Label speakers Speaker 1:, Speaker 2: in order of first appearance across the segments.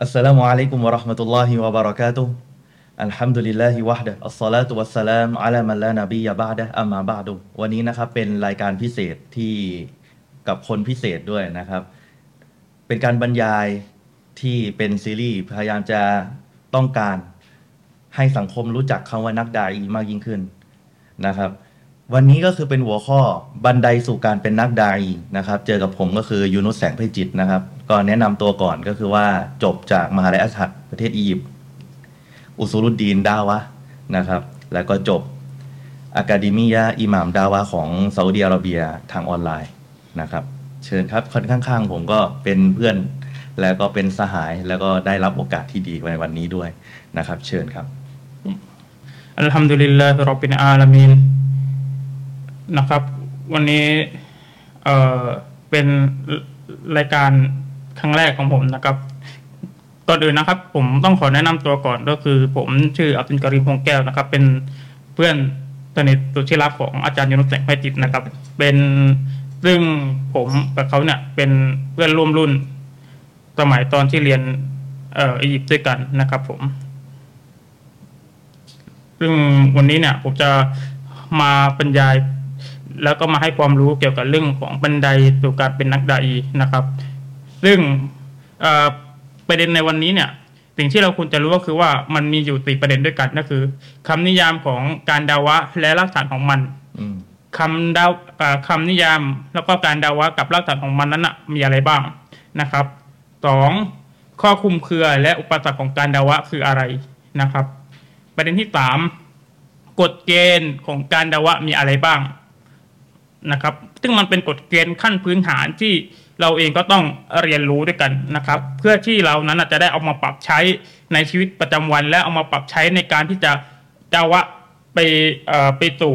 Speaker 1: อัสสลามุอะลัยกุมวะเราะห์มะตุลลอฮิวะบะเราะกาตุฮ์อัลฮัมดุลิลลาฮิวะฮ์ดะอัสศอลาตุวัสสลามอะลามันลานบียะบะอ์ดะอัมมาบะอ์ดุวันนี้นะครับเป็นรายการพิเศษที่กับคนพิเศษด้วยนะครับเป็นการบรรยายที่เป็นซีรีส์พยายามจะต้องการให้สังคมรู้จักคำว่านักดาอีมากยิ่งขึ้นนะครับวันนี้ก็คือเป็นหัวข้อบันไดสู่การเป็นนักดาอีนะครับเจอกับผมก็คือยูนุสแสงไพจิตรนะครับก็แนะนำตัวก่อนก็คือว่าจบจากมหาวิทยาลัยอัซฮัรประเทศอียิปต์อุซูลุดดีนดาวะนะครับแล้วก็จบอะคาเดมียะอิหม่ามดาวะของซาอุดิอาระเบียทางออนไลน์นะครับเชิญครับข้างๆผมก็เป็นเพื่อนแล้วก็เป็นสหายแล้วก็ได้รับโอกาสที่ดีในวันนี้ด้วยนะครับเชิญครับ
Speaker 2: อัลฮัมดุลิลลาฮิร็อบบิลอาลามีนนะครับวันนี้เป็นรายการครั้งแรกของผมนะครับก่อนอื่นนะครับผมต้องขอแนะนำตัวก่อนก็คือผมชื่ออับดุลกะรีมพงษ์แก้วนะครับเป็นเพื่อนสนิทสุดที่รักของอาจารย์ยูนุสแสงไพจิตรนะครับเป็นซึ่งผมกับเขาเนี่ยเป็นเพื่อนร่วมรุ่นสมัยตอนที่เรียนอียิปต์ด้วยกันนะครับผมซึ่งวันนี้เนี่ยผมจะมาบรรยายแล้วก็มาให้ความรู้เกี่ยวกับเรื่องของบันไดสู่การเป็นนักดาอีนะครับซึ่งประเด็นในวันนี้เนี่ยสิ่งที่เราควรจะรู้ก็คือว่ามันมีอยู่4ประเด็นด้วยกันก็คือคำนิยามของการดาวะและรากฐานของมันคำนิยามแล้วก็การดาวะกับรากฐานของมันนั้นนะมีอะไรบ้างนะครับ2ข้อคลุมเครือและอุปสรรคของการดาวะคืออะไรนะครับประเด็นที่3กฎเกณฑ์ของการดาวะมีอะไรบ้างนะครับซึ่งมันเป็นกฎเกณฑ์ขั้นพื้นฐานที่เราเองก็ต้องเรียนรู้ด้วยกันนะครับเพื่อที่เรานั้นจะได้เอามาปรับใช้ในชีวิตประจำวันและเอามาปรับใช้ในการที่จะดาวะไปสู่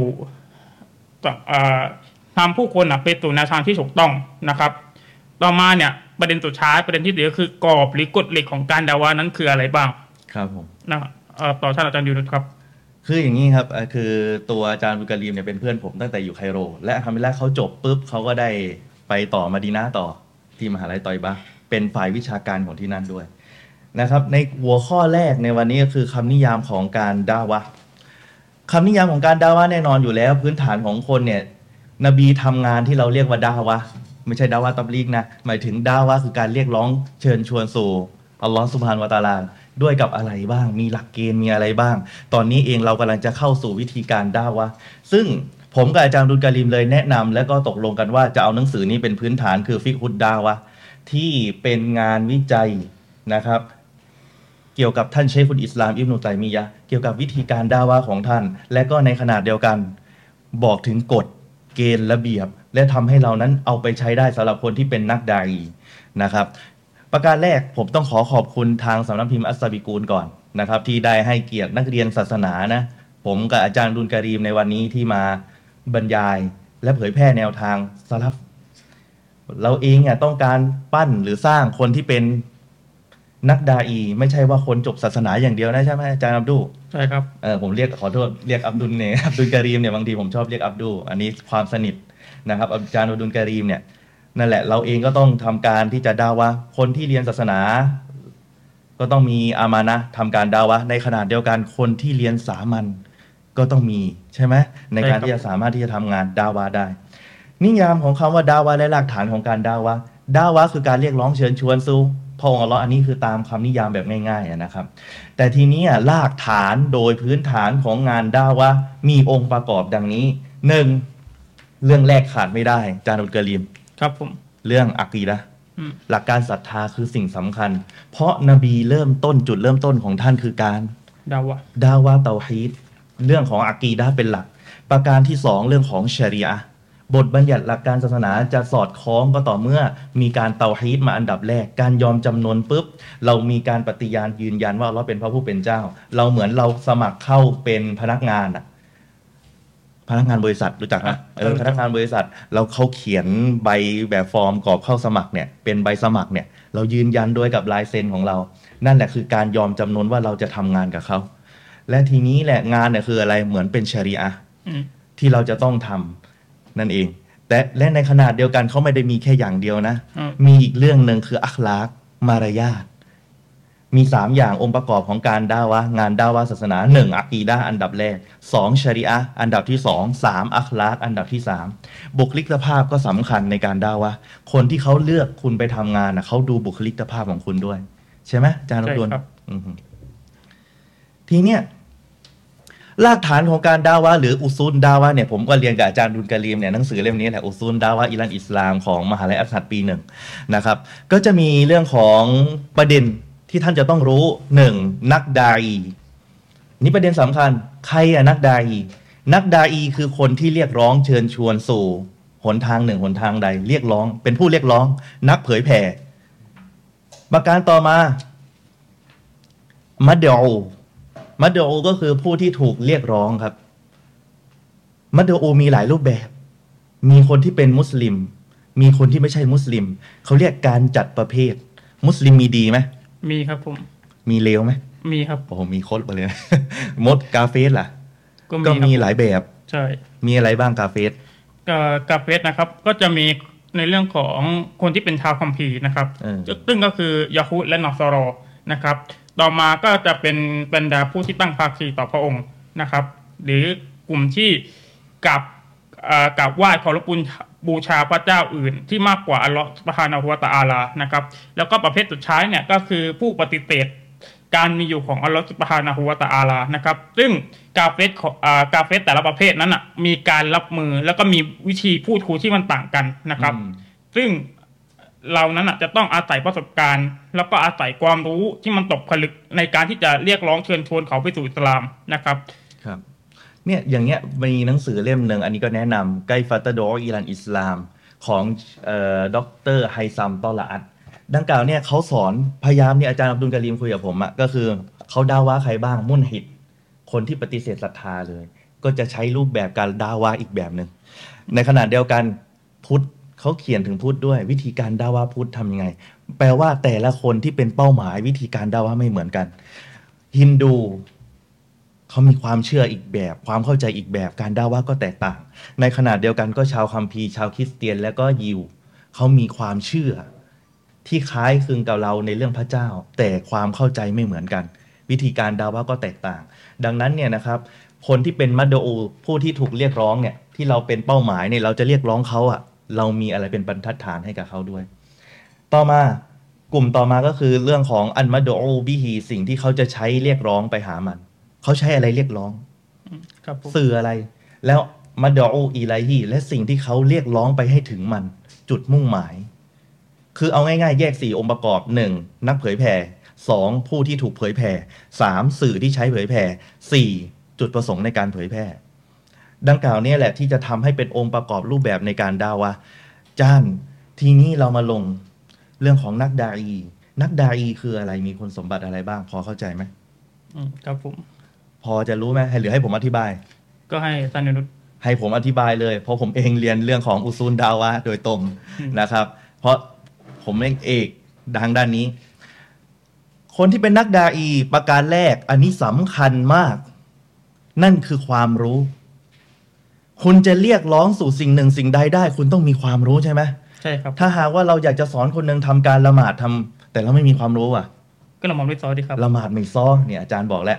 Speaker 2: ทำผู้คนไปสู่แนวทางที่ถูกต้องนะครับต่อมาเนี่ยประเด็นสุดท้ายประเด็นที่เหลือคือกรอบหรือกฎเหล็กของการดาวะนั้นคืออะไรบ้าง
Speaker 1: ครับผม
Speaker 2: นะต่อท่านอาจารย์ยูนุสครับ
Speaker 1: คืออย่างนี้ครับคือตัวอาจารย์บุกาลีมเนี่ยเป็นเพื่อนผมตั้งแต่อยู่ไคโรและทำให้แรกเขาจบปุ๊บเขาก็ได้ไปต่อมาดีนาต่อที่มหาลัยตอยบะเป็นฝ่ายวิชาการของที่นั่นด้วยนะครับในหัวข้อแรกในวันนี้ก็คือคำนิยามของการดาวะคำนิยามของการดาวะแน่นอนอยู่แล้วพื้นฐานของคนเนี่ยนบีทำงานที่เราเรียกว่าดาวะไม่ใช่ดาวะตับลีกนะหมายถึงดาวะคือการเรียกร้องเชิญชวนสู่อัลลอฮฺซุบฮานะฮูวะตะอาลาด้วยกับอะไรบ้างมีหลักเกณฑ์มีอะไรบ้างตอนนี้เองเรากำลังจะเข้าสู่วิธีการดาวะซึ่งผมกับอาจารย์ดุลกาลิมเลยแนะนำและก็ตกลงกันว่าจะเอาหนังสือนี้เป็นพื้นฐานคือฟิกฮุดดาวะที่เป็นงานวิจัยนะครับเกี่ยวกับท่านเชคุลอิสลามอิบนุตัยมียะห์เกี่ยวกับวิธีการดาวะของท่านและก็ในขณะเดียวกันบอกถึงกฎเกณฑ์ระเบียบและทำให้เรานั้นเอาไปใช้ได้สำหรับคนที่เป็นนักดาอีนะครับประการแรกผมต้องขอบคุณทางสำนักพิมพ์อัสซาบิกูลก่อนนะครับที่ได้ให้เกียรตินักเรียนศาสนานะผมกับอาจารย์ดุลกะรีมในวันนี้ที่มาบรรยายและเผยแพร่แนวทางสลับเราเองต้องการปั้นหรือสร้างคนที่เป็นนักดาอีไม่ใช่ว่าคนจบศาสนาอย่างเดียวนะใช่ไหมอาจารย์อับดุล
Speaker 2: ใช่ครับ
Speaker 1: ผมขอโทษเรียกอับดุลเนี่ยอับดุลกะรีมเนี่ยบางทีผมชอบเรียกอับดุลอันนี้ความสนิทนะครับอาจารย์อับดุลกะรีมเนี่ยนั่นแหละเราเองก็ต้องทำการที่จะดาวะคนที่เรียนศาสนาก็ต้องมีอามานะทำการดาวะในขนาดเดียวกันคนที่เรียนสามัญก็ต้องมีใช่ไหมในการที่จะสามารถที่จะทำงานดาวะได้นิยามของคำว่าดาวะและหลักฐานของการดาวะคือการเรียกร้องเชิญชวนสู่พระองค์อัลเลาะห์อันนี้คือตามคำนิยามแบบง่ายๆนะครับแต่ทีนี้รากฐานโดยพื้นฐานของงานดาวะมีองค์ประกอบดังนี้1เรื่องแรกขาดไม่ได้อาจารย์อุลกะรีม
Speaker 2: ครับผม
Speaker 1: เรื่องอะกีดะห์หลักการศรัทธาคือสิ่งสำคัญเพราะนบีเริ่มต้นจุดเริ่มต้นของท่านคือการ
Speaker 2: ดาวะ
Speaker 1: เตาฮีดเรื่องของอะกีดะห์เป็นหลักประการที่2เรื่องของชะรีอะห์บทบัญญัติหลักการศาสนาจะสอดคล้องก็ต่อเมื่อมีการเตาฮีดมาอันดับแรกการยอมจำนนปุ๊บเรามีการปฏิญาณยืนยันว่าเราเป็นพระผู้เป็นเจ้าเราเหมือนเราสมัครเข้าเป็นพนักงานบริษัทรู้จักนะพนักงานบริษัทเขาเขียนใบแบบฟอร์มกรอกเข้าสมัครเนี่ยเป็นใบสมัครเนี่ยเรายืนยันด้วยกับลายเซ็นของเรานั่นแหละคือการยอมจำนนว่าเราจะทำงานกับเขาและทีนี้แหละงานเนี่ยคืออะไรเหมือนเป็นชะรีอะห์ที่เราจะต้องทำนั่นเองและในขนาดเดียวกันเขาไม่ได้มีแค่อย่างเดียวนะมีอีกเรื่องนึงคืออัคลากมารยาทมี3อย่างองค์ประกอบของการดาวะงานดาวะศาสนา1อะกีดะห์อันดับแรก2ชะรีอะห์อันดับที่2 3อัคลากอันดับที่3บุคลิกภาพก็สำคัญในการดาวะคนที่เขาเลือกคุณไปทำงานนะเขาดูบุคลิกภาพของคุณด้วยใช่ไหมอาจารย์นพดล
Speaker 2: ใช่ครับ
Speaker 1: ทีเนี้ยรากฐานของการดาวะหรืออุซูลดาวะเนี่ยผมก็เรียนกับอาจารย์ดุลกะรีมเนี่ยหนังสือเล่มนี้แหละอุซูลดาวะอิรันอิสลามของมหาลัยอัสสัดปีหนึ่งนะครับก็จะมีเรื่องของประเด็นที่ท่านจะต้องรู้1นักดาอีนี่ประเด็นสำคัญใครอะนักดาอีนักดาอีคือคนที่เรียกร้องเชิญชวนสู่หนทางหนึ่งหนทางใดเรียกร้องเป็นผู้เรียกร้องนักเผยแผ่ประการต่อมามัดเดอูมัดเดอูก็คือผู้ที่ถูกเรียกร้องครับมัดเดอูมีหลายรูปแบบมีคนที่เป็นมุสลิมมีคนที่ไม่ใช่มุสลิมเขาเรียกการจัดประเภทมุสลิมมีดีไหม
Speaker 2: มีครับผม
Speaker 1: มีเลวไหม
Speaker 2: มีครับ
Speaker 1: โอ้โหมีโคตรไปเลย มดกาเฟสล่ะก็
Speaker 2: มี
Speaker 1: หลายแบบ
Speaker 2: ใช่
Speaker 1: มีอะไรบ้างกาเฟส
Speaker 2: กาเฟสนะครับก็จะมีในเรื่องของคนที่เป็นชาวคัมภีร์นะครับซึ่งก็คือยาฮูดและนอสรอนะครับต่อมาก็จะเป็นบรรดาผู้ที่ตั้งภาคีต่อพระองค์นะครับหรือกลุ่มที่กับไหว้เคารพบูชาพระเจ้าอื่นที่มากกว่าอัลลอฮฺซุบฮานะฮูวะตะอาลานะครับแล้วก็ประเภทสุดท้ายเนี่ยก็คือผู้ปฏิเสธการมีอยู่ของอัลลอฮฺซุบฮานะฮูวะตะอาลานะครับซึ่งกาเฟสแต่ละประเภทนั้นอ่ะมีการรับมือแล้วก็มีวิธีพูดคุยที่มันต่างกันนะครับซึ่งเรานั้นจะต้องอาศัยประสบการณ์แล้วก็อาศัยความรู้ที่มันตกผลึกในการที่จะเรียกร้องเชิญชวนเขาไปสู่อิสลามนะครับ
Speaker 1: ครับเนี่ยอย่างเงี้ยมีหนังสือเล่มหนึ่งอันนี้ก็แนะนำไกฟัตดออิรันอิสลามของด็อกเตอร์ไฮซัมตอลาอัดดังกล่าวเนี่ยเขาสอนพยายามเนี่ยอาจารย์อับดุลกะรีมคุยกับผมอะก็คือเขาดาวะใครบ้างมุนฮิดคนที่ปฏิเสธศรัทธาเลยก็จะใช้รูปแบบการดาวะอีกแบบหนึ่งในขณะเดียวกันพุทธเขาเขียนถึงพุทธด้วยวิธีการดาวะพุทธทำยังไงแปลว่าแต่ละคนที่เป็นเป้าหมายวิธีการดาวะไม่เหมือนกันฮินดูเขามีความเชื่ออีกแบบความเข้าใจอีกแบบการดาวะก็แตกต่างในขณะเดียวกันก็ชาวคัมภีร์ชาวคริสเตียนและก็ยิวเขามีความเชื่อที่คล้ายคลึงกับเราในเรื่องพระเจ้าแต่ความเข้าใจไม่เหมือนกันวิธีการดาวะก็แตกต่างดังนั้นเนี่ยนะครับคนที่เป็นมัดอูผู้ที่ถูกเรียกร้องเนี่ยที่เราเป็นเป้าหมายเนี่ยเราจะเรียกร้องเขาอะเรามีอะไรเป็นบรรทัดฐานให้กับเขาด้วยต่อมากลุ่มต่อมาก็คือเรื่องของอันมัดอูบิฮีสิ่งที่เขาจะใช้เรียกร้องไปหามันเขาใช้อะไรเรียกร้องสื่ออะไรแล้วมัดอูอีไลฮีและสิ่งที่เขาเรียกร้องไปให้ถึงมันจุดมุ่งหมายคือเอาง่ายๆแยก4องค์ประกอบ1นักเผยแผ่2ผู้ที่ถูกเผยแผ่3สื่อที่ใช้เผยแผ่4จุดประสงค์ในการเผยแพร่ดังกล่าวนี้แหละที่จะทำให้เป็นองค์ประกอบรูปแบบในการดาวะจ้านทีนี้เรามาลงเรื่องของนักดาอีนักดาอีคืออะไรมีคุณสมบัติอะไรบ้างพอเข้าใจไหม
Speaker 2: ครับผม
Speaker 1: พอจะรู้ไหมหรือให้ผมอธิบาย
Speaker 2: ก็ให้ท่านนุช
Speaker 1: ให้ผมอธิบายเลยเพราะผมเองเรียนเรื่องของอุซูลดาวะโดยตรงนะครับเพราะผมเอกทางด้านนี้คนที่เป็นนักดาอีประการแรกอันนี้สำคัญมากนั่นคือความรู้คุณจะเรียกร้องสู่สิ่งหนึ่งสิ่งใดได้คุณต้องมีความรู้ใช่ไหม
Speaker 2: ใช่ครับ
Speaker 1: ถ้าหากว่าเราอยากจะสอนคนหนึ่งทำการละหมาดทำแต่เราไม่มีความรู้อ่ะ
Speaker 2: ก็ละหมาดไม่ซ้อดีครับ
Speaker 1: ละหมาดไม่ซ้อเนี่ยอาจารย์บอกแล้ว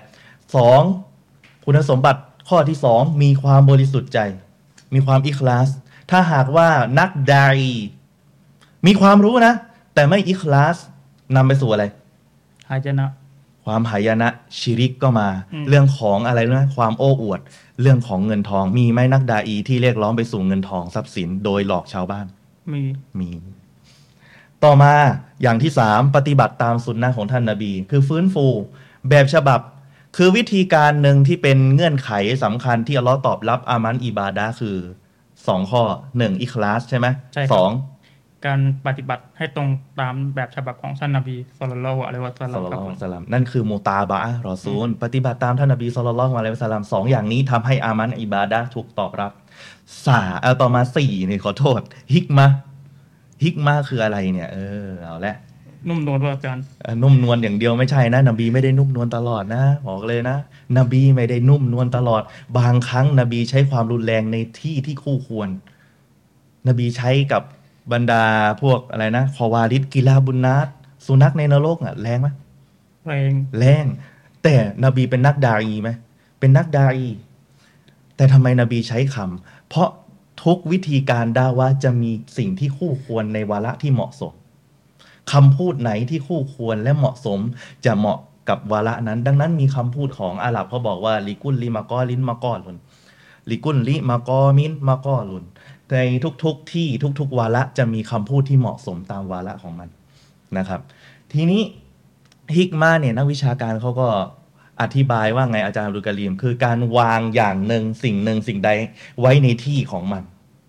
Speaker 1: 2คุณสมบัติข้อที่2มีความบริสุทธิ์ใจมีความอิคลาสถ้าหากว่านักดาอีมีความรู้นะแต่ไม่อิคลาสนำไปสู่อะไร
Speaker 2: หายนะ
Speaker 1: ความหายนะชิริกก็มาเรื่องของอะไรนะความโอ้อวดเรื่องของเงินทองมีไหมนักดาอีที่เรียกร้องไปสู่เงินทองทรัพย์สินโดยหลอกชาวบ้านมีต่อมาอย่างที่3ปฏิบัติตามสุนนะของท่านนบีคือฟื้นฟูแบบฉบับคือวิธีการหนึ่งที่เป็นเงื่อนไขสำคัญที่อัลเลาะห์ตอบรับอามันอิบาดะห์คือ2ข้อ1อิคลาสใช่ไหม2
Speaker 2: การปฏิบัติให้ตรงตามแบบฉบับของท่านนบีศ็อลลัลลอฮุอะลัยฮิวะซัล
Speaker 1: ลัมนั่นคือมุตาบะอะห์รอซูลปฏิบัติตามท่านนบีศ็อลลัลลอฮุอะลัยฮิวะซัลลัม2อย่างนี้ทำให้อามันอิบาดะห์ถูกตอบรับต่อมา4นี่ขอโทษฮิกมะคืออะไรเนี่ยเอาละ
Speaker 2: นุ่มนวลอาจารย์
Speaker 1: นุ่มนวลอย่างเดียวไม่ใช่นะนบีไม่ได้นุ่มนวลตลอดนะบอกเลยนะนบีไม่ได้นุ่มนวลตลอดบางครั้งนบีใช้ความรุนแรงในที่ที่คู่ควรนบีใช้กับบรรดาพวกอะไรนะคอวาริดกิลาบุนนัสสุนัขในนรกแรงไหม
Speaker 2: แรง
Speaker 1: แรงแต่นบีเป็นนักดาอีไหมเป็นนักดาอีแต่ทำไมนบีใช้คำเพราะทุกวิธีการดาวะจะมีสิ่งที่คู่ควรในวาระที่เหมาะสมคำพูดไหนที่คู่ควรและเหมาะสมจะเหมาะกับวาระนั้นดังนั้นมีคำพูดของอาหรับเขาบอกว่าลิกุลลิมากอลินมากอลุนลิกุลลิมากอมินมากอลุนในทุกที่ทุกวาระจะมีคำพูดที่เหมาะสมตามวาระของมันนะครับทีนี้ฮิกมาเนี่ยนักวิชาการเขาก็อธิบายว่าไงอาจารย์อับดุลกะรีมคือการวางอย่างหนึ่งสิ่งใดไว้ในที่ของมัน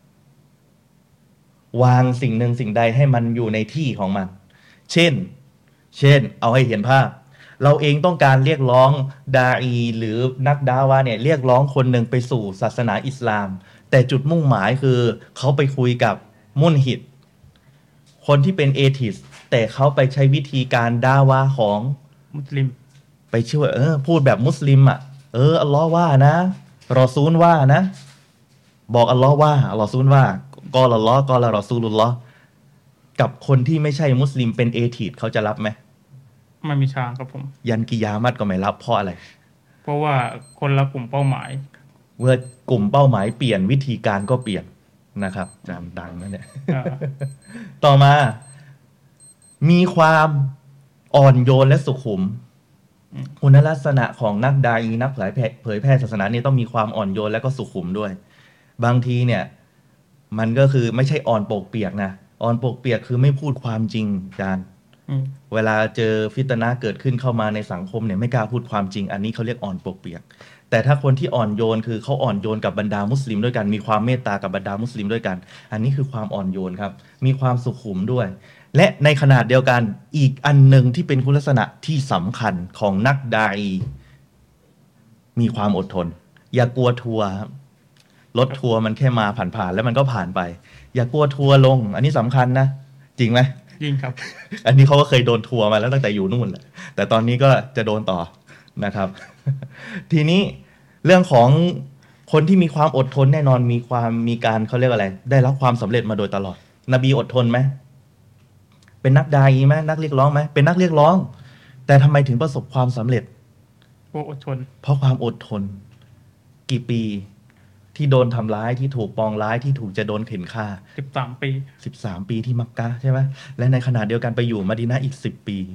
Speaker 1: วางสิ่งหนึ่งสิ่งใดให้มันอยู่ในที่ของมันเช่นเอาให้เห็นภาพเราเองต้องการเรียกร้องดาอีหรือนักดาวะเนี่ยเรียกร้องคนหนึ่งไปสู่ศาสนาอิสลามแต่จุดมุ่งหมายคือเขาไปคุยกับมุนฮิดคนที่เป็นเอทิสแต่เขาไปใช้วิธีการดาวะของ
Speaker 2: มุสลิม
Speaker 1: ไปช่วยพูดแบบมุสลิมอัลลอฮ์ว่านะรอซูลว่านะบอกอัลลอฮ์ว่ารอซูลว่ากอละลอฮ์กอละรอซูลุลลอฮ์กับคนที่ไม่ใช่มุสลิมเป็นเอทิสเขาจะรับไหม
Speaker 2: ไม่มีทางครับผม
Speaker 1: ยันกิยามัตก็ไม่รับเพราะอะไร
Speaker 2: เพราะว่าคนละกลุ่มเป้าหมาย
Speaker 1: เมื่อกลุ่มเป้าหมายเปลี่ยนวิธีการก็เปลี่ยนนะครับจำดังนะเนี่ย
Speaker 2: อ่า
Speaker 1: ต่อมามีความอ่อนโยนและสุขุมคุณลักษณะของนักดาอีนักเผยแพร่ศาสนานี่ต้องมีความอ่อนโยนและก็สุขุมด้วยบางทีเนี่ยมันก็คือไม่ใช่อ่อนปกเปียกนะอ่อนปกเปียกคือไม่พูดความจริงอาจารย์เวลาเจอฟิตนะห์เกิดขึ้นเข้ามาในสังคมเนี่ยไม่กล้าพูดความจริงอันนี้เขาเรียกอ่อนปกเปียกแต่ถ้าคนที่อ่อนโยนคือเขาอ่อนโยนกับบรรดามุสลิมด้วยกันมีความเมตตากับบรรดามุสลิมด้วยกันอันนี้คือความอ่อนโยนครับมีความสุขุมด้วยและในขนาดเดียวกันอีกอันหนึ่งที่เป็นคุณลักษณะที่สำคัญของนักดาอีมีความอดทนอย่ากลัวทัวร์ครับรถทัวร์มันแค่มาผ่านๆแล้วมันก็ผ่านไปอย่ากลัวทัวร์ลงอันนี้สำคัญนะจริงไหม
Speaker 2: จริงครับ
Speaker 1: อันนี้เขาก็เคยโดนทัวร์มาแล้วตั้งแต่อยู่นู่นแหละแต่ตอนนี้ก็จะโดนต่อนะครับ ทีนี้เรื่องของคนที่มีความอดทนแน่นอนมีการเขาเรียกอะไรได้รับความสำเร็จมาโดยตลอดนบีอดทนไหมเป็นนักดาอีไหมนักเรียกร้องไหมเป็นนักเรียกร้องแต่ทำไมถึงประสบความสำเร็จ
Speaker 2: พวกอดทน
Speaker 1: เพราะความอดทนกี่ปีที่โดนทำร้ายที่ถูกปองร้ายที่ถูกจะโดนเข็นฆ่า
Speaker 2: 13 ปี
Speaker 1: 13 ปีที่มักกะใช่ไหมและในขณะเดียวกันไปอยู่มะดีนะห์อีก10 ปี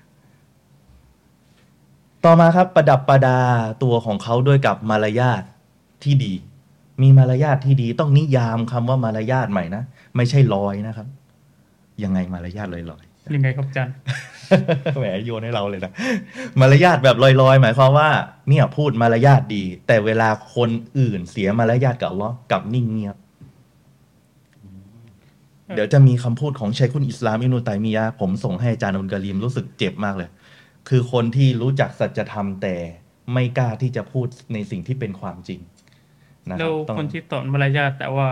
Speaker 1: ต่อมาครับประดับประดาตัวของเขาด้วยกับมารยาทที่ดีมีมารยาทที่ดีต้องนิยามคำว่ามารยาทใหม่นะไม่ใช่ลอยนะครับยังไงมารยาทลอยๆ
Speaker 2: ยังไงครับอาจารย์
Speaker 1: แหมโยนให้เราเลยนะมารยาทแบบลอยๆหมายความว่าเนี่ยพูดมารยาทดีแต่เวลาคนอื่นเสียมารยาทกับอัลเลาะห์กับนิ่งเงียบเดี๋ยวจะมีคำพูดของชัยคุลอิสลามอิบนุตัยมียะห์ผมส่งให้อาจารย์อับดุลกะรีมรู้สึกเจ็บมากเลยคือคนที่รู้จักสัจธรรมแต่ไม่กล้าที่จะพูดในสิ่งที่เป็นความจริงนะค
Speaker 2: แล้
Speaker 1: รับ
Speaker 2: วคนที่สอนมารยาทแต่ว่า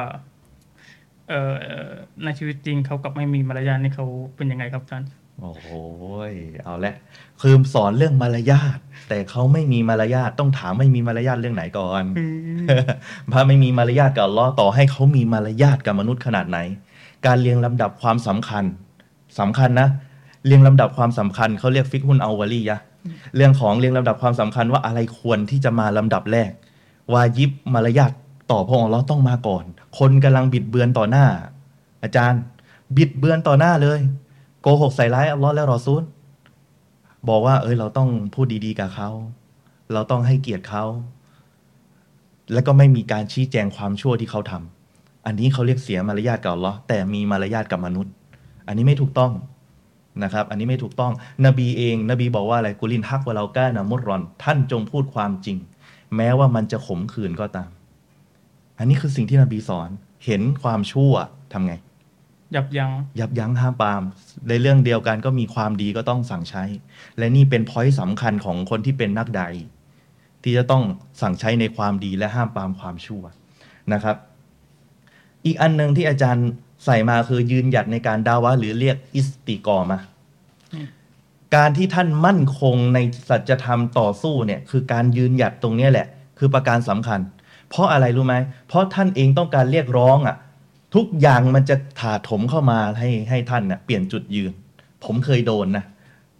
Speaker 2: ในชีวิตจริงเขากับไม่มีมารยาทนี่เขาเป็นยังไงครับอาจารย์
Speaker 1: โอ้โหเอาละคือสอนเรื่องมารยาทแต่เขาไม่มีมารยาทต้องถามไม่มีมารยาทเรื่องไหนก่อน พระไม่มีมารยาทกับอัลเลาะห์ต่อให้เขามีมารยาทกับมนุษย์ขนาดไหนการเรียงลำดับความสำคัญนะเรียงลำดับความสำคัญเขาเรียกฟิกฮุนเอาวะลียะห์เรื่องของเรียงลำดับความสำคัญว่าอะไรควรที่จะมาลำดับแรกวาญิบมารยาทต่อพระองค์อัลเลาะห์ต้องมาก่อนคนกำลังบิดเบือนต่อหน้าอาจารย์บิดเบือนต่อหน้าเลยโกหกใส่ร้ายอัลเลาะห์และรอซูลบอกว่าเราต้องพูดดีๆกับเขาเราต้องให้เกียรติเขาแล้วก็ไม่มีการชี้แจงความชั่วที่เขาทำอันนี้เขาเรียกเสียมารยาทกับอัลเลาะห์แต่มีมารยาทกับมนุษย์อันนี้ไม่ถูกต้องนะครับอันนี้ไม่ถูกต้องนบีบอกว่าอะไรกุลินฮักวะเรากานะมุรรอนท่านจงพูดความจริงแม้ว่ามันจะขมขื่นก็ตามอันนี้คือสิ่งที่นบีสอนเห็นความชั่วทำไง
Speaker 2: ยับยั้ง
Speaker 1: ห้ามปรามในเรื่องเดียวกันก็มีความดีก็ต้องสั่งใช้ และนี่เป็นพอยต์สำคัญของคนที่เป็นนักดาอีที่จะต้องสั่งใช้ในความดีและห้ามปรามความชั่วนะครับอีกอันหนึ่งที่อาจารย์ใส่มาคือยืนหยัดในการดาวะหรือเรียกอิสติกอมะการที่ท่านมั่นคงในสัจธรรมต่อสู้เนี่ยคือการยืนหยัดตรงนี้แหละคือประการสำคัญเพราะอะไรรู้ไหมเพราะท่านเองต้องการเรียกร้องทุกอย่างมันจะถาโถมเข้ามาให้ท่านเปลี่ยนจุดยืนผมเคยโดนนะ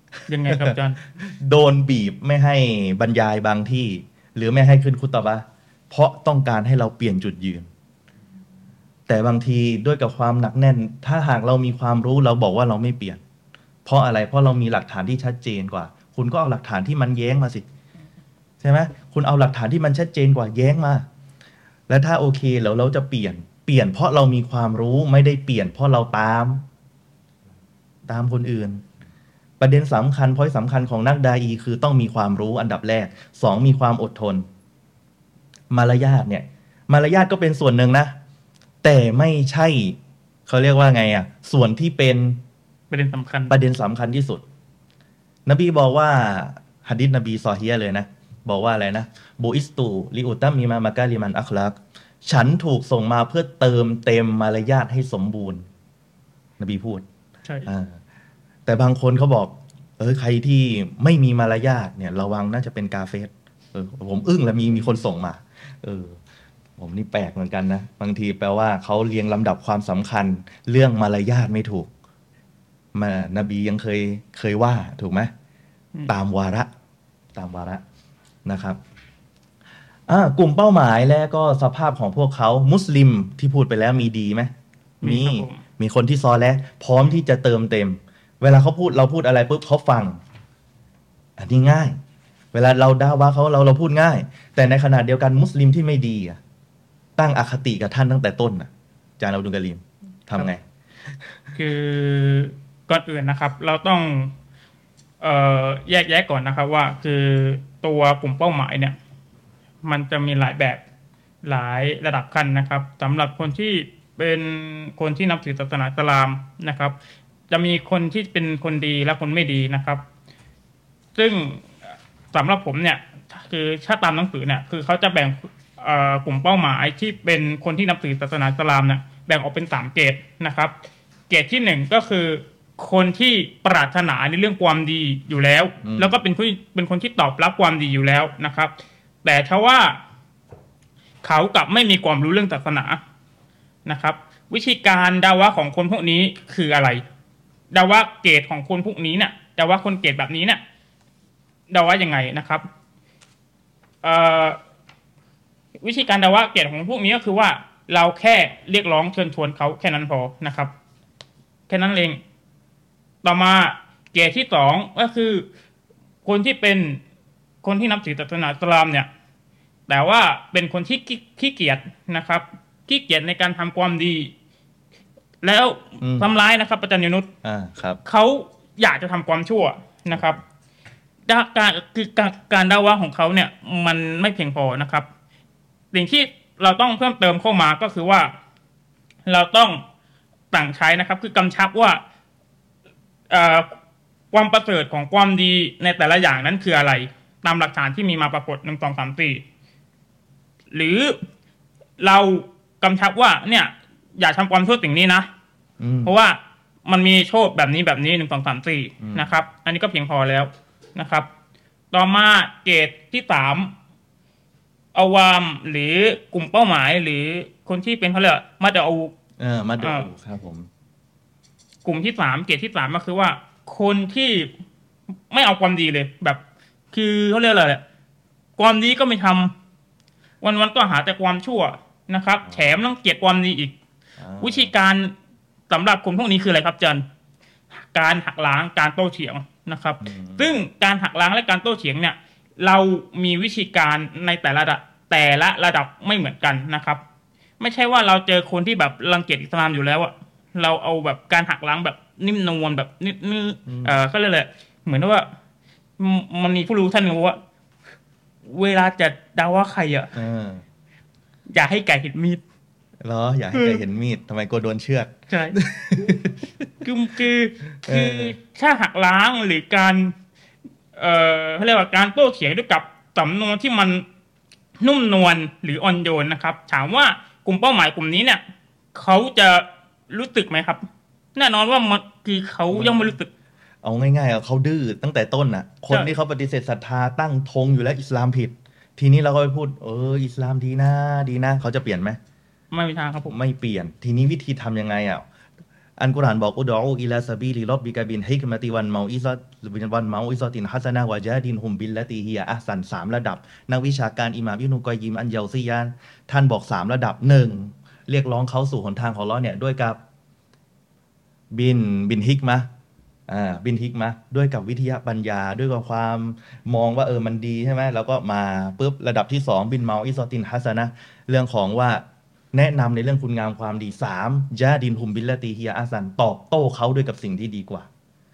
Speaker 2: ยังไงครับอาจารย์
Speaker 1: โดนบีบไม่ให้บรรยายบางที่ หรือไม่ให้ขึ้นคุตบะห์เพราะต้องการให้เราเปลี่ยนจุดยืน แต่บางทีด้วยกับความหนักแน่น ถ้าหากเรามีความรู้เราบอกว่าเราไม่เปลี่ยน เพราะอะไรเพราะเรามีหลักฐานที่ชัดเจนกว่า คุณก็เอาหลักฐานที่มันแย้งมาสิใช่ไหมคุณเอาหลักฐานที่มันชัดเจนกว่าแย้งมา และถ้าโอเคแล้วเราจะเปลี่ยนเพราะเรามีความรู้ไม่ได้เปลี่ยนเพราะเราตามคนอื่น ประเด็นสำคัญพอยสำคัญของนักดาอีคือต้องมีความรู้อันดับแรกสองมีความอดทน มารยาทเนี่ย มารยาทก็เป็นส่วนหนึ่งนะ แต่ไม่ใช่เขาเรียกว่าไงอ่ะ ส่วนที่เป็น
Speaker 2: ประเด็นสำคัญ
Speaker 1: ประเด็นสำคัญที่สุด นบีบอกว่าหะดีษนบีซอฮีฮ์เลยนะ บอกว่าอะไรนะบูอิสตูลิอุตัมมีมามากาลิมันอัคลักฉันถูกส่งมาเพื่อเติมเต็มมารยาทให้สมบูรณ์ นบีพูด
Speaker 2: ใช่
Speaker 1: แต่บางคนเขาบอกใครที่ไม่มีมารยาทเนี่ยระวังน่าจะเป็นกาเฟสผมอึ้งแล้วมีคนส่งมาผมนี่แปลกเหมือนกันนะบางทีแปลว่าเขาเรียงลำดับความสำคัญเรื่องมารยาทไม่ถูกนบียังเคยว่าถูกไหมตามวาระนะครับกลุ่มเป้าหมายและก็สภาพของพวกเขามุสลิมที่พูดไปแล้วมีดีไหมมีคนที่ซอและพร้อมที่จะเติมเต็ม เวลาเขาพูดเราพูดอะไรปุ๊บเขาฟัง อันนี้ง่าย เวลาเราด่าว่าเขาเราพูดง่าย แต่ในขณะเดียวกันมุสลิมที่ไม่ดีตั้งอคติกับท่านตั้งแต่ต้นอาจารย์อับดุลกะรีมทำไง
Speaker 2: คือก่อนอื่นนะครับ เราต้องแยกแยะก่อนนะครับว่าคือตัวกลุ่มเป้าหมายเนี่ย มันจะมีหลายแบบหลายระดับขั้นนะครับสำหรับคนที่เป็นคนที่นับถือศาสนาอิสลามนะครับ จะมีคนที่เป็นคนดีและคนไม่ดีนะครับ ซึ่งสำหรับผมเนี่ยคือถ้าตามหนังสือเนี่ยคือเขาจะแบ่งกลุ่มเป้าหมายที่เป็นคนที่นับถือศาสนาอิสลามเนี่ยแบ่งออกเป็น3เกรดนะครับ เกรดที่1ก็คือคนที่ปรารถนาในเรื่องความดีอยู่แล้วแล้วก็เป็นคนที่ตอบรับความดีอยู่แล้วนะครับ แต่ถ้าว่าเขากลับไม่มีความรู้เรื่องศาสนานะครับ วิธีการดาวะของคนพวกนี้คืออะไรดาวะเกรดของคนพวกนี้เนี่ยดาวะคนเกรดแบบนี้เนี่ยดาวะยังไงนะครับวิธีการดาวะเกรดของพวกนี้ก็คือว่าเราแค่เรียกร้องเชิญชวนเขาแค่นั้นพอนะครับแค่นั้นเองต่อมาเกรดที่2ก็คือคนที่เป็นคนที่นับถือศาสนาอิสลามเนี่ยแต่ว่าเป็นคนที่ขี้เกียจนะครับขี้เกียจในการทำความดีแล้วทำร้ายนะครับอาจารย์ยนุชเขาอยากจะทำความชั่วนะครับการดาวะของเขาเนี่ยมันไม่เพียงพอนะครับสิ่งที่เราต้องเพิ่มเติมเข้ามาก็คือว่าเราต้องสั่งใช้นะครับคือกำชับว่าความประเสริฐของความดีในแต่ละอย่างนั้นคืออะไรตามหลักฐานที่มีมาปรากฏ1 2 3 4หรือเรากำชับว่าเนี่ยอย่าทำความชั่วสิ่งนี้นะเพราะว่ามันมีโทษแบบนี้1 2 3 4นะครับอันนี้ก็เพียงพอแล้วนะครับต่อมาเกรดที่3อวามหรือกลุ่มเป้าหมายหรือคนที่เป็นเขาเรียกมาดาอู
Speaker 1: มาดาอูครับผม
Speaker 2: กลุ่มที่3เกรดที่3ก็คือว่าคนที่ไม่เอาความดีเลยแบบคือเขาเรียกอะไรความดีก็ไม่ทำวันก็หาแต่ความชั่วนะครับแถมต้องเกลียดความดีอีกวิธีการสำหรับคนพวกนี้คืออะไรครับจันการหักล้างการโต้เถียงนะครับซึ่งการหักล้างและการโต้เถียงเนี่ยเรามีวิธีการในแต่ละระดับไม่เหมือนกันนะครับไม่ใช่ว่าเราเจอคนที่แบบรังเกียจอิสลามอยู่แล้วอะเราเอาแบบการหักล้างแบบนิ่มนวลแบบนิดเขาเรียกอะไรเหมือนว่ามันมีผู้รู้ท่านหนึ่งว่าเวลาจะด่าว่าใครอะอย่าให้ไก่เห็นมีด
Speaker 1: เหรออย่าให้ไก่เห็นมีดทำไมกลัวโดนเชือด
Speaker 2: ใช่คือถ้าหักล้างหรือการเขาเรียกว่าการโต้เถียงด้วยกับสำนวนที่มันนุ่มนวลหรืออ่อนโยนนะครับถามว่ากลุ่มเป้าหมายกลุ่มนี้เนี่ยเขาจะรู้สึกไหมครับแน่นอนว่ามันคือเขายังไม่รู้สึก
Speaker 1: เอาง่ายๆเขาดื้อตั้งแต่ต้นน่ะคนที่เขาปฏิเสธศรัทธาตั้งธงอยู่แล้วอิสลามผิดทีนี้เราก็ไปพูดอิสลามดีนะเขาจะเปลี่ยนไหม
Speaker 2: ไม่มีทางครับผม
Speaker 1: ไม่เปลี่ยนทีนี้วิธีทำยังไงอันกุรอานบอกอุดอูอิลาซาบีลิร็อบบิกะบิลฮิกมะติวันเมาอิซะตินฮัสนะวะจาดินฮุมบิลละตีฮิยะอะห์ซันสามระดับนักวิชาการอิหม่ามอิบนุกอยยิมอันเยาซียะห์ท่านบอกสามระดับหนึ่งเรียกร้องเขาสู่หนทางของอัลเลาะห์เนี่ยด้วยกับบินฮิกมะบินฮิกมะด้วยกับวิทยาปัญญาด้วยกับความมองว่ามันดีใช่ไหมแล้วก็มาปุ๊บระดับที่สองบินเมาอิซอตินฮัสนะเรื่องของว่าแนะนำในเรื่องคุณงามความดีสามยาดินฮุมบิลละตีฮิยะอาซันตอบโต้เขาด้วยกับสิ่งที่ดีกว่า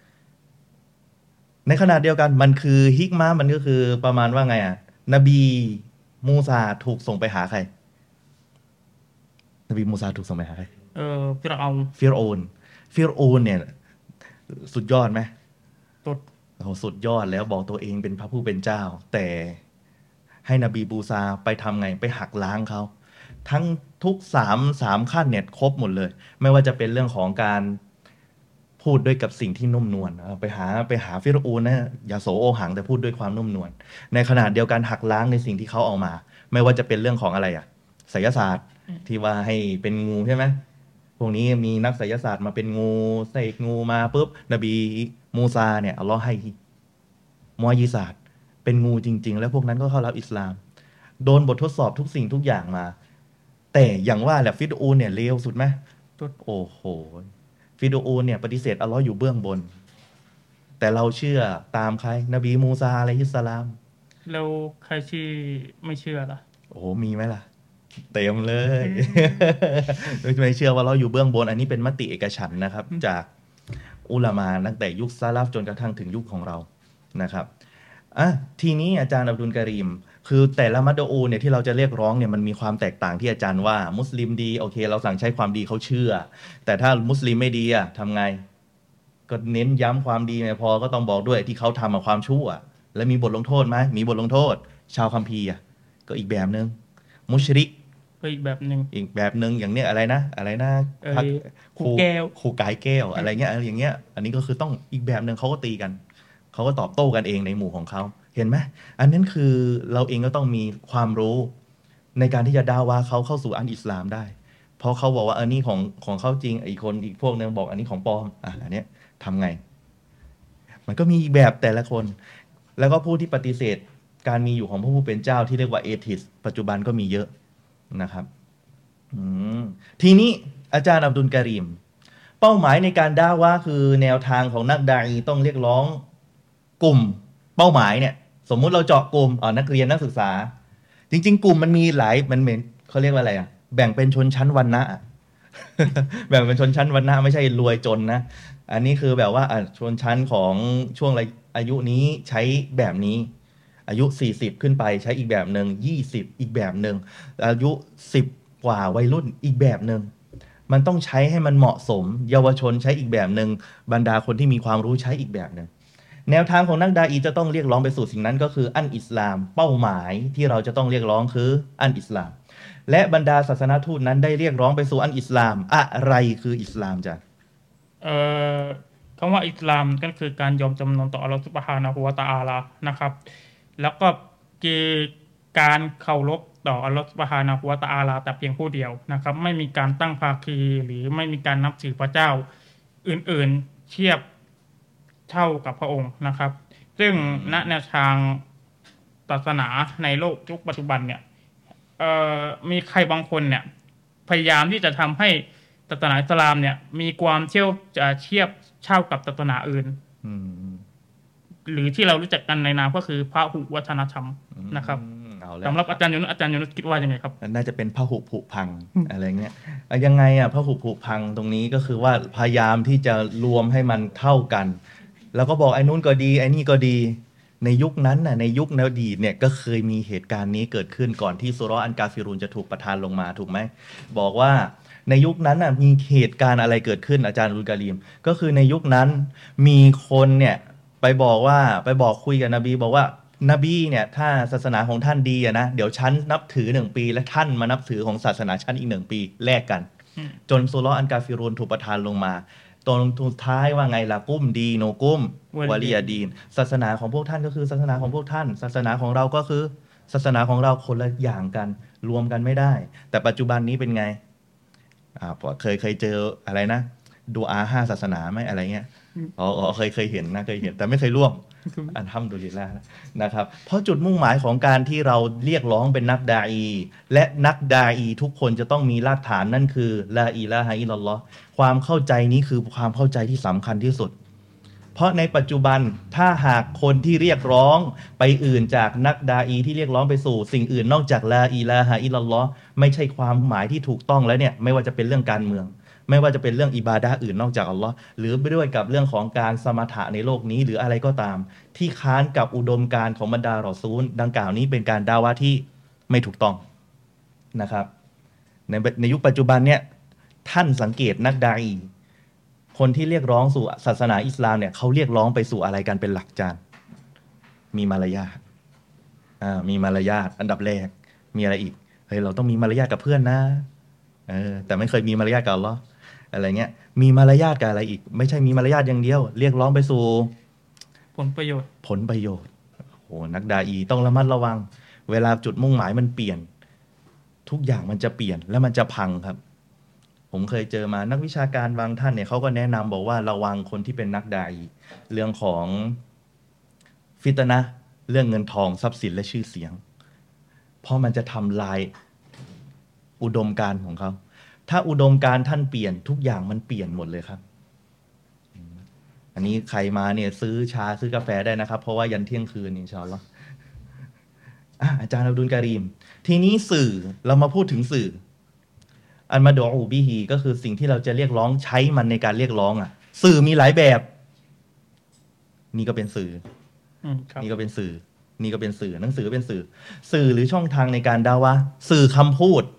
Speaker 1: ในขณะเดียวกันมันคือฮิกมะมันก็คือประมาณว่าไงนบีมูซาถูกส่งไปหาใครนบีมูซาถูกส่งไปหาใคร
Speaker 2: ฟิรเอาน์
Speaker 1: ฟิรโอนเนี่ยสุดยอดไหมสุดยอดแล้วบอกตัวเองเป็นพระผู้เป็นเจ้าแต่ให้นบีมูซาไปทำไงไปหักล้างเขาทั้งทุกสามขั้นเนี่ยครบหมดเลยไม่ว่าจะเป็นเรื่องของการพูดด้วยกับสิ่งที่นุ่มนวลไปหาฟิรอูนนะอย่าโสโอหังแต่พูดด้วยความนุ่มนวลในขณะเดียวกันหักล้างในสิ่งที่เขาเอามาไม่ว่าจะเป็นเรื่องของอะไรไสยศาสตร์ที่ว่าให้เป็นงูใช่ไหมพวกนี้มีนักไสยศาสตร์มาเป็นงูเสกงูมาปุ๊บนบีมูซาเนี่ยอัลเลาะห์ให้มอญิซาตเป็นงูจริงๆแล้วพวกนั้นก็เข้ารับอิสลามโดนบททดสอบทุกสิ่งทุกอย่างมาแต่อย่างว่าแหละฟิรอูนเนี่ยเลวสุดไหมโอ้โหฟิรอูนเนี่ยปฏิเสธอัลเลาะห์อยู่เบื้องบนแต่เราเชื่อตามใครนบีมูซาอะลัยฮิสสลาม
Speaker 2: แล้วใครที่ไม่เชื่อล่ะ
Speaker 1: โอ้มีไหมล่ะเต็มเลยไม่เชื่อว่าเราอยู่เบื้องบนอันนี้เป็นมติเอกฉันท์นะครับจากอุลามาตั้งแต่ยุคซะลัฟจนกระทั่งถึงยุคของเรานะครับทีนี้อาจารย์อับดุลกะรีมคือแต่ละมัดอูเนี่ยที่เราจะเรียกร้องเนี่ยมันมีความแตกต่างที่อาจารย์ว่ามุสลิมดีโอเคเราสั่งใช้ความดีเขาเชื่อแต่ถ้ามุสลิมไม่ดีทำไงก็เน้นย้ำความดีไม่พอก็ต้องบอกด้วยที่เขาทำมาความชั่วและมีบทลงโทษไหมมีบทลงโทษชาวคัมภีร์ก็อีกแบบนึงมุชริก
Speaker 2: ก็อีกแบบนึง
Speaker 1: อย่างเนี้ยอะไรนะ
Speaker 2: ขู่แก้ว
Speaker 1: ขู่กายแก้วอะไรเงี้ยอย่างเงี้ยอันนี้ก็คือต้องอีกแบบนึงเขาก็ตีกันเขาก็ตอบโต้กันเองในหมู่ของเขาเห็นไหมอันนั้นคือเราเองก็ต้องมีความรู้ในการที่จะด่าว่าเขาเข้าสู่อันอิสลามได้เพราะเขาบอกว่าอันนี้ของเขาจริงอีกพวกนึงบอกอันนี้ของปลอมอันเนี้ยทำไงมันก็มีแบบแต่ละคนแล้วก็ผู้ที่ปฏิเสธการมีอยู่ของพระผู้เป็นเจ้าที่เรียกว่าเอทิสปัจจุบันก็มีเยอะนะครับทีนี้อาจารย์อับดุลกะรีมเป้าหมายในการด่าว่าคือแนวทางของนักดาอีต้องเรียกร้องกลุ่มเป้าหมายเนี่ยสมมุติเราเจาะกลุ่มนักเรียนนักศึกษาจริงๆกลุ่มมันมีหลายมันเหมือนเขาเรียกว่าอะไรแบ่งเป็นชนชั้นวรรณะแบ่งเป็นชนชั้นวรรณะไม่ใช่รวยจนนะอันนี้คือแบบว่าชนชั้นของช่วงอายุนี้ใช้แบบนี้อายุ40ขึ้นไปใช้อีกแบบหนึ่ง20อีกแบบหนึ่งอายุ10กว่าวัยรุ่นอีกแบบหนึ่งมันต้องใช้ให้มันเหมาะสมเยาวชนใช้อีกแบบหนึ่งบรรดาคนที่มีความรู้ใช้อีกแบบหนึ่งแนวทางของนักดาอีจะต้องเรียกร้องไปสู่สิ่งนั้นก็คืออันอิสลามเป้าหมายที่เราจะต้องเรียกร้องคืออันอิสลามและบรรดาศาสนทูตนั้นได้เรียกร้องไปสู่อันอิสลามอะไรคืออิสลามจ๊ะ
Speaker 2: คำว่าอิสลามก็คือการยอมจำนนต่ออัลลอฮฺซุบฮานะฮูวะตะอาลานะครับแล้วก็การเคารพต่ออัลลอฮฺซุบฮานะฮูวะตะอาลาแต่เพียงผู้เดียวนะครับไม่มีการตั้งภาคีหรือไม่มีการนับถือพระเจ้าอื่นๆเทียบเท่ากับพระองค์นะครับซึ่งณแนวทางศาสนาในโลกยุคปัจจุบันเนี่ยมีใครบางคนเนี่ยพยายามที่จะทำให้ศาสนาอิสลามเนี่ยมีความเทียบเท่ากับศาสนาอื่นหรือที่เรารู้จักกันในนามก็คือพหุวัฒนธรรมนะครับสำหรับอาจารย์ยนุสคิดว่ายังไงครับ
Speaker 1: น่าจะเป็นพหุผุพังอะไรเงี้ยยังไงพหุผุพังตรงนี้ก็คือว่าพยายามที่จะรวมให้มันเท่ากันแล้วก็บอกไอ้นู้นก็ดีไอ้นี่ก็ดีในยุคนั้นในยุคอดีตเนี่ยก็เคยมีเหตุการณ์นี้เกิดขึ้นก่อนที่ซูเราะห์อันกาฟิรูนจะถูกประทานลงมาถูกไหมบอกว่าในยุคนั้นมีเหตุการณ์อะไรเกิดขึ้นอาจารย์อุลกาลีมก็คือในยุคนั้นมีคนเนี่ยไปบอกคุยกับนบีบอกว่านบีเนี่ยถ้าศาสนาของท่านดีนะเดี๋ยวฉันนับถือ1 ปีและท่านมานับถือของศาสนาฉันอีก1 ปีแลกกันจนซูเราะห์อันกาฟิรูนถูกประทานลงมาตอนสุดท้ายว่าไงล่ะกุ้มดีโนกุ้มวะลียดีนศาสนาของพวกท่านก็คือศาสนาของพวกท่านศาสนาของเราก็คือศาสนาของเราคนละอย่างกันรวมกันไม่ได้แต่ปัจจุบันนี้เป็นไงเคยเจออะไรนะดูอา5ศาสนาไหมอะไรเงี้ยอ๋อเคยเห็นนะเคยเห็นแต่ไม่เคยร่วมอัลฮัมดุลิลละห์นะครับเพราะจุดมุ่งหมายของการที่เราเรียกร้องเป็นนักดาอีและนักดาอีทุกคนจะต้องมีรากฐานนั่นคือลาอิลาฮะอิลลัลลอฮ์ความเข้าใจนี้คือความเข้าใจที่สำคัญที่สุดเพราะในปัจจุบันถ้าหากคนที่เรียกร้องไปอื่นจากนักดาอีที่เรียกร้องไปสู่สิ่งอื่นนอกจากลาอิลาฮะอิลลัลลอฮ์ไม่ใช่ความหมายที่ถูกต้องแล้วเนี่ยไม่ว่าจะเป็นเรื่องการเมืองไม่ว่าจะเป็นเรื่องอิบาดะห์อื่นนอกจากอัลลอฮ์หรือไปด้วยกับเรื่องของการสมถะในโลกนี้หรืออะไรก็ตามที่ค้านกับอุดมการณ์ของบรรดารอซูลดังกล่าวนี้เป็นการดาวะห์ที่ไม่ถูกต้องนะครับในยุคปัจจุบันเนี่ยท่านสังเกตนักดาอีคนที่เรียกร้องสู่ศาสนาอิสลามเนี่ยเขาเรียกร้องไปสู่อะไรกันเป็นหลักจานมีมารยาทมีมารยาทอันดับแรกมีอะไรอีกเฮ้ยเราต้องมีมารยาทกับเพื่อนนะแต่ไม่เคยมีมารยาทกับอัลเลาะห์อะไรเงี้ยมีมารยาทกับอะไรอีกไม่ใช่มีมารยาทอย่างเดียวเรียกร้องไปสู่
Speaker 2: ผลประโยชน์
Speaker 1: โอ้นักดาอีต้องระมัดระวังเวลาจุดมุ่งหมายมันเปลี่ยนทุกอย่างมันจะเปลี่ยนและมันจะพังครับผมเคยเจอมานักวิชาการบางท่านเนี่ยเขาก็แนะนำบอกว่าระวังคนที่เป็นนักดาอีเรื่องของฟิตนะห์เรื่องเงินทองทรัพย์สินและชื่อเสียงเพราะมันจะทำลายอุดมการณ์ของเขาถ้าอุดมการณ์ท่านเปลี่ยนทุกอย่างมันเปลี่ยนหมดเลยครับอันนี้ใครมาเนี่ยซื้อชาซื้อกาแฟได้นะครับเพราะว่ายันเที่ยงคืนอินชาอัลลอฮ์อาจารย์อับดุลการีมทีนี้สื่อเรามาพูดถึงสื่ออันมาดออูบิฮีก็คือสิ่งที่เราจะเรียกร้องใช้มันในการเรียกร้องสื่อมีหลายแบบนี่ก็เป็นสื่อนี่ก็เป็นสื่อนี่ก็เป็นสื่อหนังสือเป็นสื่อหรือช่องทางในการดาวะห์สื่อคำพูด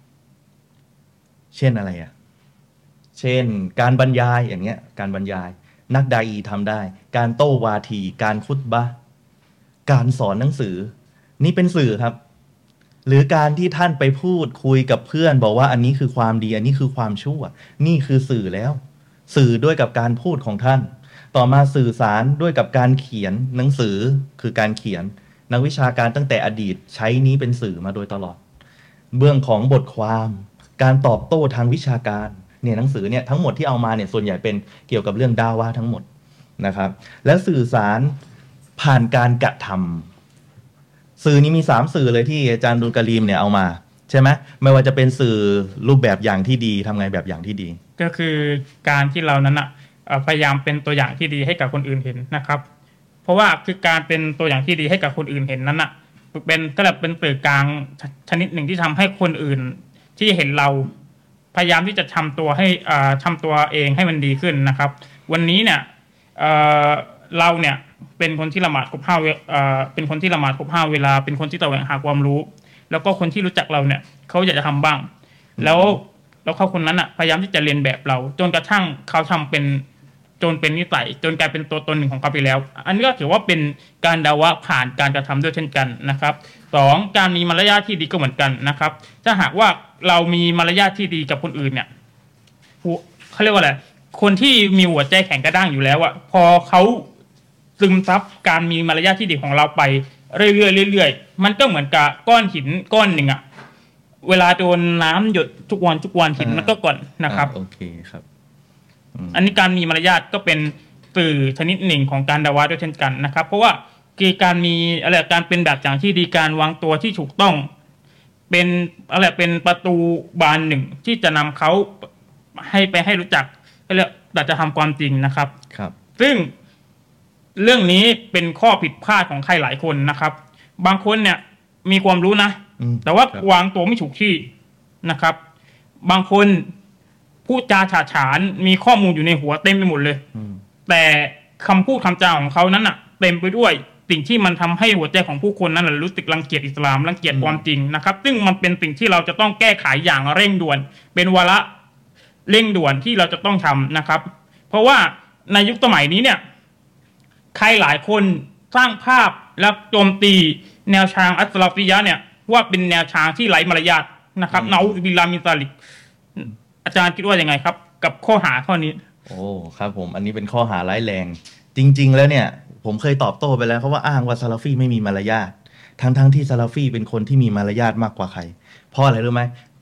Speaker 1: เช่นอะไรเช่นการบรรยายอย่างเงี้ยการบรรยายนักดาอีทำได้การโต้วาทีการคุตบะห์การสอนหนังสือนี่เป็นสื่อครับหรือการที่ท่านไปพูดคุยกับเพื่อนบอกว่าอันนี้คือความดีอันนี้คือความชั่วนี่คือสื่อแล้วสื่อด้วยกับการพูดของท่านต่อมาสื่อสารด้วยกับการเขียนหนังสือคือการเขียนนักวิชาการตั้งแต่อดีตใช้นี้เป็นสื่อมาโดยตลอดเบื้องของบทความการตอบโต้ทางวิชาการเนี่ยหนังสือเนี่ยทั้งหมดที่เอามาเนี่ยส่วนใหญ่เป็นเกี่ยวกับเรื่องดาวะห์ทั้งหมดนะครับและสื่อสารผ่านการกระทำสื่อนี้มี3สื่อเลยที่อาจารย์ดุลกะรีมเนี่ยเอามาใช่ไหมไม่ว่าจะเป็นสื่อรูปแบบอย่างที่ดีทำไงแบบอย่างที่ดี
Speaker 2: ก็คือการที่เรานั้นพยายามเป็นตัวอย่างที่ดีให้กับคนอื่นเห็นนะครับเพราะว่าคือการเป็นตัวอย่างที่ดีให้กับคนอื่นเห็นนั้นเป็นก็แบบเป็นสื่อกลางชนิดหนึ่งที่ทำให้คนอื่นที่เห็นเราพยายามที่จะทำตัวเองให้มันดีขึ้นนะครับวันนี้เนี่ยเราเนี่ยเป็นคนที่ละหมาดครบ5เป็นคนที่ละหมาดครบ5เวลาเป็นคนที่แสวงหาความรู้แล้วก็คนที่รู้จักเราเนี่ยเขาอยากจะทำบ้างแล้วเขาคนนั้นพยายามที่จะเรียนแบบเราจนกระทั่งเขาทำเป็นจนเป็นนิสัยจนกลายเป็นตัวตนหนึ่งของเขาไปแล้วอันนี้ก็ถือว่าเป็นการดาวะผ่านการกระทำด้วยเช่นกันนะครับ2การมีมารยาทที่ดีก็เหมือนกันนะครับถ้าหากว่าเรามีมารยาทที่ดีกับคนอื่นเนี่ยเขาเรียกว่าอะไรคนที่มีหัวใจแข็งกระด้างอยู่แล้วพอเขาซึมซับการมีมารยาทที่ดีของเราไปเรื่อยๆมันก็เหมือนกับก้อนหินก้อนหนึ่งเวลาโดนน้ำหยดทุกวันหินมันก็ก่อนนะครับ
Speaker 1: โอเคครับ
Speaker 2: อันนี้การมีมารยาทก็เป็นสื่อชนิดหนึ่งของการดาวะด้วยเช่นกันนะครับเพราะว่าการมีการเป็นแบบอย่างที่ดีการวางตัวที่ถูกต้องเป็นประตูบานหนึ่งที่จะนำเขาให้รู้จักแต่จะทำความจริงนะครับซึ่งเรื่องนี้เป็นข้อผิดพลาดของใครหลายคนนะครับบางคนเนี่ยมีความรู้นะแต่ว่าวางตัวไม่ถูกที่นะครับบางคนพูดจาฉาฉานมีข้อมูลอยู่ในหัวเต็มไปหมดเลยแต่คำพูดคำจาของเขานั้นเต็มไปด้วยสิ่งที่มันทำให้หัวใจของผู้คนนั้นรู้สึกรังเกียจอิสลามรังเกียจความจริงนะครับซึ่งมันเป็นสิ่งที่เราจะต้องแก้ไขอย่างเร่งด่วนเป็นวาระเร่งด่วนที่เราจะต้องทำนะครับเพราะว่าในยุคสมัยนี้เนี่ยใครหลายคนสร้างภาพและโจมตีแนวทางอัสลาฟิยะห์เนี่ยว่าเป็นแนวทางที่ไร้มารยาทนะครับนะอูซบิลลาฮิมินซาลิกอาจารย์คิดว่ายังไงครับกับข้อหาข้อนี้
Speaker 1: โอ้ครับผมอันนี้เป็นข้อหาร้ายแรงจริงๆแล้วเนี่ยผมเคยตอบโต้ไปแล้วเขาว่าอ้างว่าซาลาฟีไม่มีมารยาททั้งที่ซาลาฟีเป็นคนที่มีมารยาทมากกว่าใครเพราะอะไรรู้ไหม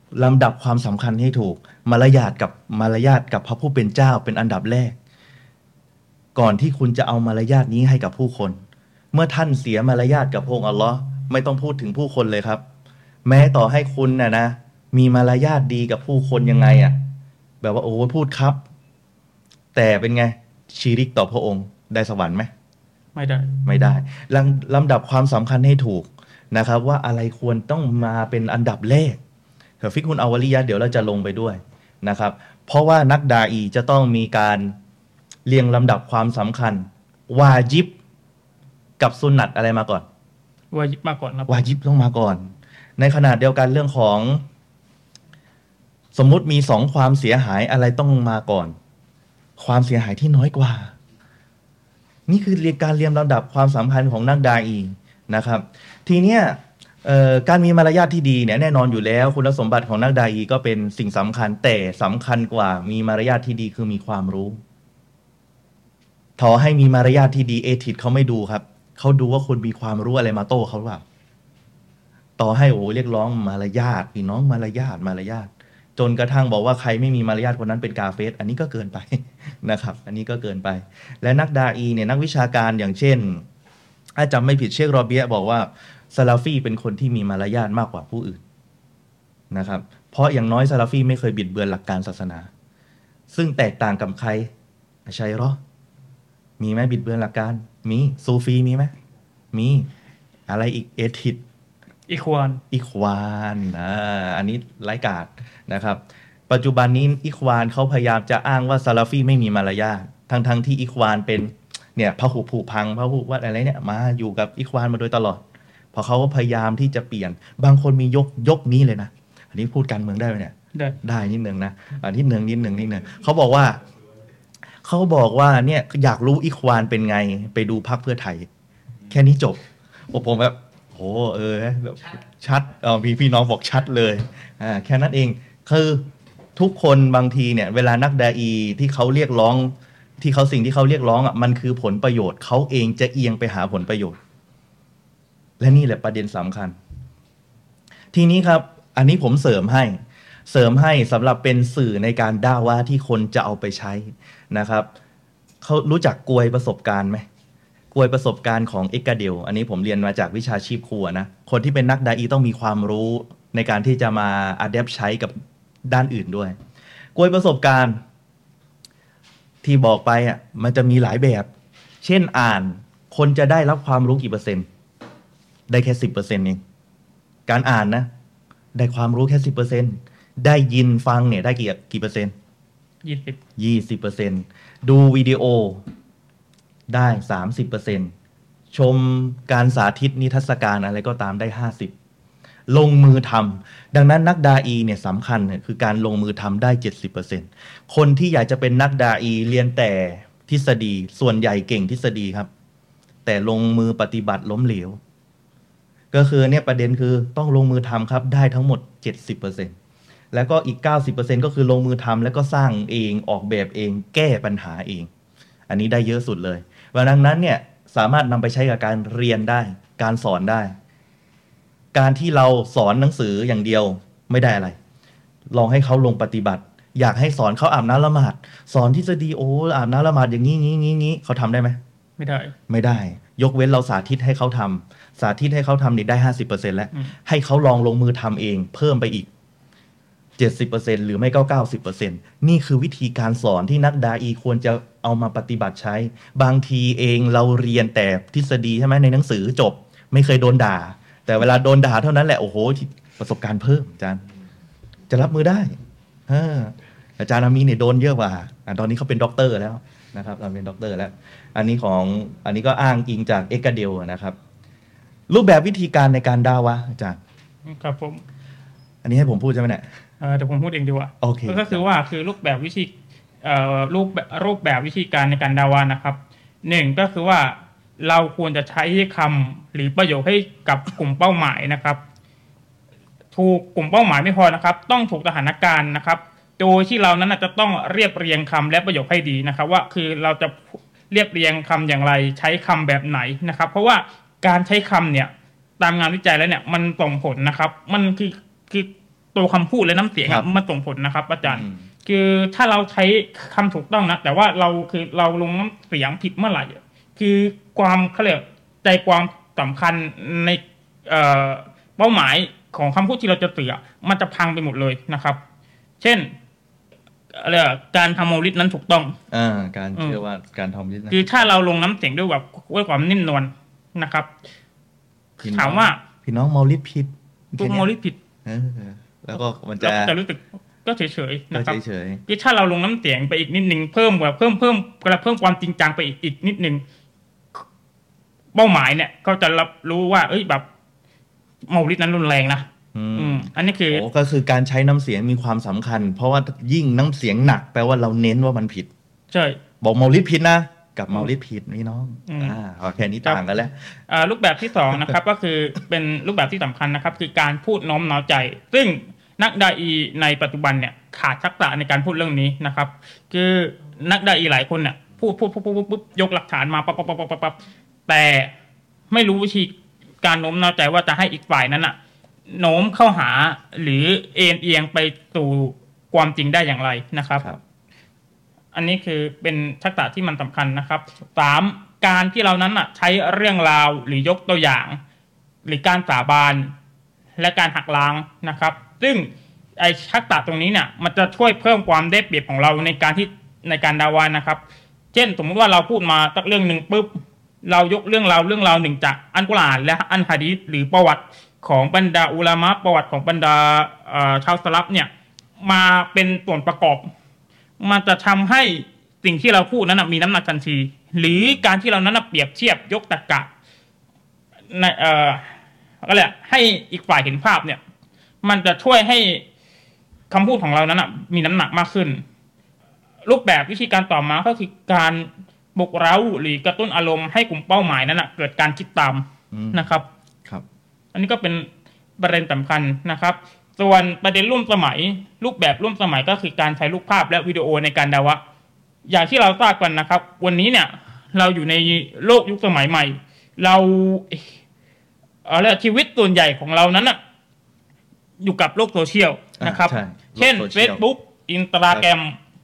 Speaker 1: ลำดับความสำคัญให้ถูกมารยาทกับพระผู้เป็นเจ้าเป็นอันดับแรกก่อนที่คุณจะเอามารยาทนี้ให้กับผู้คนเมื่อท่านเสียมารยาทกับพระองค์อัลลอฮ์ไม่ต้องพูดถึงผู้คนเลยครับแม้ต่อให้คุณนะมีมารยาทดีกับผู้คนยังไงอ่ะแบบว่าโอ้พูดครับแต่เป็นไงชีริกต่อพระองค์ได้สวรรค์ไหม
Speaker 2: ไม่ได้
Speaker 1: ลำดับความสำคัญให้ถูกนะครับว่าอะไรควรต้องมาเป็นอันดับแรกฟิกฮุนอาวาลียะเดี๋ยวเราจะลงไปด้วยนะครับเพราะว่านักดาอีจะต้องมีการเรียงลำดับความสำคัญวาญิบกับสุนนัตอะไรมาก่อน
Speaker 2: วาญิบมาก่อนครับ
Speaker 1: วาญิบต้องมาก่อนในขณะเดียวกันเรื่องของสมมุติมี2ความเสียหายอะไรต้องมาก่อนความเสียหายที่น้อยกว่านี่คือการเรียงลำดับความสำคัญของนักดาอีนะครับทีเนี้ยการมีมารยาทที่ดีเนี่ยแน่นอนอยู่แล้วคุณสมบัติของนักดาอีก็เป็นสิ่งสำคัญแต่สำคัญกว่ามีมารยาทที่ดีคือมีความรู้ทอให้มีมารยาทที่ดีเอทิกเขาไม่ดูครับเขาดูว่าคุณมีความรู้อะไรมาโต้เขาหรือเปล่าต่อให้เรียกร้องมารยาทพี่น้องมารยาทจนกระทั่งบอกว่าใครไม่มีมารยาทคนนั้นเป็นกาเฟสอันนี้ก็เกินไปนะครับอันนี้ก็เกินไปและนักดาอีเนี่ยนักวิชาการอย่างเช่นถ้าจำไม่ผิดเชคโรเบียบอกว่าซาลาฟีเป็นคนที่มีมารยาทมากกว่าผู้อื่นนะครับเพราะอย่างน้อยซาลาฟีไม่เคยบิดเบือนหลักการศาสนาซึ่งแตกต่างกับใครอัชัยรอมีไหมบิดเบือนหลักการมีซูฟีมีไหมมีอะไรอีกเอทิด
Speaker 2: อีคว
Speaker 1: านอันนี้ไร้กาดนะครับปัจจุบันนี้อีควานเขาพยายามจะอ้างว่าซาลาฟีไม่มีมารยาททั้งที่อีควานเป็นเนี่ยพหุผูพังพหุวัดอะไรเนี่ยมาอยู่กับอีควานมาโดยตลอดพอเขาก็พยายามที่จะเปลี่ยนบางคนมียกนี้เลยนะอันนี้พูดการเมืองได้ไหมเนี่ยได้นิดนึงนะนิดนึงเขาบอกว่าเนี่ยอยากรู้อีควานเป็นไงไปดูพรรคเพื่อไทยแค่นี้จบผมแบบชัดพี่น้องบอกชัดเลยแค่นั้นเองคือทุกคนบางทีเนี่ยเวลานักดาอีที่เขาเรียกร้องสิ่งที่เขาเรียกร้องอ่ะมันคือผลประโยชน์เขาเองจะเอียงไปหาผลประโยชน์และนี่แหละประเด็นสำคัญทีนี้ครับอันนี้ผมเสริมให้สำหรับเป็นสื่อในการด่าว่าที่คนจะเอาไปใช้นะครับเขารู้จักกลวยประสบการณ์ไหมกลวยประสบการณ์ของเอกาเดลอันนี้ผมเรียนมาจากวิชาชีพครูนะคนที่เป็นนักดาอีต้องมีความรู้ในการที่จะมาอัดแอปใช้กับด้านอื่นด้วยกลวยประสบการณ์ที่บอกไปอ่ะมันจะมีหลายแบบเช่นอ่านคนจะได้รับความรู้กี่เปอร์เซ็นต์ได้แค่ 10% เองการอ่านนะได้ความรู้แค่ 10% ได้ยินฟังเนี่ยได้กี่เปอร์เซ็นต์20%ดูวิดีโอได้ 30% ชมการสาธิตนิทรรศการอะไรก็ตามได้ 50%ลงมือทำดังนั้นนักดาอีเนี่ยสำคัญคือการลงมือทำได้ 70% คนที่อยากจะเป็นนักดาอีเรียนแต่ทฤษฎีส่วนใหญ่เก่งทฤษฎีครับแต่ลงมือปฏิบัติล้มเหลวก็คือเนี่ยประเด็นคือต้องลงมือทำครับได้ทั้งหมด 70% แล้วก็อีก 90% ก็คือลงมือทำแล้วก็สร้างเองออกแบบเองแก้ปัญหาเองอันนี้ได้เยอะสุดเลยดังนั้นเนี่ยสามารถนำไปใช้กับการเรียนได้การสอนได้การที่เราสอนหนังสืออย่างเดียวไม่ได้อะไรลองให้เขาลงปฏิบัติอยากให้สอนเขาอาบน้ำละหมาดสอนทฤษฎีอาบน้ำละหมาดอย่างนี้เขาทำได้ไหมไม่ได้ยกเว้นเราสาธิตให้เขาทำนี่ได้ 50% แล้วให้เขาลองลงมือทำเองเพิ่มไปอีก 70% หรือไม่ก็ 90% นี่คือวิธีการสอนที่นักดาอีควรจะเอามาปฏิบัติใช้บางทีเองเราเรียนแต่ทฤษฎีใช่ไหมในหนังสือจบไม่เคยโดนด่าแต่เวลาโดนด่าเท่านั้นแหละโอ้โหประสบการณ์เพิ่มอาจารย์จะรับมือได้อาจารย์อามีเนี่ยโดนเยอะกว่าตอนนี้เขาเป็นด็อกเตอร์แล้วนะครับเราเป็นด็อกเตอร์แล้วอันนี้ก็อ้างอิงจากเอกาเดลนะครับรูปแบบวิธีการในการด่าวะอาจารย์
Speaker 2: ครับผม
Speaker 1: อันนี้ให้ผมพูดใช่ไหมเนี่ย
Speaker 2: เดี๋ยวผมพูดเองดีกว่า
Speaker 1: โอเค
Speaker 2: ก็คือว่าคือรูปแบบวิธีรูปแบบวิธีการในการด่าวะนะครับหนึ่งก็คือว่าเราควรจะใช้คำหรือประโยคให้กับกลุ่มเป้าหมายนะครับถูกกลุ่มเป้าหมายไม่พอนะครับต้องถูกสถานการณ์นะครับโดยที่เรานั้นจะต้องเรียบเรียงคำและประโยคให้ดีนะครับว่าคือเราจะเรียบเรียงคำอย่างไรใช้คำแบบไหนนะครับเพราะว่าการใช้คำเนี่ยตามงานวิจัยแล้วเนี่ยมันส่งผลนะครับมันคือตัวคำพูดและน้ำเสียง
Speaker 1: ครับ
Speaker 2: มันส่งผลนะครับ อาจารย์
Speaker 1: อืม
Speaker 2: คือถ้าเราใช้คำถูกต้องนะแต่ว่าเราลงน้ำเสียงผิดเมื่อไหร่คือความเขาเรียกใจความสำคัญในเป้าหมายของคำพูดที่เราจะสื่อมันจะพังไปหมดเลยนะครับ เช่นอะไรการทำมอลิดนั้นถูกต้อง
Speaker 1: การเชื่อว่าการทำลิสต์นะ
Speaker 2: คือถ้าเราลงน้ำเสียงด้วยความนิ่มนวลนะครับ
Speaker 1: พี่น้อง
Speaker 2: ถามว่า
Speaker 1: พี่น้องเมาลิดผิด
Speaker 2: ตัวมอลิดผิด
Speaker 1: เออแล้วก็มันจะ
Speaker 2: เราจะรู้สึกก็เฉยๆ
Speaker 1: ก็
Speaker 2: นะครับ
Speaker 1: เฉย
Speaker 2: คือถ้าเราลงน้ำเสียงไปอีกนิดนึงเพิ่มความจริงจังไปอีกนิดนึงเป้าหมายเนี่ยก็จะรับรู้ว่าแบบเมาลิดนั้นรุนแรงนะ
Speaker 1: ๆ
Speaker 2: อันนี้คือ
Speaker 1: โอ้ก็คือการใช้น้ำเสียงมีความสำคัญ เพราะว่ายิ่งน้ำเสียงหนักแปลว่าเราเน้นว่ามันผิด
Speaker 2: ใช่
Speaker 1: บอกเมาลิดผิดนะกับเมาลิดผิดนี่น้อง เอาแค่นี้
Speaker 2: ครับ
Speaker 1: ต่างกันแล้ว
Speaker 2: รูปแบบที่สองนะครับ ก็คือเป็นรูปแบบที่สำคัญนะครับ คือการพูดโน้มน้าวใจ ซึ่งนักดาอีในปัจจุบันเนี่ยขาดทักษะในการพูดเรื่องนี้นะครับ คือนักดาอีหลายคนเนี่ยพูดปุ๊บยกหลักฐานมาปั๊บแต่ไม่รู้วิธีการโน้มน้าวใจว่าจะให้อีกฝ่ายนั้นโน้มเข้าหาหรือเอียงไปสู่ความจริงได้อย่างไรนะครับ
Speaker 1: ครับ
Speaker 2: อันนี้คือเป็นทักษะที่มันสำคัญนะครับ3การที่เรานั้นใช้เรื่องราวหรือยกตัวอย่าง หรือการสาบานและการหักล้างนะครับ ซึ่งไอ้ทักษะตรงนี้เนี่ยมันจะช่วยเพิ่มความได้เปรียบของเราในการดาวานะครับ เช่นสมมติว่าเราพูดมาสักเรื่องหนึ่งปุ๊บเรายกเรื่องราวหนึ่งจากอัลกุรอานและอัลหะดีษหรือประวัติของบรรดาอุลามะประวัติของบรรดาชาวสลับเนี่ยมาเป็นส่วนประกอบ มันจะทำให้สิ่งที่เราพูดนั้นมีน้ำหนักทันที หรือการที่เรานั้นเปรียบเทียบยกตรรกะในก็แหละให้อีกฝ่ายเห็นภาพเนี่ย มันจะช่วยให้คำพูดของเรานั้นมีน้ำหนักมากขึ้น รูปแบบวิธีการต่อมาก็คือการปลุกเร้าหรือกระตุ้นอารมณ์ให้กลุ่มเป้าหมายนั้นเกิดการคิดตามนะครับ
Speaker 1: ครับ
Speaker 2: อันนี้ก็เป็นประเด็นสำคัญนะครับ ส่วนประเด็นร่วมสมัยรูปแบบร่วมสมัยก็คือการใช้รูปภาพและวิดีโอในการดาวะอย่างที่เราทราบกันนะครับ วันนี้เนี่ยเราอยู่ในโลกยุคสมัยใหม่ เราชีวิตส่วนใหญ่ของเรานั้นอยู่กับโลกโซเชียลนะครับ
Speaker 1: ใช่
Speaker 2: เช่น
Speaker 1: โลกโซเชียล
Speaker 2: Facebook Instagram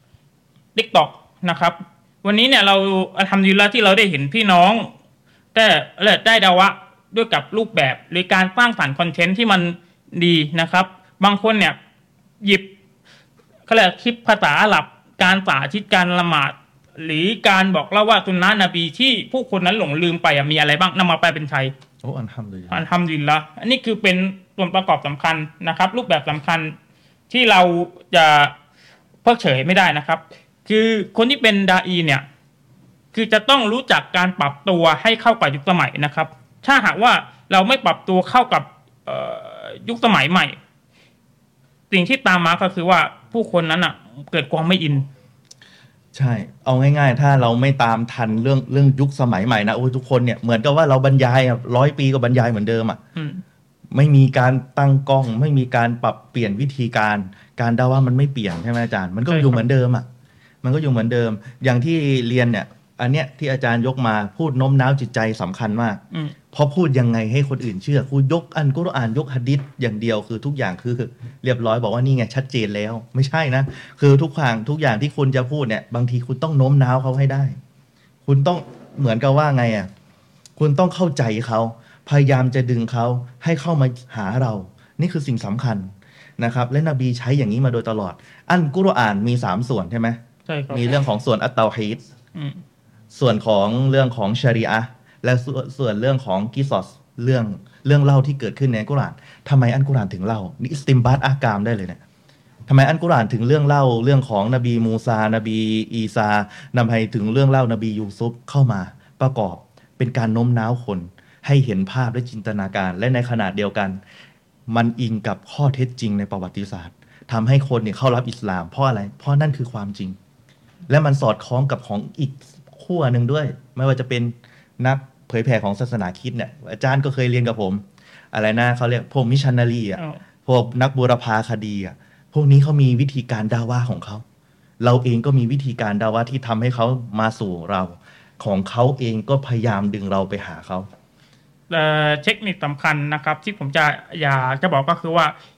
Speaker 2: TikTok นะครับ วันนี้เนี่ยเราทำดีแล้วที่เราได้เห็นพี่น้องได้ดาวะด้วยกับรูปแบบหรือการสร้างสรรค์คอนเทนต์ที่มันดีนะครับ บางคนเนี่ยหยิบเขาเรียกคลิปภาษาอาหรับการสาธิตการละหมาดหรือการบอกเล่าว่าสุนนะนบีที่ผู้คนนั้นหลงลืมไปมีอะไรบ้างนำมาแปลเป็นไทย
Speaker 1: โอ้อันทำเลย
Speaker 2: อัลฮัมดุลิลละห์อันนี้คือเป็นส่วนประกอบสำคัญนะครับ รูปแบบสำคัญที่เราจะเพิกเฉยไม่ได้นะครับ คือคนที่เป็นดาอีเนี่ยคือจะต้องรู้จักการปรับตัวให้เข้ากับยุคสมัยนะครับ ถ้าหากว่าเราไม่ปรับตัวเข้ากับยุคสมัยใหม่ สิ่งที่ตามมาก็คือว่าผู้คนนั้นเกิดความไม่อิน
Speaker 1: ใช่ เอาง่ายๆ ถ้าเราไม่ตามทันเรื่องยุคสมัยใหม่นะโอ้ยทุกคนเนี่ยเหมือนกับว่าเราบรรยาย100 ปีก็บรรยายเหมือนเดิมไม่มีการตั้งกล้อง ไม่มีการปรับเปลี่ยนวิธีการดาว่ามันไม่เปลี่ยนใช่ไหมอาจารย์มันก็อยู่เหมือนเดิมมันก็อยู่เหมือนเดิม อย่างที่เรียนเนี่ย อันเนี้ยที่อาจารย์ยกมาพูดโน้มน้าวจิตใจสำคัญมากเพราะพูดยังไงให้คนอื่นเชื่อคุณยกอัลกุรอานยกหะดีษอย่างเดียวคือทุกอย่างคือเรียบร้อยบอกว่านี่ไงชัดเจนแล้วไม่ใช่นะคือทุกอย่างที่คุณจะพูดเนี่ยบางทีคุณต้องโน้มน้าวเขาให้ได้ คุณต้องเหมือนกับว่าไงคุณต้องเข้าใจเขาพยายามจะดึงเขาให้เข้ามาหาเรานี่คือสิ่งสำคัญนะครับและนบีใช้อย่างนี้มาโดยตลอดอัลกุรอานมี3ส่วนใช่ไหม
Speaker 2: ใช่ครับ
Speaker 1: มีเรื่องของส่วนอัตเตาฮีดส่วนของเรื่องของชะรีอะห์และส่วนเรื่องของกิซอสเรื่องเล่าที่เกิดขึ้นในอัลกุรอานทำไมอัลกุรอานถึงเล่านี่อิสติมบาตอากามได้เลยเนี่ยทำไมอัลกุรอานถึงเรื่องเล่าเรื่องของนบีมูซานบีอีซานำให้ถึงเรื่องเล่านบียูซุฟเข้ามาประกอบเป็นการโน้มน้าวคนให้เห็นภาพและจินตนาการและในขณะเดียวกันมันอิงกับข้อเท็จจริงในประวัติศาสตร์ทำให้คนเนี่ยเข้ารับอิสลามเพราะอะไรเพราะนั่นคือความจริงและมันสอดคล้องกับของอีกขั้วหนึ่งด้วยไม่ว่าจะเป็นนักเผยแผ่ของศาสนาคริสต์เนี่ยอาจารย์ก็เคยเรียนกับผมอะไรนะเขาเรียกพวกมิชชันนารีพวกนักบูรพาคดีพวกนี้เขามีวิธีการดาว่าของเขาเราเองก็มีวิธีการดาว่าที่ทำให้เขามาสู่เราของเขาเองก็พยายามดึงเราไปหาเขา
Speaker 2: เทคนิคสำคัญนะครับที่ผมอยากจะบอกก็คือว่า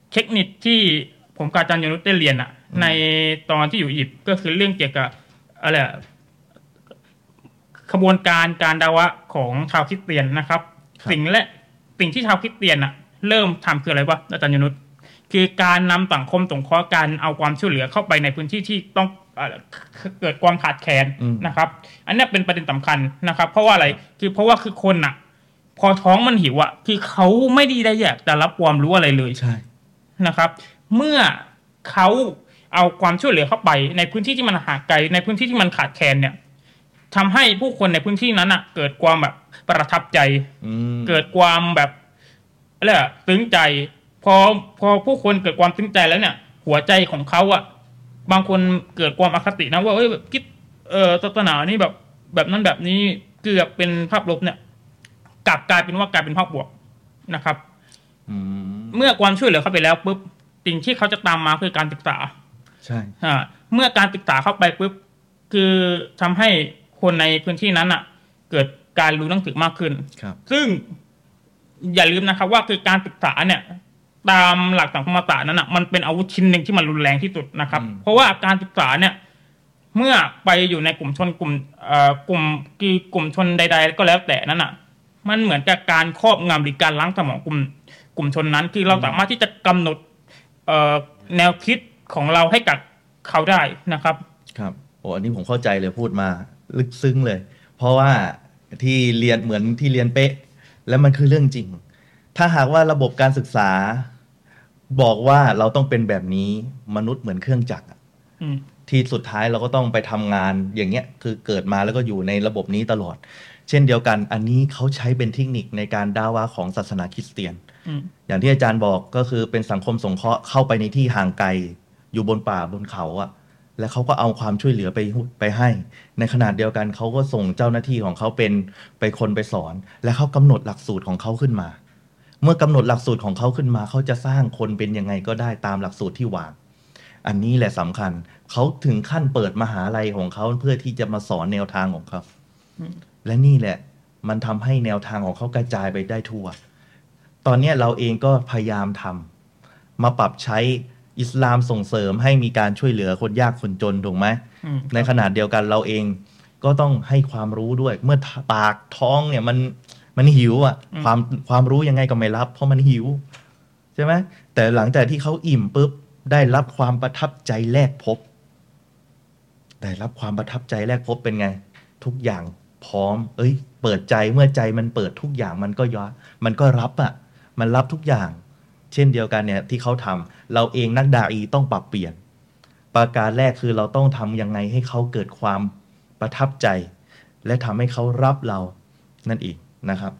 Speaker 2: เทคนิคที่ผมกับอาจารย์ยนุชได้เรียนในตอนที่อยู่อียิปต์ก็คือเรื่องเกี่ยวกับอะไรขบวนการดาวะของชาวคริสเตียนนะครับสิ่งที่ชาวคริสเตียนเริ่มทำคืออะไรวะอาจารย์ยนุชคือการนำสังคมสงเคราะห์การเอาความช่วยเหลือเข้าไปในพื้นที่ที่ต้องเกิดความขาดแคลนนะครับอันนี้เป็นประเด็นสำคัญนะครับเพราะว่าอะไรเพราะว่าคนพอท้องมันหิวคือเขาไม่ได้อยากจะรับความรู้อะไรเลย
Speaker 1: ใช่
Speaker 2: นะครับเมื่อเขาเอาความช่วยเหลือเข้าไปในพื้นที่ที่มันห่างไกลในพื้นที่ที่มันขาดแคลนเนี่ยทำให้ผู้คนในพื้นที่นั้นเกิดความแบบประทับใจเกิดความแบบอะไรซึ้งใจพอผู้คนเกิดความซึ้งใจแล้วเนี่ยหัวใจของเขาบางคนเกิดความอคตินะว่าแบบคิดศาสนานี่แบบนั้นแบบนี้เกือบเป็นภาพลบเนี่ยกลับกลายเป็นภาพบวกนะครับเมื่อความช่วยเหลือเข้าไปแล้วปุ๊บสิ่งที่เขาจะตามมาคือการศึกษา
Speaker 1: ใช่
Speaker 2: เมื่อการศึกษาเข้าไปปุ๊บคือทำให้คนในพื้นที่นั้นเกิดการรู้หนังสือมากขึ้นซึ่งอย่าลืมนะครับว่าคือการศึกษาเนี่ยตามหลักสังคมศาสตร์นั้นมันเป็นอาวุธชิ้นหนึ่งที่มันรุนแรงที่สุดนะครับเพราะว่าการศึกษาเนี่ยเมื่อไปอยู่ในกลุ่มชนกลุ่มชนใดๆก็แล้วแต่นั้นมันเหมือนกับการครอบงำหรือการล้างสมองกลุ่มชนนั้นคือเราสามารถที่จะกำหนดแนวคิดของเราให้กับเขาได้นะครับ
Speaker 1: ครับโอ้อันนี้ผมเข้าใจเลยพูดมาลึกซึ้งเลยเพราะว่าที่เรียนเหมือนที่เรียนเป๊ะแล้วมันคือเรื่องจริงถ้าหากว่าระบบการศึกษาบอกว่าเราต้องเป็นแบบนี้มนุษย์เหมือนเครื่องจักรที่สุดท้ายเราก็ต้องไปทำงานอย่างเงี้ยคือเกิดมาแล้วก็อยู่ในระบบนี้ตลอดเช่นเดียวกันอันนี้เขาใช้เป็นเทคนิคในการด่าวะของศาสนาคริสเตียนอย่างที่อาจารย์บอกก็คือเป็นสังคมสงเคราะห์เข้าไปในที่ห่างไกลอยู่บนป่าบนเขาแล้วเขาก็เอาความช่วยเหลือไปให้ในขณะเดียวกันเขาก็ส่งเจ้าหน้าที่ของเขาไปคนไปสอนและเขากำหนดหลักสูตรของเขาขึ้นมาเมื่อกำหนดหลักสูตรของเขาขึ้นมาเขาจะสร้างคนเป็นยังไงก็ได้ตามหลักสูตรที่วางอันนี้แหละสำคัญเขาถึงขั้นเปิดมหาลัยของเขาเพื่อที่จะมาสอนแนวทางของเขาและนี่แหละมันทำให้แนวทางของเขากระจายไปได้ทั่วตอนนี้เราเองก็พยายามทำมาปรับใช้อิสลามส่งเสริมให้มีการช่วยเหลือคนยากคนจนถูกไหมในขณะเดียวกันเราเองก็ต้องให้ความรู้ด้วยเมื่อปากท้องเนี่ยมันหิวความรู้ยังไงก็ไม่รับเพราะมันหิวใช่ไหมแต่หลังจากที่เขาอิ่มปุ๊บได้รับความประทับใจแรกพบเป็นไงทุกอย่างพร้อมเปิดใจเมื่อใจมันเปิดทุกอย่างมันก็รับมันรับทุกอย่างเช่นเดียวกันเนี่ยที่เขาทำเราเองนักดาอีต้องปรับเปลี่ยนประการแรกคือเราต้องทำยังไงให้เขาเกิดความประทับใจและทำให้เขารับเรานั่นเองนะครับ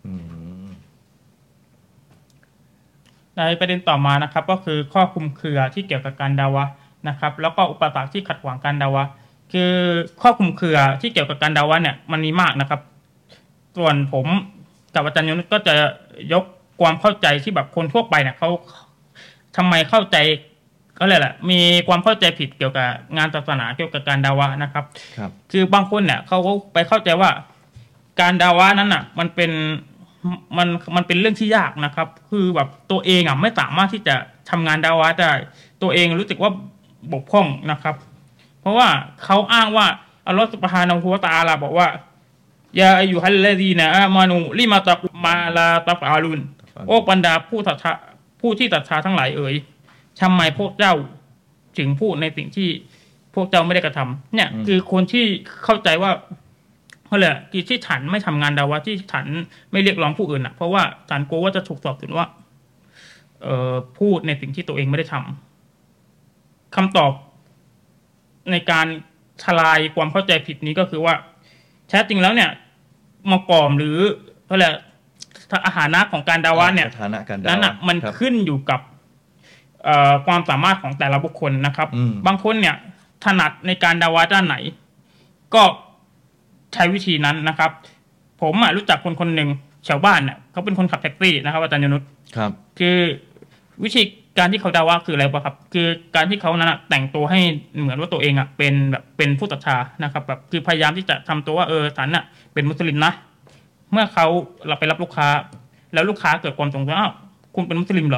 Speaker 2: ในประเด็นต่อมานะครับก็คือข้อคลุมเครือที่เกี่ยวกับการดาวะนะครับแล้วก็อุปสรรคที่ขัดขวางการดาวะคือข้อคลุมเครือที่เกี่ยวกับการดาวะเนี่ยมันมีมากนะครับส่วนผมกับอาจารย์ยนต์ก็จะยกความเข้าใจที่แบบคนทั่วไปเนี่ยเขาทำไมเข้าใจก็เลยแหละมีความเข้าใจผิดเกี่ยวกับงานศาสนาเกี่ยวกับการดาวะนะครับคือบางคนเนี่ยเขาไปเข้าใจว่าการดาวะนั้นมันเป็นเรื่องที่ยากนะครับคือแบบตัวเองไม่สามารถที่จะทำงานดาวะได้ตัวเองรู้สึกว่าบกพร่องนะครับเพราะว่าเขาอ้างว่าอัลลอฮฺซุบฮานะฮูวะตะอาลาบอกว่ายาอัยยูฮัลลซีนะอามานูลิมาตะกุมาลาตะฟะอาลุนโอ้บรรดาผู้ที่ศรัทธาทั้งหลายเอ๋ยทำไมพวกเจ้าถึงพูดในสิ่งที่พวกเจ้าไม่ได้กระทำเนี่ยคือคนที่เข้าใจว่าเพราะอะไรที่ฉันไม่ทำงานดาวะที่ฉันไม่เรียกร้องผู้อื่นเพราะว่าฉันกลัวว่าจะถูกสอบสวนว่าพูดในสิ่งที่ตัวเองไม่ได้ทำคำตอบในการทลายความเข้าใจผิดนี้ก็คือว่าแท้จริงแล้วเนี่ยมกอมหรือเพราะอะไรอาหารนะของการดาวะเนี่ยนั้นมันขึ้นอยู่กับความสามารถของแต่ละบุคคลนะครับบางคนเนี่ยถนัดในการดาวะด้านไหนก็ใช้วิธีนั้นนะครับผมรู้จักคนหนึ่งชาวบ้านเนี่ยเขาเป็นคนขับแท็กซี่นะครับอาจารย์ยนุช
Speaker 1: ครับ
Speaker 2: คือวิธีการที่เขาดาวะคืออะไรป่ะครับคือการที่เขานั้นแต่งตัวให้เหมือนว่าตัวเองเป็นแบบเป็นผู้ศรัทธานะครับแบบคือพยายามที่จะทำตัวว่าฉันเป็นมุสลิมนะเมื่อเราไปรับลูกค้าแล้วลูกค้าเกิดความสงสัยคุณเป็นมุสลิมเหรอ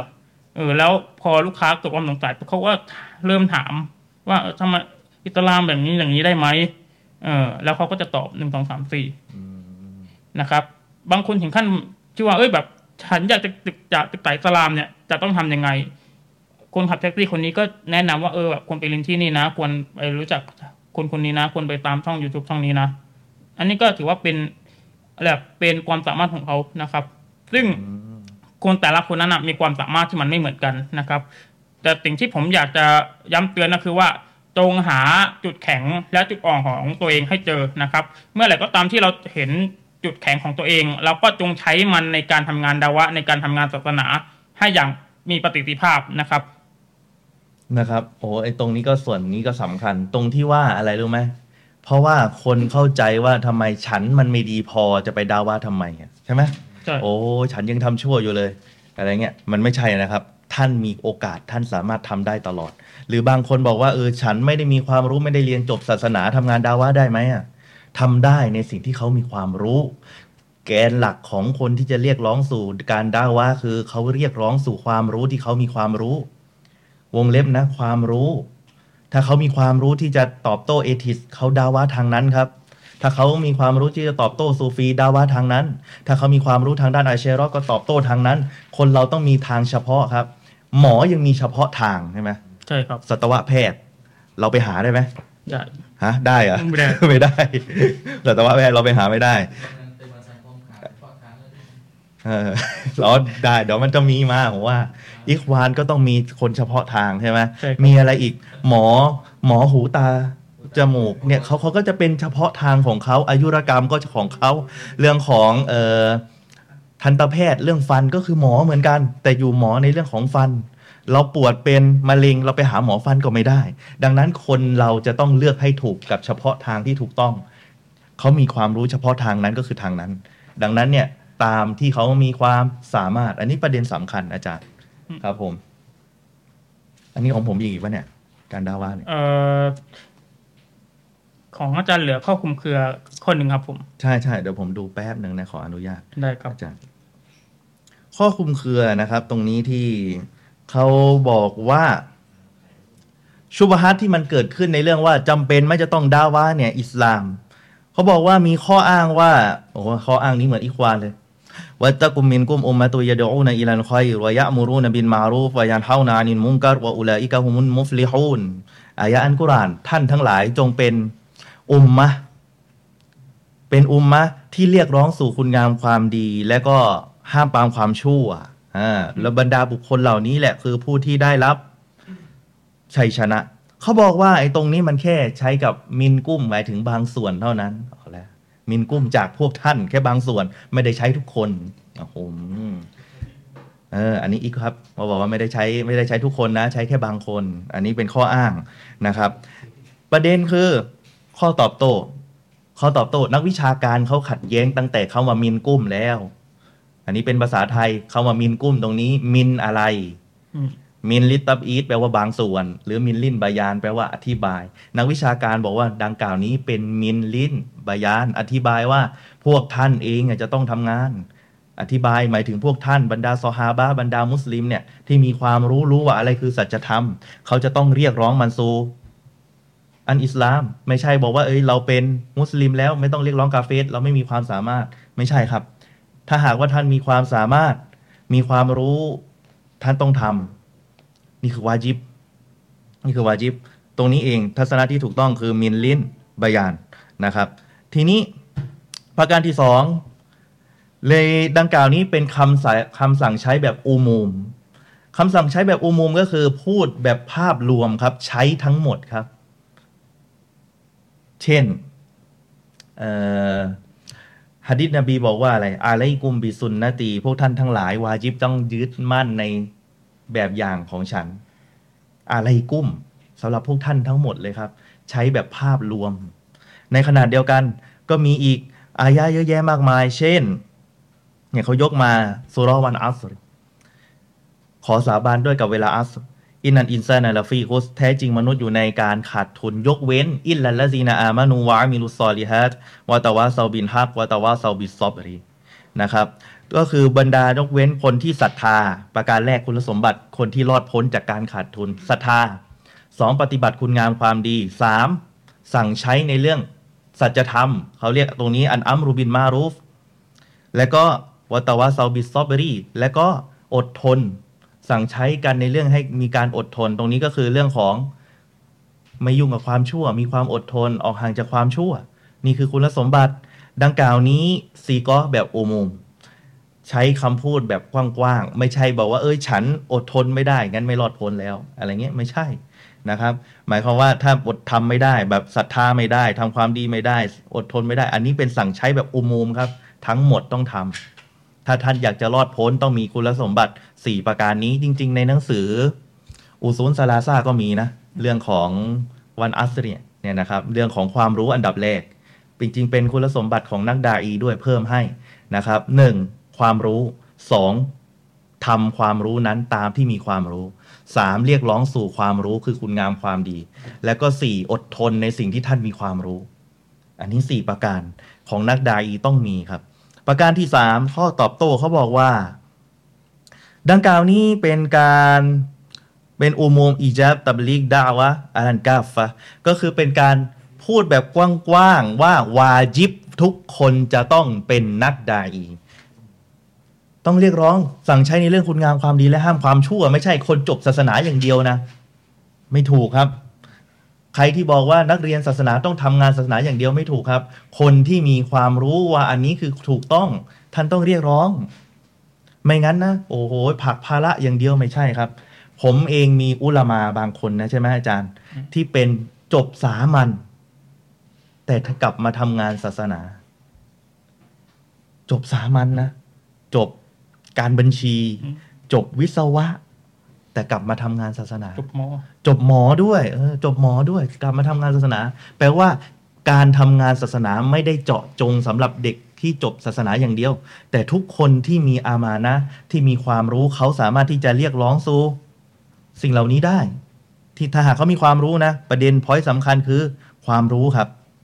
Speaker 2: แล้วพอลูกค้าเกิดความสงสัยเขาก็เริ่มถามว่าทำไมอิสลามแบบนี้อย่างนี้ได้ไหมแล้วเขาก็จะตอบ1 2 3 4นะครับบางคนถึงขั้นที่ว่าแบบฉันอยากจะศึกษาอิสลามเนี่ยจะต้องทำยังไงคนขับแท็กซี่คนนี้ก็แนะนำว่าแบบควรไปเรียนที่นี่นะควรไปรู้จักคนนี้นะควรไปตามช่อง YouTube ช่องนี้นะอันนี้ก็ถือว่าเป็นแบบเป็นความสามารถของเขานะครับซึ่งคนแต่ละคนนั้นมีความสามารถที่มันไม่เหมือนกันนะครับแต่สิ่งที่ผมอยากจะย้ำเตือนก็คือว่าจงหาจุดแข็งและจุดอ่อนของตัวเองให้เจอนะครับเมื่อไหร่ก็ตามที่เราเห็นจุดแข็งของตัวเองเราก็จงใช้มันในการทำงานดาวะในการทำงานศาสนาให้อย่างมีประสิทธิภาพนะครับ
Speaker 1: โอ้ไอตรงนี้ก็ส่วนนี้ก็สำคัญตรงที่ว่าอะไรรู้ไหมเพราะว่าคนเข้าใจว่าทำไมฉันมันไม่ดีพอจะไปดาวะทำไมใช่ไหม
Speaker 2: ใช่
Speaker 1: โอ้ฉันยังทำชั่วอยู่เลยอะไรเงี้ยมันไม่ใช่นะครับท่านมีโอกาสท่านสามารถทำได้ตลอดหรือบางคนบอกว่าฉันไม่ได้มีความรู้ไม่ได้เรียนจบศาสนาทำงานดาวะได้ไหมทำได้ในสิ่งที่เขามีความรู้ แกนหลักของคนที่จะเรียกร้องสู่การดาวะคือเขาเรียกร้องสู่ความรู้ที่เขามีความรู้วงเล็บนะความรู้ถ้าเขามีความรู้ที่จะตอบโต้เอทิสเขาดาวะทางนั้นครับถ้าเขามีความรู้ที่จะตอบโต้ซูฟีดาวะทางนั้นถ้าเขามีความรู้ทางด้านอาเชรอก็ตอบโต้ทางนั้นคนเราต้องมีทางเฉพาะครับหมอยังมีเฉพาะทางใช่ไหม
Speaker 2: ใช่ครับ
Speaker 1: สัตวแพทย์เราไปหาได้ไหม
Speaker 2: ได้
Speaker 1: ได้เหรอ
Speaker 2: ไม่ได้
Speaker 1: ไม่ได้สัตวแพทย์เราไปหาไม่ได้เราได้เดี๋ยวมันจะมีมาผมว่าอิควานก็ต้องมีคนเฉพาะทางใช่ไหมมีอะไรอีกหมอหูตาจมูกเนี่ยเขาก็จะเป็นเฉพาะทางของเขาอายุรกรรมก็ของเขาเรื่องของทันตแพทย์เรื่องฟันก็คือหมอเหมือนกันแต่อยู่หมอในเรื่องของฟันเราปวดเป็นมะเร็งเราไปหาหมอฟันก็ไม่ได้ดังนั้นคนเราจะต้องเลือกให้ถูกกับเฉพาะทางที่ถูกต้องเขามีความรู้เฉพาะทางนั้นก็คือทางนั้นดังนั้นเนี่ยตามที่เขามีความสามารถอันนี้ประเด็นสำคัญอาจารย์ครับผมอันนี้ของผมอีกป่ะเนี่ยการดาวะเนี่ย
Speaker 2: ของอาจารย์เหลือข้อคุมเครือคนหนึ่งครับผม
Speaker 1: ใช่เดี๋ยวผมดูแป๊บหนึ่งนะขออนุญาต
Speaker 2: ได้ครับ
Speaker 1: อาจารย์ข้อคุมเครือนะครับตรงนี้ที่เขาบอกว่าชุบฮัตที่มันเกิดขึ้นในเรื่องว่าจำเป็นไม่จะต้องดาวะเนี่ยอิสลามเขาบอกว่ามีข้ออ้างว่าข้ออ้างนี้เหมือนอิควานเลยวัตกุมมินกุมอุมมะตุยะดูอูนอิลัลค็อยรวะยะมุรูนบิลมารูฟวะยันฮาวนาอานิลมุนกัรวะอุลาอิกะฮุมุลมุฟลิฮูนอายะอัลกุรอานท่านทั้งหลายจงเป็นอุมมะที่เรียกร้องสู่คุณงามความดีและก็ห้ามปรามความชั่วแล้วบรรดาบุคคลเหล่านี้แหละคือผู้ที่ได้รับชัยชนะเขาบอกว่าไอ้ตรงนี้มันแค่ใช้กับมินกุ้มหมายถึงบางส่วนเท่านั้นแล้วมินกุ้มจากพวกท่านแค่บางส่วนไม่ได้ใช้ทุกคนโอ้โหอันนี้อีกครับเขาบอกว่าไม่ได้ใช้ทุกคนนะใช้แค่บางคนอันนี้เป็นข้ออ้างนะครับประเด็นคือข้อตอบโต้นักวิชาการเขาขัดแย้งตั้งแต่เขามามินกุ้มแล้วอันนี้เป็นภาษาไทยเขามามินกุ้มตรงนี้มินอะไรมินลิตตับอีทแปลว่าบางส่วนหรือมินลินบายานแปลว่าอธิบายนักวิชาการบอกว่าดังกล่าวนี้เป็นมินลินบายานอธิบายว่าพวกท่านเองจะต้องทำงานอธิบายหมายถึงพวกท่านบรรดาซอฮาบะห์บรรดามุสลิมเนี่ยที่มีความรู้ว่าอะไรคือสัจธรรมเขาจะต้องเรียกร้องมันสู่อันอิสลามไม่ใช่บอกว่าเราเป็นมุสลิมแล้วไม่ต้องเรียกร้องกาเฟรเราไม่มีความสามารถไม่ใช่ครับถ้าหากว่าท่านมีความสามารถมีความรู้ท่านต้องทำนี่คือวาญิบตรงนี้เองทัศนะที่ถูกต้องคือมินลินบายานนะครับทีนี้ประการที่สองเลยดังกล่าวนี้เป็นคำสั่งใช้แบบอูมูมคำสั่งใช้แบบอูมูมก็คือพูดแบบภาพรวมครับใช้ทั้งหมดครับเช่นหะดีษนบีบอกว่าอะไรอะลัยกุมบิซุนนะตีพวกท่านทั้งหลายวาญิบต้องยึดมั่นในแบบอย่างของฉันอะลัยกุมสำหรับพวกท่านทั้งหมดเลยครับใช้แบบภาพรวมในขณะเดียวกันก็มีอีกอายะเยอะแยะมากมายเช่นเนี่ยเขายกมาซูเราะห์วันอัศรขอสาบานด้วยกับเวลาอัศรอินนันอินซานะลาฟีคุสแท้จริงมนุษย์อยู่ในการขาดทุนยกเว้นอิลลัลลซีนาอามานูวะอามิลุศศอลิฮาตวะตะวาซาบิลฮักวะตะวาซาบิศศอบรีนะครับก็คือบรรดายกเว้นคนที่ศรัทธาประการแรกคุณสมบัติคนที่รอดพ้นจากการขาดทุนศรัทธา2ปฏิบัติคุณงามความดี3สั่งใช้ในเรื่องสัจธรรมเขาเรียกตรงนี้อันอัมรุบินมารูฟและก็วัตวะซาบิสซอบเบอรี่และก็อดทนสั่งใช้กันในเรื่องให้มีการอดทนตรงนี้ก็คือเรื่องของไม่ยุ่งกับความชั่วมีความอดทนออกห่างจากความชั่วนี่คือคุณสมบัติดังกล่าวนี้ซีกอแบบอุมุมใช้คำพูดแบบกว้างๆไม่ใช่บอกว่าฉันอดทนไม่ได้งั้นไม่รอดพ้นแล้วอะไรเงี้ยไม่ใช่นะครับหมายความว่าถ้าอดทำไม่ได้แบบศรัทธาไม่ได้ทำความดีไม่ได้อดทนไม่ได้อันนี้เป็นสั่งใช้แบบอุมุมครับทั้งหมดต้องทำถ้าท่านอยากจะรอดพ้นต้องมีคุณสมบัติ4ประการนี้จริงๆในหนังสืออุซูลซาลาซาก็มีนะเรื่องของวันอัสรเนี่ยนะครับเรื่องของความรู้อันดับแรกจริงๆเป็นคุณสมบัติของนักดาอีด้วยเพิ่มให้นะครับ1ความรู้2ทำความรู้นั้นตามที่มีความรู้3เรียกร้องสู่ความรู้คือคุณงามความดีและก็4อดทนในสิ่งที่ท่านมีความรู้อันนี้4ประการของนักดาอีต้องมีครับประการที่3ข้อตอบโต้เขาบอกว่าดังกล่าวนี้เป็นอุโมงค์อิญาบตับลีกดาวะอัลันกาฟะก็คือเป็นการพูดแบบกว้างๆว่าวาญิบทุกคนจะต้องเป็นนักดาอีต้องเรียกร้องสั่งใช้ในเรื่องคุณงามความดีและห้ามความชั่วไม่ใช่คนจบศาสนาอย่างเดียวนะไม่ถูกครับใครที่บอกว่านักเรียนศาสนาต้องทำงานศาสนาอย่างเดียวไม่ถูกครับคนที่มีความรู้ว่าอันนี้คือถูกต้องท่านต้องเรียกร้องไม่งั้นนะโอ้โหผลักภาระอย่างเดียวไม่ใช่ครับผมเองมีอุลามาบางคนนะใช่ไหมอาจารย์ที่เป็นจบสามัญแต่ถ้ากลับมาทำงานศาสนาจบสามัญนะจบการบัญชีจบวิศวะแต่กลับมาทำงานศาสนาจบหมอด้วยจบหมอด้วยกลับมาทำงานศาสนาแปลว่าการทำงานศาสนาไม่ได้เจาะจงสำหรับเด็กที่จบศาสนาอย่างเดียวแต่ทุกคนที่มีอามานะห์ที่มีความรู้เขาสามารถที่จะเรียกร้องสู่สิ่งเหล่านี้ได้ที่ถ้าหากเขามีความรู้นะประเด็นพอยต์สำคัญคือความรู้ครับ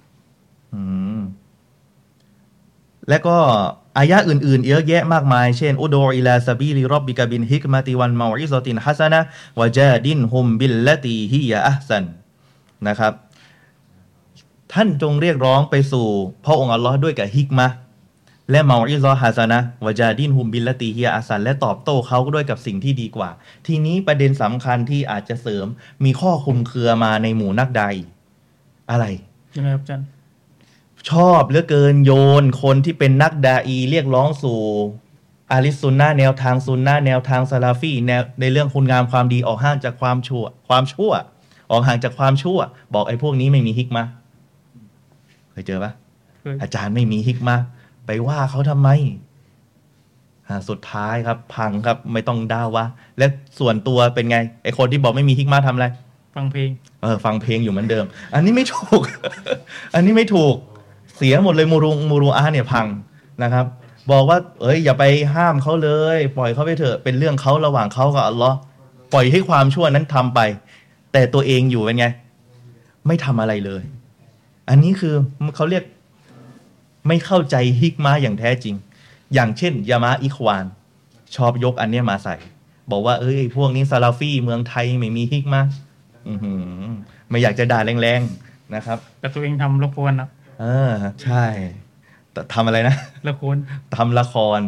Speaker 1: และก็อายะอื่นๆเยอะแยะมากมายเช่นอุดูอิลาซาบีลิร็อบบิกะบินฮิกมะติวันเมาอิซอตินฮัสนะวะจาดินฮุมบิลละตีฮิยะอัฮซันนะครับท่านจงเรียกร้องไปสู่พระองค์อัลลอฮ์ด้วยกับฮิกมะและเมาอิซอฮัสนะวะจาดินฮุมบิลละตีฮิยะอัฮซันและตอบโต้เขาด้วยกับสิ่งที่ดีกว่าทีนี้ประเด็นสำคัญที่อาจจะเสริมมีข้อคลุมเครือมาในหมู่นักใดอะไร
Speaker 2: ยังไงครับอาจารย์
Speaker 1: ชอบเหลือเกินโยนคนที่เป็นนักดาอีเรียกร้องสู่อาลิสซุนนะห์แนวทางซุนนะห์แนวทางซาลาฟีแนวในเรื่องคุณงามความดีออกห่างจากความชั่วออกห่างจากความชั่วบอกไอ้พวกนี้ไม่มีฮิกมะเคยเจอปะอาจารย์ไม่มีฮิกมะไปว่าเขาทำไมสุดท้ายครับพังครับไม่ต้องด่าวะและส่วนตัวเป็นไงไอ้คนที่บอกไม่มีฮิกมะทำอะไร
Speaker 2: ฟังเพลง
Speaker 1: ฟังเพลงอยู่เหมือนเดิมอันนี้ไม่ถูก อันนี้ไม่ถูกเสียหมดเลยมูรุอาเนี่ยพังนะครับบอกว่าอย่าไปห้ามเขาเลยปล่อยเขาไปเถอะเป็นเรื่องเขาระหว่างเขากับอัลลอฮ์ปล่อยให้ความชั่วนั้นทำไปแต่ตัวเองอยู่เป็นไงไม่ทำอะไรเลยอันนี้คือเขาเรียกไม่เข้าใจฮิกมาอย่างแท้จริงอย่างเช่นยามาอิควานชอบยกอันเนี้ยมาใส่บอกว่าพวกนี้ซาลาฟีเมืองไทยไม่มีฮิกมาไม่อยากจะด่าแรงๆนะครับ
Speaker 2: แต่ตัวเองทำละครนะ
Speaker 1: ใช่แต่ทำอะไรนะทำละคร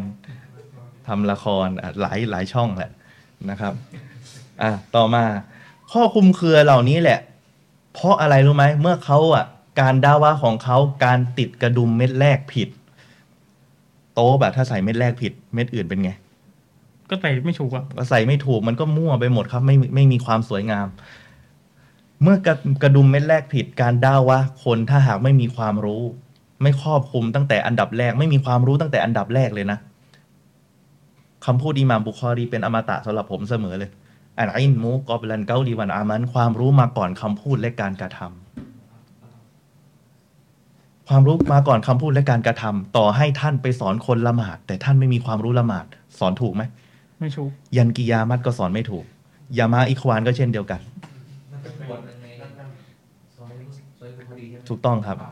Speaker 1: หลายช่องแหละนะครับต่อมาข้อคุมเครือเหล่านี้แหละเพราะอะไรรู้ไหมเมื่อเขาการด่าวะของเขาการติดกระดุมเม็ดแรกผิดโต๊ะแบบถ้าใส่เม็ดแรกผิดเม็ดอื่นเป็นไง
Speaker 2: ก็ใส่ไม่ถูก
Speaker 1: ก็ใส่ไม่ถูกมันก็มั่วไปหมดครับไม่มีความสวยงามเมื่อกระดุมเม็ดแรกผิดการด่าวะคนถ้าหากไม่มีความรู้ไม่ครอบคลุมตั้งแต่อันดับแรกไม่มีความรู้ตั้งแต่อันดับแรกเลยนะคำพูดอิหม่ามบุคอรีเป็นอมตะสำหรับผมเสมอเลยอันอินมูกอบลันเกาลีวันอามันความรู้มาก่อนคำพูดและการกระทำความรู้มาก่อนคำพูดและการกระทำต่อให้ท่านไปสอนคนละหมาดแต่ท่านไม่มีความรู้ละหมาดสอนถูกไหม
Speaker 2: ไม่ถูก
Speaker 1: ยันกิยามัตก็สอนไม่ถูกยามาอิควานก็เช่นเดียวกันถูกต้องครับ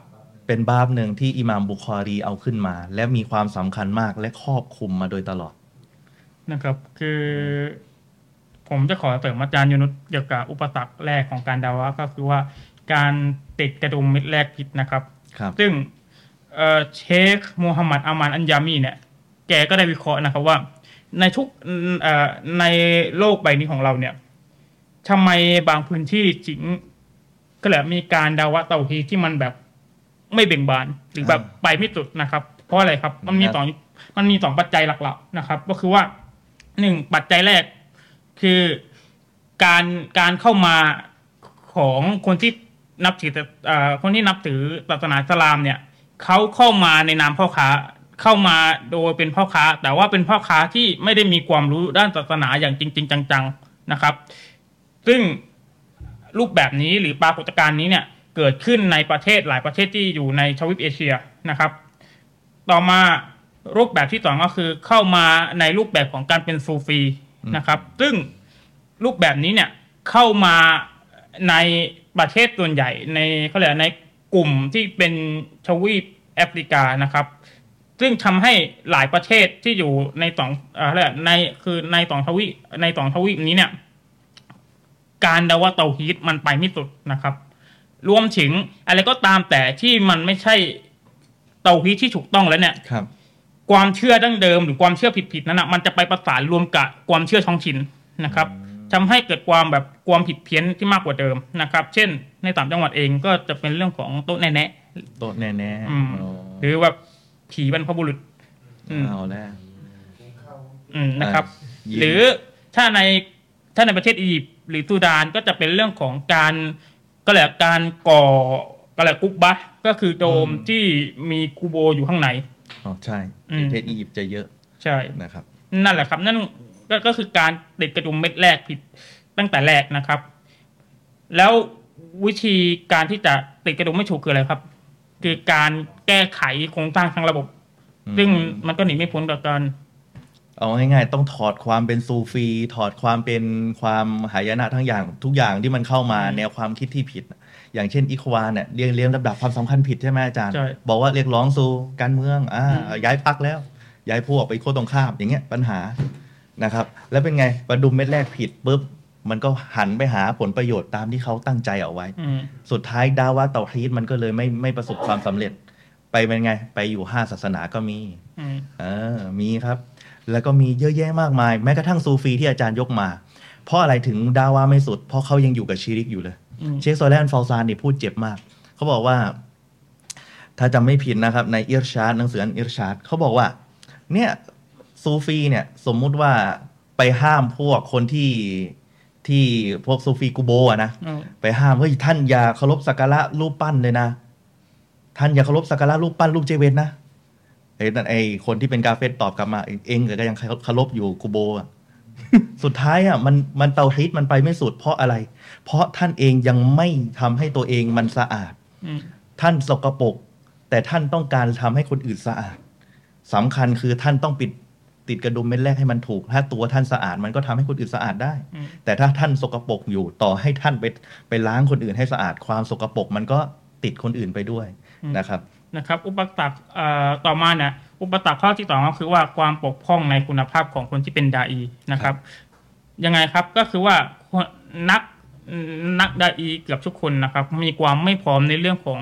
Speaker 1: เป็นบาบหนึ่งที่อิหม่ามบุคอรีเอาขึ้นมา และมีความสำคัญมากและครอบคลุมมาโดยตลอด
Speaker 2: นะครับคือผมจะขอเสริมอาจารย์ยูนุสเกี่ยวกับอุปสรรคแรกของการดาวะก็คือว่าการติดกระดุมเม็ดแรกผิดนะครับซึ่งเชคมูฮัมหมัดอามานอัญญามีเนี่ยแกก็ได้วิเคราะห์นะครับว่าในทุกในโลกใบนี้ของเราเนี่ยทำไมบางพื้นที่จริงก็เลยมีการดาวะเตาฮีที่มันแบบไม่เบ่งบานหรือแบบไปไม่สุดนะครับเพราะอะไรครับมันมีสองปัจจัยหลักๆนะครับก็คือว่าหนึ่งปัจจัยแรกคือการเข้ามาของคนที่นับถือศาสนาอิสลามเนี่ยเขาเข้ามาในนามพ่อค้าเข้ามาโดยเป็นพ่อค้าแต่ว่าเป็นพ่อค้าที่ไม่ได้มีความรู้ด้านศาสนาอย่างจริงๆจังๆนะครับซึ่งรูปแบบนี้หรือปรากฏการณ์นี้เนี่ยเกิดขึ้นในประเทศหลายประเทศที่อยู่ในทวีปเอเชียนะครับต่อมารูปแบบที่สองก็คือเข้ามาในรูปแบบของการเป็นซูฟีนะครับซึ่งรูปแบบนี้เนี่ยเข้ามาในประเทศส่วนใหญ่ในเขาเรียกในกลุ่มที่เป็นทวีปแอฟริกานะครับซึ่งทำให้หลายประเทศที่อยู่ในสองในสองทวีปนี้เนี่ยการดาวะเตาฮีดมันไปไม่สุดนะครับรวมถึงอะไรก็ตามแต่ที่มันไม่ใช่เตาฮีดที่ถูกต้องแล้วเนี่ยความเชื่อดั้งเดิมหรือความเชื่อผิดๆนั้นนะมันจะไปประสานรวมกับความเชื่อท้องถิ่นนะครับทำให้เกิดความผิดเพี้ยนที่มากกว่าเดิมนะครับเช่นในต่างจังหวัดเองก็จะเป็นเรื่องของโต๊ะแน่หรือว่าผีบรรพบุรุษ
Speaker 1: เอาแล้ว
Speaker 2: นะครับหรือถ้าในประเทศอียิปต์หรือซูดานก็จะเป็นเรื่องของการก่อกุบะก็คือโดมที่มีกูโบอยู่ข้างใน
Speaker 1: ใช่ประเทศอียิปต์จะเยอะ
Speaker 2: ใช่
Speaker 1: นะครับ
Speaker 2: นั่นแหละครับนั่นก็คือการติดกระดุมเม็ดแรกผิดตั้งแต่แรกนะครับแล้ววิธีการที่จะติดกระดุมไม่ถูกคืออะไรครับคือการแก้ไขโครงสร้างทางระบบซึ่งมันก็หนีไม่พ้นกับการ
Speaker 1: เอาง่ายๆต้องถอดความเป็นซูฟีถอดความเป็นความหายนะทั้งอย่างทุกอย่างที่มันเข้ามาแนวความคิดที่ผิดอย่างเช่นอิควานเนี่ยเรียงลำดับความสำคัญผิดใช่ไหมอาจารย์บอกว่าเรียกร้องสู่การเมืองย้ายพรรคแล้วย้ายพวกไปโค่นตรงข้ามอย่างเงี้ยปัญหานะครับแล้วเป็นไงประดุมเม็ดแรกผิดปุ๊บมันก็หันไปหาผลประโยชน์ตามที่เขาตั้งใจเอาไว้สุดท้ายดาวะเตาฮีดมันก็เลยไม่ประสบความสำเร็จไปเป็นไงไปอยู่5ศาสนาก็มีมีครับแล้วก็มีเยอะแยะมากมายแม้กระทั่งซูฟีที่อาจารย์ยกมาเพราะอะไรถึงดาวะไม่สุดเพราะเขายังอยู่กับชีริกอยู่เลยเชคซอเลห์ อัล ฟาวซานนี่พูดเจ็บมากเขาบอกว่าถ้าจำไม่ผิดนะครับในอิรชาดหนังสืออิรชาดเขาบอกว่าเนี่ยซูฟีเนี่ยสมมุติว่าไปห้ามพวกคนที่พวกซูฟีกูโบะนะไปห้ามเฮ้ยท่านอย่าเคารพสักการะรูปปั้นเลยนะท่านอย่าเคารพสักการะรูปปั้นรูปเจเวนนะไอ้คนที่เป็นกาเฟตตอบกลับมาเองก็ยังเคารพอยู่กูโบะสุดท้ายมันเตาฮีดมันไปไม่สุดเพราะอะไรเพราะท่านเองยังไม่ทำให้ตัวเองมันสะอาดท่านสกปรกแต่ท่านต้องการทำให้คนอื่นสะอาดสำคัญคือท่านต้องติดกระดุมเม็ดแรกให้มันถูกถ้าตัวท่านสะอาดมันก็ทำให้คนอื่นสะอาดได้แต่ถ้าท่านสกปรกอยู่ต่อให้ท่านไปล้างคนอื่นให้สะอาดความสกปรกมันก็ติดคนอื่นไปด้วยนะครับ
Speaker 2: อุปสรรคต่อมาเนี่ยอุปสรรคข้อที่2ก็คือว่าความปกพร่องในคุณภาพของคนที่เป็นดาอีนะครับยังไงครับก็คือว่านักดาอีเกือบทุกคนนะครับมีความไม่พร้อมในเรื่องของ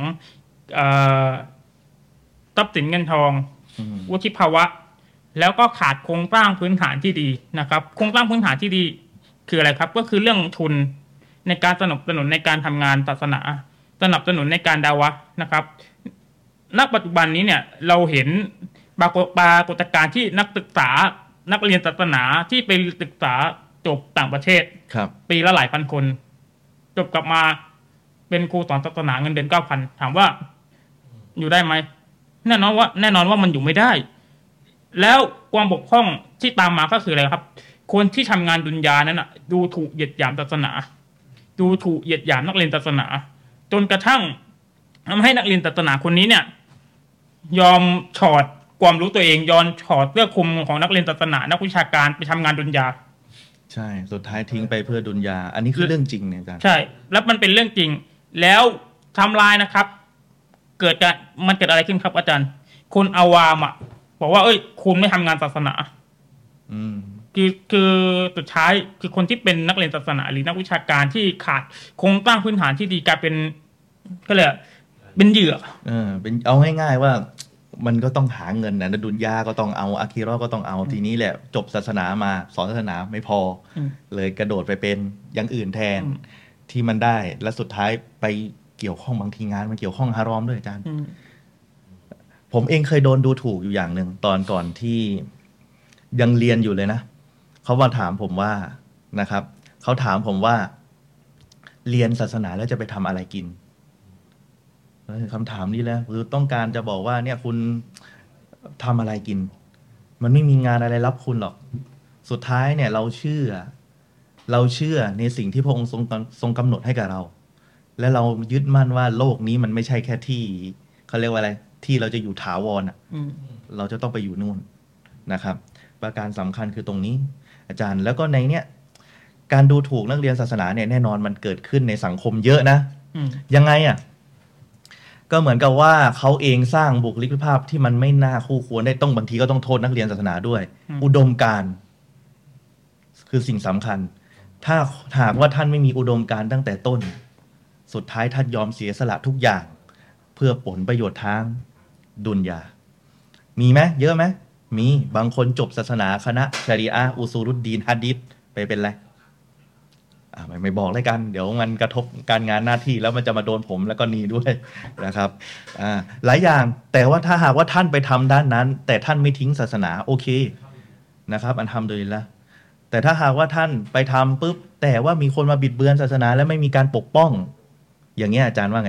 Speaker 2: ทรัพย์สินเงินทองวุฒิภาวะแล้วก็ขาดโครงสร้างพื้นฐานที่ดีนะครับโครงสร้างพื้นฐานที่ดีคืออะไรครับก็คือเรื่องทุนในการสนับสนุนในการทำงานศาสนาสนับสนุนในการดาวะนะครับณปัจจุบันนี้เนี่ยเราเห็นปรากฏการณ์ที่นักศึกษานักเรียนศาสนาที่ไปศึกษาจบต่างประเทศปีละหลายพันคนจบกลับมาเป็นครูสอนศาสนาเงินเดือน 9,000 ถามว่าอยู่ได้ไหมแน่นอนว่ามันอยู่ไม่ได้แล้วความบกพร่องที่ตามมาก็คืออะไรครับคนที่ทำงานดุนยานั้นดูถูกเหยียดหยามศาสนาดูถูกเหยียดหยามนักเรียนศาสนาจนกระทั่งทำให้นักเรียนศาสนาคนนี้เนี่ยยอมถอดความรู้ตัวเองยอมถอดเสื้อคลุมของนักเรียนศาสนานักวิชาการไปทำงานดุนยา
Speaker 1: ใช่สุดท้ายทิ้งไปเพื่อดุนยาอันนี้คือเรื่องจริงเนี่ยอาจารย์
Speaker 2: ใช่แล้วมันเป็นเรื่องจริงแล้วทำลายนะครับมันเกิดอะไรขึ้นครับอาจารย์คนอาวามบอกว่าคุณไม่ทำงานศาสนา
Speaker 1: อืม
Speaker 2: คือสุดท้ายคือคนที่เป็นนักเรียนศาสนาหรือนักวิชาการที่ขาดโครงสร้างพื้นฐานที่ดีกลายเป็นก็เลยเป็นเหยื่อ
Speaker 1: เป็นเอาง่ายๆว่ามันก็ต้องหาเงินนะดุนยาก็ต้องเอาอาคิเราะห์ก็ต้องเอาทีนี้แหละจบศาสนามาสอนศาสนาไม่พอเลยกระโดดไปเป็นอย่างอื่นแทนที่มันได้และสุดท้ายไปเกี่ยวข้องบางทีงานมันเกี่ยวข้องฮารอมด้วยอาจารย์ผมเองเคยโดนดูถูกอยู่อย่างหนึ่งตอนก่อนที่ยังเรียนอยู่เลยนะเขามาถามผมว่านะครับเขาถามผมว่าเรียนศาสนาแล้วจะไปทำอะไรกินคำถามนี้แหละคือต้องการจะบอกว่าเนี่ยคุณทำอะไรกินมันไม่มีงานอะไรรับคุณหรอกสุดท้ายเนี่ยเราเชื่อในสิ่งที่พระองค์ทรงกำหนดให้กับเราและเรายึดมั่นว่าโลกนี้มันไม่ใช่แค่ที่เขาเรียกว่าอะไรที่เราจะอยู่ถาวรเราจะต้องไปอยู่นู่นนะครับประการสำคัญคือตรงนี้อาจารย์แล้วก็ในเนี้ยการดูถูกนักเรียนศาสนาเนี่ยแน่นอนมันเกิดขึ้นในสังคมเยอะนะยังไงก็เหมือนกับว่าเขาเองสร้างบุคลิกภาพที่มันไม่น่าคู่ควรได้ต้องบางทีก็ต้องโทษนักเรียนศาสนาด้วยอุดมการณ์คือสิ่งสำคัญถ้าหากว่าท่านไม่มีอุดมการณ์ตั้งแต่ต้นสุดท้ายท่านยอมเสียสละทุกอย่างเพื่อผลประโยชน์ทางดุนยามีไหมเยอะไหมมีบางคนจบศาสนาคณะชะรีอะห์อุซูลุดดีนฮะดีษไปเป็นไรไม่บอกเลยกันเดี๋ยวมันกระทบการงานหน้าที่แล้วมันจะมาโดนผมแล้วก็นีด้วยนะครับหลายอย่างแต่ว่าถ้าหากว่าท่านไปทำด้านนั้นแต่ท่านไม่ทิ้งศาสนาโอเคนะครับอันทำโดยละแต่ถ้าหากว่าท่านไปทำปุ๊บแต่ว่ามีคนมาบิดเบือนศาสนาและไม่มีการปกป้องอย่างเงี้ยอาจารย์ว่าไง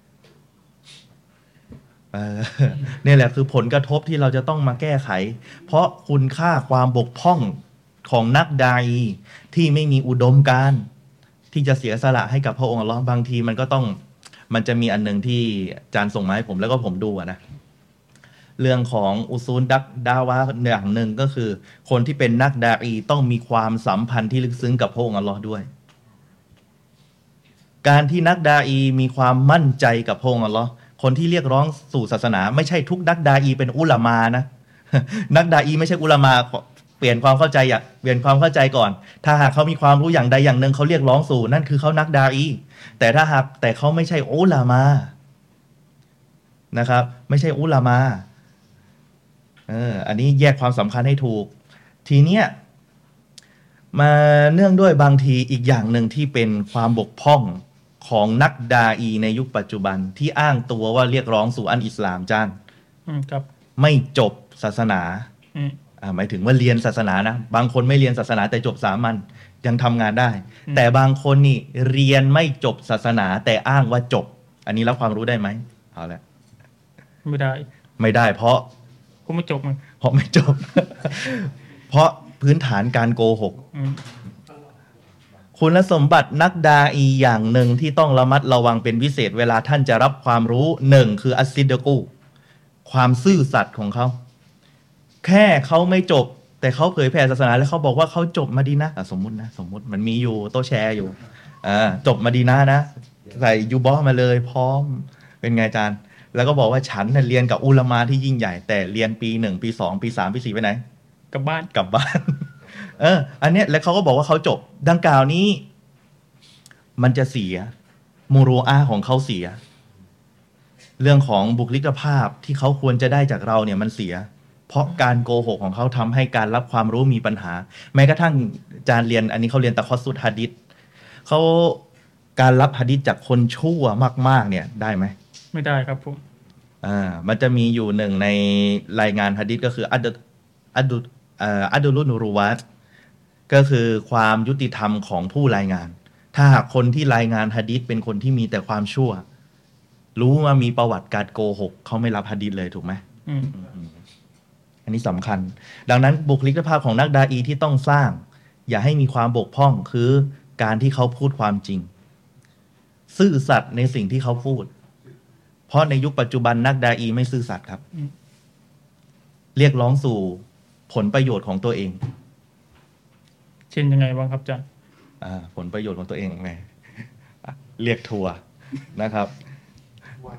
Speaker 1: นี่แหละคือผลกระทบที่เราจะต้องมาแก้ไขเพราะคุณค่าความบกพร่องของนักดาอีที่ไม่มีอุดมการณ์ที่จะเสียสละให้กับพระองค์อัลเลาะห์บางทีมันจะมีอันหนึ่งที่อาจารย์ส่งมาให้ผมแล้วก็ผมดูนะเรื่องของอุซูลดาวะอย่างหนึ่งก็คือคนที่เป็นนักดาอีต้องมีความสัมพันธ์ที่ลึกซึ้งกับพระองค์อัลเลาะห์ด้วยการที่นักดาอีมีความมั่นใจกับพระองค์อัลเลาะห์คนที่เรียกร้องสู่ศาสนาไม่ใช่ทุกนักดาอีเป็นอุลามานะนักดาอีไม่ใช่อุลามาเปลี่ยนความเข้าใจก่อนถ้าหากเขามีความรู้อย่างใดอย่างหนึ่งเขาเรียกร้องสู่นั่นคือเขานักดาอีแต่เขาไม่ใช่อุลามานะครับไม่ใช่อุลามาอันนี้แยกความสำคัญให้ถูกทีเนี้ยมาเนื่องด้วยบางทีอีกอย่างหนึ่งที่เป็นความบกพร่องของนักดาอีในยุคปัจจุบันที่อ้างตัวว่าเรียกร้องสู่อันอิสลามจ้าน
Speaker 2: ครับ
Speaker 1: ไม่จบศาสนาหมายถึงว่าเรียนศาสนานะบางคนไม่เรียนศาสนาแต่จบสามัญยังทำงานได้แต่บางคนนี่เรียนไม่จบศาสนาแต่อ้างว่าจบอันนี้รับความรู้ได้ไหมเอาละ
Speaker 2: ไม่ได้
Speaker 1: เพราะ
Speaker 2: ไม่จบ
Speaker 1: เพราะไม่จบ เพราะพื้นฐานการโกหกคุณสมบัตินักดาอีอย่างหนึ่งที่ต้องระมัดระวังเป็นพิเศษเวลาท่านจะรับความรู้หนึ่งคืออัสซิดกูความซื่อสัตย์ของเขาแค่เขาไม่จบแต่เขาเผยแผ่ศาสนาแล้วเขาบอกว่าเขาจบมาดีนะสมมุติมันมีอยู่โต๊ะแชร์อยู่จบมาดีนะใส่ยูบอมาเลยพร้อมเป็นไงอาจารย์แล้วก็บอกว่าฉันเรียนกับอุลามาที่ยิ่งใหญ่แต่เรียนปี 1 ปี 2 ปี 3 ปี 4ไปไหน
Speaker 2: กลับบ้าน
Speaker 1: อันเนี้ยแล้วเขาก็บอกว่าเขาจบดังกล่าวนี้มันจะเสียมูโรอาของเขาเสียเรื่องของบุคลิกภาพที่เขาควรจะได้จากเราเนี่ยมันเสียเพราะการโกหกของเขาทำให้การรับความรู้มีปัญหาแม้กระทั่งอาจารย์เรียนอันนี้เขาเรียนตะคอสซุดฮะดิษเขาการรับหะดีษจากคนชั่วมากๆเนี่ยได้ไหม
Speaker 2: ไม่ได้ครับผม
Speaker 1: มันจะมีอยู่หนึ่งในรายงานหะดีษก็คืออัดุลุนูรุวัตก็คือความยุติธรรมของผู้รายงานถ้าหากคนที่รายงานหะดีษเป็นคนที่มีแต่ความชั่วรู้ว่ามีประวัติการโกหกเขาไม่รับหะดีษเลยถูกไหมอันนี้สำคัญดังนั้นบุคลิกภาพของนักดาอีที่ต้องสร้างอย่าให้มีความบกพร่องคือการที่เขาพูดความจริงซื่อสัตย์ในสิ่งที่เขาพูดเพราะในยุคปัจจุบันนักดาอีไม่ซื่อสัตย์ครับเรียกร้องสู่ผลประโยชน์ของตัวเอง
Speaker 2: เช่นยังไงบ้างครับอาจารย์
Speaker 1: ผลประโยชน์ของตัวเองไงเรียกทัวร์นะครับ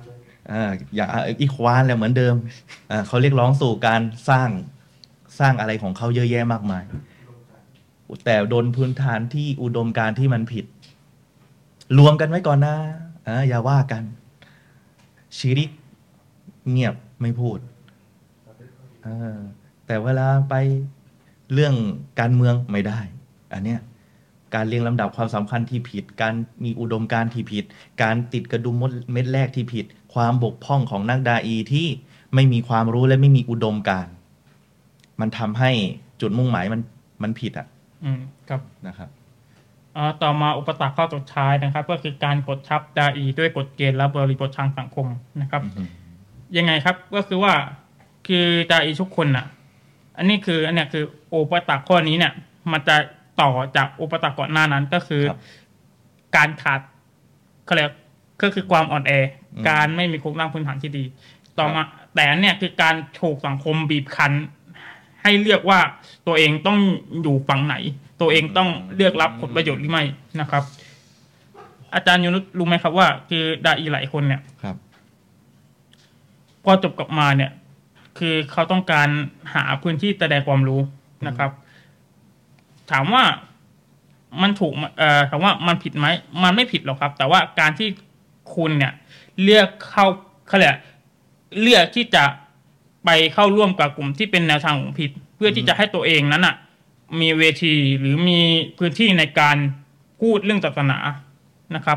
Speaker 1: อย่างอีควานแหละเหมือนเดิมเขาเรียกร้องสู่การสร้างอะไรของเขาเยอะแยะมากมาย แต่โดนพื้นฐานที่อุดมการณ์ที่มันผิด รวมกันไว้ก่อนนะอย่าว่ากันชิริกเงียบไม่พูดเออแต่เวลาไปเรื่องการเมืองไม่ได้ อันเนี้ยการเรียงลำดับความสำคัญที่ผิด การมีอุดมการณ์ที่ผิด การติดกระดุมเม็ดแรกที่ผิด ความบกพร่องของนักดาอีที่ไม่มีความรู้และไม่มีอุดมการณ์มันทำให้จุดมุ่งหมายมันผิด
Speaker 2: ครับ
Speaker 1: นะครับ
Speaker 2: ต่อมาอุปสรรคข้อสุดท้ายนะครับ ก็คือการกดทับดาอีด้วยกฎเกณฑ์และบริบททางสังคมนะครับยังไงครับก็คือว่าคือดาอีทุกคนอันนี้คืออุปสรรคข้อนี้เนี่ยมันจะต่อจากอุปสรรคก่อนหน้านั้นก็คือการขาดเขาเรียกก็คือความอ่อนแอการไม่มีโครงสร้างพื้นฐานที่ดีต่อมาแต่เนี่ยคือการถูกสังคมบีบคั้นให้เลือกว่าตัวเองต้องอยู่ฝั่งไหนตัวเองต้องเลือกรับผลประโยชน์หรือไม่นะครับ อาจารย์ยูนุสรู้ไหมครับว่าคือดาอีหลายคนเนี่ยพอจบกลับมาเนี่ยคือเขาต้องการหาพื้นที่แสดงความรู้นะครับ ถามว่ามันถูกถามว่ามันผิดไหมมันไม่ผิดหรอกครับ แต่ว่าการที่คุณเนี่ยเลือกเขาเรียกเลือกที่จะไปเข้าร่วมกับกลุ่มที่เป็นแนวทางของผิด เพื่อที่จะให้ตัวเองนั้นมีเวทีหรือมีพื้นที่ในการพูดเรื่องศาสนานะครับ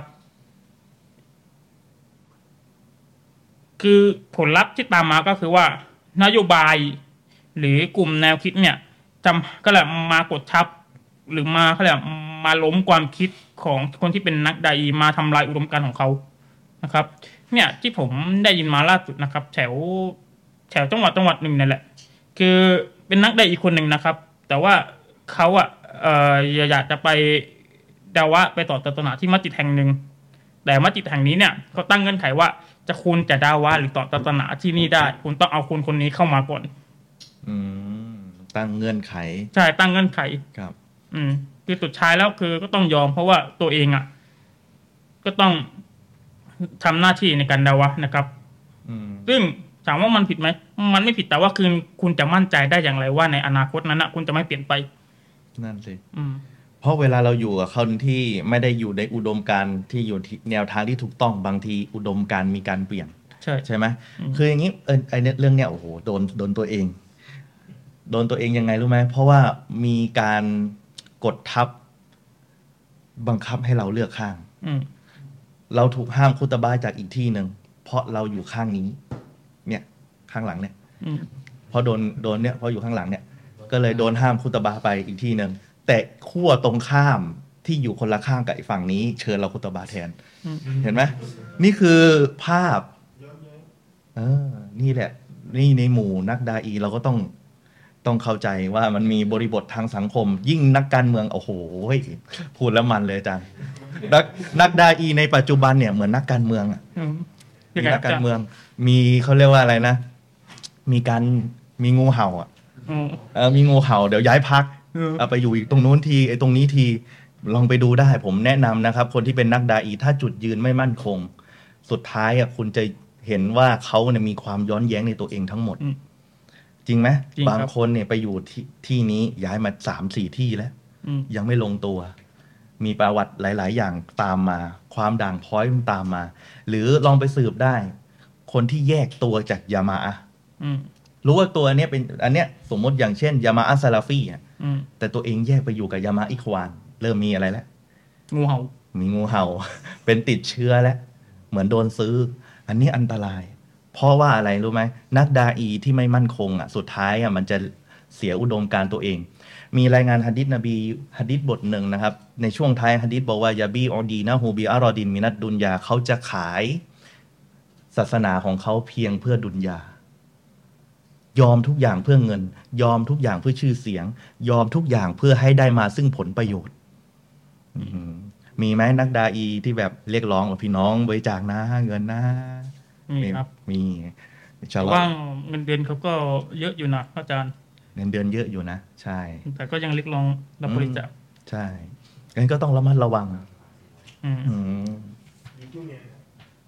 Speaker 2: คือผลลัพธ์ที่ตามมาก็คือว่านโยบายหรือกลุ่มแนวคิดเนี่ยก็แหละมากดทับหรือมาล้มความคิดของคนที่เป็นนักดาอีมาทำลายอุดมการณ์ของเขานะครับ เนี่ยที่ผมได้ยินมาล่าสุดนะครับแถวจังหวัดหนึ่งนั่นแหละคือเป็นนักดาอีคนหนึ่งนะครับ แต่ว่าเขาอยากจะไปดาวะไปต่อศาสนาที่มัสยิดแห่งหนึ่งแต่มัสยิดแห่งนี้เนี่ยเขาตั้งเงื่อนไขว่าคุณจะดาวะหรือต่อศาสนาที่นี่ได้คุณต้องเอาคนนี้เข้ามาก่อน
Speaker 1: ตั้งเงื่อนไข
Speaker 2: ใช่ตั้งเงื่อนไข
Speaker 1: ครับ
Speaker 2: คือสุดท้ายแล้วคือก็ต้องยอมเพราะว่าตัวเองก็ต้องทำหน้าที่ในการดาวะนะครับซึ่งถามว่ามันผิดไหมมันไม่ผิดแต่ว่าคือคุณจะมั่นใจได้อย่างไรว่าในอนาคตนั้นคุณจะไม่เปลี่ยนไป
Speaker 1: นั่นสิเพราะเวลาเราอยู่กับคนที่ไม่ได้อยู่ในอุดมการณ์ที่อยู่ที่แนวทางที่ถูกต้องบางทีอุดมการณ์มีการเปลี่ยนใช่ไหมคืออย่างนี้ไอ้เรื่องเนี้ยโอ้โหโดนตัวเองยังไงรู้ไหมเพราะว่ามีการกดทับบังคับให้เราเลือกข้างเราถูกห้ามคุตบะจากอีกที่หนึ่งเพราะเราอยู่ข้างนี้เนี่ยข้างหลังเนี่ยเพราะโดนเนี่ยเพราะอยู่ข้างหลังเนี่ยก็เลยโดนห้ามคุตบะไปอีกที่หนึ่งแต่ขั้วตรงข้ามที่อยู่คนละข้างกับอีกฝั่งนี้เชิญเราคุตบะแทนเห็นไหมนี่คือภาพนี่แหละนี่ในหมู่นักดาอีเราก็ต้องเข้าใจว่ามันมีบริบททางสังคมยิ่งนักการเมืองโอ้โหพูดแล้วมันเลยอาจารย์นักดาอีในปัจจุบันเนี่ยเหมือนนักการเมืองนักการเมืองมีเขาเรียกว่าอะไรนะมีงูเห่ามีงูเห่าเดี๋ยวย้ายพักเอาไปอยู่อีกตรงนู้นทีไอ้ตรงนี้ทีลองไปดูได้ผมแนะนำนะครับคนที่เป็นนักดาอีถ้าจุดยืนไม่มั่นคงสุดท้ายคุณจะเห็นว่าเขาเนี่ยมีความย้อนแย้งในตัวเองทั้งหมดจริงไหมบางคนเนี่ยไปอยู่ที่นี้ย้ายมา 3-4 ที่แล้วยังไม่ลงตัวมีประวัติหลายๆอย่างตามมาความด่างพร้อยมันตามมาหรือลองไปสืบได้คนที่แยกตัวจากยามาอะรู้ว่าตัวเนี้ยเป็นอันเนี้ยสมมติอย่างเช่นยามาอะซาลาฟีแต่ตัวเองแยกไปอยู่กับยามาอิควานเริ่มมีอะไรแล้ว
Speaker 2: งูเห่า
Speaker 1: มีงูเห่า เป็นติดเชื้อแล้วเหมือนโดนซื้ออันนี้อันตรายเพราะว่าอะไรรู้ไหมนักดาอีที่ไม่มั่นคงสุดท้ายมันจะเสียอุดมการณ์ตัวเองมีรายงานหะดีษนบีหะดีษบทหนึ่งนะครับในช่วงท้ายหะดีษบอกว่ายาบีออดีนะฮูบีอารอดินมินัดดุนยาเขาจะขายศาสนาของเขาเพียงเพื่อดุนยายอมทุกอย่างเพื่อเงินยอมทุกอย่างเพื่อชื่อเสียงยอมทุกอย่างเพื่อให้ได้มาซึ่งผลประโยชน์มีไหมนักดาอีที่แบบเรียกร้องกับพี่น้องบริจาคนะเงินนะ
Speaker 2: มีครับ
Speaker 1: มี
Speaker 2: ว่างเงินเดือนเขาก็เยอะอยู่นะอาจารย์
Speaker 1: เงินเดือนเยอะอยู่นะใช่
Speaker 2: แต่ก็ยังเรียกร้องรับบริจาค
Speaker 1: ใช่งั้นก็ต้องระมัดระวัง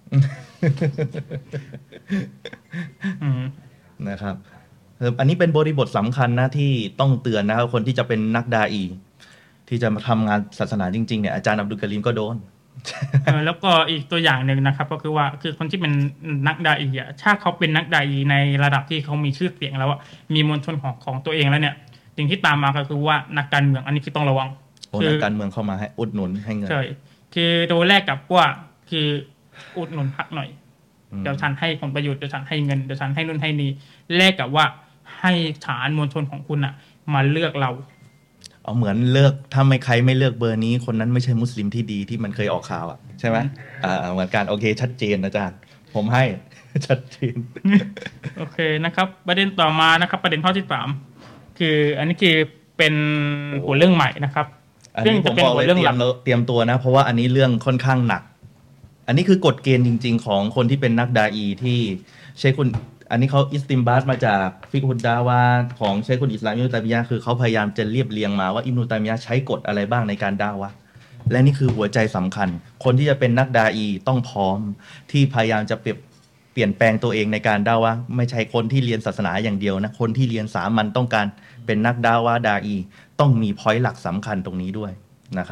Speaker 2: อืม
Speaker 1: นะครับอันนี้เป็นบริบทสำคัญนะที่ต้องเตือนนะครับคนที่จะเป็นนักดาอีที่จะมาทำงานศาสนาจริงๆเนี่ยอาจารย์อับดุลกะรีมก็โดน
Speaker 2: แล้วก็อีกตัวอย่างหนึ่งนะครับ ก็คือว่าคือคนที่เป็นนักดาอีอ่ะถ้าเขาเป็นนักดาอีในระดับที่เขามีชื่อเสียงแล้วอะมีมวลชนของตัวเองแล้วเนี่ยสิ่งที่ตามมาก็คือว่านักการเมืองอันนี้คือต้องระวัง
Speaker 1: โอ้นักการเมืองเข้ามาให้อุดหนุนให้เงิน
Speaker 2: ใช่คือโดยแรกกับว่าคืออุดหนุนพรรคหน่อยเดี๋ยวฉันให้ผลประโยชน์เดี๋ยวฉันให้เงินเดี๋ยวฉันให้นู่นให้นี่แลกกับว่าให้ฐานมวลชนของคุณอะมาเลือกเรา
Speaker 1: เอาเหมือนเลือกถ้าไม่ใครไม่เลือกเบอร์นี้คนนั้นไม่ใช่มุสลิมที่ดีที่มันเคยออกข่าวอ่ะใช่ไหมเหมือนกันโอเคชัดเจนอาจารย์ผมให้ ชัดเจน
Speaker 2: โอเคนะครับ ประเด็นต่อมานะครับ ประเด็นข้อที่ 3คืออันนี้คือเป็นหัวเรื่องใหม่นะครับ
Speaker 1: อัน
Speaker 2: ซึ่ง
Speaker 1: นี้ผ
Speaker 2: จะ
Speaker 1: ม
Speaker 2: เป็น
Speaker 1: บอก
Speaker 2: หั
Speaker 1: เล
Speaker 2: วย เรื่องหลัก
Speaker 1: เตรียมตัวนะเพราะว่าอันนี้เรื่องค่อนข้างหนัก อันนี้คือกฎเกณฑ์จริงๆของคนที่เป็นนักดาอีที่เชคคุณอันนี้เขาอิสติมบาตมาจากฟิกฮุดดาวาของเชคคุณอิสลามอิบนุตัยมียะห์คือเขาพยายามจะเรียบเรียงมาว่าอิบนุตัยมียะห์ใช้กฎอะไรบ้างในการดาวะห์และนี่คือหัวใจสำคัญ คนที่จะเป็นนักดาอีต้องพร้อมที่พยายามจะเปลี่ยนแปลงตัวเองในการดาวะห์ไม่ใช่คนที่เรียนศาสนาอย่างเดียวนะคนที่เรียนสามัญต้องการเป็นนักดาวะห์ดาอีต้องมีพอยต์หลักสำคัญตรงนี้ด้วยนะครับ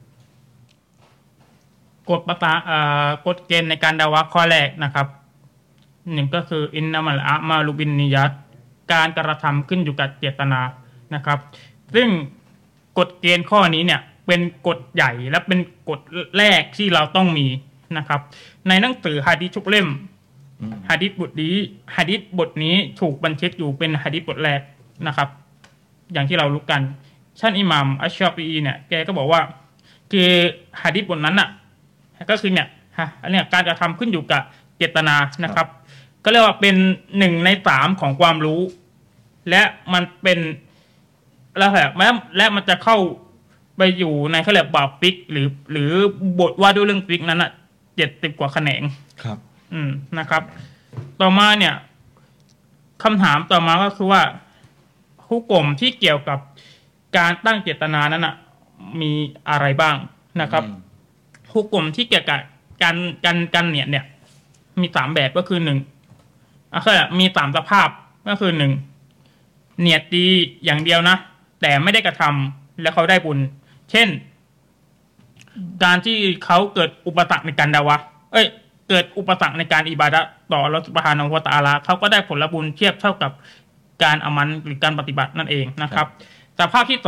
Speaker 2: กฎเกณฑ์ในการดาวะห์ข้อแรกนะครับหนึ่งก็คืออินนามัลอามาลุบินนิยัตการกระทำขึ้นอยู่กับเจตนานะครับ ซึ่งกฎเกณฑ์ข้อนี้เนี่ยเป็นกฎใหญ่และเป็นกฎแรกที่เราต้องมีนะครับ ในหนังสือหะดีษทุกเล่มหะดีษบทนี้ถูกบันทึกอยู่เป็นหะดีษบทแรกนะครับ อย่างที่เรารู้กันท่านอิหม่ามอัชชาฟีอีเนี่ยแกก็บอกว่าคือหะดีษบทนั้นน่ะก็คือเนี่ยอันเนี้ยการกระทำขึ้นอยู่กับเจตนานะครับ ก็เรียกว่าเป็น1 ใน 3ของความรู้ และมันเป็นแล้วและมันจะเข้าไปอยู่ในเขาเรียกบาปฟิกหรือบทว่าด้วยเรื่องฟิกนั้นอ่ะ70 กว่าแขนง
Speaker 1: ครับ
Speaker 2: นะครับ ต่อมาเนี่ยคำถามต่อมาก็คือว่าฮุกมที่เกี่ยวกับการตั้งเจตนานั้นอ่ะมีอะไรบ้างนะครับฮุกมที่เกี่ยวกับการเนี่ยมี3แบบก็คือ1มี3สภาพก็คือ1เนียดดีอย่างเดียวนะแต่ไม่ได้กระทำแล้วเขาได้บุญเช่นการที่เขาเกิดอุปสรรคในการดาวะเกิดอุปสรรคในการอิบาดะห์ต่ออัลเลาะห์ซุบฮานะฮูวะตะอาลาเขาก็ได้ผลบุญเทียบเท่ากับการอามันหรือการปฏิบัตินั่นเองนะครับสภาพที่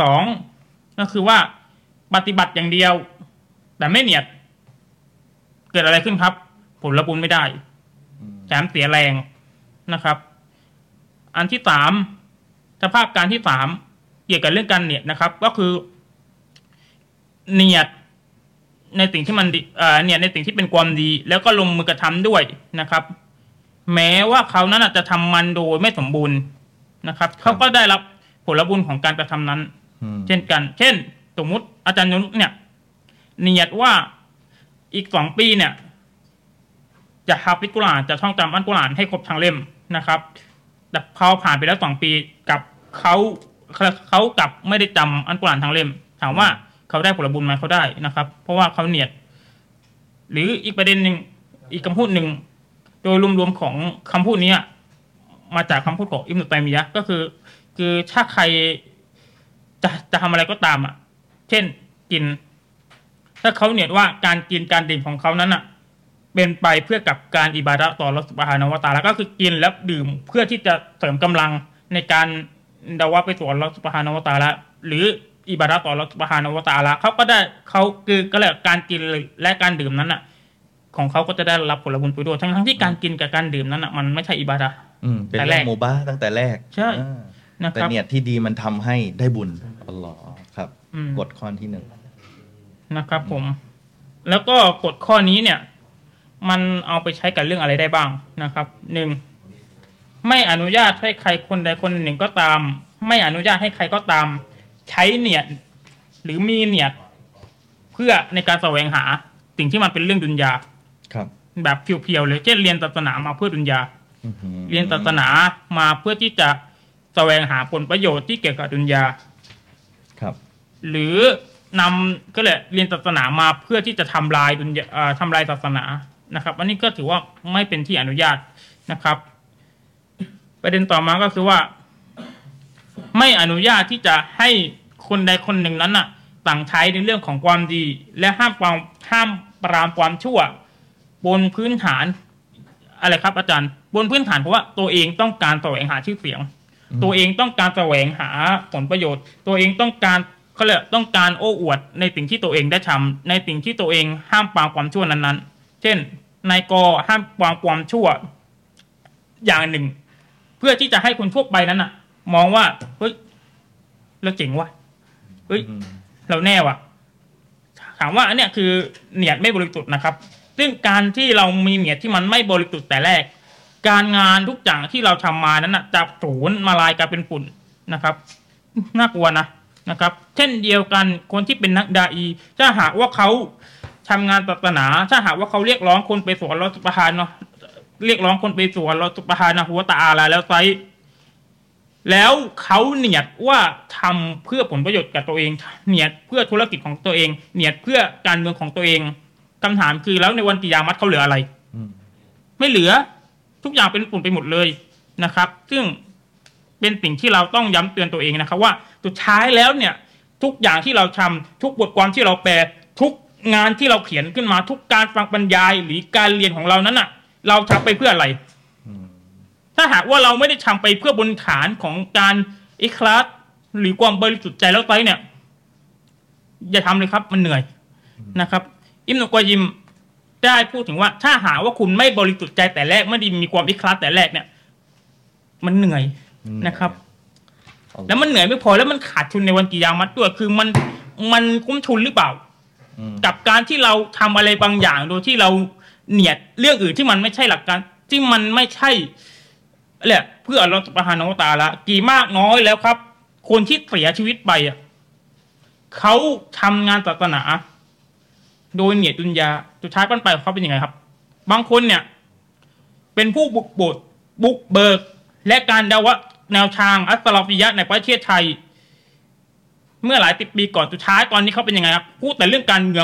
Speaker 2: 2ก็คือว่าปฏิบัติอย่างเดียวแต่ไม่เนียดเกิดอะไรขึ้นครับผลบุญไม่ได้แถมเสียแรงนะครับอันที่3สภาพการที่3เกี่ยวกับเรื่องการเนียดนะครับ ก็คือเนียดในสิ่งที่มันเนียดในสิ่งที่เป็นความดีแล้วก็ลงมือกระทำด้วยนะครับ แม้ว่าเขานั้นจะทำมันโดยไม่สมบูรณ์นะครับเขาก็ได้รับผลบุญของการกระทำนั้นเช่นกันเช่นสมมุติอาจารย์ยนุเนี่ยเนียดว่าอีก2 ปีเนี่ยจะฮาฟิซกุรอานจะท่องจำอัลกุรอานให้ครบทั้งเล่มนะครับแต่พอผ่านไปแล้ว2 ปีกับเขากลับไม่ได้จำอัลกุรอานทั้งเล่มถามว่าเขาได้ผลบุญไหมเขาได้นะครับเพราะว่าเขาเนียดหรืออีกประเด็นหนึ่งอีกคำพูดหนึ่งโดยรวมๆของคำพูดนี้มาจากคำพูดของอิบนุตัยมียะห์ก็คือถ้าใครจะทำอะไรก็ตามเช่นกินถ้าเขาเนียดว่าการกินการดื่มของเขานั้นเป็นไปเพื่อกับการอิบาดะห์ต่ออัลเลาะห์ซุบฮานะฮูวะตะอาลาก็คือกินแล้วดื่มเพื่อที่จะเสริมกำลังในการดะวะห์ไปสู่อัลเลาะห์ซุบฮานะฮูวะตะอาลาหรืออิบาดะห์ต่ออัลเลาะห์ซุบฮานะฮูวะตะอาลาเขาก็ได้เขาคือก็เลยการกินและการดื่มนั้นของเขาก็จะได้รับผลบุญไปด้วยทั้งที่การกินกับการดื่มนั้นมันไม่ใช่อิบาดะห์
Speaker 1: เป็นเรื่องโมบาตั้งแต่แรก
Speaker 2: ใช่
Speaker 1: แต่เนียดที่ดีมันทำให้ได้บุญอัลลอฮ์ครับกฎข้อที่1
Speaker 2: นะครับผมแล้วก็กฎข้อนี้เนี่ยมันเอาไปใช้กับเรื่องอะไรได้บ้างนะครับ1ไม่อนุญาตให้ใครคนใดคนหนึ่งก็ตามไม่อนุญาตให้ใครก็ตามใช้เนียดหรือมีเนียดเพื่อในการแสวงหาสิ่งที่มันเป็นเรื่องดุนยา
Speaker 1: ครับ
Speaker 2: แบบเพียวๆเลยเช่นเรียนศาสนามาเพื่อดุนยาเรียนศาสนามาเพื่อที่จะแสวงหาผลประโยชน์ที่เกี่ยวกับดุนยา
Speaker 1: ครับ
Speaker 2: หรือนำก็เลยเรียนศาสนามาเพื่อที่จะทำลายดุนยาทำลายศาสนานะครับอันนี้ก็ถือว่าไม่เป็นที่อนุญาตนะครับ ประเด็นต่อมาก็คือว่าไม่อนุญาตที่จะให้คนใดคนหนึ่งนั้นน่ะต่างใช้ในเรื่องของความดีและห้ามปรามความชั่วบนพื้นฐานอะไรครับอาจารย์บนพื้นฐานเพราะว่าตัวเองต้องการแสวงหาชื่อเสียงตัวเองต้องการแสวงหาผลประโยชน์ตัวเองต้องการเขาเรียกต้องการโอ้อวดในสิ่งที่ตัวเองได้ทำในสิ่งที่ตัวเองห้ามปรามความชั่วนั้นๆเช่นนายกห้ามปรามความชั่วอย่างหนึ่งเพื่อที่จะให้คนทั่วไปนั้นน่ะมองว่าเฮ้ยเราเจ๋งว่ะเฮ้ยเราแน่ว่ะถามว่าอันเนี้ยคือเนียดไม่บริสุทธิ์นะครับซึ่งการที่เรามีเนียดที่มันไม่บริสุทธิ์แต่แรกการงานทุกอย่างที่เราทำมานั้นน่ะจะสูญมาลายกลายเป็นฝุ่นนะครับน่ากลัวนะครับเช่นเดียวกันคนที่เป็นนักดาอีถ้าหากว่าเขาทำงานศาสนาถ้าหากว่าเขาเรียกร้องคนไปสู่อัลเลาะห์ซุบฮานะฮู เรียกร้องคนไปสู่อัลเลาะห์ซุบฮานะฮูวะตะอาลาแล้วเขาเนียดว่าทำเพื่อผลประโยชน์กับตัวเองเนียดเพื่อธุรกิจของตัวเองเนียดเพื่อการเมืองของตัวเองคำถามคือแล้วในวันกิยามัตเขาเหลืออะไรไม่เหลือทุกอย่างเป็นฝุ่นไปหมดเลยนะครับซึ่งเป็นสิ่งที่เราต้องย้ำเตือนตัวเองนะครับว่าสุดท้ายแล้วเนี่ยทุกอย่างที่เราทำทุกบทความที่เราแปลทุกงานที่เราเขียนขึ้นมาทุกการฟังบรรยายหรือการเรียนของเรานั้นน่ะเราทำไปเพื่ออะไรถ้าหากว่าเราไม่ได้ทำไปเพื่อบนฐานของการอิคลาสหรือความบริสุทธิ์ใจแล้วไปเนี่ยอย่าทำเลยครับมันเหนื่อยนะครับอิบนุกอยยิมได้พูดถึงว่าถ้าหากว่าคุณไม่บริสุทธิ์ใจแต่แรกไม่ได้มีความอิคลาสแต่แรกเนี่ยมันเหนื่อยนะครับแล้วมันเหนื่อยไม่พอแล้วมันขาดทุนในวันกิยามัตด้วยคือมันคุ้มทุนหรือเปล่ากับการที่เราทำอะไรบางอย่างโดยที่เราเนียดเรื่องอื่นที่มันไม่ใช่หลักการที่มันไม่ใช่แหละเพื่ออัลเลาะห์ซุบฮานะฮูวะตะอาลากี่มากน้อยแล้วครับคนที่เสียชีวิตไปอ่ะเขาทำงานศาสนาโดยเนียดดุนยาสุดท้ายปั้นไปเขาเป็นยังไงครับบางคนเนี่ยเป็นผู้บุกเบิกและการดาวะแนวทางอัสซะลาฟียะห์ในประเทศไทยเมื่อหลายปีก่อนสุดท้ายตอนนี้เขาเป็นยังไงครับพูดแต่เรื่องการเมือง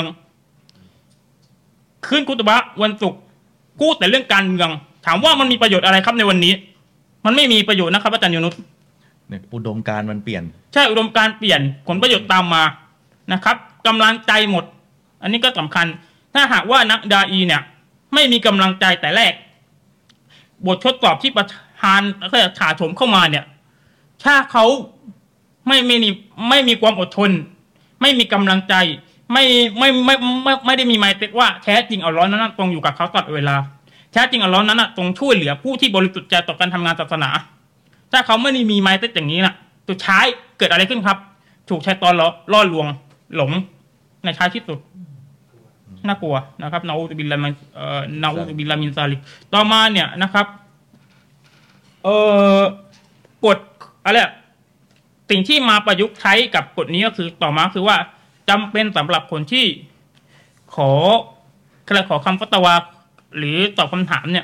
Speaker 2: ขึ้นคุตบะห์วันศุกร์พูดแต่เรื่องการเมืองถามว่ามันมีประโยชน์อะไรครับในวันนี้มันไม่มีประโยชน์นะครับอาจารย์ยูนุส
Speaker 1: เนี่ยอุดมการณ์มันเปลี่ยน
Speaker 2: ใช่อุดมการณ์เปลี่ยนผลประโยชน์ตามมานะครับกำลังใจหมดอันนี้ก็สำคัญถ้าหากว่านักดาอีเนี่ยไม่มีกำลังใจแต่แรกบททดสอบที่ประธานถาโถมเข้ามาเนี่ยถ้าเขาไม่มีความอดทนไม่มีกำลังใจไม่ได้มีไมเซ็ตว่าแท้จริงอัลเลาะห์นั้นตรงอยู่กับเขาตลอดเวลาแท้จริงอัลเลาะห์นั้นตรงช่วยเหลือผู้ที่บริสุทธิ์ใจต่อการทำงานศาสนาถ้าเขาไม่ได้มีไมเซ็ตอย่างนี้น่ะสุดท้ายเกิดอะไรขึ้นครับถูกชัยฏอนล่อลวงหลงในท้ายที่สุดน่ากลัวนะครับนะอูซุบิลลามินซาลิกต่อมาเนี่ยนะครับกฎอะไรสิ่งที่มาประยุกต์ใช้กับกฎนี้ก็คือต่อมาคือว่าจำเป็นสำหรับคนที่ขอคำฟัตวาหรือตอบคำถามเนี่ย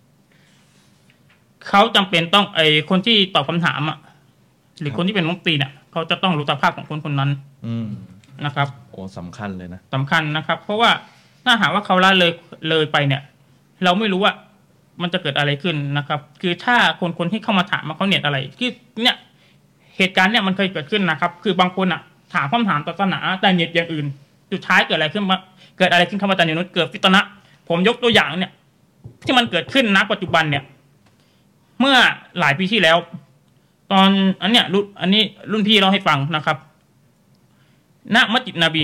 Speaker 2: เขาจำเป็นต้องคนที่ตอบคำถามหรือคนที่เป็นมุฟตีเนี่ยเขาจะต้องรู้สภาพของคนนั้นนะครับ
Speaker 1: โอ้สำคัญเลยนะ
Speaker 2: สำคัญนะครับเพราะว่าถ้าหากว่าเขาละเลยไปเนี่ยเราไม่รู้ว่ามันจะเกิดอะไรขึ้นนะครับคือถ้าคนที่เข้ามาถามมาเขาเนียดอะไรคือเนี่ยเหตุการณ์เนี่ยมันเคยเกิดขึ้นนะครับคือบางคนถามคำถามศาสนาแต่เนียดอย่างอื่นสุดท้ายเกิดอะไรขึ้นครับอาจารย์ยนุชเกิดฟิตนะผมยกตัวอย่างเนี่ยที่มันเกิดขึ้นณปัจจุบันเนี่ยเมื่อหลายปีที่แล้วตอนอันนี้รุ่นพี่เล่าให้ฟังนะครับณมัสยิดนบี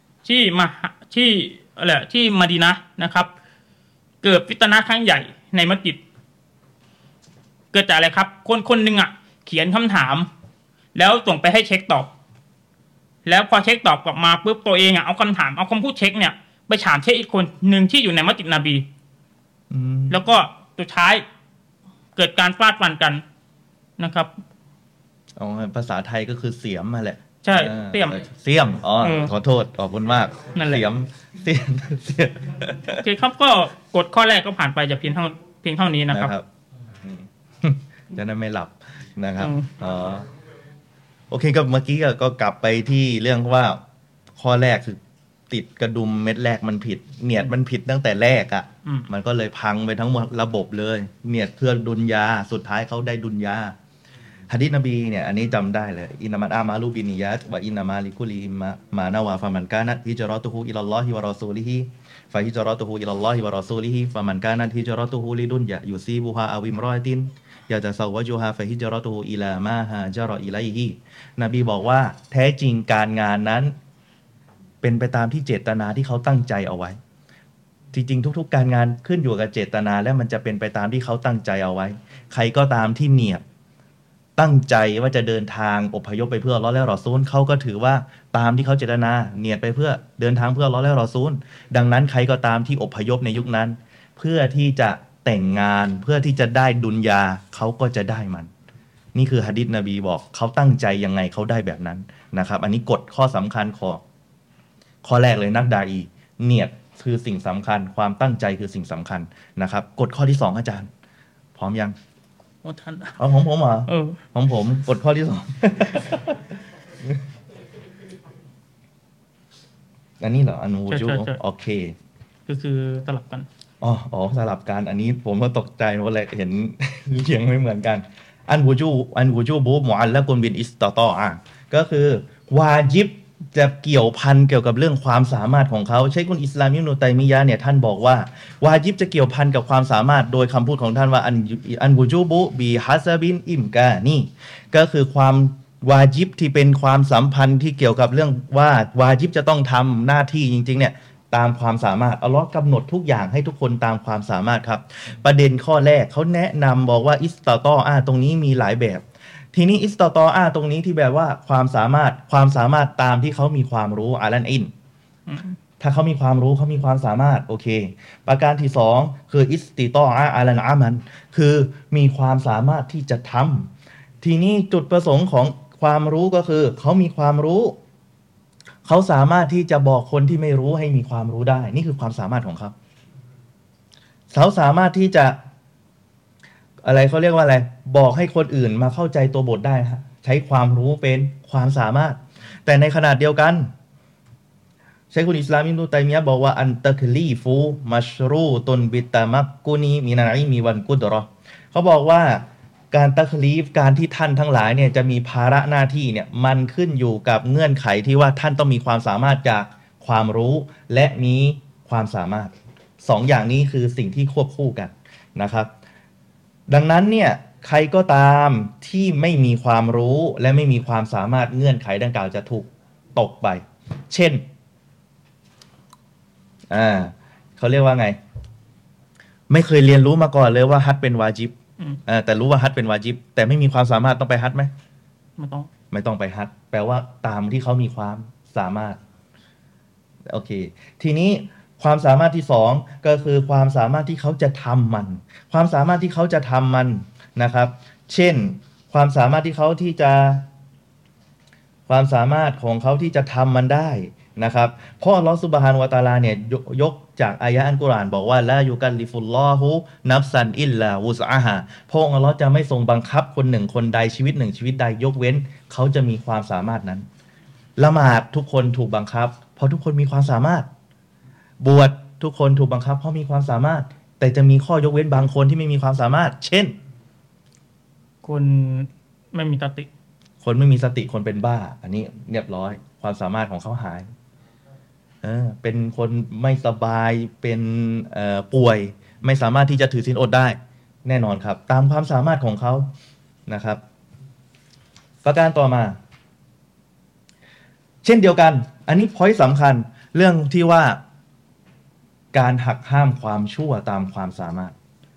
Speaker 2: ที่มะดีนะห์นะครับเกิดฟิตนะห์ครั้งใหญ่ในมัสยิดเกิดจากอะไรครับคนหนึ่งเขียนคำถามแล้วส่งไปให้เช็คตอบแล้วพอเช็คตอบกลับมาปุ๊บตัวเองเอาคำถามเอาคำพูดเช็คเนี่ยไปถามเช็คอีกคนหนึ่งที่อยู่ในมัสยิดนบีแล้วก็สุดท้ายเกิดการฟาดฟันกันนะครับ
Speaker 1: ภาษาไทยก็คือเสียมมาแหละ
Speaker 2: ใช่เสียม
Speaker 1: ขอโทษขอบคุณมาก
Speaker 2: เสียมคือครับก็กดข้อแรกก็ผ่านไปจะเพียงเท่านี้นะครับ
Speaker 1: จะได้ไม่หลับนะครับโอเคก็เมื่อกี้ก็กลับไปที่เรื่องว่าข้อแรกคือติดกระดุมเม็ดแรกมันผิดเนียดมันผิดตั้งแต่แรกอ่ะ
Speaker 2: อืม
Speaker 1: มันก็เลยพังไปทั้งหมดระบบเลยเนียดเพื่อดุนยาสุดท้ายเขาได้ดุนยาหะดีษนบีเนี่ยอันนี้จำได้เลยอินนามัตอามาลูบินิยัตวะอินนามาลิกุลิมานาวาฟะมันกานะฮิจเราะตุฮุอิลัลลอฮิวะรอซูลิฮิฟะฮิจเราะตุฮุอิลัลลอฮิวะรอซูลิฮิฟะมันกานะฮิจเราะตุฮุลิดุนยายูซีบุฮาอวิมรอตินยาตะซาวะจุฮาฟะฮิจเราะตุฮุอิลามาฮาจารออิลัยฮินบีบอกว่าแท้จริงการงานนั้นเป็นไปตามที่เจตนาที่เขาตั้งใจเอาไว้จริงๆทุกๆการงานขึ้นอยู่กับเจตนาและมันจะเป็นไปตามที่เขาตั้งใจเอาไว้ใครก็ตามที่เนียดตั้งใจว่าจะเดินทางอพยพไปเพื่ออัลเลาะห์และรอซูลเขาก็ถือว่าตามที่เขาเจตนาเนียดไปเพื่อเดินทางเพื่ออัลเลาะห์และรอซูลดังนั้นใครก็ตามที่อพยพในยุคนั้นเพื่อที่จะแต่งงานเพื่อที่จะได้ดุนยาเขาก็จะได้มันนี่คือหะดีษนบีบอกเขาตั้งใจยังไงเขาได้แบบนั้นนะครับอันนี้กฎข้อสำคัญข้อแรกเลยนักดาอีเนียดคือสิ่งสำคัญความตั้งใจคือสิ่งสำคัญนะครับกฎข้อที่ 2อาจารย์พร้อมยัง
Speaker 2: โอ้ท่าน
Speaker 1: เอาของผมเหรอ ของผมกฎข้อที่ 2 อันนี้เหรออันวูจู
Speaker 2: ใช่
Speaker 1: โอเค
Speaker 2: ก็คือสลับกัน
Speaker 1: อ๋อสลับกันอันนี้ผมก็ตกใจว่าอะไรเห็น เรียงไม่เหมือนกันอันวูจูบูมุอัลละกุนบินอิสตอตอก็คือวาญิบจะเกี่ยวพันเกี่ยวกับเรื่องความสามารถของเขาใช้คุณอิสลามอิบนุตัยมียะห์เนี่ยท่านบอกว่าวาญิบจะเกี่ยวพันกับความสามารถโดยคำพูดของท่านว่าอันวูจูบุบีฮัสบินอิมกานี่ก็คือความวาญิบที่เป็นความสัมพันธ์ที่เกี่ยวกับเรื่องว่าวาญิบจะต้องทำหน้าที่จริงๆเนี่ยตามความสามารถอัลเลาะห์กำหนดทุกอย่างให้ทุกคนตามความสามารถครับประเด็นข้อแรกเขาแนะนำบอกว่าอิสตอตอตรงนี้มีหลายแบบทีนี้อิสตอตอตรงนี้ที่แบบว่าความสามารถตามที่เขามีความรู้อาลันอินถ้าเขามีความรู้เขามีความสามารถโอเคประการที่2คืออิสติตออาลันอามันคือมีความสามารถที่จะทำทีนี้จุดประสงค์ของความรู้ก็คือเขามีความรู้เขาสามารถที่จะบอกคนที่ไม่รู้ให้มีความรู้ได้นี่คือความสามารถของเขาเขาสามารถที่จะอะไรเขาเรียกว่าอะไรบอกให้คนอื่นมาเข้าใจตัวบทได้ฮะใช้ความรู้เป็นความสามารถแต่ในขณะเดียวกันใช้คุณอิสลามอิบนุตัยมียะห์บอกว่าอันตะคลีฟูมัชรูตุนบิตะมักกุนีมินัลอิมีวันกุดเราะห์เขาบอกว่าการตักลีฟการที่ท่านทั้งหลายเนี่ยจะมีภาระหน้าที่เนี่ยมันขึ้นอยู่กับเงื่อนไขที่ว่าท่านต้องมีความสามารถจากความรู้และมีความสามารถ2อย่างนี้คือสิ่งที่ควบคู่กันนะครับดังนั้นเนี่ยใครก็ตามที่ไม่มีความรู้และไม่มีความสามารถเงื่อนไขดังกล่าวจะถูกตกไปเช่นเขาเรียกว่าไงไม่เคยเรียนรู้มาก่อนเลยว่าฮัจญ์เป็นวาญิบแต่รู้ว่าฮัจญ์เป็นวาญิบแต่ไม่มีความสามารถต้องไปฮัจญ์ไหมไม่ต้องไปฮัจญ์แปลว่าตามที่เขามีความสามารถโอเคทีนี้ความสามารถที่2ก็คือความสามารถที่เขาจะทำมันความสามารถที่เขาจะทำมันนะครับเช่นความสามารถที่เขาที่จะความสามารถของเขาที่จะทำมันได้นะครับเพราะอัลเลาะห์ซุบฮานะฮูวะตะอาลาเนี่ยยกจากอายะห์อัลกุรอานบอกว่าลายุกัลลิฟุลลอฮุนัฟซันอิลลาวุสอะฮาพระองค์อัลเลาะห์จะไม่ทรงบังคับคนหนึ่งคนใดชีวิตหนึ่งชีวิตใดยกเว้นเขาจะมีความสามารถนั้นละหมาดทุกคนถูกบังคับเพราะทุกคนมีความสามารถบวชทุกคนถูกบังคับเพราะมีความสามารถแต่จะมีข้อยกเว้นบางคนที่ไม่มีความสามารถเช่น
Speaker 2: คนไม่มีสติ
Speaker 1: คนไม่มีสติคนเป็นบ้าอันนี้เรียบร้อยความสามารถของเขาหายเป็นคนไม่สบายเป็นป่วยไม่สามารถที่จะถือศีลอดได้แน่นอนครับตามความสามารถของเขานะครับประการต่อมาเช่นเดียวกันอันนี้พอยต์สำคัญเรื่องที่ว่าการหักห้ามความชั่วตามความสามารถ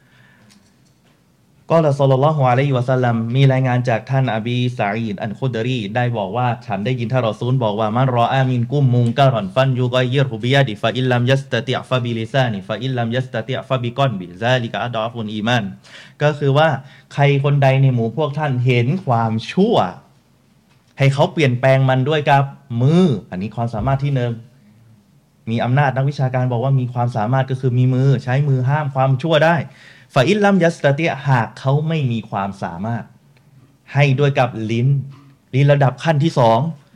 Speaker 1: ก็ละศ็อลลัลลอฮุอะลัยฮิวะซัลลัมมีรายงานจากท่านอบีซะอีดอัลคุดรีได้บอกว่าฉันได้ยินท่านรอซูลบอกว่ามันรออามินกุมมุงกะรอนฟันยุกัยยิรฮุบิยะดิฟะอิลลัมยัสตะติอฟะบิลิซานิฟะอิลลัมยัสตะติอฟะบิกอนบิซาลิกะอัดอฟุนอีมานก็คือว่าใครคนใดในหมู่พวกท่านเห็นความชั่วให้เขาเปลี่ยนแปลงมันด้วยกับมืออันนี้ความสามารถที่1มีอำนาจนักวิชาการบอกว่ามีความสามารถก็คือมีมือใช้มือห้ามความชั่วได้ฟาอิลลัมยัสตะติหากเขาไม่มีความสามารถให้ด้วยกับลิ้นระดับขั้นที่2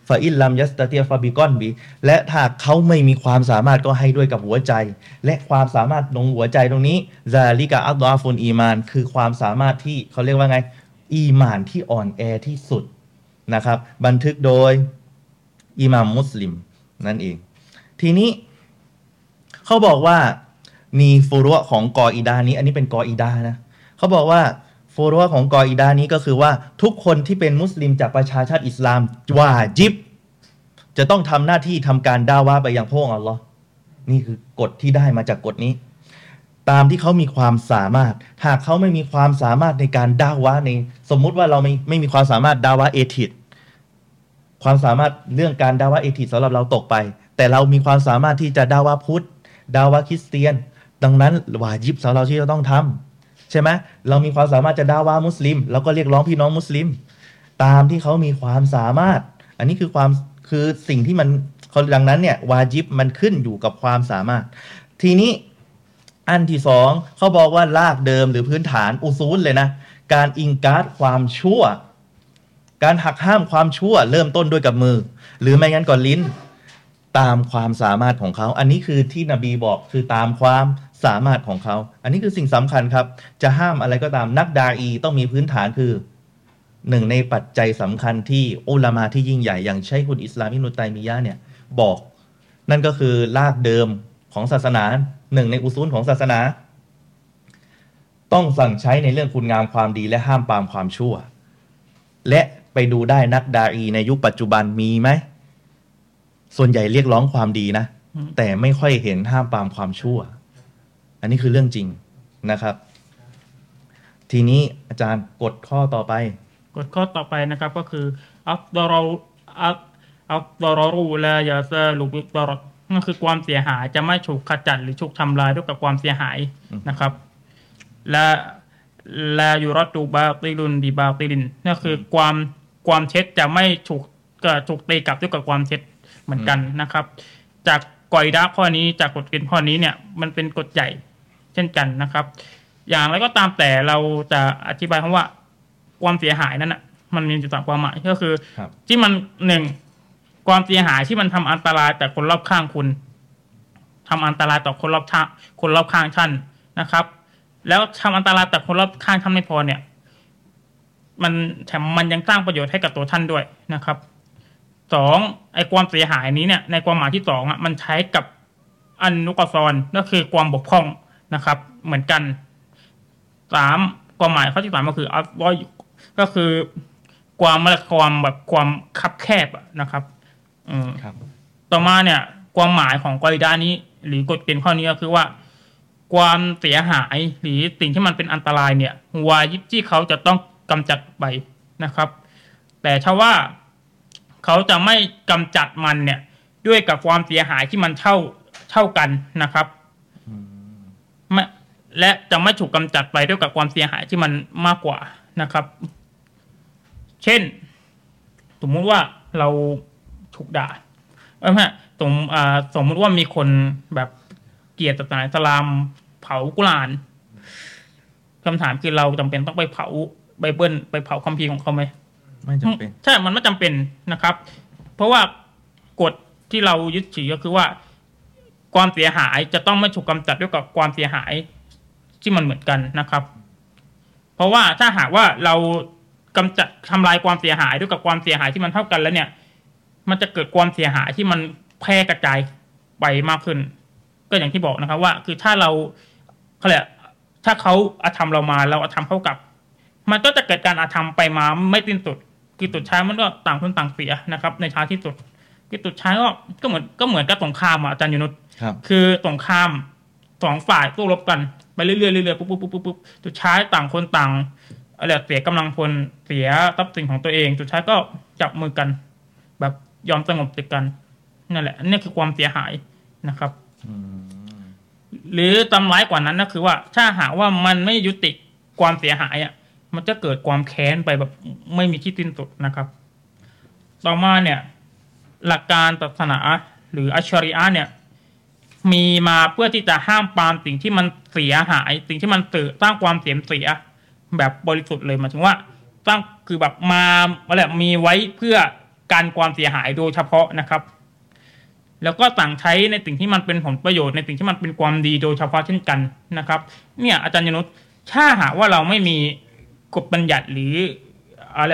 Speaker 1: ฟาอิลลัมยัสตะเตียฟาบิกอนบีและถ้าเขาไม่มีความสามารถก็ให้ด้วยกับหัวใจและความสามารถตรงหัวใจตรงนี้ซาลิกะอัลลอฟุนอีมานคือความสามารถที่เขาเรียกว่าไงอีมานที่อ่อนแอที่สุดนะครับบันทึกโดยอิหม่ามมุสลิมนั่นเองทีนี้เขาบอกว่ามีฟุรุของกออิดานี้อันนี้เป็นกออิดานะเขาบอกว่าฟุรุของกออิดานี้ก็คือว่าทุกคนที่เป็นมุสลิมจากประชาชาติอิสลามวาญิบจะต้องทำหน้าที่ทำการดาวะไปยังพระองค์อัลลอฮ์นี่คือกฎที่ได้มาจากกฎนี้ตามที่เขามีความสามารถหากเขาไม่มีความสามารถในการดาวะในสมมุติว่าเราไม่มีความสามารถดาวะเอทิดความสามารถเรื่องการดาวะเอทิดสำหรับเราตกไปแต่เรามีความสามารถที่จะดาวะพุทธดาวะคริสเตียนดังนั้นวาญิบสำหรับเราที่เราต้องทำใช่ไหมเรามีความสามารถจะดาวะมุสลิมเราก็เรียกร้องพี่น้องมุสลิมตามที่เขามีความสามารถอันนี้คือสิ่งที่มันเขาดังนั้นเนี่ยวาญิบมันขึ้นอยู่กับความสามารถทีนี้อันที่สองเขาบอกว่ารากเดิมหรือพื้นฐานอุซูลเลยนะการอิงการ์ดความชั่วการหักห้ามความชั่วเริ่มต้นด้วยกับมือหรือไม่งั้นก็ลิ้นตามความสามารถของเขาอันนี้คือที่นบีบอกคือตามความสามารถของเขาอันนี้คือสิ่งสำคัญครับจะห้ามอะไรก็ตามนักดาอีต้องมีพื้นฐานคือหนึ่งในปัจจัยสำคัญที่อุลามะที่ยิ่งใหญ่อย่างชัยคุลอิสลามอิบนุตัยมียะห์เนี่ยบอกนั่นก็คือรากเดิมของศาสนาหนึ่งในอุซูลของศาสนาต้องสั่งใช้ในเรื่องคุณงามความดีและห้ามปรามความชั่วและไปดูได้นักดาอีในยุคปัจจุบันมีไหมส่วนใหญ่เรียกร้องความดีนะแต่ไม่ค่อยเห็นห้ามปรามความชั่วอันนี้คือเรื่องจริงนะครับ ทีนี้อาจารย์กดข้อต่อไป
Speaker 2: กฎข้อต่อไปนะครับก็คืออัฟดอรออัฟดอรอรูลายาซาลูบิดอรนั่นคือความเสียหายจะไม่ถูกขจัดหรือถูกทำลายด้วยกับความเสียหายนะครับและลายูรอตูบาติลุนบิบาติลินนั่นคือความเท็จจะไม่ถูกตีกลับด้วยกับความเท็จเหมือนกันนะครับจากกออิดะห์ข้อนี้จากกฎเกณฑ์ข้อนี้เนี่ยมันเป็นกฎใหญ่เช่นกันนะครับอย่างไรก็ตามแต่เราจะอธิบายคำว่าความเสียหายนั้นอ่ะมันมีจุดต่างความหมายก็คือที่มันหนึ่งความเสียหายที่มันทำอันตรายแต่คนรอบข้างคุณทำอันตรายต่อคนรอบข้างท่านนะครับแล้วทำอันตรายแต่คนรอบข้างท่านไม่พอเนี่ยมันยังสร้างประโยชน์ให้กับตัวท่านด้วยนะครับสองไอ้ความเสียหายนี้เนี่ยในความหมายที่สองอ่ะมันใช้กับอันนุกซอนก็คือความบกพร่องนะครับเหมือนกันสามความหมายข้อที่สามก็คืออัลลอฮ์ก็คือความคับแคบนะครับต่อมาเนี่ยความหมายของกออิดะห์นี้หรือกฎเกณฑ์ข้อนี้ก็คือว่าความเสียหายหรือสิ่งที่มันเป็นอันตรายเนี่ยวาญิบที่เขาจะต้องกำจัดไปนะครับแต่ถ้าว่าเขาจะไม่กำจัดมันเนี่ยด้วยกับความเสียหายที่มันเท่ากันนะครับและจะไม่ถูกกำจัดไปด้วยกับความเสียหายที่มันมากกว่านะครับเช่นสมมุติว่าเราถูกด่าสมมุติว่ามีคนแบบเกลียดศาสนาอิสลามเผากุรอานคำถามคือเราจำเป็นต้องไปเผาไบเบิลไปเผาคัมภีร์ของเขาไหม
Speaker 1: ไม่จำเป็น
Speaker 2: ใช่มันไม่จำเป็นนะครับเพราะว่ากฎที่เรายึดถือก็คือว่าความเสียหายจะต้องไม่ถูกกำจัดด้วยกับความเสียหายที่มันเหมือนกันนะครับเพราะว่าถ้าหากว่าเรากำจัดทำลายความเสียหายด้วยกับความเสียหายที่มันเท่ากันแล้วเนี่ยมันจะเกิดความเสียหายที่มันแพร่กระจายไปมากขึ้นก็อย่างที่บอกนะครับว่าคือถ้าถ้าเขาอาธรรมเรามาเราอาธรรมเข้ากับมันก็จะเกิดการอาธรรมไปมาไม่สิ้นสุดคือสุดท้ายมันก็ต่างคนต่างเสียนะครับในท้ายที่สุดคือสุดท้ายก็เหมือนกับสงครามอาจารย์ยุนุชคือสงครามสองฝ่ายสู้รบกันไปเรื่อยๆปุ๊บสุดท้ายต่างคนต่างเสียกำลังพลเสียทรัพย์สินของตัวเองสุดท้ายก็จับมือกันแบบยอมสงบศึกกันนั่นแหละนี่คือความเสียหายนะครับหรือตำร้ายกว่านั้นก็คือว่าถ้าหากว่ามันไม่ยุติความเสียหายอ่ะมันจะเกิดความแค้นไปแบบไม่มีที่สิ้นสุดนะครับต่อมาเนี่ยหลักการศาสนาหรืออัชชะรีอะห์เนี่ยมีมาเพื่อที่จะห้ามปรามสิ่งที่มันเสียหายสิ่งที่มันสร้างความเสียแบบบริสุทธิ์เลยหมายถึงว่าสร้างคือแบบมีไว้เพื่อการความเสียหายโดยเฉพาะนะครับแล้วก็สั่งใช้ในสิ่งที่มันเป็นผลประโยชน์ในสิ่งที่มันเป็นความดีโดยเฉพาะเช่นกันนะครับเนี่ยอาจารย์ยนุชถ้าหากว่าเราไม่มีกฎบัญญัติหรืออะไร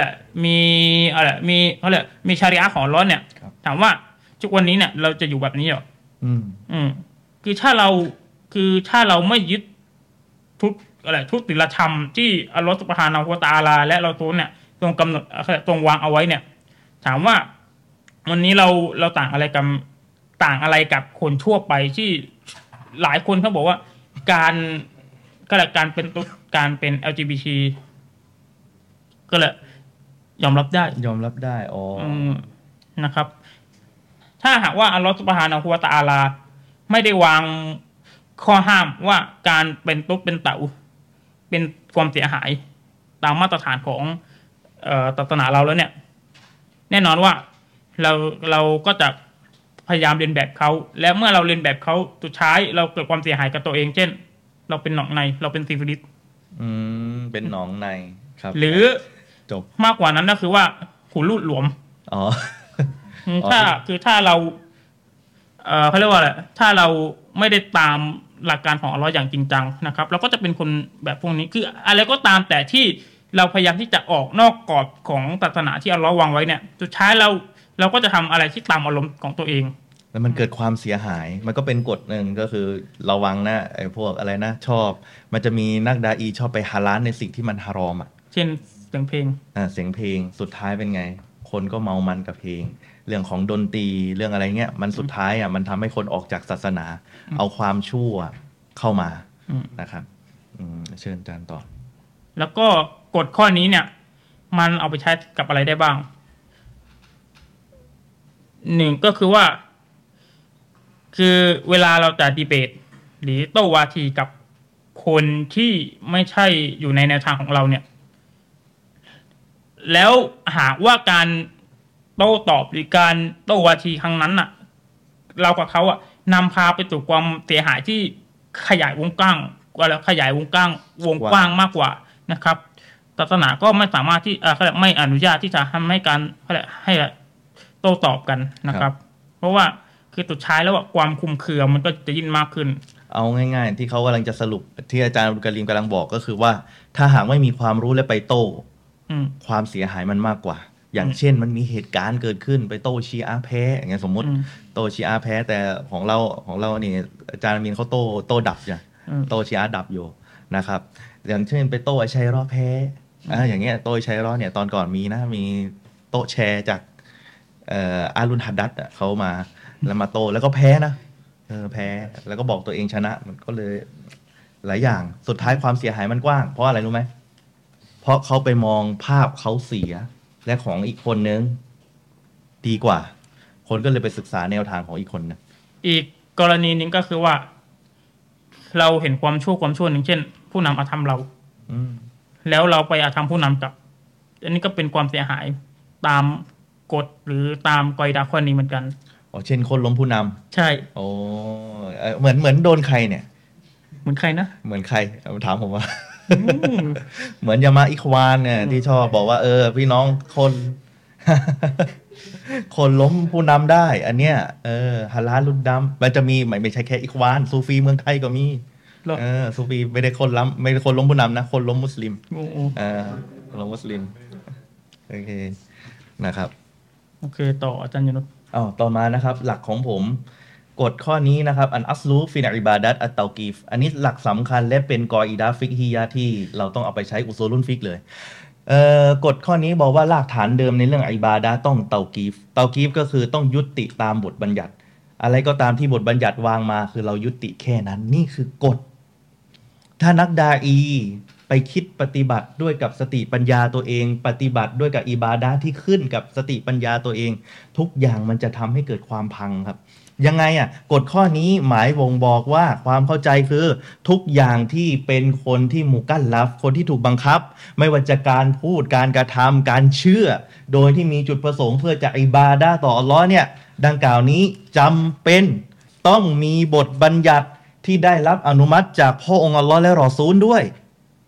Speaker 2: มีชาริอะห์ของอัลเลาะห์เนี่ยถามว่าทุกวันนี้เนี่ยเราจะอยู่แบบนี้หรอคือถ้าเราไม่ยึดทุกศีลธรรมที่อัลเลาะห์ซุบฮานะฮูวะตะอาลาและเราตัวเนี่ยทรงกำหนดทรงวางเอาไว้เนี่ยถามว่าวันนี้เราต่างอะไรกับคนทั่วไปที่หลายคนเขาบอกว่าการเป็น LGBT ก็เลยยอมรับได้นะครับถ้าหากว่าอัลเลาะห์ซุบฮานะฮูวะตะอาลาไม่ได้วางข้อห้ามว่าการเป็นตุ๊กเป็นเต๋าเป็นความเสียหายตามมาตรฐานของศาสนาเราแล้วเนี่ยแน่นอนว่าเราก็จะพยายามเรียนแบบเขาและเมื่อเราเรียนแบบเขาสุดท้ายเราเกิดความเสียหายกับตัวเองเช่นเราเป็นหนองในเราเป็นซิฟิลิส
Speaker 1: เป็นหนองในครับ
Speaker 2: หรือจบมากกว่านั้นก็คือว่าหูรูดหลวมถ้าเราเขาเรียกว่าอะไรถ้าเราไม่ได้ตามหลักการของอัลเลาะห์อย่างจริงจังนะครับเราก็จะเป็นคนแบบพวกนี้คืออะไรก็ตามแต่ที่เราพยายามที่จะออกนอกกรอบของศาสนาที่อัลเลาะห์วางไว้เนี่ยสุดท้ายเราก็จะทำอะไรที่ตามอารมณ์ของตัวเอง
Speaker 1: แล้วมันเกิดความเสียหายมันก็เป็นกฎหนึ่งก็คือระวังนะไอ้พวกอะไรนะชอบมันจะมีนักดาอีชอบไปฮาลาลในสิ่งที่มันฮารอม
Speaker 2: เช่นเสียงเพลง
Speaker 1: เสียงเพลงสุดท้ายเป็นไงคนก็เมามันกับเพลงเรื่องของดนตรีเรื่องอะไรเงี้ยมันสุดท้ายมันทำให้คนออกจากศาสนาเอาความชั่วเข้ามานะครับเชิญอาจารย์ต่อ
Speaker 2: แล้วก็กฎข้อนี้เนี่ยมันเอาไปใช้กับอะไรได้บ้างหนึ่งก็คือว่าคือเวลาเราจะดีเบตหรือโต้วาทีกับคนที่ไม่ใช่อยู่ในแนวทางของเราเนี่ยแล้วหากว่าการโต้ตอบหรือการโต้วาทีครั้งนั้นน่ะเรากับเขานำพาไปสู่ความเสียหายที่ขยายวงกว้างวงกว้างมากกว่านะครับศาสนาก็ไม่สามารถที่ไม่อนุญาตที่จะทำให้การให้โต้ตอบกันนะครับเพราะว่าคือสุดท้ายแล้วความคุมเครือมันก็จะยิ่งมากขึ้น
Speaker 1: เอาง่ายๆที่เขากำลังจะสรุปที่อาจารย์อับดุลกะรีมกำลังบอกก็คือว่าถ้าหากไม่มีความรู้และไปโต้ความเสียหายมันมากกว่าอย่างเช่นมันมีเหตุการณ์เกิดขึ้นไปโต้ชีอะห์แพ้อย่างเงี้ยสมมติโต้ชีอะห์แพ้แต่ของเรานี่อาจารย์อามีนเขาโต้ดับจ้ะโต้ชีอะห์ดับอยู่นะครับอย่างเช่นไปโต้ชัยรอแพ้อย่างเงี้ยโต้ชัยรอเนี่ยตอนก่อนมีโต้แชร์จากอารุณฮัดดัตเขามาแล้วมาโต้แล้วก็แพ้นะแพ้แล้วก็บอกตัวเองชนะมันก็เลยหลายอย่างสุดท้ายความเสียหายมันกว้างเพราะอะไรรู้ไหมเพราะเขาไปมองภาพเขาเสียและของอีกคนนึงดีกว่าคนก็เลยไปศึกษาแนวทางของอีกคนนึง
Speaker 2: อีกกรณีนึงก็คือว่าเราเห็นความชั่วหนึ่งเช่นผู้นำอาธรรมเราแล้วเราไปอาธรรมผู้นำกับอันนี้ก็เป็นความเสียหายตามกฎหรือตามกอยดาข้อนี้เหมือนกัน
Speaker 1: เช่นคนล้มผู้น
Speaker 2: ำใช่
Speaker 1: โอ้เหมือนโดนใครเนี่ย
Speaker 2: เหมือนใครนะ
Speaker 1: เหมือนใครถามผมว่าเหมือนยามาอิควานเนี่ยที่ชอบบอกว่าพี่น้องคนล้มผู้นำได้อันเนี้ยฮาลาลลุดดำมันจะมีไม่ใช่แค่อิควานซูฟีเมืองไทยก็มีซูฟีไม่ได้คนล้มผู้นำนะคนล้มมุสลิมล้มมุสลิมโอเคนะครับ
Speaker 2: โอเคต่ออาจารย์ยนุช
Speaker 1: ต่อมานะครับหลักของผมกฎข้อนี้นะครับอันอัสลูฟินอิบาดัตอัตเตากีฟอันนี้หลักสำคัญและเป็นกออิดะห์ฟิกฮียะห์ที่เราต้องเอาไปใช้อุซูลุลฟิกเลยกฎข้อนี้บอกว่ารากฐานเดิมในเรื่องอิบาดะห์ต้องเตากีฟก็คือต้องยุติตามบทบัญญัติอะไรก็ตามที่บทบัญญัติวางมาคือเรายุติแค่นั้นนี่คือกฎถ้านักดาอีไปคิดปฏิบัติด้วยกับสติปัญญาตัวเองปฏิบัติด้วยกับอิบาดะห์ที่ขึ้นกับสติปัญญาตัวเองทุกอย่างมันจะทำให้เกิดความพังครับยังไงกฎข้อนี้หมายบ่งบอกว่าความเข้าใจคือทุกอย่างที่เป็นคนที่มุกัลลัฟคนที่ถูกบังคับไม่ว่าจะการพูดการกระทำการเชื่อโดยที่มีจุดประสงค์เพื่อจะอิบาดะห์ต่ออัลเลาะห์เนี่ยดังกล่าวนี้จำเป็นต้องมีบทบัญญัติที่ได้รับอนุมัติจากพระองค์อัลเลาะห์และรอซูลด้วย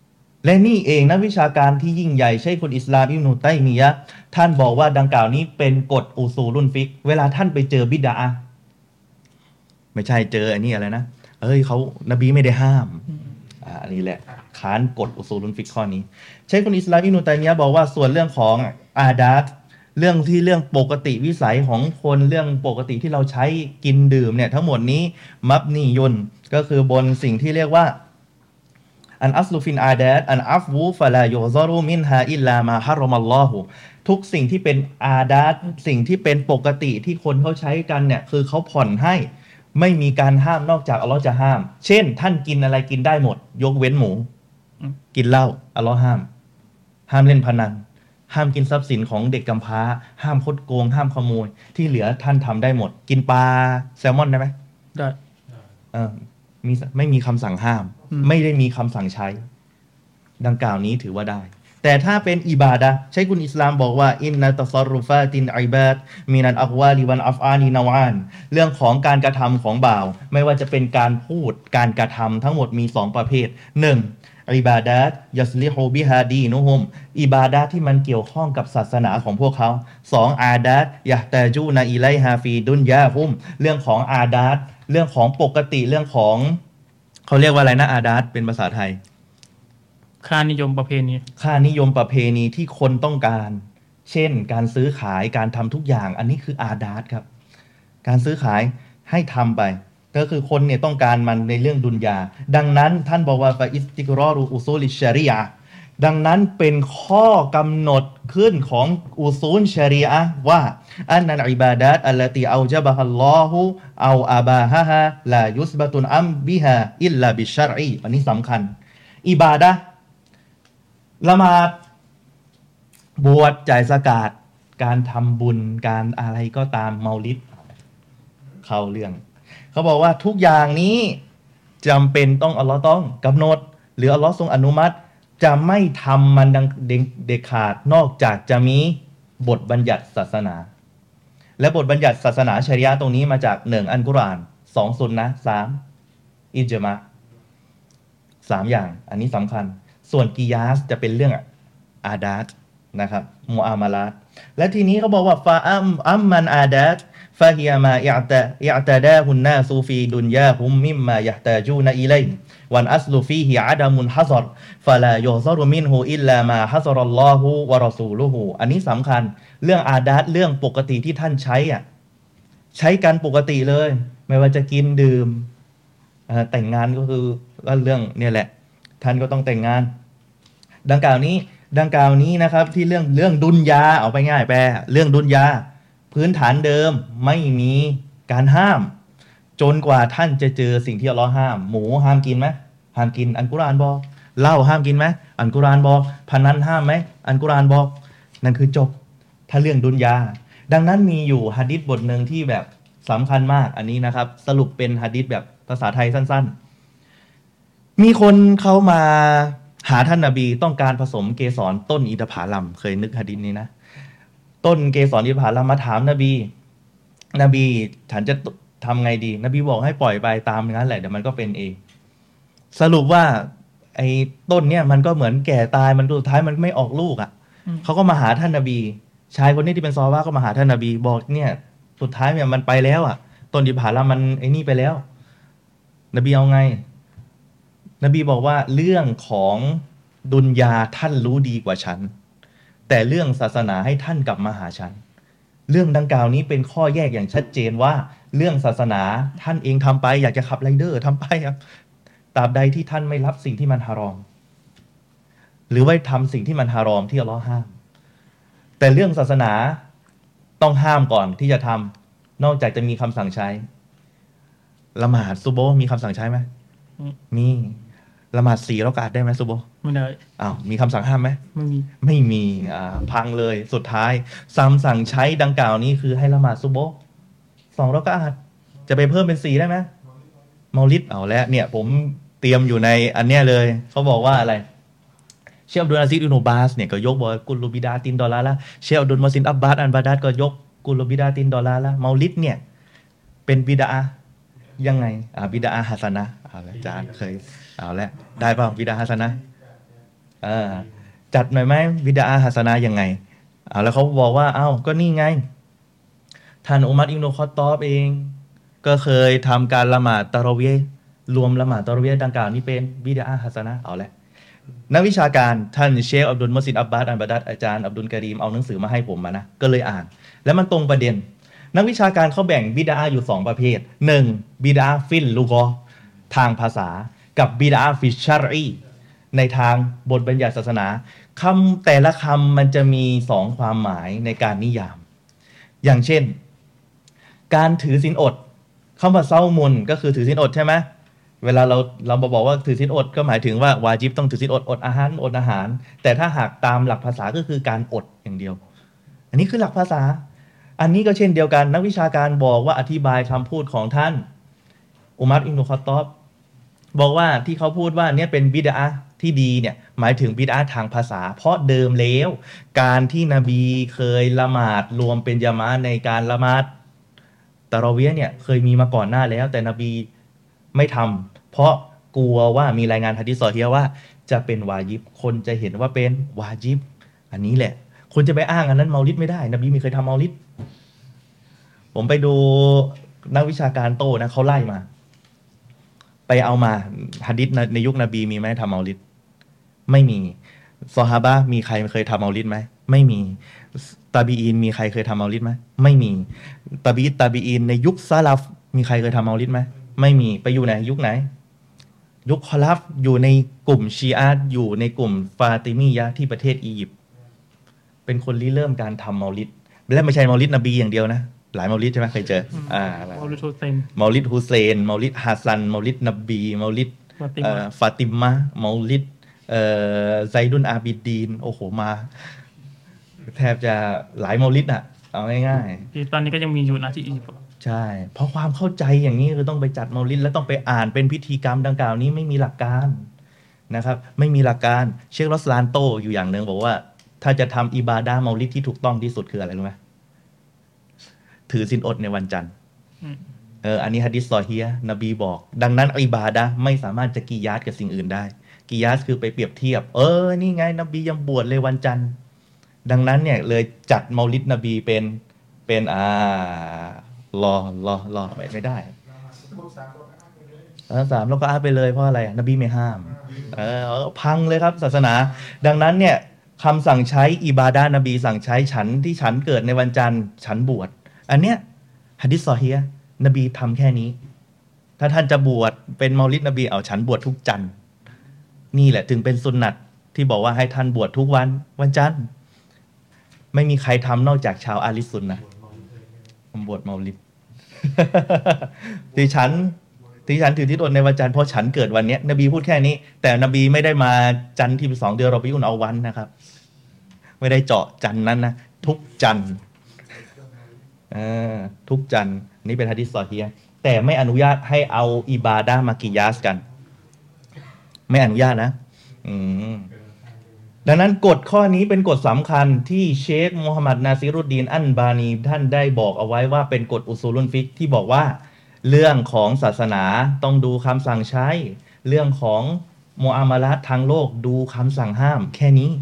Speaker 1: และนี่เองนักวิชาการที่ยิ่งใหญ่ใช่คนอิสลามอิบนุตัยมียะห์ท่านบอกว่าดังกล่าวนี้เป็นกฎอุซูลุนฟิกเวลาท่านไปเจอบิดาอะห์ไม่ใช่เจออันนี้อะไรนะเขานบีไม่ได้ห้ามอันนี้แหละค้านกฎอุซูลุนฟิกข้อนี้ใช่คนอิสลามอิบนุตัยมียะห์บอกว่าส่วนเรื่องของอาดาตเรื่องปกติวิสัยของคนเรื่องปกติที่เราใช้กินดื่มเนี่ยทั้งหมดนี้มับนียุนก็คือบนสิ่งที่เรียกว่าอันอัสลุฟินอาดาตอันอัฟวูฟะลายูซารุมินฮาอิลลามาฮารอมัลลอฮุทุกสิ่งที่เป็นอาดาตสิ่งที่เป็นปกติที่คนเขาใช้กันเนี่ยคือเขาผ่อนให้ไม่มีการห้ามนอกจากอัลลอฮ์จะห้ามเช่นท่านกินอะไรกินได้หมดยกเว้นหมูกินเหล้าอัลลอฮ์ห้ามเล่นพนันห้ามกินทรัพย์สินของเด็กกำพร้าห้ามคดโกงห้ามขโมยที่เหลือท่านทำได้หมดกินปลาแซลมอนได้ไหม
Speaker 2: ได้
Speaker 1: ไม่มีคำสั่งห้ามไม่ได้มีคำสั่งใช้ดังกล่าวนี้ถือว่าได้แต่ถ้าเป็นอิบาดะห์ใช้คุณอิสลามบอกว่าอินนัตตัศรุฟาตินอิบาดมินัลอักวาลิวันอัฟอาลีนาวานเรื่องของการกระทำของบ่าวไม่ว่าจะเป็นการพูดการกระทำทั้งหมดมี2ประเภท1อิบาดะห์ยัสลิฮูบิฮาดีนุฮุมอิบาดะห์ที่มันเกี่ยวข้องกับศาสนาของพวกเขา2อาดาตยะตาจูนาอิไลฮาฟีดุนยาฮุมเรื่องของอาดาตเรื่องของปกติเรื่องของเขาเรียกว่าอะไรนะอาดาตเป็นภาษาไทย
Speaker 2: ค่านิยมประเพณี
Speaker 1: ค่านิยมประเพณีที่คนต้องการเช่นการซื้อขายการทำทุกอย่างอันนี้คืออาดาตครับการซื้อขายให้ทำไปก็คือคนเนี่ยต้องการมันในเรื่องดุนยาดังนั้นท่านบอกว่าฟาอิสติกรอรูอุซูลิชารีอะห์ดังนั้นเป็นข้อกำหนดขึ้นของอุซูลชารีอะห์ว่าอันนัลอิบาดาตอัลลตีเอาจบะฮัลลอฮุเอาอาบาฮะฮะลายุสบะตุนอัมบิฮาอิลลาบิชชัรอีอันนี้สำคัญอิบาดะห์ละหมาดบวชจ่ายซะกาตการทำบุญการอะไรก็ตามเมาลิดเข้าเรื่องเขาบอกว่าทุกอย่างนี้จำเป็นต้องอัลลอฮ์ต้องกำหนดหรืออัลลอฮ์ทรงอนุมัติจะไม่ทำมันเด็ดขาดนอกจากจะมีบทบัญญัติศาสนาและบทบัญญัติศาสนาชะรีอะห์ตรงนี้มาจาก1อัลกุรอาน2ซุนนะห์3อิญมะ3อย่างอันนี้สำคัญส่วนกิยาสจะเป็นเรื่องอาดาตนะครับมุอามาลาตและทีนี้เขาบอกว่าฟาอัมมันอาดาตฟาฮิยามาอิอ์ตะดาฮุนนาซูฟีดุนยาฮุมมิมมายะตาจูนอิลัยวันอัสลุฟีฮิอะดามุนฮัซรฟะลายุซรมินฮูอิลลามาฮัซรัลลอฮุวะรอซูลุฮูอันนี้สำคัญเรื่องอาดาตเรื่องปกติที่ท่านใช้กันปกติเลยไม่ว่าจะกินดื่มแต่งงานก็คือเรื่องเนี่ยแหละท่านก็ต้องแต่งงานดังกล่าวนี้นะครับที่เรื่องดุนยาเอาไปง่ายแปลเรื่องดุนยาพื้นฐานเดิมไม่มีการห้ามจนกว่าท่านจะเจอสิ่งที่อัลเลาะห์ห้ามหมูห้ามกินไหมห้ามกินอัลกุรอานบอกเหล้าห้ามกินไหมอัลกุรอานบอกพนันห้ามไหมอัลกุรอานบอกนั่นคือจบถ้าเรื่องดุนยาดังนั้นมีอยู่หะดีษบทหนึ่งที่แบบสำคัญมากอันนี้นะครับสรุปเป็นหะดีษแบบภาษาไทยสั้นๆมีคนเขามาหาท่านนบีต้องการผสมเกสรต้นอินทผลัมเคยนึกหะดีษนี้นะต้นเกสรอินทผลัมมาถามนบีฉันจะทำไงดีนบีบอกให้ปล่อยไปตามนั้นแหละเดี๋ยวมันก็เป็นเองสรุปว่าไอ้ต้นเนี่ยมันก็เหมือนแก่ตายมันสุดท้ายมันไม่ออกลูกอ่ะเขาก็มาหาท่านนบีชายคนนี้ที่เป็นซอฮาบะห์ก็มาหาท่านนบีบอกเนี่ยสุดท้ายเนี่ยมันไปแล้วอ่ะต้นอินทผลัมมันไอ้นี่ไปแล้วนบีเอาไงนบีบอกว่าเรื่องของดุนยาท่านรู้ดีกว่าฉันแต่เรื่องศาสนาให้ท่านกลับมาหาฉันเรื่องดังกล่าวนี้เป็นข้อแยกอย่างชัดเจนว่าเรื่องศาสนาท่านเองทำไปอยากจะขับไรเดอร์ทำไปครับตราบใดที่ท่านไม่รับสิ่งที่มันฮารอมหรือว่าทำสิ่งที่มันฮารอมที่อัลเลาะห์ห้ามแต่เรื่องศาสนาต้องห้ามก่อนที่จะทำนอกจากจะมีคำสั่งใช้ละหมาดซุโบห์มีคำสั่งใช้ไหมมีละหมาด4 เราะกาตได้ไหมซุโบห์
Speaker 2: ไม่ได้
Speaker 1: มีคำสั่งห้ามไหมไม่มีพังเลยสุดท้ายคำสั่งใช้ดังกล่าวนี้คือให้ละหมาดซุโบห์2 เราะกาตจะไปเพิ่มเป็น4ได้ไหมเมาลิดเอาแล้วเนี่ยผมเตรียมอยู่ในอันเนี้ยเลยเขาบอกว่าอะไรเชฟอับดุลอาซิซอิบนุบาสเนี่ยก็ยกบอกกุลบิดาตินดอลลาละเชฟอับดุลมอซินอับบาสอันบาดัดก็ยกกุลบิดาตินดอลลาละเมาลิดเนี่ยเป็นบิดายังไงบิดาฮัสนะเอาละอาจารย์เคยเอาแล้วได้ป่ะบิดาฮัสนะเออจัดหน่อยไหมบิดาฮัสนะยังไงแล้วเขาบอกว่าก็นี่ไงท่านอุมัรอิบนุคอฏฏอบเองก็เคยทำการละหมาดตะเราะวีห์รวมละหมาดตะเราะวีห์ดังกล่าวนี้เป็นบิดาฮัสนะเอาแหละนักวิชาการท่านเชคอับดุลมุสิดอับบาสอัลบาดัดอาจารย์อับดุลกะรีมเอาหนังสือมาให้ผมมานะก็เลยอ่านแล้วมันตรงประเด็นนักวิชาการเขาแบ่งบิดาอยู่2ประเภท1บิดาฟิลลุกอทางภาษากับบิดาฟิชชัรอีในทางบทบัญญัติศาสนาคำแต่ละคำมันจะมี2ความหมายในการนิยามอย่างเช่นการถือศีลอดคำว่าเซามุนก็คือถือศีลอดใช่ไหมเวลาเราบอกว่าถือศีลอดก็หมายถึงว่าวาญิบต้องถือศีลอดอดอาหารแต่ถ้าหากตามหลักภาษาก็คือการอดอย่างเดียวอันนี้คือหลักภาษาอันนี้ก็เช่นเดียวกันนักวิชาการบอกว่าอธิบายคำพูดของท่านอุมัรอิบนุคอฏฏอบบอกว่าที่เขาพูดว่าเนี่ยเป็นบิดอะห์ที่ดีเนี่ยหมายถึงบิดอะห์ทางภาษาเพราะเดิมแล้วการที่นบีเคยละหมาดรวมเป็นญะมาอะห์ในการละหมาดตะเราะวีห์เนี่ยเคยมีมาก่อนหน้าแล้วแต่นบีไม่ทำเพราะกลัวว่ามีรายงานหะดีษซอฮีฮ์ว่าจะเป็นวาญิบคนจะเห็นว่าเป็นวาญิบอันนี้แหละคนจะไปอ้างอันนั้นเมาลิดไม่ได้นบีไม่เคยทำเมาลิดผมไปดูนักวิชาการโต้นะเขาไล่มาไปเอามาหะดีษในยุคนบีมีไหมทำเมาลิดไม่มีซอฮาบะห์มีใครเคยทำเมาลิดไหมไม่มีตาบีอีนมีใครเคยทำเมาลิดไหมไม่มีตาบีอีนในยุคซะลัฟมีใครเคยทำเมาลิดไหมไม่มีไปอยู่ไหนยุคไหนยุคคอลัฟอยู่ในกลุ่มชีอะห์อยู่ในกลุ่มฟาติมียะห์ที่ประเทศอียิปต์เป็นคนริเริ่มการทำเมาลิดและไม่ใช่เมาลิดนบีอย่างเดียวนะหลายเมาลิดใช่ไหมเคยเจอ
Speaker 2: เมาลิดฮุเซน
Speaker 1: เมาลิดฮุเซนเมาลิดฮัสซันเมาลิดนบีเมาลิดฟาติมะเมาลิดไซดุนอาบิดีนโอ้โหมาแทบจะหลายเมาลิดอ่ะเอาง่ายๆ
Speaker 2: ที่ตอนนี้ก็ยังมีอยู่นะที่อียิปต์
Speaker 1: ใช่เพราะความเข้าใจอย่างนี้คือต้องไปจัดเมาลิดแล้วต้องไปอ่านเป็นพิธีกรรมดังกล่าวนี้ไม่มีหลักการนะครับไม่มีหลักการเชครอสลานโตอยู่อย่างหนึ่งบอกว่าถ้าจะทำอิบาดะห์เมาลิดที่ถูกต้องที่สุดคืออะไรรู้ไหมถือศีลอดในวันจันทร์อันนี้หะดีษซอฮีฮ์นบีบอกดังนั้นอิบาดะห์ไม่สามารถจะกิยาสกับสิ่งอื่นได้กิยาสคือไปเปรียบเทียบนี่ไงนบียังบวชเลยวันจันทร์ดังนั้นเนี่ยเลยจัดเมาลิดนบีเป็นรอไม่ได้3แล้วก็อาไปเลยเพราะอะไรนบีไม่ห้ามพังเลยครับศาสนาดังนั้นเนี่ยคำสั่งใช้อิบาดะห์นบีสั่งใช้ฉันที่ฉันเกิดในวันจันทร์ฉันบวชอันเนี้ยหะดีษซอฮีฮ์นบีทำแค่นี้ถ้าท่านจะบวชเป็นเมาลิดนบีเอาฉันบวชทุกจันทร์นี่แหละถึงเป็นสุนนัตที่บอกว่าให้ท่านบวชทุกวันจันทร์ไม่มีใครทำนอกจากชาวอาลิซุนนะบวชเมาลิด ที่ฉันถือทิศอดในวันจันทร์เพราะฉันเกิดวันนี้นบีพูดแค่นี้แต่นบีไม่ได้มาจันทร์ที่2 เดือนรอบิอุลเอาวันนะครับไม่ได้เจาะจันทร์นั้นนะทุกจันทร์ทุกจันทร์นี่เป็นหะดีษซอฮีฮ์แต่ไม่อนุญาตให้เอาอิบาดะห์มากิยาสกันไม่อนุญาตนะดังนั้นกฎข้อนี้เป็นกฎสำคัญที่เชคมูฮัมหมัดนาซิรุดดีนอันบานีท่านได้บอกเอาไว้ว่าเป็นกฎอุซูลุลฟิกที่บอกว่าเรื่องของศาสนาต้องดูคำสั่งใช้เรื่องของมุอามาละห์ทางโลกดูคำสั่งห้ามแค่นี้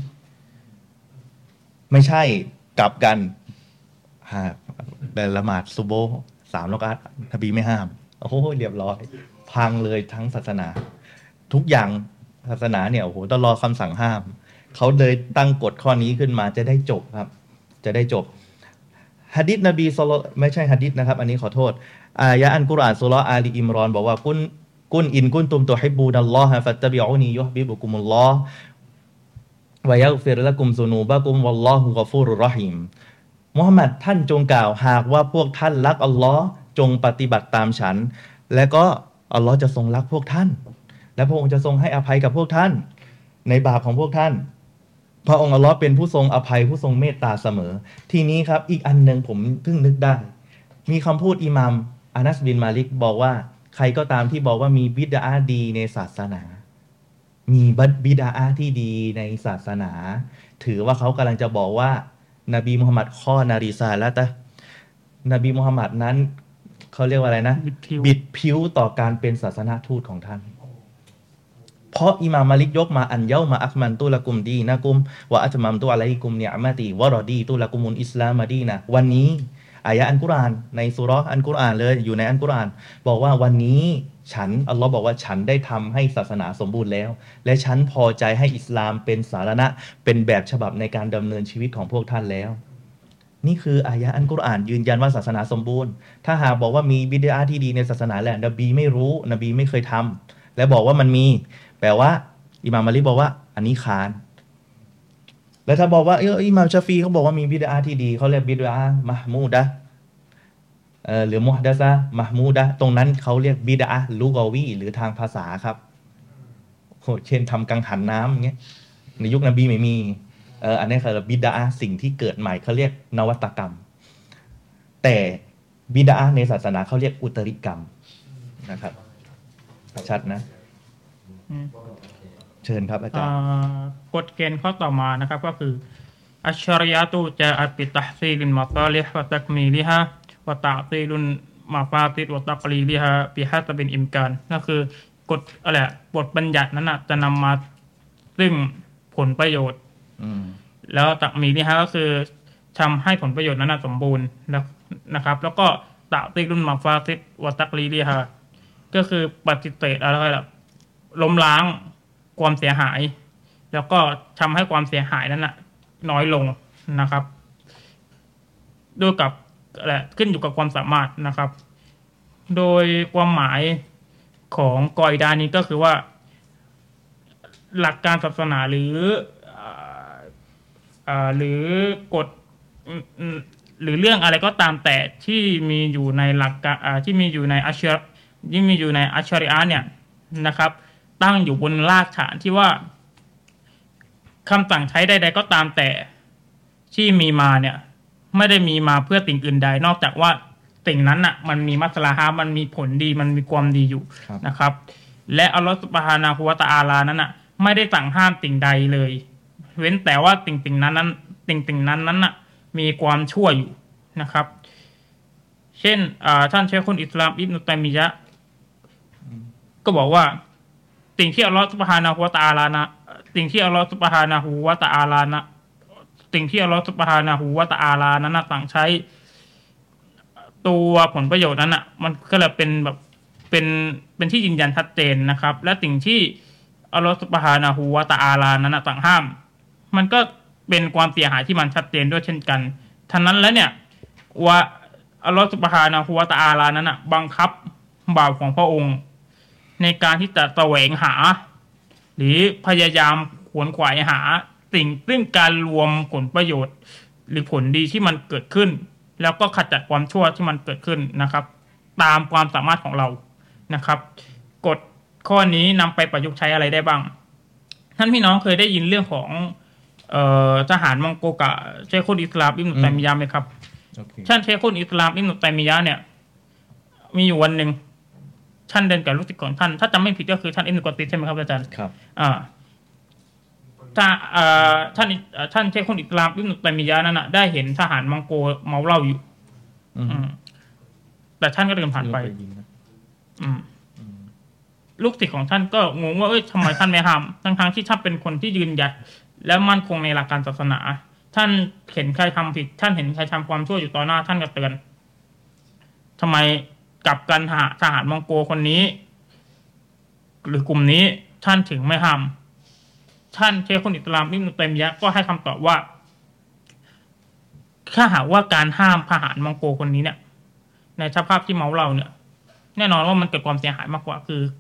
Speaker 1: ไม่ใช่กลับกันแต่ละหมาดซุโบห์3 รอกอะห์นบีไม่ห้ามโอ้โหเรียบร้อยพังเลยทั้งศาสนาทุกอย่างศาสนาเนี่ยโอ้โหต้องรอคำสั่งห้ามเขาเลยตั้งกฎข้อนี้ขึ้นมาจะได้จบครับจะได้จบหะดีษนบีไม่ใช่หะดีษนะครับอันนี้ขอโทษอายะอันกุรอานซูเราะห์อาลีอิมรอนบอกว่ากุนอินกุนตุมตุฮิบบูนัลลอฮะฟัตตะบิอูนียุฮบิบุกุมุลลอฮ์วะยัฆฟิรละกุมซุนูบะกุมวัลลอฮุฆอฟูรุรเราะฮีมมุฮัมมัดท่านจงกล่าวหากว่าพวกท่านรักอัลลอฮ์จงปฏิบัติตามฉันและก็อัลลอฮ์จะทรงรักพวกท่านและพระองค์จะทรงให้อภัยกับพวกท่านในบาปของพวกท่านพระองค์อัลลอฮ์เป็นผู้ทรงอภัยผู้ทรงเมตตาเสมอทีนี้ครับอีกอันหนึ่งผมเพิ่งนึกได้มีคำพูดอิหม่ามอานัสบินมาลิกบอกว่าใครก็ตามที่บอกว่ามีบิดอะห์ดีในศาสนามีบิดอะห์ที่ดีในศาสนาถือว่าเขากำลังจะบอกว่านบีมุฮัมมัดข้อนาริซาละตะนบีมุฮัมมัดนั้นเขาเรียกว่าอะไรนะบิดผิวต่อการเป็นศาสนาทูตของท่านเพราะอิหม่ามมาลิกยกมาอันเยามาอักมันตุละกุมดีนะกุมวะอัตมัมตุอะลัยกุมเนียมะตีวะรอดีตุละกุมุลอิสลามดีนะวันนี้อายะอันกุรอานในซูเราะห์อันกุรอานเลยอยู่ในอันกุรอานบอกว่าวันนี้ฉันอัลลอฮ์บอกว่าฉันได้ทำให้ศาสนาสมบูรณ์แล้วและฉันพอใจให้อิสลามเป็นสาระเป็นแบบฉบับในการดำเนินชีวิตของพวกท่านแล้วนี่คืออายะอันกุรอานยืนยันว่าศาสนาสมบูรณ์ถ้าหากบอกว่ามีบิดอะห์ที่ดีในศาสนาแหละนบีไม่รู้นบีไม่เคยทำและบอกว่ามันมีแปลว่าอิหม่ามมาลิกบอกว่าอันนี้คานแล้วถ้าบอกว่าอิหม่ามชาฟีเขาบอกว่ามีบิดอะห์ที่ดีเขาเรียกบิดอะห์มะห์มูดะห์หรือมุฮดัซะห์มะห์มูดะห์ตรงนั้นเขาเรียกบิดอะห์ลุกอวีหรือทางภาษาครับเช่นทำกังหันน้ำอย่างเงี้ยในยุคนบีไม่มีอันนี้คือบิดอะห์สิ่งที่เกิดใหม่เขาเรียกนวัตกรรมแต่บิดอะห์ในศาสนาเขาเรียกอุตริกรรมนะครับชัดนะเชิญครับอาจารย์
Speaker 2: กฎเกณฑ์ข้อต่อมานะครับก็คืออัชชริยะตุจะอัติตัฮซีลินมัตาลิฮ์วะตักมีลิฮะวะตะตีลุนมาฟาติดวะตักลีลิฮะบิฮัสบินอิมกานก็คือกฎอะไรบทบัญญัตินั้นจะนำมาซึ่งผลประโยชน์แล้วตักมีลิฮะก็คือทำให้ผลประโยชน์นั้นสมบูรณ์นะครับแล้วก็ตะตีลุนมาฟาติดวะตักลีลิฮะก็คือปฏิเสธอะไรล่ะล้มล้างความเสียหายแล้วก็ทำให้ความเสียหายนั้นน้อยลงนะครับด้วยกับอะไรขึ้นอยู่กับความสามารถนะครับโดยความหมายของกออิดะห์นี้ก็คือว่าหลักการศาสนาหรือกฎหรือเรื่องอะไรก็ตามแต่ที่มีอยู่ในหลักการที่มีอยู่ในอัชชริอะห์เนี่ยนะครับตั้งอยู่บนรากฐานที่ว่าคำสั่งใช้ใดๆก็ตามแต่ที่มีมาเนี่ยไม่ได้มีมาเพื่อสิ่งอื่นใดนอกจากว่าสิ่งนั้นมันมีมัสลาฮะห์มันมีผลดีมันมีความดีอยู่นะครับและอัลลอฮฺซุบฮานะฮูวะตะอาลานั้นไม่ได้สั่งห้ามสิ่งใดเลยเว้นแต่ว่าสิ่งนั้นมีความชั่วอยู่นะครับเช่นท่านเชคุลอิสลามอิบนุตัยมียะห์ก็บอกว่าสิ่งที่อัลลอฮฺซุบฮานะฮูวะตะอาลาสิ่งที่อัลลอฮฺซุบฮานะฮูวะตะอาลานั้นสั่งใช้ตัวผลประโยชน์นั้นมันก็เลยเป็นแบบเป็นที่ยืนยันชัดเจนนะครับและสิ่งที่อัลลอฮฺซุบฮานะฮูวะตะอาลานั้นสั่งห้ามมันก็เป็นความเสียหายที่มันชัดเจนด้วยเช่นกันฉะนั้นแล้วเนี่ยว่าอัลลอฮฺซุบฮานะฮูวะตะอาลานั้นบังคับบ่าวของพระองค์ในการที่จะแสวงหาหรือพยายามขวนขวายหาสิ่งซึ่งการรวมผลประโยชน์หรือผลดีที่มันเกิดขึ้นแล้วก็ขจัดความชั่วที่มันเกิดขึ้นนะครับตามความสามารถของเรานะครับกฎข้อนี้นำไปประยุกต์ใช้อะไรได้บ้างท่านพี่น้องเคยได้ยินเรื่องของทหารมองโกกะเชคุลอิสลามอิบนุตัยมียะห์ไหมครับท่านเชคุลอิสลามอิบนุตัยมียะห์เนี่ยมีอยู่วันหนึ่งท่านเดินกับลูกศิษย์ของท่านถ้าจำไม่ผิดก็คือท่านอิบนุกอติรใช่ไหมครับอาจารย์ครับท่านเชคุลอิสลามอิบนุตัยมียะห์นั้นได้เห็นทหารมองโกเมาเหล้าอยู่แต่ท่านก็เดินผ่านไปลูกศิษย์ของท่านก็งงว่าทำไมท่านไม่ห้ามทั้งที่ท่านเป็นคนที่ยืนหยัดและมั่นคงในหลักการศาสนาท่านเห็นใครทำผิดท่านเห็นใครทำความชั่วอยู่ต่อหน้าท่านก็เตือนทำไมกับการทหารมองโกคนนี้หรือกลุ่มนี้ท่านถึงไม่ห้ามท่านเชคุลอิสลามอิบนุตัยมียะห์ก็ให้คำตอบว่าถ้าหากว่าการห้ามทหารมองโกคนนี้เนี่ยในสภาพที่เมาเหล้าเนี่ยแน่นอนว่ามันเกิดความเสียหายมากกว่า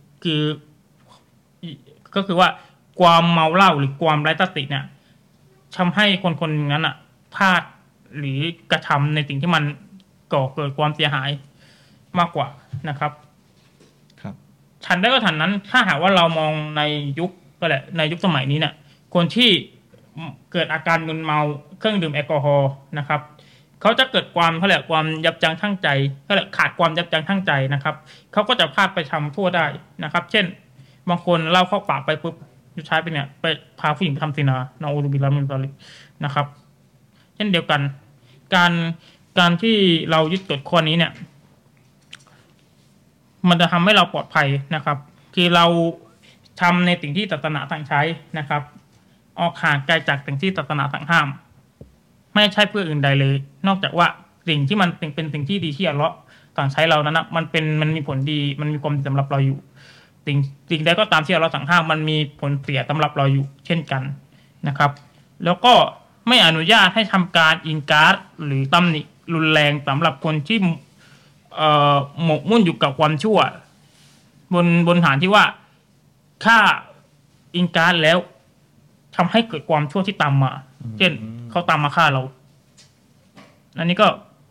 Speaker 2: ก็คือว่าความเมาเหล้าหรือความไร้สติเนี่ยทำให้คนนั้นพลาดหรือกระทำในสิ่งที่มันก่อเกิดความเสียหายมากกว่านะครับฉันได้ก็ฉันนั้นถ้าหากว่าเรามองในยุคก็แหละในยุคสมัยนี้เนี่ยคนที่เกิดอาการมึนเมาเครื่องดื่มแอลกอฮอล์นะครับเขาจะเกิดความความยับยั้งชั่งใจขาดความยับยั้งชั่งใจนะครับเขาก็จะพลาดไปทำชั่วได้นะครับเช่นบางคนเล่าเข้าปากไปปุ๊บสุดท้ายไปเนี่ยไปพาผู้หญิงไปทำซินานะอูซุบิลลาฮิมินซาลิกนะครับเช่นเดียวกันการที่เรายึดกฎข้อนี้เนี่ยมันจะทำให้เราปลอดภัยนะครับคือเราทำในสิ่งที่ศาสนาสั่งใช้นะครับ ออกห่างไกลจากสิ่งที่ศาสนาสั่งห้าม ไม่ใช่เพื่ออื่นใดเลย นอกจากว่าสิ่งที่มันเป็นสิ่งที่ดีที่อัลเลาะห์สั่งใช้เรานั้นนะมันมีผลดี มันมีความดีสำหรับเราอยู่สิ่งใดก็ตามที่อัลเลาะห์สั่งห้ามมันมีผลเสียสำหรับเราอยู่เช่นกันนะครับ แล้วก็ไม่อนุญาตให้ทำการอินการ์หรือตำหนิรุนแรงสำหรับคนที่หมกมุ่นอยู่กับความชั่ว บนฐานที่ว่าถ้าอินการ์แล้วทำให้เกิดความชั่วที่ตามมา เช่นเขาตามมาฆ่าเรา อันนี้ก็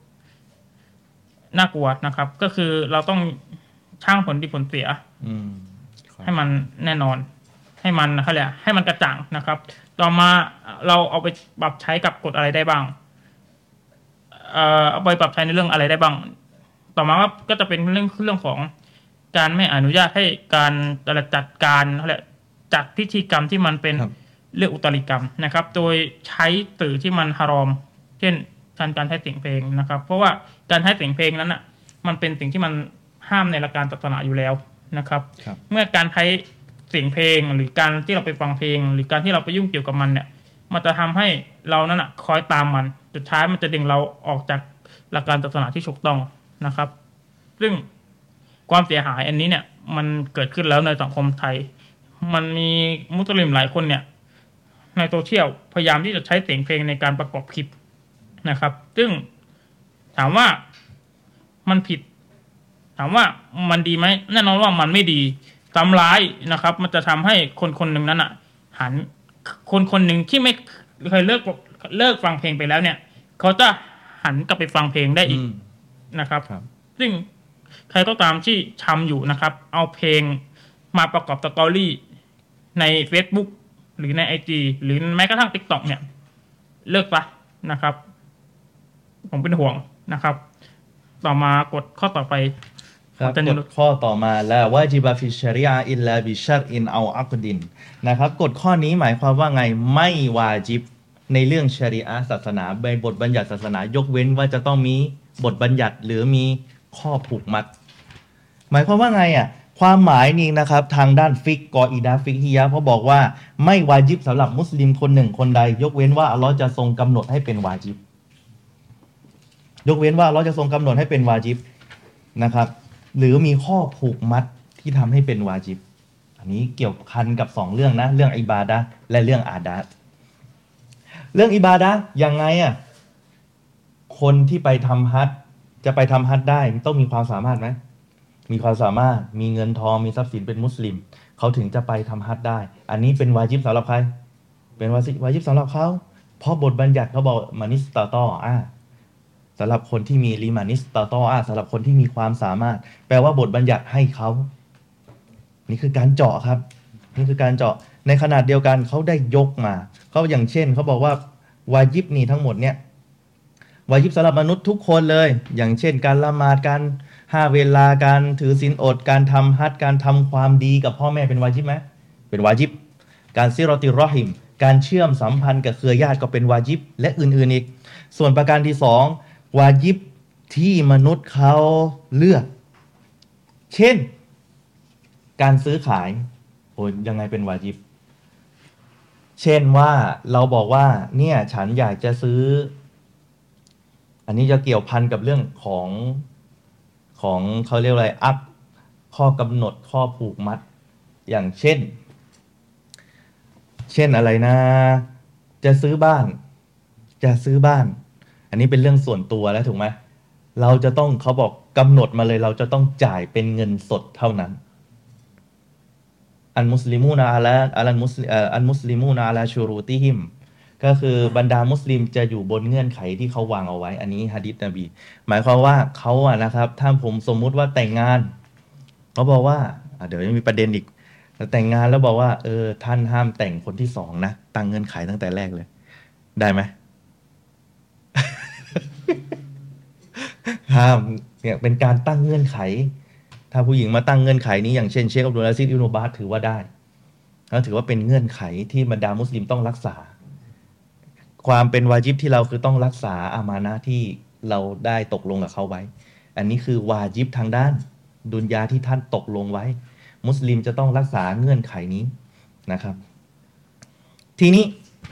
Speaker 2: น่ากลัวนะครับ ก็คือเราต้องชั่งผลดีผลเสียให้มันแน่นอน ให้มันเขาเรียกให้มันกระจ่างนะครับ ต่อมาเราเอาไปปรับใช้กับกฎอะไรได้บ้างเอาไปปรับใช้ในเรื่องอะไรได้บ้าง ต่อมาก็จะเป็นเรื่องของการไม่อนุญาตให้การจัดการเขาเรียกจัดพิธีกรรมที่มันเป็นเรื่องอุตริกรรมนะครับ โดยใช้สื่อที่มันฮารอม เช่นการใช้เสียงเพลงนะครับ เพราะว่าการใช้เสียงเพลงนั้นอ่ะมันเป็นสิ่งที่มันห้ามในหลักการศาสนาอยู่แล้วนะครับ เมื่อการใช้เสียงเพลงหรือการที่เราไปฟังเพลง หรือการที่เราไปยุ่งเกี่ยวกับมันเนี่ยมันจะทำให้เรานั้นอ่ะคอยตามมันสุดท้ายมันจะดึงเราออกจากหลักการศาสนาที่ถูกต้องนะครับ ซึ่งความเสียหายอันนี้เนี่ยมันเกิดขึ้นแล้วในสังคมไทยมันมีมุสลิมหลายคนเนี่ยในโซเชียลพยายามที่จะใช้เสียงเพลงในการประกอบคลิปนะครับซึ่งถามว่ามันผิดถามว่ามันดีไหมแน่นอนว่ามันไม่ดีทำร้ายนะครับมันจะทำให้คนหนึ่งนั้นอ่ะหันคนหนึ่งที่ไม่เคยเลิกฟังเพลงไปแล้วเนี่ยเขาจะหันกลับไปฟังเพลงได้อีกนะครับซึ่งใครก็ตามที่ทำอยู่นะครับเอาเพลงมาประกอบสตอรี่ใน Facebook หรือใน IG หรือแม้กระทั่ง TikTok เนี่ยเลิกซะนะครับผมเป็นห่วงนะครับต่อมากฎข้อต่อไป
Speaker 1: ครับกฎข้อต่อมาแล้ววาจิบะฟิชริอะอิลลาบิชัรอินเอาอักดินนะครับกฎข้อนี้หมายความว่าไงไม่วาจิบในเรื่องชะรีอะห์ศาสนาในบทบัญญัติศาสนายกเว้นว่าจะต้องมีบทบัญญัติหรือมีข้อผูกมัดหมายความว่าไงอ่ะความหมายนี้นะครับทางด้านฟิกกออิดะห์ฟิกฮียะห์เขาบอกว่าไม่วาจิบสำหรับมุสลิมคนหนึ่งคนใดยกเว้นว่าอัลเลาะห์จะทรงกำหนดให้เป็นวาจิบยกเว้นว่าอัลเลาะห์จะทรงกำหนดให้เป็นวาจิบนะครับหรือมีข้อผูกมัดที่ทำให้เป็นวาจิบอันนี้เกี่ยวพันกับ2เรื่องนะเรื่องอิบาดะห์และเรื่องอาดาตเรื่องอิบาดะห์ยังไงอ่ะคนที่ไปทำฮัจญ์จะไปทำฮัจญ์ได้ต้องมีความสามารถไหมมีความสามารถมีเงินทองมีทรัพย์สินเป็นมุสลิมเขาถึงจะไปทำฮัจญ์ได้อันนี้เป็นวาจิบสำหรับใครเป็นวาจิบสำหรับเขาเพราะบทบัญญัติเขาบอกมานิสตาตอสำหรับคนที่มีลิมานิสตาตอสำหรับคนที่มีความสามารถแปลว่าบทบัญญัติให้เขานี่คือการเจาะครับนี่คือการเจาะในขนาดเดียวกันเขาได้ยกมาเขาอย่างเช่นเขาบอกว่าวาจิบนี่ทั้งหมดเนี่ยวาจิบสำหรับมนุษย์ทุกคนเลยอย่างเช่นการละหมาดการ5 เวลาการถือศีลอดการทำฮัจญ์การทำความดีกับพ่อแม่เป็นวาจิบไหมเป็นวาจิบการซิรอติรอฮิมการเชื่อมสัมพันธ์กับเครือญาติก็เป็นวาจิบและอื่นๆอีกส่วนประการที่2วาจิบที่มนุษย์เขาเลือกเช่นการซื้อขายโอ้ยยังไงเป็นวาจิบเช่นว่าเราบอกว่าเนี่ยฉันอยากจะซื้ออันนี้จะเกี่ยวพันกับเรื่องของเขาเรียกอะไรข้อกำหนดข้อผูกมัดอย่างเช่นอะไรนะจะซื้อบ้านอันนี้เป็นเรื่องส่วนตัวแล้วถูกไหมเราจะต้องเขาบอกกำหนดมาเลยเราจะต้องจ่ายเป็นเงินสดเท่านั้นอันมุสลิมูนะอันมุสลิมูนะอะลาชูรูติฮิมก็คือบรรดามุสลิมจะอยู่บนเงื่อนไขที่เขาวางเอาไว้อันนี้หะดีษนบีหมายความว่าเขาอะนะครับถ้าผมสมมุติว่าแต่งงานเขาบอกว่าเดี๋ยวยังมีประเด็นอีกแต่งงานแล้วบอกว่าท่านห้ามแต่งคนที่2นะตั้งเงื่อนไขตั้งแต่แรกเลยได้ไหม ห้ามเนี่ยเป็นการตั้งเงื่อนไขถ้าผู้หญิงมาตั้งเงื่อนไขนี้อย่างเช่นเชคอับดุลอาซิซอิบนุบาซถือว่าได้แล้วถือว่าเป็นเงื่อนไขที่บรรดามุสลิมต้องรักษาความเป็นวาจิบที่เราคือต้องรักษาอามานะห์ที่เราได้ตกลงกับเขาไว้อันนี้คือวาจิบทางด้านดุนยาที่ท่านตกลงไว้มุสลิมจะต้องรักษาเงื่อนไขนี้นะครับทีนี้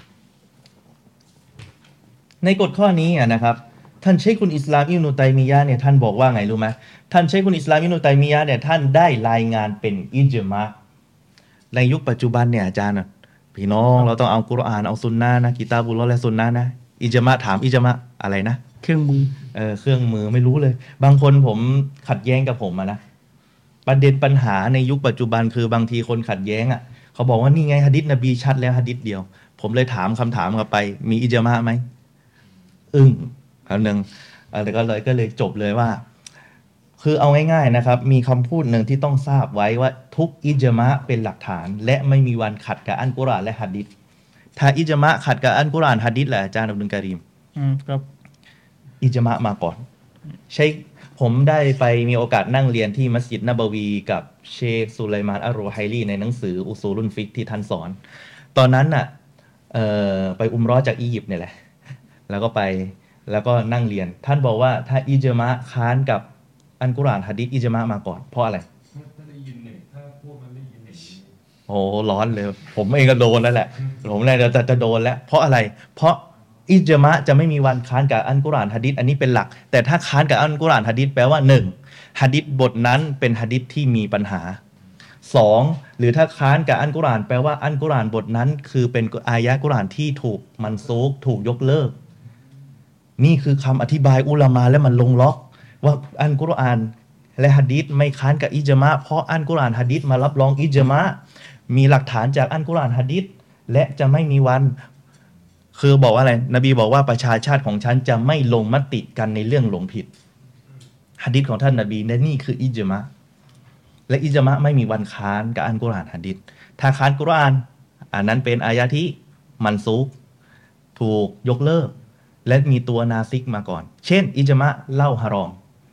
Speaker 1: ในกฎข้อนี้นะครับท่านเชคอุลอิสลามอิบนุตัยมียะห์เนี่ยท่านบอกว่าไงรู้ไหมท่านเชคอุลอิสลามอิบนุตัยมียะห์เนี่ยท่านได้รายงานเป็นอิจมะห์ในยุคปัจจุบันเนี่ยอาจารย์พี่น้องเราต้องเอากุรอานเอาซุนนะห์นะกิตาบุลลอฮ์และซุนนะห์นะอิจมะห์ถามอิจมะห์อะไรนะ
Speaker 2: เครื่องมือ
Speaker 1: เครื่องมือไม่รู้เลย บางคนผมขัดแย้งกับผมนะประเด็นปัญหาในยุคปัจจุบันคือบางทีคนขัดแย้งเขาบอกว่านี่ไงหะดีษนบีชัดแล้วหะดีษเดียวผมเลยถามคำถามกลับไปมีอิจมะห์ไหมคำหนึ่งก็เลยจบเลยว่าคือเอาง่ายๆนะครับมีคำพูดหนึ่งที่ต้องทราบไว้ว่าทุกอิจมะห์เป็นหลักฐานและไม่มีวันขัดกับอัลกุรอานและหะดีษถ้าอิจมะห์ขัดกับอัลกุรอานหะดีษแหละอาจารย์อับดุลกะรีม
Speaker 2: ครับ
Speaker 1: อิจมะห์มาก่อนใช่ผมได้ไปมีโอกาสนั่งเรียนที่มัสยิดนบวีกับเชคสุไลมานอัลรูไฮลีในหนังสืออุซูลุนฟิกที่ท่านสอนตอนนั้นไปอุมเราะห์จากอียิปต์เนี่ยแหละแล้วก็นั่งเรียนท่านบอกว่าถ้าอิจมะห์ค้านกับอัลกุรอานหะดีษอิจมะห์มาก่อนเพราะอะไร
Speaker 3: ถ้าได้ยินเนี่ยถ้าพวกมันได้ยินเนี่ย
Speaker 1: โอ้ร้อนเลยผมเองก็โดนแล้วแหละผมเนี่ยจะโดนแล้วเพราะอะไรเพราะอิจมะห์จะไม่มีวันค้านกับอัลกุรอานหะดีษอันนี้เป็นหลักแต่ถ้าค้านกับอัลกุรอานหะดีษแปลว่า1หะดีษบทนั้นเป็นหะดีษที่มีปัญหา2หรือถ้าค้านกับอัลกุรอานแปลว่าอัลกุรอานบทนั้นคือเป็นอายะห์กุรอานที่ถูกมันซูกถูกยกเลิกนี่คือคำอธิบายอุลามะและมันลงล็อกว่าอัลกุรอานและหะดีษไม่ค้านกับอิจมะห์เพราะอัลกุรอานหะดีษมารับรองอิจมะห์มีหลักฐานจากอัลกุรอานหะดีษและจะไม่มีวันคือบอกว่าอะไรนบีบอกว่าประชาชาติของฉันจะไม่ลงมติกันในเรื่องหลงผิดหะดีษของท่านนบีนี่คืออิจมะห์และอิจมะห์ไม่มีวันค้านกับอัลกุรอานหะดีษถ้าค้านกุรอานอันนั้นเป็นอายะห์ที่มันซูกถูกยกเลิกและมีตัวนาซิกมาก่อนเช่นอิจมะห์เหล้าฮารอม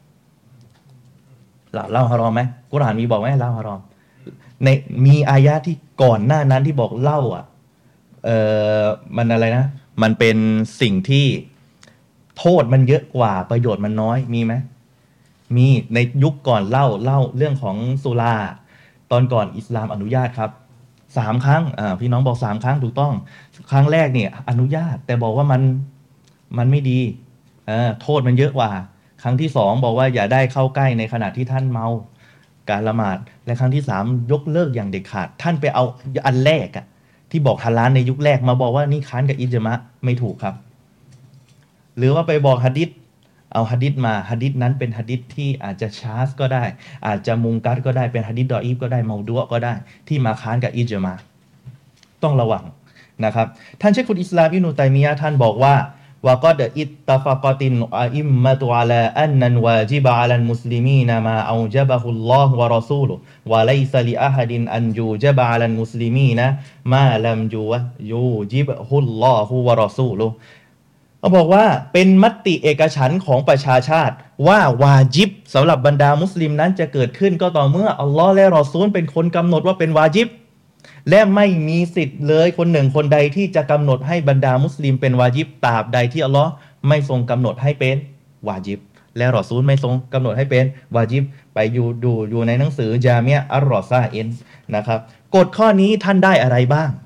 Speaker 1: เหล้าฮารอมไหมกุรอานมีบอกไหมเหล้าฮารอมในมีอายะห์ที่ก่อนหน้านั้นที่บอกเหล้ามันอะไรนะมันเป็นสิ่งที่โทษมันเยอะกว่าประโยชน์มันน้อยมีไหมมีในยุคก่อนเล่าเรื่องของสุราตอนก่อนอิสลามอนุญาตครับ3 ครั้งพี่น้องบอก3 ครั้งถูกต้องครั้งแรกเนี่ยอนุญาตแต่บอกว่ามันไม่ดีโทษมันเยอะกว่าครั้งที่2บอกว่าอย่าได้เข้าใกล้ในขณะที่ท่านเมาการละหมาดและครั้งที่3ยกเลิกอย่างเด็ดขาดท่านไปเอาอันแรกที่บอกฮาลาลในยุคแรกมาบอกว่านี่ค้านกับอิจมะห์ไม่ถูกครับหรือว่าไปบอกหะดีษเอาหะดีษมาหะดีษนั้นเป็นหะดีษที่อาจจะชาซก็ได้อาจจะมุงกัรก็ได้เป็นหะดีษดออีฟก็ได้เมาดุอะก็ได้ที่มาค้านกับอิจมะห์ต้องระวังนะครับท่านเชคอุลอิสลามอิบนุตัยมียะห์ท่านบอกว่าวะกอดอิตตะฟะกะตินอะอิมมะตุอะลาอันนันวาญิบอะลัลมุสลิมีนมาเอาญะบะฮุลลอฮุวะรอซูลุวะไลซะลิอะฮัดินอันยูญะบะอะลัลมุสลิมีนมาลัมยูญิบฮุลลอฮุวะรอซูลุเขาบอกว่าเป็นมติเอกฉันท์ของประชาชาติว่าวาญิบสำหรับบรรดามุสลิมนั้นจะเกิดขึ้นก็ต่อเมื่ออัลลอฮ์และรอซูลเป็นคนกำหนดว่าเป็นวาญิบและไม่มีสิทธิ์เลยคนหนึ่งคนใดที่จะกำหนดให้บรรดามุสลิมเป็นวาญิบตราบใดที่อัลลอฮ์ไม่ทรงกำหนดให้เป็นวาญิบและรอซูลไม่ทรงกำหนดให้เป็นวาญิบไปอยู่ในหนังสือจามีอะห์อัรรอซาอินนะครับกฎข้อนี้ท่านได้อะไรบ้าง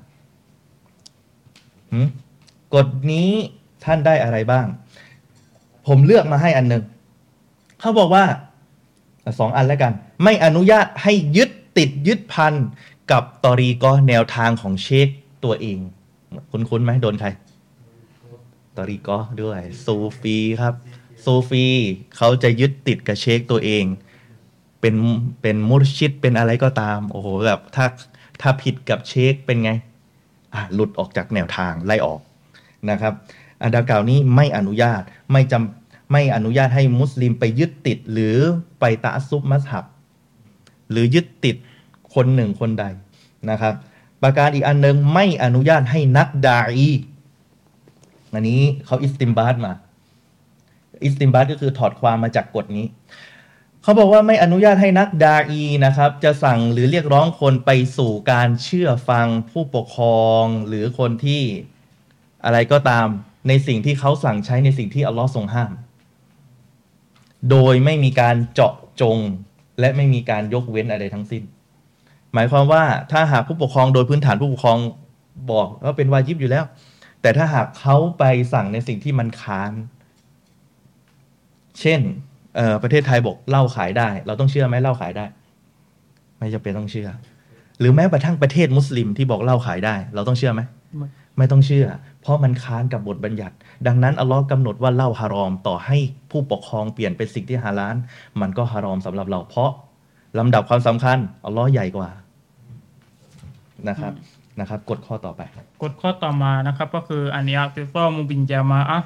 Speaker 1: กฎนี้ท่านได้อะไรบ้างผมเลือกมาให้อันหนึ่งเขาบอกว่า2 อันแล้วกันไม่อนุญาตให้ยึดพันกับตอรีกอแนวทางของเชคตัวเองคุ้นไหมโดนใครตอรีกอด้วยซูฟีครับซูฟีเขาจะยึดติดกับเชคตัวเองเป็นมุรชิดเป็นอะไรก็ตามโอ้โหแบบถ้าผิดกับเชคเป็นไงหลุดออกจากแนวทางไล่ออกนะครับอันดังกล่าวนี้ไม่อนุญาตไม่อนุญาตให้มุสลิมไปยึดติดหรือไปตะอัสซุบมัซฮับหรือยึดติดคนหนึ่งคนใดนะครับประการอีกอันหนึ่งไม่อนุญาตให้นักดาอีอันนี้เขาอิสติมบาตมาอิสติมบาตก็คือถอดความมาจากกฎนี้เขาบอกว่าไม่อนุญาตให้นักดาอีนะครับจะสั่งหรือเรียกร้องคนไปสู่การเชื่อฟังผู้ปกครองหรือคนที่อะไรก็ตามในสิ่งที่เขาสั่งใช้ในสิ่งที่อัลลอฮ์ทรงห้ามโดยไม่มีการเจาะจงและไม่มีการยกเว้นอะไรทั้งสิ้นหมายความว่าถ้าหากผู้ปกครองโดยพื้นฐานผู้ปกครองบอกว่าเป็นวาญิบอยู่แล้ว แต่ถ้าหากเขาไปสั่งในสิ่งที่มันค้านเช่นประเทศไทยบอกเหล้าขายได้ เราต้องเชื่อไหมเหล้าขายได้ ไม่จำเป็นต้องเชื่อ หรือแม้กระทั่งประเทศมุสลิมที่บอกเหล้าขายได้ เราต้องเชื่อไหมไม่ต้องเชื่อ เพราะมันค้านกับบทบัญญัติ ดังนั้นอัลลอฮ์กำหนดว่าเหล้าฮารอมต่อให้ผู้ปกครองเปลี่ยนเป็นสิ่งที่ฮาลาลมันก็ฮารอมสำหรับเราเพราะลำดับความสำคัญอัลลอฮ์ใหญ่กว่านะครับกฎข้อต่อไป
Speaker 2: กฎข้อต่อมานะครับก็คืออันยาติซอมุบินจามาอะห์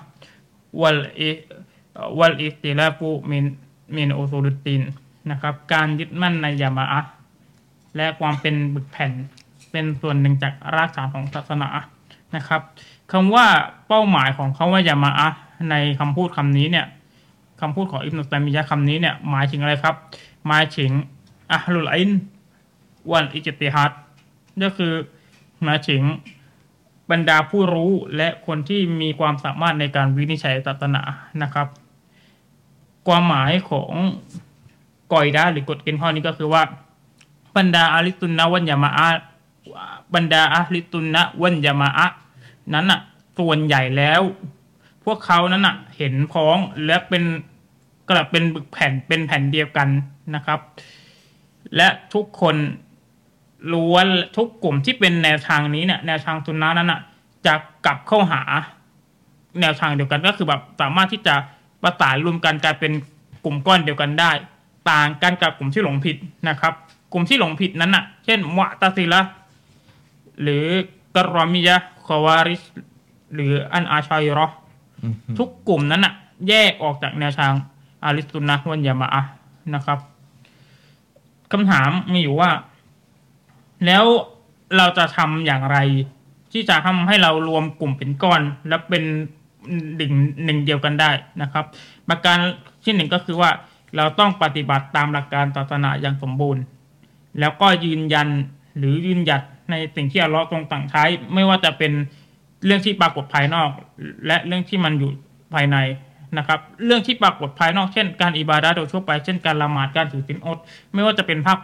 Speaker 2: วัลอิสติลาฟุมินอุซูลุดดีนนะครับการยึดมั่นในญะมาอะห์และความเป็นบึกแผ่นเป็นส่วนหนึ่งจากรากฐานของศาสนานะครับคำว่าเป้าหมายของคำว่าญะมาอะห์ในคำพูดคำนี้เนี่ยคำพูดของอิบนุตัยมียะห์คำนี้เนี่ยหมายถึงอะไรครับหมายถึงอะห์ลุลอิลม์วัลอิจติฮัดก็คือหมายถึงบรรดาผู้รู้และคนที่มีความสามารถในการวินิจฉัยศาสนานะครับความหมายของกอยดาหรือกฎเกณฑ์ข้อนี้ก็คือว่าบรรดาอะลิสุนนะวัลญะมาอะห์บรรดาอะลิสุนนะวัลญะมาอะห์นั้นน่ะส่วนใหญ่แล้วพวกเขานั้นน่ะเห็นพ้องและกลับเป็นบึกแผ่นเป็นแผ่นเดียวกันนะครับและทุกคนล้วนทุกกลุ่มที่เป็นแนวทางนี้เนี่ยแนวทางซุนนะห์นั้นน่ะจะกลับเข้าหาแนวทางเดียวกันก็คือแบบสามารถที่จะประสานรวมกันกลายเป็นกลุ่มก้อนเดียวกันได้ต่างกันกับกลุ่มที่หลงผิดนะครับกลุ่มที่หลงผิดนั้นน่ะเช่นมุอ์ตะซิละห์หรือกะรอมียะห์คอวาริชหรืออันอาชัยเราะห์ทุกกลุ่มนั้นน่ะแยกออกจากแนวทางอะลิสุนนะฮ์วัลญะมาอะห์นะครับคำถามมีอยู่ว่าแล้วเราจะทำอย่างไรที่จะทำให้เรารวมกลุ่มเป็นก้อนและเป็นดิ่งหนึ่งเดียวกันได้นะครับประการที่หนึ่งก็คือว่าเราต้องปฏิบัติตามหลักการศาสนาอย่างสมบูรณ์แล้วก็ยืนยันหรือยืนหยัดในสิ่งที่อัลเลาะห์ทรงสั่งใช้ไม่ว่าจะเป็นเรื่องที่ปรากฏภายนอกและเรื่องที่มันอยู่ภายในนะครับเรื่องที่ปรากฏภายนอกเช่นการอิบาดะห์โดยทั่วไปเช่นการละหมาดการถือศีลอดไม่ว่าจะเป็นภาค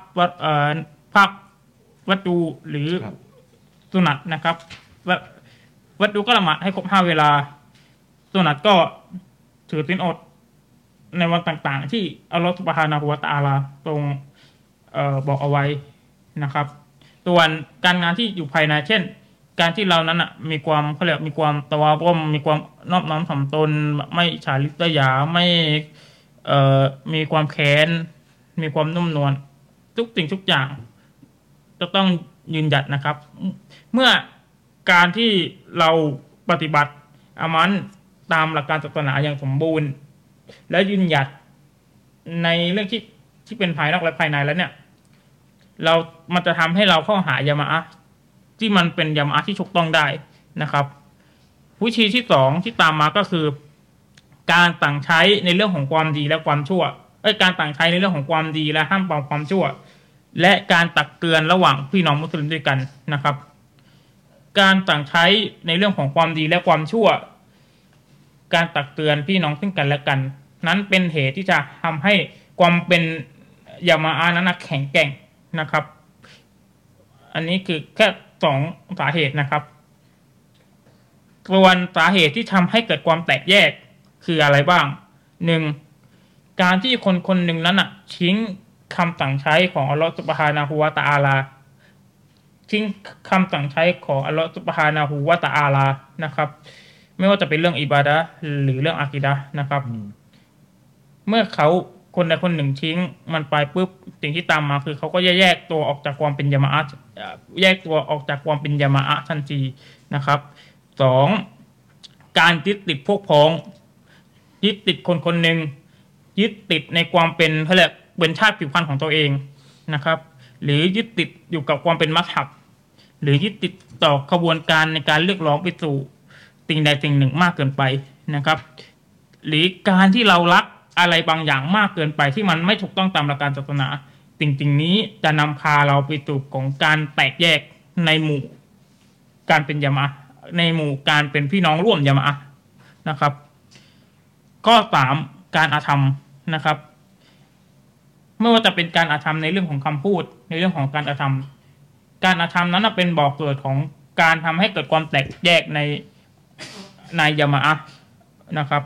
Speaker 2: วัดดูหรือสุนัตนะครับวัดดูก็ละหมาดให้ครบ5เวลาสุนัตก็ถือศีลอดในวันต่างๆที่อัลเลาะห์ซุบฮานะฮูวะตะอาลาทรงบอกเอาไว้นะครับส่วนการงานที่อยู่ภายในเช่นการที่เรานั้นอ่ะมีความเขาเรียกมีความตะวาบุมีความนอบน้อมถ่อมตนไม่ฉาริษยาไม่มีความแค้นมีความนุ่มนวลทุกสิ่งทุกอย่างจะต้องยืนหยัดนะครับเมื่อการที่เราปฏิบัติอามันตามหลักการศาสนาอย่างสมบูรณ์และยืนหยัดในเรื่องที่เป็นภายนอกและภายในแล้วเนี่ยมันจะทำให้เราเข้าหายะมาอะห์ที่มันเป็นยะมาอะห์ที่ถูกต้องได้นะครับวิธีที่สองที่ตามมาก็คือการต่างใช้ในเรื่องของความดีและความชั่วการต่างใช้ในเรื่องของความดีและห้ามปรามความชั่วและการตักเตือนระหว่างพี่น้องมุสลิมด้วยกันนะครับการต่างใช้ในเรื่องของความดีและความชั่วการตักเตือนพี่น้องซึ่งกันและกันนั้นเป็นเหตุที่จะทำให้ความเป็นยะมาอะห์นั้นแข็งแกร่งนะครับอันนี้คือแค่2สาเหตุนะครับส่วนสาเหตุที่ทำให้เกิดความแตกแยกคืออะไรบ้าง 1. การที่คนหนึ่งนั้นทิ้งคำสั่งใช้ของอัลเลาะห์ซุบฮานะฮูวะตะอาลาทิ้งคำสั่งใช้ของอัลเลาะห์ซุบฮานะฮูวะตะอาลานะครับไม่ว่าจะเป็นเรื่องอิบาดะห์หรือเรื่องอะกีดะห์นะครับเมื่อเขาคนใดคนหนึ่งทิ้งมันไปปุ๊บสิ่งที่ตามมาคือเขาก็แยกตัวออกจากความเป็นยะมาอะห์แยกตัวออกจากความเป็นยะมาอะห์ทันทีนะครับ 2. การยึดติดพวกพ้องยึดติดคนหนึ่งยึดติดในความเป็นเขาเรียกเป็นชาติผิวพรรณของตัวเองนะครับหรือยึดติดอยู่กับความเป็นมัซฮับหรือยึดติดต่อขบวนการในการเรียกร้องไปสู่สิ่งใดสิ่งหนึ่งมากเกินไปนะครับหรือการที่เรารักอะไรบางอย่างมากเกินไปที่มันไม่ถูกต้องตามหลักการศาสนาสิ่งนี้จะนำพาเราไปสู่ของการแตกแยกในหมู่การเป็นยะมาอะห์ในหมู่การเป็นพี่น้องร่วมยะมาอะห์นะครับข้อ 3 การอาธรรมนะครับไม่ว่าจะเป็นการอาธรรมในเรื่องของคำพูดในเรื่องของการอาธรรมการอาธรรมนั้นเป็นบ่อเกิดของการทำให้เกิดความแตกแยกในยามะอะห์นะครับ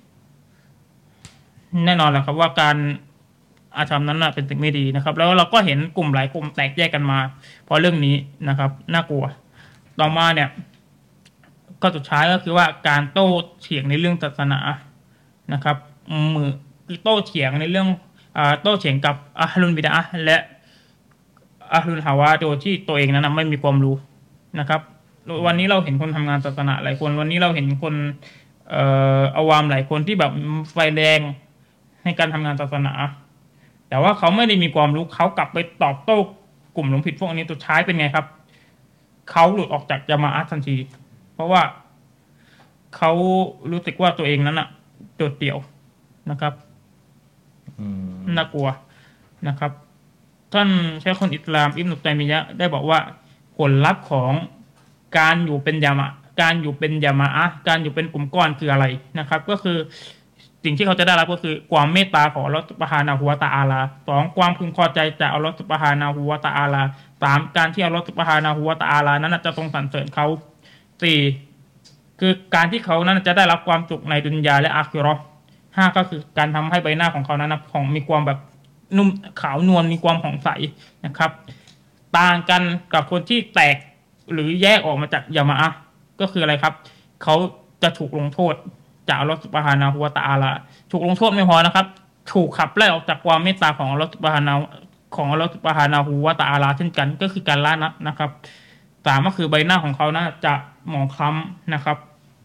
Speaker 2: แน่นอนแหละครับว่าการอาธรรมนั้นเป็นสิ่งไม่ดีนะครับแล้วเราก็เห็นกลุ่มหลายกลุ่มแตกแยกกันมาเพราะเรื่องนี้นะครับน่ากลัวต่อมาเนี่ยก็สุดท้ายก็คือว่าการโต้เถียงในเรื่องศาสนานะครับโต้เถียงในเรื่องโต้เถียงกับอะห์ลุลบิดอะห์และอะห์ลุลฮาวาโดยที่ตัวเองนั้นไม่มีความรู้นะครับวันนี้เราเห็นคนทำงานศาสนาหลายคนวันนี้เราเห็นคนอาวามหลายคนที่แบบไฟแรงในการทำงานศาสนาแต่ว่าเขาไม่ได้มีความรู้เขากลับไปตอบโต้กลุ่มหลงผิดพวกนี้สุดท้ายเป็นไงครับเขาหลุดออกจากญะมาอะห์ทันทีเพราะว่าเขารู้สึกว่าตัวเองนั้นโดดเดี่ยวนะครับน่ากลัวนะครับท่านเชคคนอิสลามอิบนุตัยมียะห์ได้บอกว่าผลลัพธ์ของการอยู่เป็นญะมาอะห์การอยู่เป็นกลุ่มก้อนคืออะไรนะครับก็คือสิ่งที่เขาจะได้รับก็คือความเมตตาของอัลเลาะห์ซุบฮานะฮูวะตะอาลา2ความพึงพอใจจากอัลเลาะห์ซุบฮานะฮูวะตะอาลา3การที่อัลเลาะห์ซุบฮานะฮูวะตะอาลานั้นจะทรงสรรเสริญเขา4คือการที่เขานั้นจะได้รับความสุขในดุนยาและอาคิเราะห์5ก็คือการทำให้ใบหน้าของเขานั้นของมีความแบบนุ่มขาวนวลมีความผ่องใสนะครับต่างกันกับคนที่แตกหรือแยกออกมาจากญะมาอะห์ก็คืออะไรครับเขาจะถูกลงโทษจากอัลเลาะห์ซุบฮานะฮูวะตะอาลาถูกลงโทษไม่พอนะครับถูกขับไล่ออกจากความเมตตาของอัลเลาะห์ซุบฮานะฮูวะตะอาลาเช่นกันก็คือการละนะครับ3ก็คือใบหน้าของเขาจะหมองคล้ำนะครับ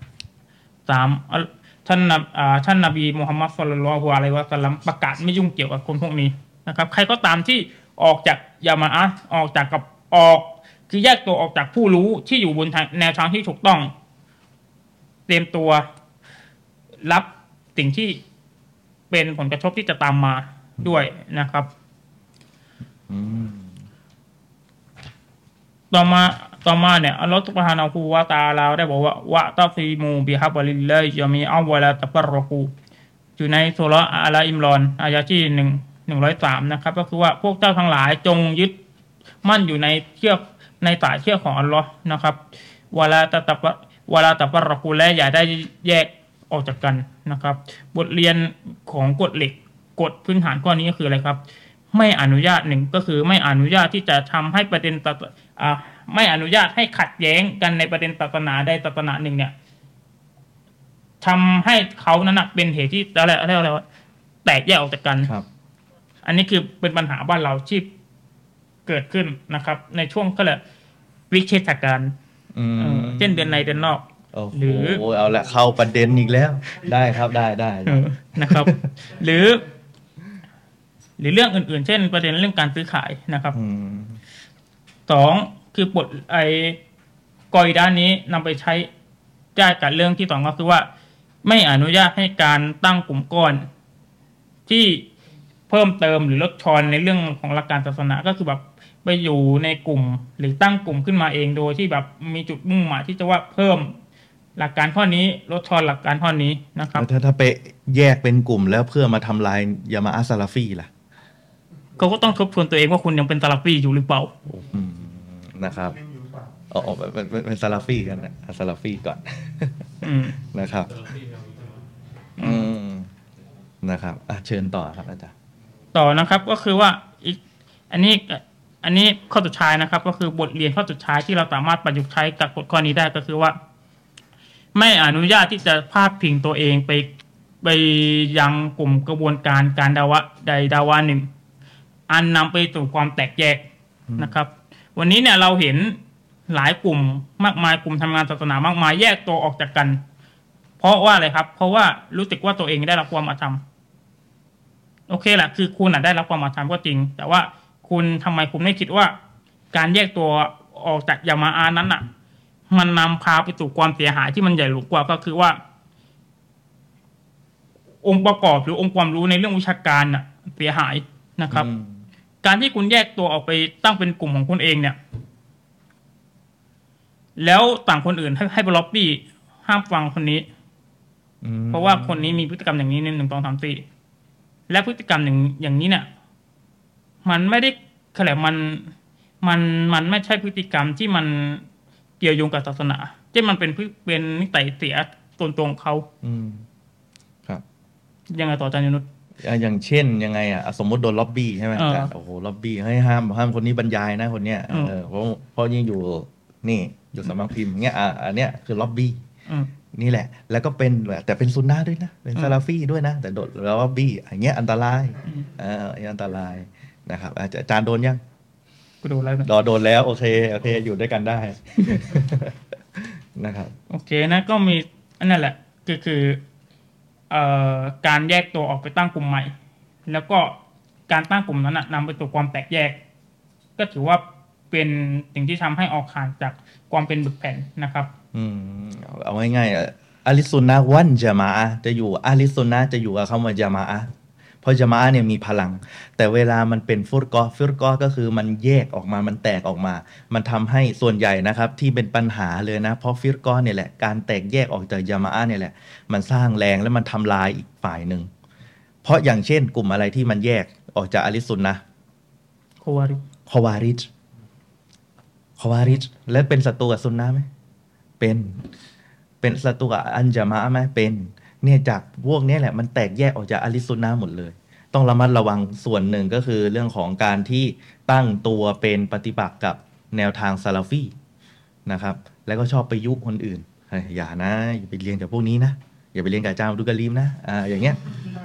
Speaker 2: 3ท่านนบีมุฮัมมัดศ็อลลัลลอฮุอะลัยฮิวะซัลลัมประกาศไม่ยุ่งเกี่ยวกับคนพวกนี้นะครับใครก็ตามที่ออกจากญะมาอะห์คือแยกตัวออกจากผู้รู้ที่อยู่บนแนวทางที่ถูกต้องเตรียมตัวรับสิ่งที่เป็นผลกระทบที่จะตามมาด้วยนะครับต่อมาเนี่ยอัลเลาะห์ซุบฮานะฮูวะตะอาลาได้บอกว่าวะตัซิมูบิฮับลิลลาฮิญะมีอันวะลาตะฟัรรอกูอยู่ในซูเราะห์อาลอิมรอนอายะห์ที่103นะครับก็คือว่าพวกเจ้าทั้งหลายจงยึดมั่นอยู่ในสายเชือกของอัลเลาะห์นะครับวะลาตะฟัรรอกูและอย่าได้แยกออกจากกันนะครับบทเรียนของกฎพื้นฐานข้อนี้ก็คืออะไรครับไม่อนุญาตก็คือไม่อนุญาตที่จะทำให้ประเด็นไม่อนุญาตให้ขัดแย้งกันในประเด็นศาสนาใดศาสนาหนึ่งเนี่ยทำให้เขานั้นเป็นเหตุที่อะไรแตกแยกออกจากกัน
Speaker 1: ครับ
Speaker 2: อันนี้คือเป็นปัญหาบ้านเราที่เกิดขึ้นนะครับในช่วงก็เลยวิเทศกาลเช่นเดือนในเดือนนอก
Speaker 1: หรือเอาละเข้าประเด็นอีกแล้วได้ครับได้
Speaker 2: นะครับ หรือเรื่องอื่นๆเช่นประเด็นเรื่องการซื้อขายนะครับ2คือบทกอยด้านนี้นำไปใช้ได้กับเรื่องที่2ก็คือว่าไม่อนุญาตให้การตั้งกลุ่มก้อนที่เพิ่มเติมหรือลดทอนในเรื่องของหลักการศาสนาก็คือแบบไปอยู่ในกลุ่มหรือตั้งกลุ่มขึ้นมาเองโดยที่แบบมีจุดมุ่งหมายที่จะว่าเพิ่มหลักการข้อนี้ลดทอนหลักการข้อนี้นะครับ
Speaker 1: ถ้าไปแยกเป็นกลุ่มแล้วเพื่อมาทำลายยะมาอะห์ซะลาฟีล่ะ
Speaker 2: เขาก็ต้องทบทวนตัวเองว่าคุณยังเป็นซะลาฟีอยู่หรือเปล่า
Speaker 1: นะครับเป็นซะลาฟีกันนะซะลาฟีก่อนนะครับนะครับเชิญต่อครับอาจารย์
Speaker 2: ต่อนะครับก็คือว่าอันนี้ข้อสุดท้ายนะครับก็คือบทเรียนข้อสุดท้ายที่เราสามารถประยุกต์ใช้กับกฎข้อนี้ได้ก็คือว่าไม่อนุญาตที่จะพาดพิงตัวเองไปยังกลุ่มกระบวนการดาวะใดดาวะหนึ่งอันนำไปสู่ความแตกแยกนะครับวันนี้เนี่ยเราเห็นหลายกลุ่มมากมายกลุ่มทำงานศาสนามากมายแยกตัวออกจากกันเพราะว่าอะไรครับเพราะว่ารู้สึกว่าตัวเองได้รับความอาธรรมโอเคแหละคือคุณได้รับความอาธรรมก็จริงแต่ว่าทำไมคุณไม่คิดว่าการแยกตัวออกจากญะมาอะห์นั้นมันนำพาไปสู่ความเสียหายที่มันใหญ่หลวงกว่าก็คือว่าองค์ประกอบหรือองค์ความรู้ในเรื่องวิชาการเสียหายนะครับการที่คุณแยกตัวออกไปตั้งเป็นกลุ่มของคุณเองเนี่ยแล้วต่างคนอื่นให้ไปล็อบบี้ห้ามฟังคนนี้เพราะว่าคนนี้มีพฤติกรรมอย่างนี้1 2 3 4และพฤติกรรมอย่างนี้เนี่ยมันไม่ได้เขาเรียกมันไม่ใช่พฤติกรรมที่มันเกี่ยวโยงกับศาสนาที่มันเป็นนิสัยเสียตนของเขา
Speaker 1: ครับ
Speaker 2: ยังไงต่ออาจารย์ยนุช
Speaker 1: อย่างเช่นยังไงสมมติโดนล็อบบี้ใช่ไหม
Speaker 2: อ่า
Speaker 1: โอ้โหล็อบบี้ให้ห้ามคนนี้บรรยายนะคนเนี้ยเพราะยิ่งอยู่นี่อยู่สำนักพิมพ์เงี้ยอันเนี้ยคือล็อบบี้ นี่แหละ แล้วก็เป็นแต่เป็นซุนนะห์ด้วยนะ เป็นซาลาฟีด้วยนะ แต่โดนแล้วล็อบบี้อย่างเงี้ยอันตรายอันตรายนะครับอาจารย์โดนยัง
Speaker 2: กูดูแล้วนะ
Speaker 1: โดนแล้วโอเคอยู่ด้วยกันได้ นะครับ
Speaker 2: โอเคนะก็มีอันนั่นแหละคือการแยกตัวออกไปตั้งกลุ่มใหม่ แล้วก็การตั้งกลุ่มนั้นนำไปสู่ความแตกแยก ก็ถือว่าเป็นสิ่งที่ทำให้ออกห่างจากความเป็นบึกแผ่นนะครับ
Speaker 1: เอาง่ายๆอะลิสซุนนะห์วันญะมาอะห์จะอยู่อะลิสซุนนะห์จะอยู่กับคำว่าญะมาอะห์เพราะญะมาอะห์เนี่ยมีพลัง แต่เวลามันเป็นฟุรกอก็คือมันแยกออกมามันแตกออกมา มันทำให้ส่วนใหญ่นะครับที่เป็นปัญหาเลยนะเพราะฟิรกอเนี่ยแหละการแตกแยกออกจากญะมาอะห์เนี่ยแหละมันสร้างแรงและมันทำลายอีกฝ่ายหนึ่งเพราะอย่างเช่นกลุ่มอะไรที่มันแยกออกจากอะลิสซุนนะห์
Speaker 2: โควาริ
Speaker 1: คอวาริจและเป็นศัตรูกับซุนนะห์ไหมเป็นศัตรูกับอันญะมาอะห์ไหมเป็นเนี่ยจากพวกนี้แหละมันแตกแยกออกจากอะลิสซุนนะห์หมดเลย ต้องระมัดระวังส่วนหนึ่งก็คือเรื่องของการที่ตั้งตัวเป็นปฏิปักษ์กับแนวทางซาลาฟีนะครับแล้วก็ชอบไปยุคนอื่นอย่านะอย่าไปเรียนกับพวกนี้นะอย่าไปเรียนกับอาจารย์อับดุลกะรีมนะอย่างเงี้ย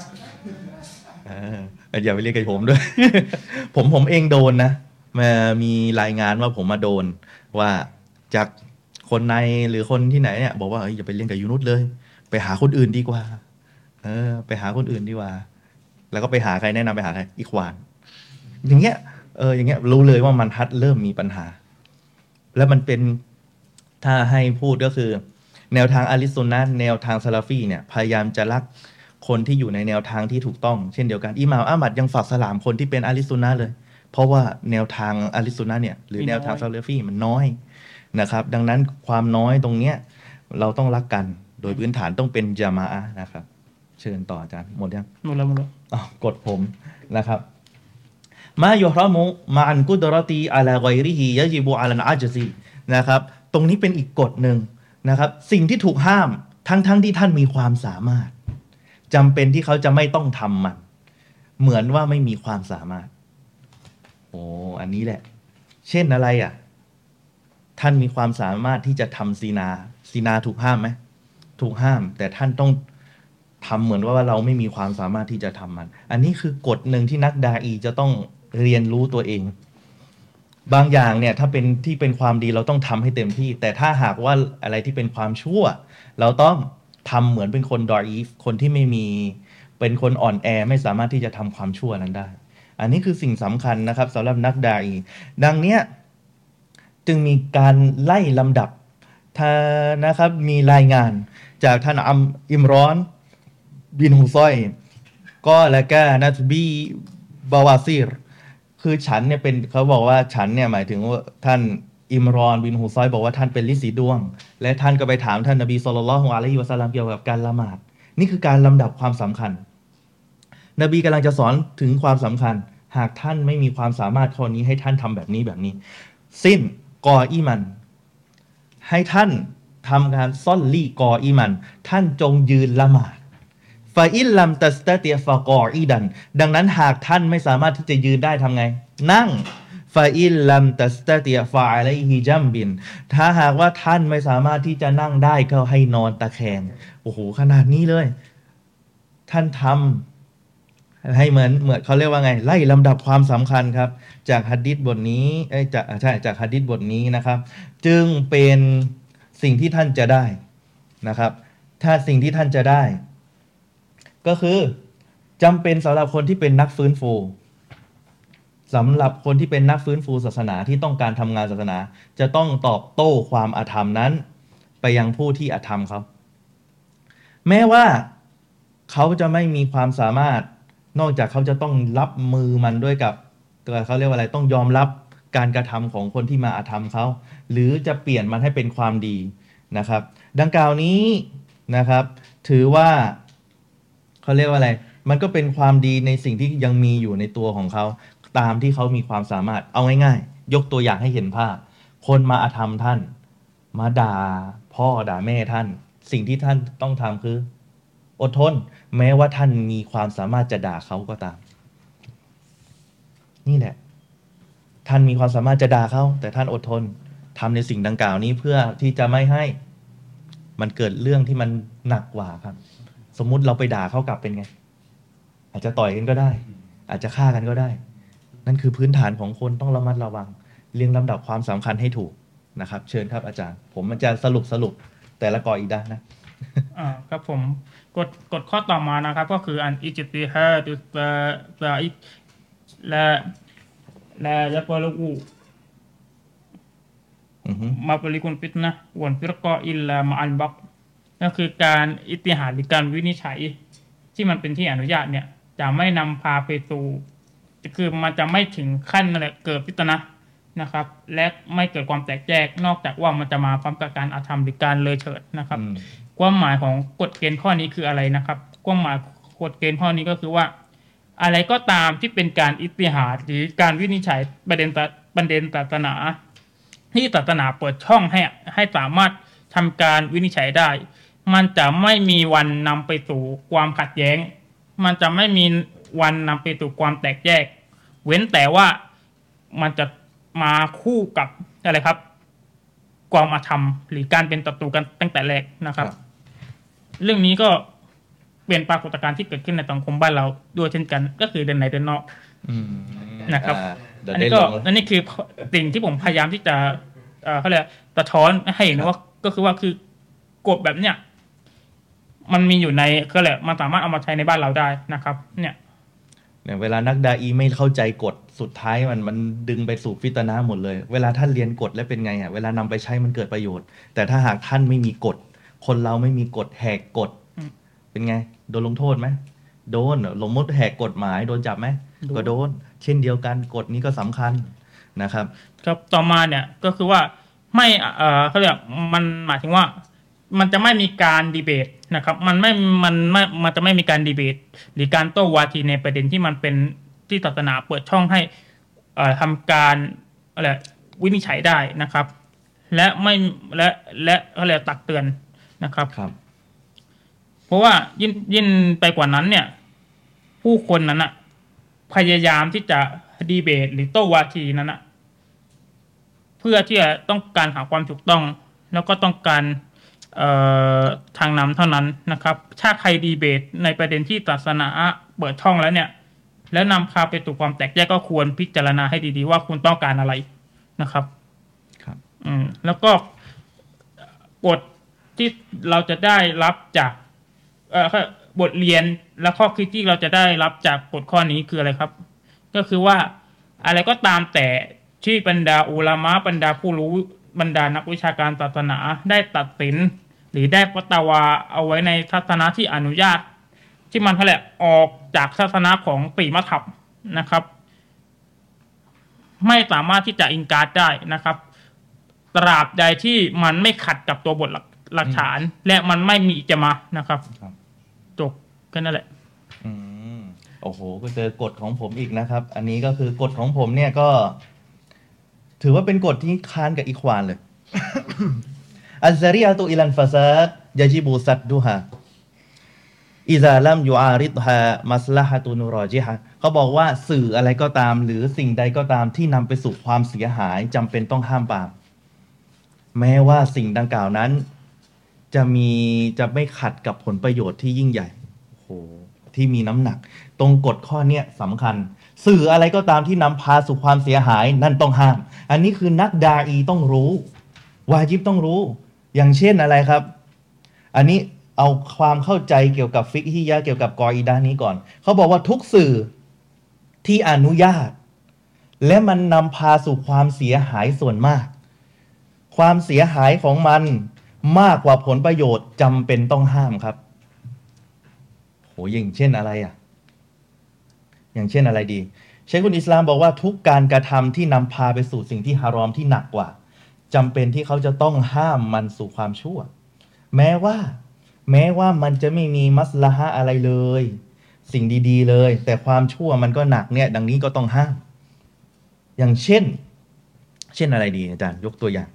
Speaker 1: อย่าไปเรียนกับผมด้วย ผมเองโดนนะมีรายงานว่าผมมาโดนว่าจากคนในหรือคนที่ไหนเนี่ยบอกว่าอย่าไปเรียนกับยูนุสเลยไปหาคนอื่นดีกว่าไปหาคนอื่นดีกว่าแล้วก็ไปหาใครแนะนำไปหาใครอีควานอย่างเงี้ยอย่างเงี้ยรู้เลยว่ามันฮัดเริ่มมีปัญหา แล้วมันเป็นถ้าให้พูดก็คือแนวทางอะลิสซุนนะห์แนวทางซาลาฟีเนี่ยพยายามจะรักคนที่อยู่ในแนวทางที่ถูกต้องเช่นเดียวกันอิหม่ามอะห์มัดยังฝากสลามคนที่เป็นอะลิสซุนนะห์เลย เพราะว่าแนวทางอะลิสซุนนะห์เนี่ยหรือแนวทางซาลาฟีมันน้อยนะครับดังนั้นความน้อยตรงเนี้ยเราต้องรักกันโดยพื้นฐานต้องเป็นญะมาอะห์นะครับเชิญต่ออาจารย์หมดยัง
Speaker 2: หมดแล้ว
Speaker 1: กดผมนะครับมายุฮรมุมาอันกุดรตีอะลาฆอยริฮิยะญิบุอะลันอาจซีนะครับตรงนี้เป็นอีกกฎหนึ่งนะครับสิ่งที่ถูกห้ามทั้งที่ท่านมีความสามารถจำเป็นที่เขาจะไม่ต้องทำมันเหมือนว่าไม่มีความสามารถอันนี้แหละเช่นอะไรท่านมีความสามารถที่จะทำซีนาถูกห้ามไหมถูกห้ามแต่ท่านต้องทำเหมือนว่าเราไม่มีความสามารถที่จะทำมันอันนี้คือกฎหนึ่งที่นักดาอีจะต้องเรียนรู้ตัวเองบางอย่างเนี่ยถ้าเป็นที่เป็นความดีเราต้องทำให้เต็มที่แต่ถ้าหากว่าอะไรที่เป็นความชั่วเราต้องทำเหมือนเป็นคนดออีฟคนที่ไม่มีเป็นคนอ่อนแอไม่สามารถที่จะทำความชั่วนั้นได้อันนี้คือสิ่งสำคัญนะครับสำหรับนักดาอีดังเนี้ยจึงมีการไล่ลำดับนะครับมีรายงานจากท่านอิมรอนบินฮุซอยก็แล้วก็นัตบีบาวาซีรคือฉันเนี่ยเป็นเขาบอกว่าฉันเนี่ยหมายถึงว่าท่านอิมรอนบินฮุซอยบอกว่าท่านเป็นฤทธิ์สีดวงและท่านก็ไปถามท่านนบีศ็อลลัลลอฮุอะลัยฮิวะซัลลัมเกี่ยวกับการละหมาดนี่คือการลำดับความสำคัญนบีกำลังจะสอนถึงความสำคัญหากท่านไม่มีความสามารถข้อนี้ให้ท่านทำแบบนี้สิ้นกออีมันให้ท่านทำการซ่อนลี่กออีมันท่านจงยืนละหมาดฟาอิลลัมตัสตะติฟะกออีดันดังนั้นหากท่านไม่สามารถที่จะยืนได้ทำไงนั่งฟาอิลลัมตัสตะติฟะอะลัยฮิจัมบินถ้าหากว่าท่านไม่สามารถที่จะนั่งได้ก็ให้นอนตะแคงโอ้โหขนาดนี้เลยท่านทำให้เหมือนเขาเรียกว่าไงไล่ลำดับความสำคัญครับจากหะดีษบทนี้จากหะดีษบทนี้นะครับจึงเป็นสิ่งที่ท่านจะได้นะครับถ้าสิ่งที่ท่านจะได้ก็คือจำเป็นสำหรับคนที่เป็นนักฟื้นฟูสำหรับคนที่เป็นนักฟื้นฟูศาสนาที่ต้องการทำงานศาสนาจะต้องตอบโต้ความอาธรรมนั้นไปยังผู้ที่อาธรรมเขาแม้ว่าเขาจะไม่มีความสามารถนอกจากเขาจะต้องรับมือมันด้วยกับเขาเรียกว่าอะไรต้องยอมรับการกระทำของคนที่มาอาธรรมเขาหรือจะเปลี่ยนมันให้เป็นความดีนะครับดังกล่าวนี้นะครับถือว่าเขาเรียกว่าอะไรมันก็เป็นความดีในสิ่งที่ยังมีอยู่ในตัวของเขาตามที่เขามีความสามารถเอาง่ายๆยกตัวอย่างให้เห็นภาพคนมาอาธรรมท่านมาด่าพ่อด่าแม่ท่านสิ่งที่ท่านต้องทำคืออดทนแม้ว่าท่านมีความสามารถจะด่าเขาก็ตามนี่แหละท่านมีความสามารถจะด่าเขาแต่ท่านอดทนทำในสิ่งดังกล่าวนี้เพื่อที่จะไม่ให้มันเกิดเรื่องที่มันหนักกว่าครับสมมุติเราไปด่าเขากลับเป็นไงอาจจะต่อยกันก็ได้อาจจะฆ่ากันก็ได้นั่นคือพื้นฐานของคนต้องระมัดระวังเรียงลำดับความสำคัญให้ถูกนะครับเชิญครับอาจารย์ผมมันจะสรุปแต่ละกออีกด้านนะ
Speaker 2: ครับผมกดข้อต่อมานะครับก็คืออันอิจติฮาดุซาอิกและยะกอลู มาบริกุลฟิตนะวันฟิรกออิลลามาอันบักก็คือการอิติหาดหรือการวินิจฉัยที่มันเป็นที่อนุญาตเนี่ยจะไม่นำพาไปสู่คือมันจะไม่ถึงขั้นอะไรเกิดฟิตนะนะครับและไม่เกิดความแตกแยกนอกจากว่ามันจะมาพร้อมกับการอาธรรมหรือการเลยเถิดนะครับความหมายของกฎเกณฑ์ข้อนี้คืออะไรนะครับความหมายกฎเกณฑ์ข้อนี้ก็คือว่าอะไรก็ตามที่เป็นการอิติหาดหรือการวินิจฉัยประเด็นศาสนาที่ศาสนาเปิดช่องให้สามารถทำการวินิจฉัยได้มันจะไม่มีวันนำไปสู่ความขัดแย้งมันจะไม่มีวันนำไปสู่ความแตกแยกเว้นแต่ว่ามันจะมาคู่กับอะไรครับความอาธรรมหรือการเป็นศัตรูกันตั้งแต่แรกนะครับเรื่องนี้ก็เป็นปรากฏการณ์ที่เกิดขึ้นในสังคมบ้านเราด้วยเช่นกันก็คือเดินในเดินนอกนะครับอันนี้คือสิ่งที่ผมพยายามที่จะเขาเรียกสะท้อนให้เห็นว่าก็คือกฎแบบเนี้ยมันมีอยู่ในก็แหละมันสามารถเอามาใช้ในบ้านเราได้นะครับเนี่ย
Speaker 1: เวลานักดาอีไม่เข้าใจกฎสุดท้ายมันดึงไปสู่ฟิตนะห์หมดเลยเวลาท่านเรียนกฎแล้วเป็นไงอ่ะเวลานำไปใช้มันเกิดประโยชน์แต่ถ้าหากท่านไม่มีกฎคนเราไม่มีกฎแหกกฎเป็นไงโดนลงโทษไหมโดนลงมดแหกกฎหมายโดนจับไหมก็โดนเช่นเดียวกันกฎนี้ก็สำคัญนะครับ
Speaker 2: ครับต่อมาเนี่ยก็คือว่าไม่เขาเรียกมันหมายถึงว่ามันจะไม่มีการดีเบตนะครับมันจะไม่มีการดีเบตหรือการโต้วาทีในประเด็นที่มันเป็นที่ศาสนาเปิดช่องให้ทำการอะไรวินิจฉัยได้นะครับและเขาเรียกตักเตือนนะครับเพราะว่ายิ่งไปกว่านั้นเนี่ยผู้คนนั้นนะพยายามที่จะดีเบตหรือโต้วาทีนั้นนะเพื่อที่จะต้องการหาความถูกต้องแล้วก็ต้องการทางนำเท่านั้นนะครับถ้าใครดีเบตในประเด็นที่ศาสนาเปิดช่องแล้วเนี่ยแล้วนำพาไปสู่ความแตกแยกก็ควรพิจารณาให้ดีๆว่าคุณต้องการอะไรนะครับแล้วก็บทที่เราจะได้รับจากบทเรียนและข้อคิดที่เราจะได้รับจากบทข้อนี้คืออะไรครับก็คือว่าอะไรก็ตามแต่ที่บรรดาอุลามะบรรดาผู้รู้บรรดานักวิชาการศาสนาได้ตัดสินหรือได้ฟัตวาเอาไว้ในทัศนะที่อนุญาตที่มันแหละออกจากทัศนะของปีมัทับนะครับไม่สามารถที่จะอิงการได้นะครับตราบใดที่มันไม่ขัดกับตัวบทหลักฐานและมันไม่มีอิจมานะครับจบแค่นั้นแหละ
Speaker 1: โอ้โหก็เจอกฎของผมอีกนะครับอันนี้ก็คือกฎของผมเนี่ยก็ถือว่าเป็นกฎที่ค้านกับอิควานเลย อัซซาริอะตุอิลันฟาซาดยะจิบูซัดดุฮาอิซาลัมยูอาริดฮามัสลาฮะตุนุรอจิฮะเขาบอกว่าสื่ออะไรก็ตามหรือสิ่งใดก็ตามที่นำไปสู่ความเสียหายจำเป็นต้องห้ามปรามแม้ว่าสิ่งดังกล่าวนั้นจะไม่ขัดกับผลประโยชน์ที่ยิ่งใหญ่โอ้โหที่มีน้ำหนักตรงกฎข้อเนี้ยสำคัญสื่ออะไรก็ตามที่นำพาสู่ความเสียหายนั่นต้องห้ามอันนี้คือนักดาอีต้องรู้วาญิบต้องรู้อย่างเช่นอะไรครับอันนี้เอาความเข้าใจเกี่ยวกับฟิกฮิยะเกี่ยวกับกออิดะห์นี้ก่อนเขาบอกว่าทุกสื่อที่อนุญาตและมันนำพาสู่ความเสียหายส่วนมากความเสียหายของมันมากกว่าผลประโยชน์จำเป็นต้องห้ามครับโหอย่างเช่นอะไรอย่างเช่นอะไรดีเชคุลอิสลามบอกว่าทุกการกระทำที่นำพาไปสู่สิ่งที่ฮารอมที่หนักกว่าจำเป็นที่เขาจะต้องห้ามมันสู่ความชั่วแม้ว่ามันจะไม่มีมัสละฮะอะไรเลยสิ่งดีๆเลย แต่ความชั่วมันก็หนักเนี่ย ดังนี้ก็ต้องห้าม อย่างเช่นอะไรดีอาจารย์ยกตัวอย่าง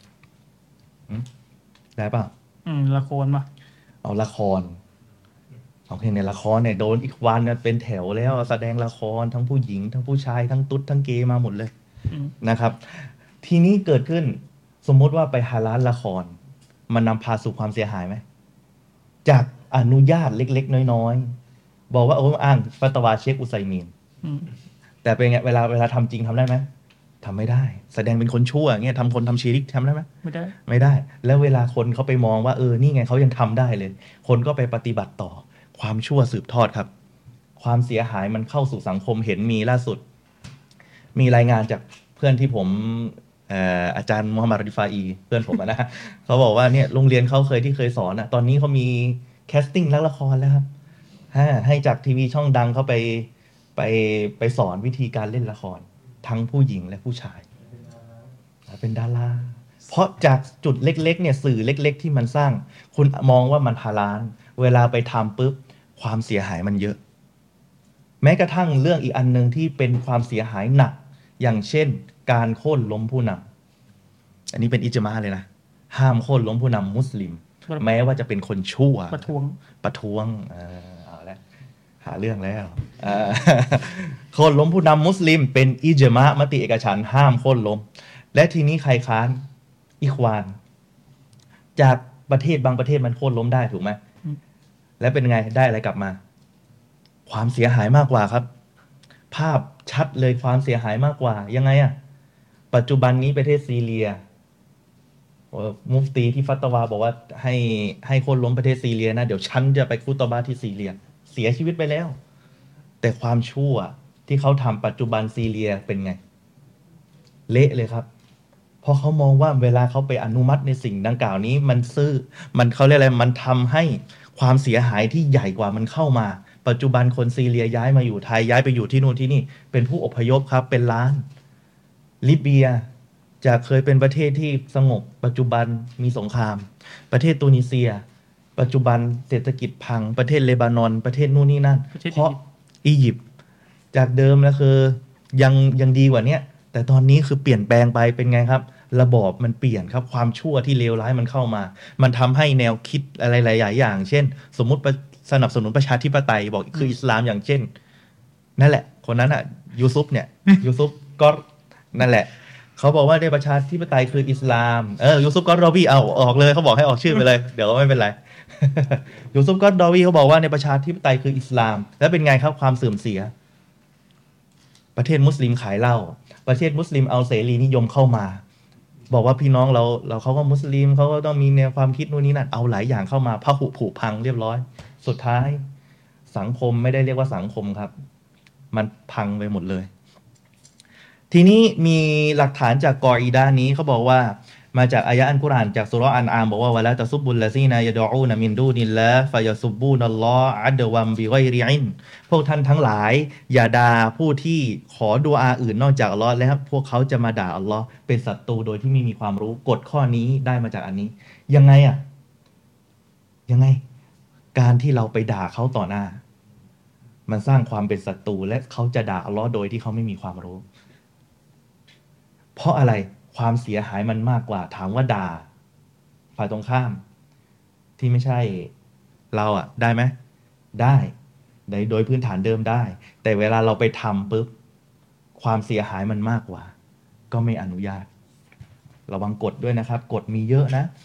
Speaker 1: ได้เปล่า
Speaker 2: ละครมา
Speaker 1: เอาละครเอาในละครเนี่ยโดนอีกวันเนี่ยเป็นแถวแล้วแสดงละครทั้งผู้หญิงทั้งผู้ชายทั้งตุ๊ดทั้งเกย์มาหมดเลยนะครับ ทีนี้เกิดขึ้นสมมุติว่าไปฮาลาลละคร มันนำพาสู่ความเสียหายไหมจากอนุญาตเล็กๆน้อยๆบอกว่าอ้างฟัตวาเชคอุไซมีนแต่เป็นไงเวลาทำจริงทำได้ไหมทำไม่ได้ แสดงเป็นคนชั่วเงี้ยทำชีริกทำได้ไหม
Speaker 2: ไม่ได้
Speaker 1: ไม่ได้ แล้วเวลาคนเขาไปมองว่านี่ไงเขายังทำได้เลย คนก็ไปปฏิบัติต่อความชั่วสืบทอดครับ ความเสียหายมันเข้าสู่สังคมเห็นมีล่าสุด มีรายงานจากเพื่อนที่ผมอาจารย์มูฮัมหมัดริฟาอีเพื่อนผมนะเขาบอกว่าเนี่ยโรงเรียนเขาเคยสอนตอนนี้เขามีแคสติ้งละครแล้วครับให้จากทีวีช่องดังเขาไปสอนวิธีการเล่นละครทั้งผู้หญิงและผู้ชายเป็นดาราเพราะจากจุดเล็กๆเนี่ยสื่อเล็กๆที่มันสร้างคุณมองว่ามันฮาลาลเวลาไปทำปุ๊บความเสียหายมันเยอะ แม้กระทั่งเรื่องอีกอันหนึ่งที่เป็นความเสียหายหนักอย่างเช่นการโค่นล้มผู้นำอันนี้เป็นอิจมาเลยนะห้ามโค่นล้มผู้นำมุสลิม แม้ว่าจะเป็นคนชั่วประท้วงเอาแล้วหาเรื่องแล้วโค่นล้มผู้นำมุสลิมเป็นอิจมามติเอกฉันท์ห้ามโค่นล้มและทีนี้ใครค้านอิควานจากประเทศบางประเทศมันโค่นล้มได้ถูกไหมและเป็นไงได้อะไรกลับมาความเสียหายมากกว่าครับภาพชัดเลยความเสียหายมากกว่ายังไงปัจจุบันนี้ประเทศซีเรียมุฟตีที่ฟัตวาบอกว่าให้โค่นล้มประเทศซีเรียนะเดี๋ยวฉันจะไปคุตบะที่ซีเรียเสียชีวิตไปแล้วแต่ความชั่วที่เขาทำปัจจุบันซีเรียเป็นไงเละเลยครับเพราะเขามองว่าเวลาเขาไปอนุมัติในสิ่งดังกล่าวนี้มันเขาเรียกอะไรมันทำให้ความเสียหายที่ใหญ่กว่ามันเข้ามาปัจจุบันคนซีเรียย้ายมาอยู่ไทยย้ายไปอยู่ที่นู่นที่นี่เป็นผู้อพยพครับเป็นล้านลิเบียจากเคยเป็นประเทศที่สงบปัจจุบันมีสงครามประเทศตูนิเซียปัจจุบันเศรษฐกิจพังประเทศเลบานอนประเทศนู่นนี่นั่นเพราะอียิปต์จากเดิมแล้วคือยังดีกว่านี้แต่ตอนนี้คือเปลี่ยนแปลงไปเป็นไงครับระบอบมันเปลี่ยนครับความชั่วที่เลวร้ายมันเข้ามามันทำให้แนวคิดอะไรหลายๆอย่างเช่นสมมุติสนับสนุนประชาธิปไตยบอกคืออิสลามอย่างเช่นนั่นแหละคนนั้นยูซุฟเนี่ยยูซุฟก็นั่นแหละเขาบอกว่าในประชาธิปไตยคืออิสลามยูซุฟก็รอวีเอาออกเลยเขาบอกให้ออกชื่อไปเลยเดี๋ยวไม่เป็นไรยูซุฟก็รอวีเขาบอกว่าในประชาธิปไตยคืออิสลามแล้วเป็นไงครับความเสื่อมเสียประเทศมุสลิมขายเหล้าประเทศมุสลิมเอาเสรีนิยมเข้ามาบอกว่าพี่น้องเราเขาก็มุสลิมเขาก็ต้องมีแนวความคิดนู่นนี่นั่นเอาหลายอย่างเข้ามาพหุผุพังเรียบร้อยสุดท้ายสังคมไม่ได้เรียกว่าสังคมครับมันพังไปหมดเลยทีนี้มีหลักฐานจากกออีดานี้เขาบอกว่ามาจากอายะอัลกุรอานจากซูเราะห์อันอามบอกว่าวะลาตะซุบบุลลซีนายะดูอูนะมินดูนิลลาฮ์ฟะยะซุบบูนัลลอฮ์อัดวัมบิฆอยริอิลม์พวกท่านทั้งหลายอย่าด่าผู้ที่ขอดุอาอื่นนอกจากอัลเลาะห์แล้วพวกเขาจะมาด่าอัลเลาะห์เป็นศัตรูโดยที่ไม่มีความรู้กฎข้อนี้ได้มาจากอันนี้ยังไงยังไงการที่เราไปด่าเขาต่อหน้ามันสร้างความเป็นศัตรูและเขาจะด่าอัลเลาะห์โดยที่เขาไม่มีความรู้เพราะอะไรความเสียหายมันมากกว่าถามว่าด่าฝ่ายตรงข้ามที่ไม่ใช่เราได้ไหมได้โดยพื้นฐานเดิมได้แต่เวลาเราไปทำปุ๊บความเสียหายมันมากกว่าก็ไม่อนุญาตระวังกฎด้วยนะครับกฎมีเยอะนะ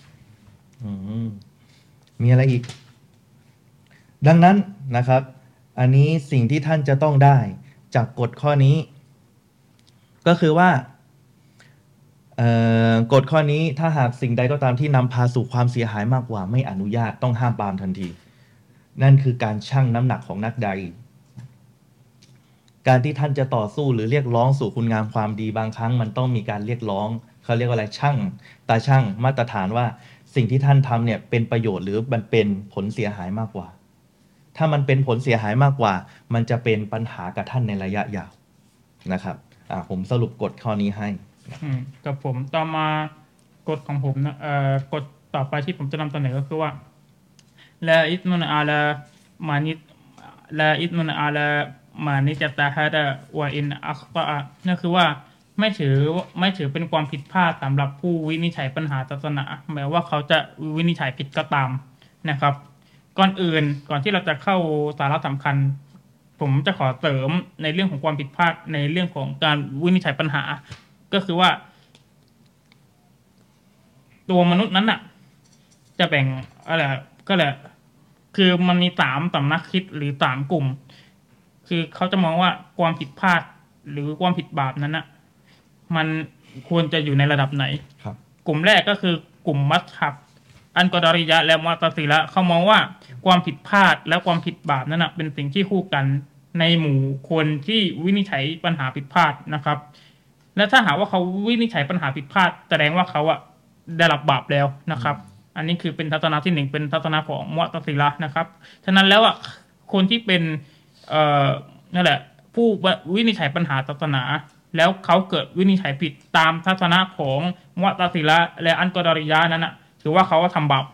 Speaker 1: มีอะไรอีกดังนั้นนะครับอันนี้สิ่งที่ท่านจะต้องได้จากกฎข้อนี้ก็คือว่ากฎข้อนี้ถ้าหากสิ่งใดก็ตามที่นำพาสู่ความเสียหายมากกว่าไม่อนุญาตต้องห้ามปรามทันทีนั่นคือการชั่งน้ำหนักของนักใดการที่ท่านจะต่อสู้หรือเรียกร้องสู่คุณงามความดีบางครั้งมันต้องมีการเรียกร้องเขาเรียกว่าอะไรชั่งมาตรฐานว่าสิ่งที่ท่านทำเนี่ยเป็นประโยชน์หรือมันเป็นผลเสียหายมากกว่าถ้ามันเป็นผลเสียหายมากกว่ามันจะเป็นปัญหากับท่านในระยะยาวนะครับผมสรุปกฎข้อนี้ให้
Speaker 2: กับผมต่อมากฎของผมนะกฎต่อไปที่ผมจะนำเสนอก็คือว่าละอิสมุนอาลามานิลาอิสมุนอาลามานิจตาฮะดะวะอินอัคตะนั่นคือว่าไม่ถือเป็นความผิดพลาดสำหรับผู้วินิจฉัยปัญหาศาสนาแม้ว่าเขาจะวินิจฉัยผิดก็ตามนะครับก่อนที่เราจะเข้าสาระสำคัญผมจะขอเสริมในเรื่องของความผิดพลาดในเรื่องของการวินิจฉัยปัญหาก็คือว่าตัวมนุษย์นั้นน่ะจะแบ่งอะไรก็แหละคือมันมี3สำนักคิดหรือ3กลุ่มคือเขาจะมองว่าความผิดพลาดหรือความผิดบาปนั้นน่ะมันควรจะอยู่ในระดับไหน
Speaker 1: ครับ
Speaker 2: กลุ่มแรกก็คือกลุ่มมัซฮับอันกอดาริยะและมุอ์ตะซิละห์เขามองว่าความผิดพลาดและความผิดบาปนั้นเป็นสิ่งที่คู่กันในหมู่คนที่วินิจฉัยปัญหาผิดพลาดนะครับและถ้าหากว่าเขาวินิจฉัยปัญหาผิดพลาดแสดงว่าเขาได้รับบาปแล้วนะครับอันนี้คือเป็นทัศนะที่1เป็นทัศนะของมุอ์ตะซิละห์นะครับฉะนั้นแล้วคนที่เป็นนั่นแหละผู้วินิจฉัยปัญหาศาสนาแล้วเขาเกิดวินิจฉัยผิดตามทัศนะของมุอ์ตะซิละห์และอันกอดาริยะห์นั้นถือว่าเขาทำบาป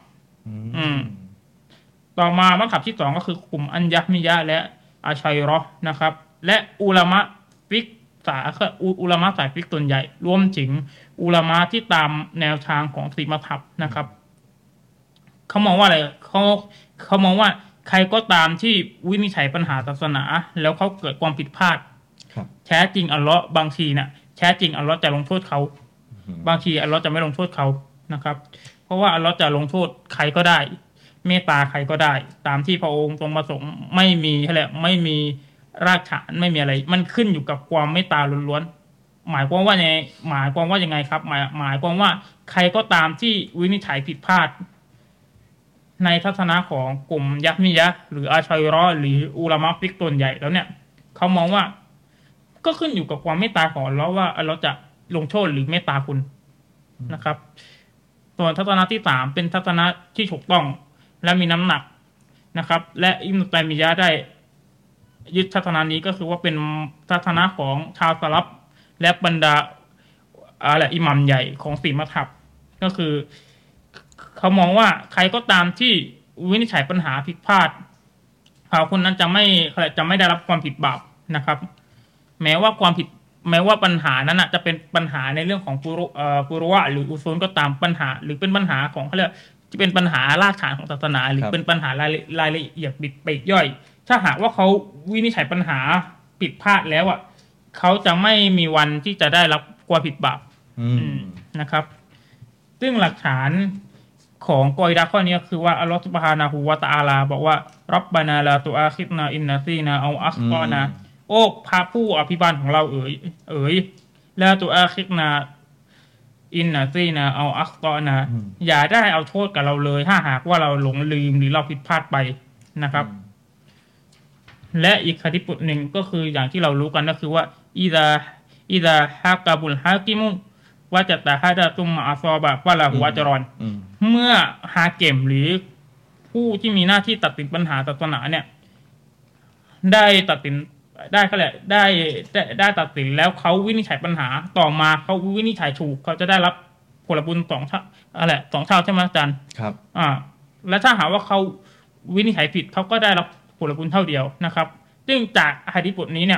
Speaker 2: ต่อมามัซฮับที่2ก็คือกลุ่มอัญญะมิยะห์และอาชัยเราะห์นะครับและอุลามะฟิกอุลามะสายฟิกส่วนใหญ่รวมถึงอุลามะที่ตามแนวทางของ4มัซฮับนะครับเขามองว่าอะไรเขามองว่าใครก็ตามที่วินิจฉัยปัญหาศาสนาแล้วเขาเกิดความผิดพลาดแท้จริงอัลเลาะห์บางทีแท้จริงอัลเลาะห์จะลงโทษเขาบางทีอัลเลาะห์จะไม่ลงโทษเขานะครับเพราะว่าอัลเลาะห์จะลงโทษใครก็ได้เมตตาใครก็ได้ตามที่พระองค์ทรงประสงค์ไม่มีรากฐานไม่มีอะไรมันขึ้นอยู่กับความเมตตาล้วนๆหมายความว่ายังไงครับหมายความว่าใครก็ตามที่วินิจฉัยผิดพลาดในทัศนะของกลุ่มยักษ์มิยะห์หรืออาชัยเราะห์หรืออุลามะฟิกส่วนใหญ่แล้วเนี่ยเขามองว่าก็ขึ้นอยู่กับความเมตตาของอัลเลาะห์ว่าอัลเลาะห์จะลงโทษหรือเมตตาคุณนะครับส่วนทัศนะที่3เป็นทัศนะที่ถูกต้องและมีน้ำหนักนะครับและอิบนุตัยมียะห์ได้ยึดทัศนะนี้ก็คือว่าเป็นทัศนะของชาวสลัฟและบรรดาอิหมัมใหญ่ของ4มัซฮับก็คือเขามองว่าใครก็ตามที่วินิจฉัยปัญหาผิดพลาดคนนั้นจะไม่ได้รับความผิดบาปนะครับแม้ว่าปัญหานั้นจะเป็นปัญหาในเรื่องของฟุรุหรืออุซูลก็ตามปัญหาหรือเป็นปัญหาของเขาเรียกที่เป็นปัญหารากฐานของศาสนาหรือเป็นปัญหารายละเอียดบิดปลีกย่อยถ้าหากว่าเขาวินิจฉัยปัญหาผิดพลาดแล้วเขาจะไม่มีวันที่จะได้รับความผิดบาปนะครับซึ่งหลักฐานของกออิดะห์ข้อนี้คือว่าอัลเลาะห์ซุบฮานะฮูวะตะอาลาบอกว่าร็อบบานาลาตุอาคิดนาอินนาซีนาเอาอัคตอนาโอ้พระผู้อภิบาลของเราเอ๋ยลาตุอาคิดนาอินนาซีนาเอาอัคตอนาอย่าได้เอาโทษกับเราเลยถ้าหากว่าเราหลงลืมหรือเราผิดพลาดไปนะครับและอีกหะดีษบทหนึ่งก็คืออย่างที่เรารู้กันก็คือว่าอิซาฮากะบุลฮากิมุว่าจะตะฮะดะตุมมาอัซอบะฟะละฮูอัจรอนเมื่อฮาเกมหรือผู้ที่มีหน้าที่ตัดสินปัญหาศาสนาเนี่ยได้ตัดสินได้เขาแหละได้ตัดสินแล้วเขาวินิจฉัยปัญหาต่อมาเขาวินิจฉัยถูกเขาจะได้รับผลบุญ2 เท่า2 เท่าใช่ไหมอาจารย์
Speaker 1: ครับ
Speaker 2: และถ้าหากว่าเขาวินิจฉัยผิดเขาก็ได้รับผลบุญเท่าเดียวนะครับซึ่งจากหะดีษบทนี้เนี่ย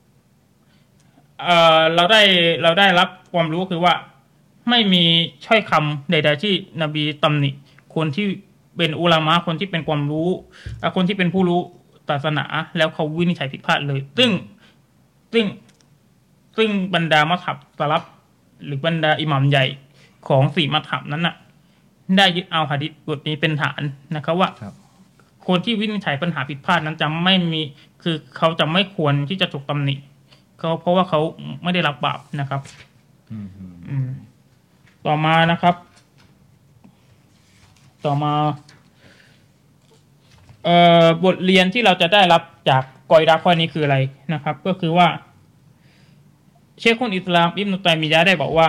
Speaker 2: เราได้รับความรู้คือว่าไม่มีถ้อยคำใดๆที่นบีตำหนิคนที่เป็นอุลามะคนที่เป็นความรู้คนที่เป็นผู้รู้ศาสนาแล้วเขาวินิจฉัยผิดพลาดเลยซึ่งบรรดามัซฮับสลัฟหรือบรรดาอิหมัมใหญ่ของ4มัซฮับนั้นได้ยึดเอาหะดีษบทนี้เป็นฐานนะครับว่าคนที่วินิจฉัยปัญหาผิดพลาดนั้นจะไม่มีคือเขาจะไม่ควรที่จะถูกตำหนิเพราะว่าเขาไม่ได้รับบาปนะครับต่อมานะครับบทเรียนที่เราจะได้รับจากกออิดะห์ข้อนี้คืออะไรนะครับก็คือว่าเชคอุลอิสลามอิบนุตัยมียะห์ได้บอกว่า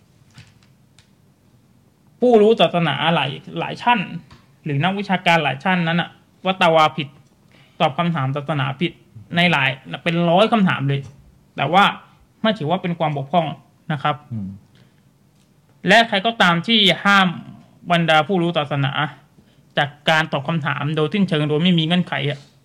Speaker 2: ผู้รู้ศาสนาหลายชั้นหรือนักวิชาการหลายชั้นนั้นวัตวาผิดตอบคำถามศาสนาผิดในหลายเป็น100คำถามเลยแต่ว่าไม่ถือว่าเป็นความบกพร่องนะครับและใครก็ตามที่ห้ามบรรดาผู้รู้ศาสนาจากการตอบคำถามโดยสิ้นเชิงโดยไม่มีเงื่อนไข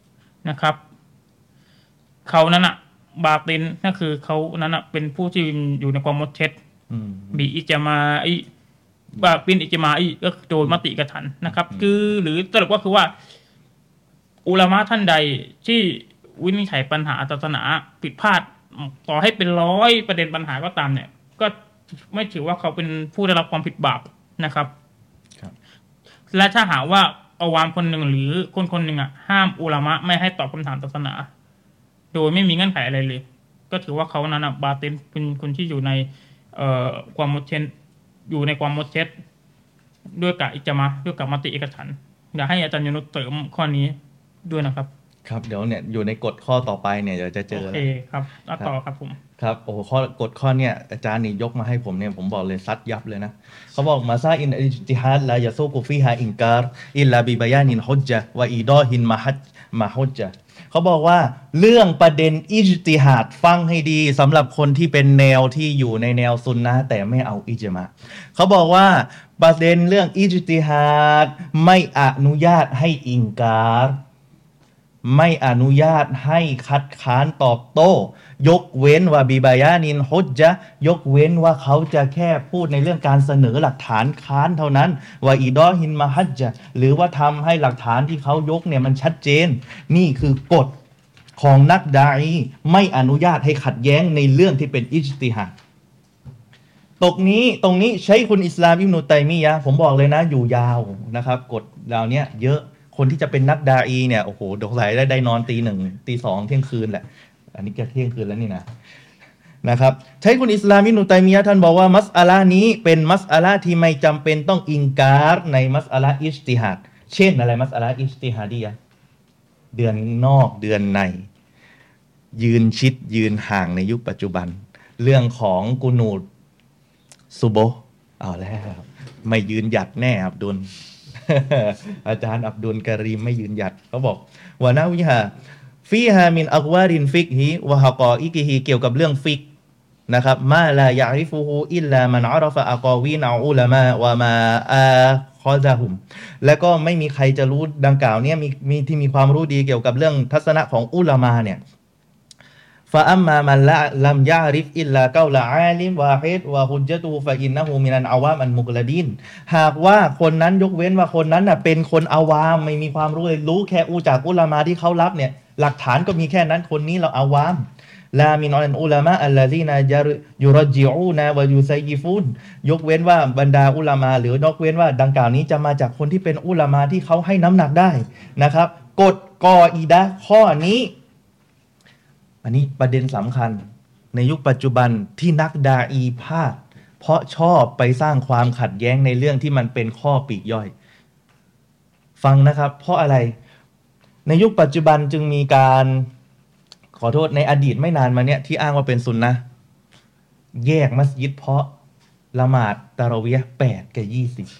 Speaker 2: นะครับเขานั้นอะบาตินนั่นคือเขานั้นอะเป็นผู้ที่อยู่ในความมดเท็จ
Speaker 1: อืม
Speaker 2: บีอิจมาอีบาปินอิจมาอีก็โดยมติกระทันนะครับ คือหรือสรุปก็คือว่า อุลามะท่านใดที่วินิจฉัยปัญหาศาสนาผิดพลาดต่อให้เป็น100ประเด็นปัญหาก็ตามเนี่ย ก็ไม่ถือว่าเขาเป็นผู้ได้รับความผิดบาปนะครับ
Speaker 1: ครับ
Speaker 2: และถ้าหากว่าอาวามคนหนึ่งหรือคนคนหนึ่งอ่ะห้ามอุลามะไม่ให้ตอบคำถามศาสนา โดยไม่มีเงื่อนไขอะไรเลย ก็ถือว่าเขานั้นบาตินเป็นคนที่อยู่ในความมดเท็จอยู่ในความมดเท็จด้วยกับอิจมาด้วยกับมติเอกฉันท์อยากให้อาจารย์ยนุชเติมข้อนี้ด้วยนะครับ
Speaker 1: ครับเดี๋ยวเนี่ยอยู่ในกฎข้อต่อไปเนี่ยเดี๋ยวจะเจอ
Speaker 2: โอ
Speaker 1: แล้
Speaker 2: เคว ครับเอาต่อครับผม
Speaker 1: ครับโอ้โหกฎข้อเนี่ยอาจารย์นี่ยกมาให้ผมเนี่ยผมบอกเลยซัดยับเลยนะเขาบอกมาซาอินอิจติฮัดลายะซูกุฟีฮาอินการอิลลาบิบายานินฮุจญะวะอีดอฮินมาฮุจญะเขาบอกว่าเรื่องประเด็นอิจติฮัดฟังให้ดีสำหรับคนที่เป็นแนวที่อยู่ในแนวซุนนะห์แต่ไม่เอาอิจมาเขาบอกว่าประเด็นเรื่องอิจติฮัดไม่อนุญาตให้อิงการไม่อนุญาตให้คัดค้านตอบโต้ ยกเว้นว่าบิบายานินฮุจญะยกเว้นว่าเขาจะแค่พูดในเรื่องการเสนอหลักฐานค้านเท่านั้นว่าอีดอฮินมาฮัจญะหรือว่าทำให้หลักฐานที่เขายกเนี่ยมันชัดเจนนี่คือกฎของนักดาอีไม่อนุญาตให้ขัดแย้งในเรื่องที่เป็นอิจติฮัดตรงนี้ใช้คุณอิสลามอิบนุตัยมียะห์ผมบอกเลยนะอยู่ยาวนะครับกฎเหล่านี้เยอะคนที่จะเป็นนักดาอีเนี่ยโอ้โหดกไหลได้นอนตี 1 ตี 2เที่ยงคืนแหละอันนี้จะเที่ยงคืนแล้วนี่นะครับใช้คุณอิสลามอิบนุตัยมียะห์ท่านบอกว่ามัสอะละห์นี้เป็นมัสอะละห์ที่ไม่จำเป็นต้องอิงการในมัสอะละห์อิจติฮัดเช่นอะไรมัสอะละห์อิจติฮัดียะห์เดือนนอกเดือนในยืนชิดยืนห่างในยุคปัจจุบันเรื่องของกุนูดซุโบฮ์เอาแล้วไม่ยืนหยัดแน่อับดุล อาจารย์อับดุลกะรีมไม่ยืนหยัดเขาบอกวะนะวิฮาฟีฮามินอักวารินฟิกฮีวะฮะกออิกิฮีเกี่ยวกับเรื่องฟิกนะครับมาลายะริฟูฮูอิลลามันอะรอฟะอักอวีนอูลามะวะมาอาคอซะฮุมแล้วก็ไม่มีใครจะรู้ดังกล่าวเนี่ยมีที่มีความรู้ดีเกี่ยวกับเรื่องทัศนะของอุลามะเนี่ยฟะอัมมามันละลัมยะริฟอิลลาเกาละอาลิมวาฮิดวะฮุจญะตูฟะอินนะฮูมินันอาวามอันมุกลาดินหากว่าคนนั้นยกเว้นว่าคนนั้นน่ะเป็นคนอาวามไม่มีความรู้เลยรู้แค่จากอุลามะที่เขารับเนี่ยหลักฐานก็มีแค่นั้นคนนี้เราอาวามลามินอันอุลามะอัลลซีนายุรจิอูนะวะยูซัยยิฟุนยกเว้นว่าบรรดาอุลามะหรือยกเว้นว่าดังกล่าวนี้จะมาจากคนที่เป็นอุลามะที่เขาให้น้ำหนักได้นะครับกฎกออีดะห์ข้อนี้อันนี้ประเด็นสำคัญในยุคปัจจุบันที่นักดาอีพลาดเพราะชอบไปสร้างความขัดแย้งในเรื่องที่มันเป็นข้อปลีกย่อยฟังนะครับเพราะอะไรในยุคปัจจุบันจึงมีการขอโทษในอดีตไม่นานมาเนี้ยที่อ้างว่าเป็นซุนนะห์แยกมัสยิดเพราะละหมาดตะเราะวียะห์8 กับ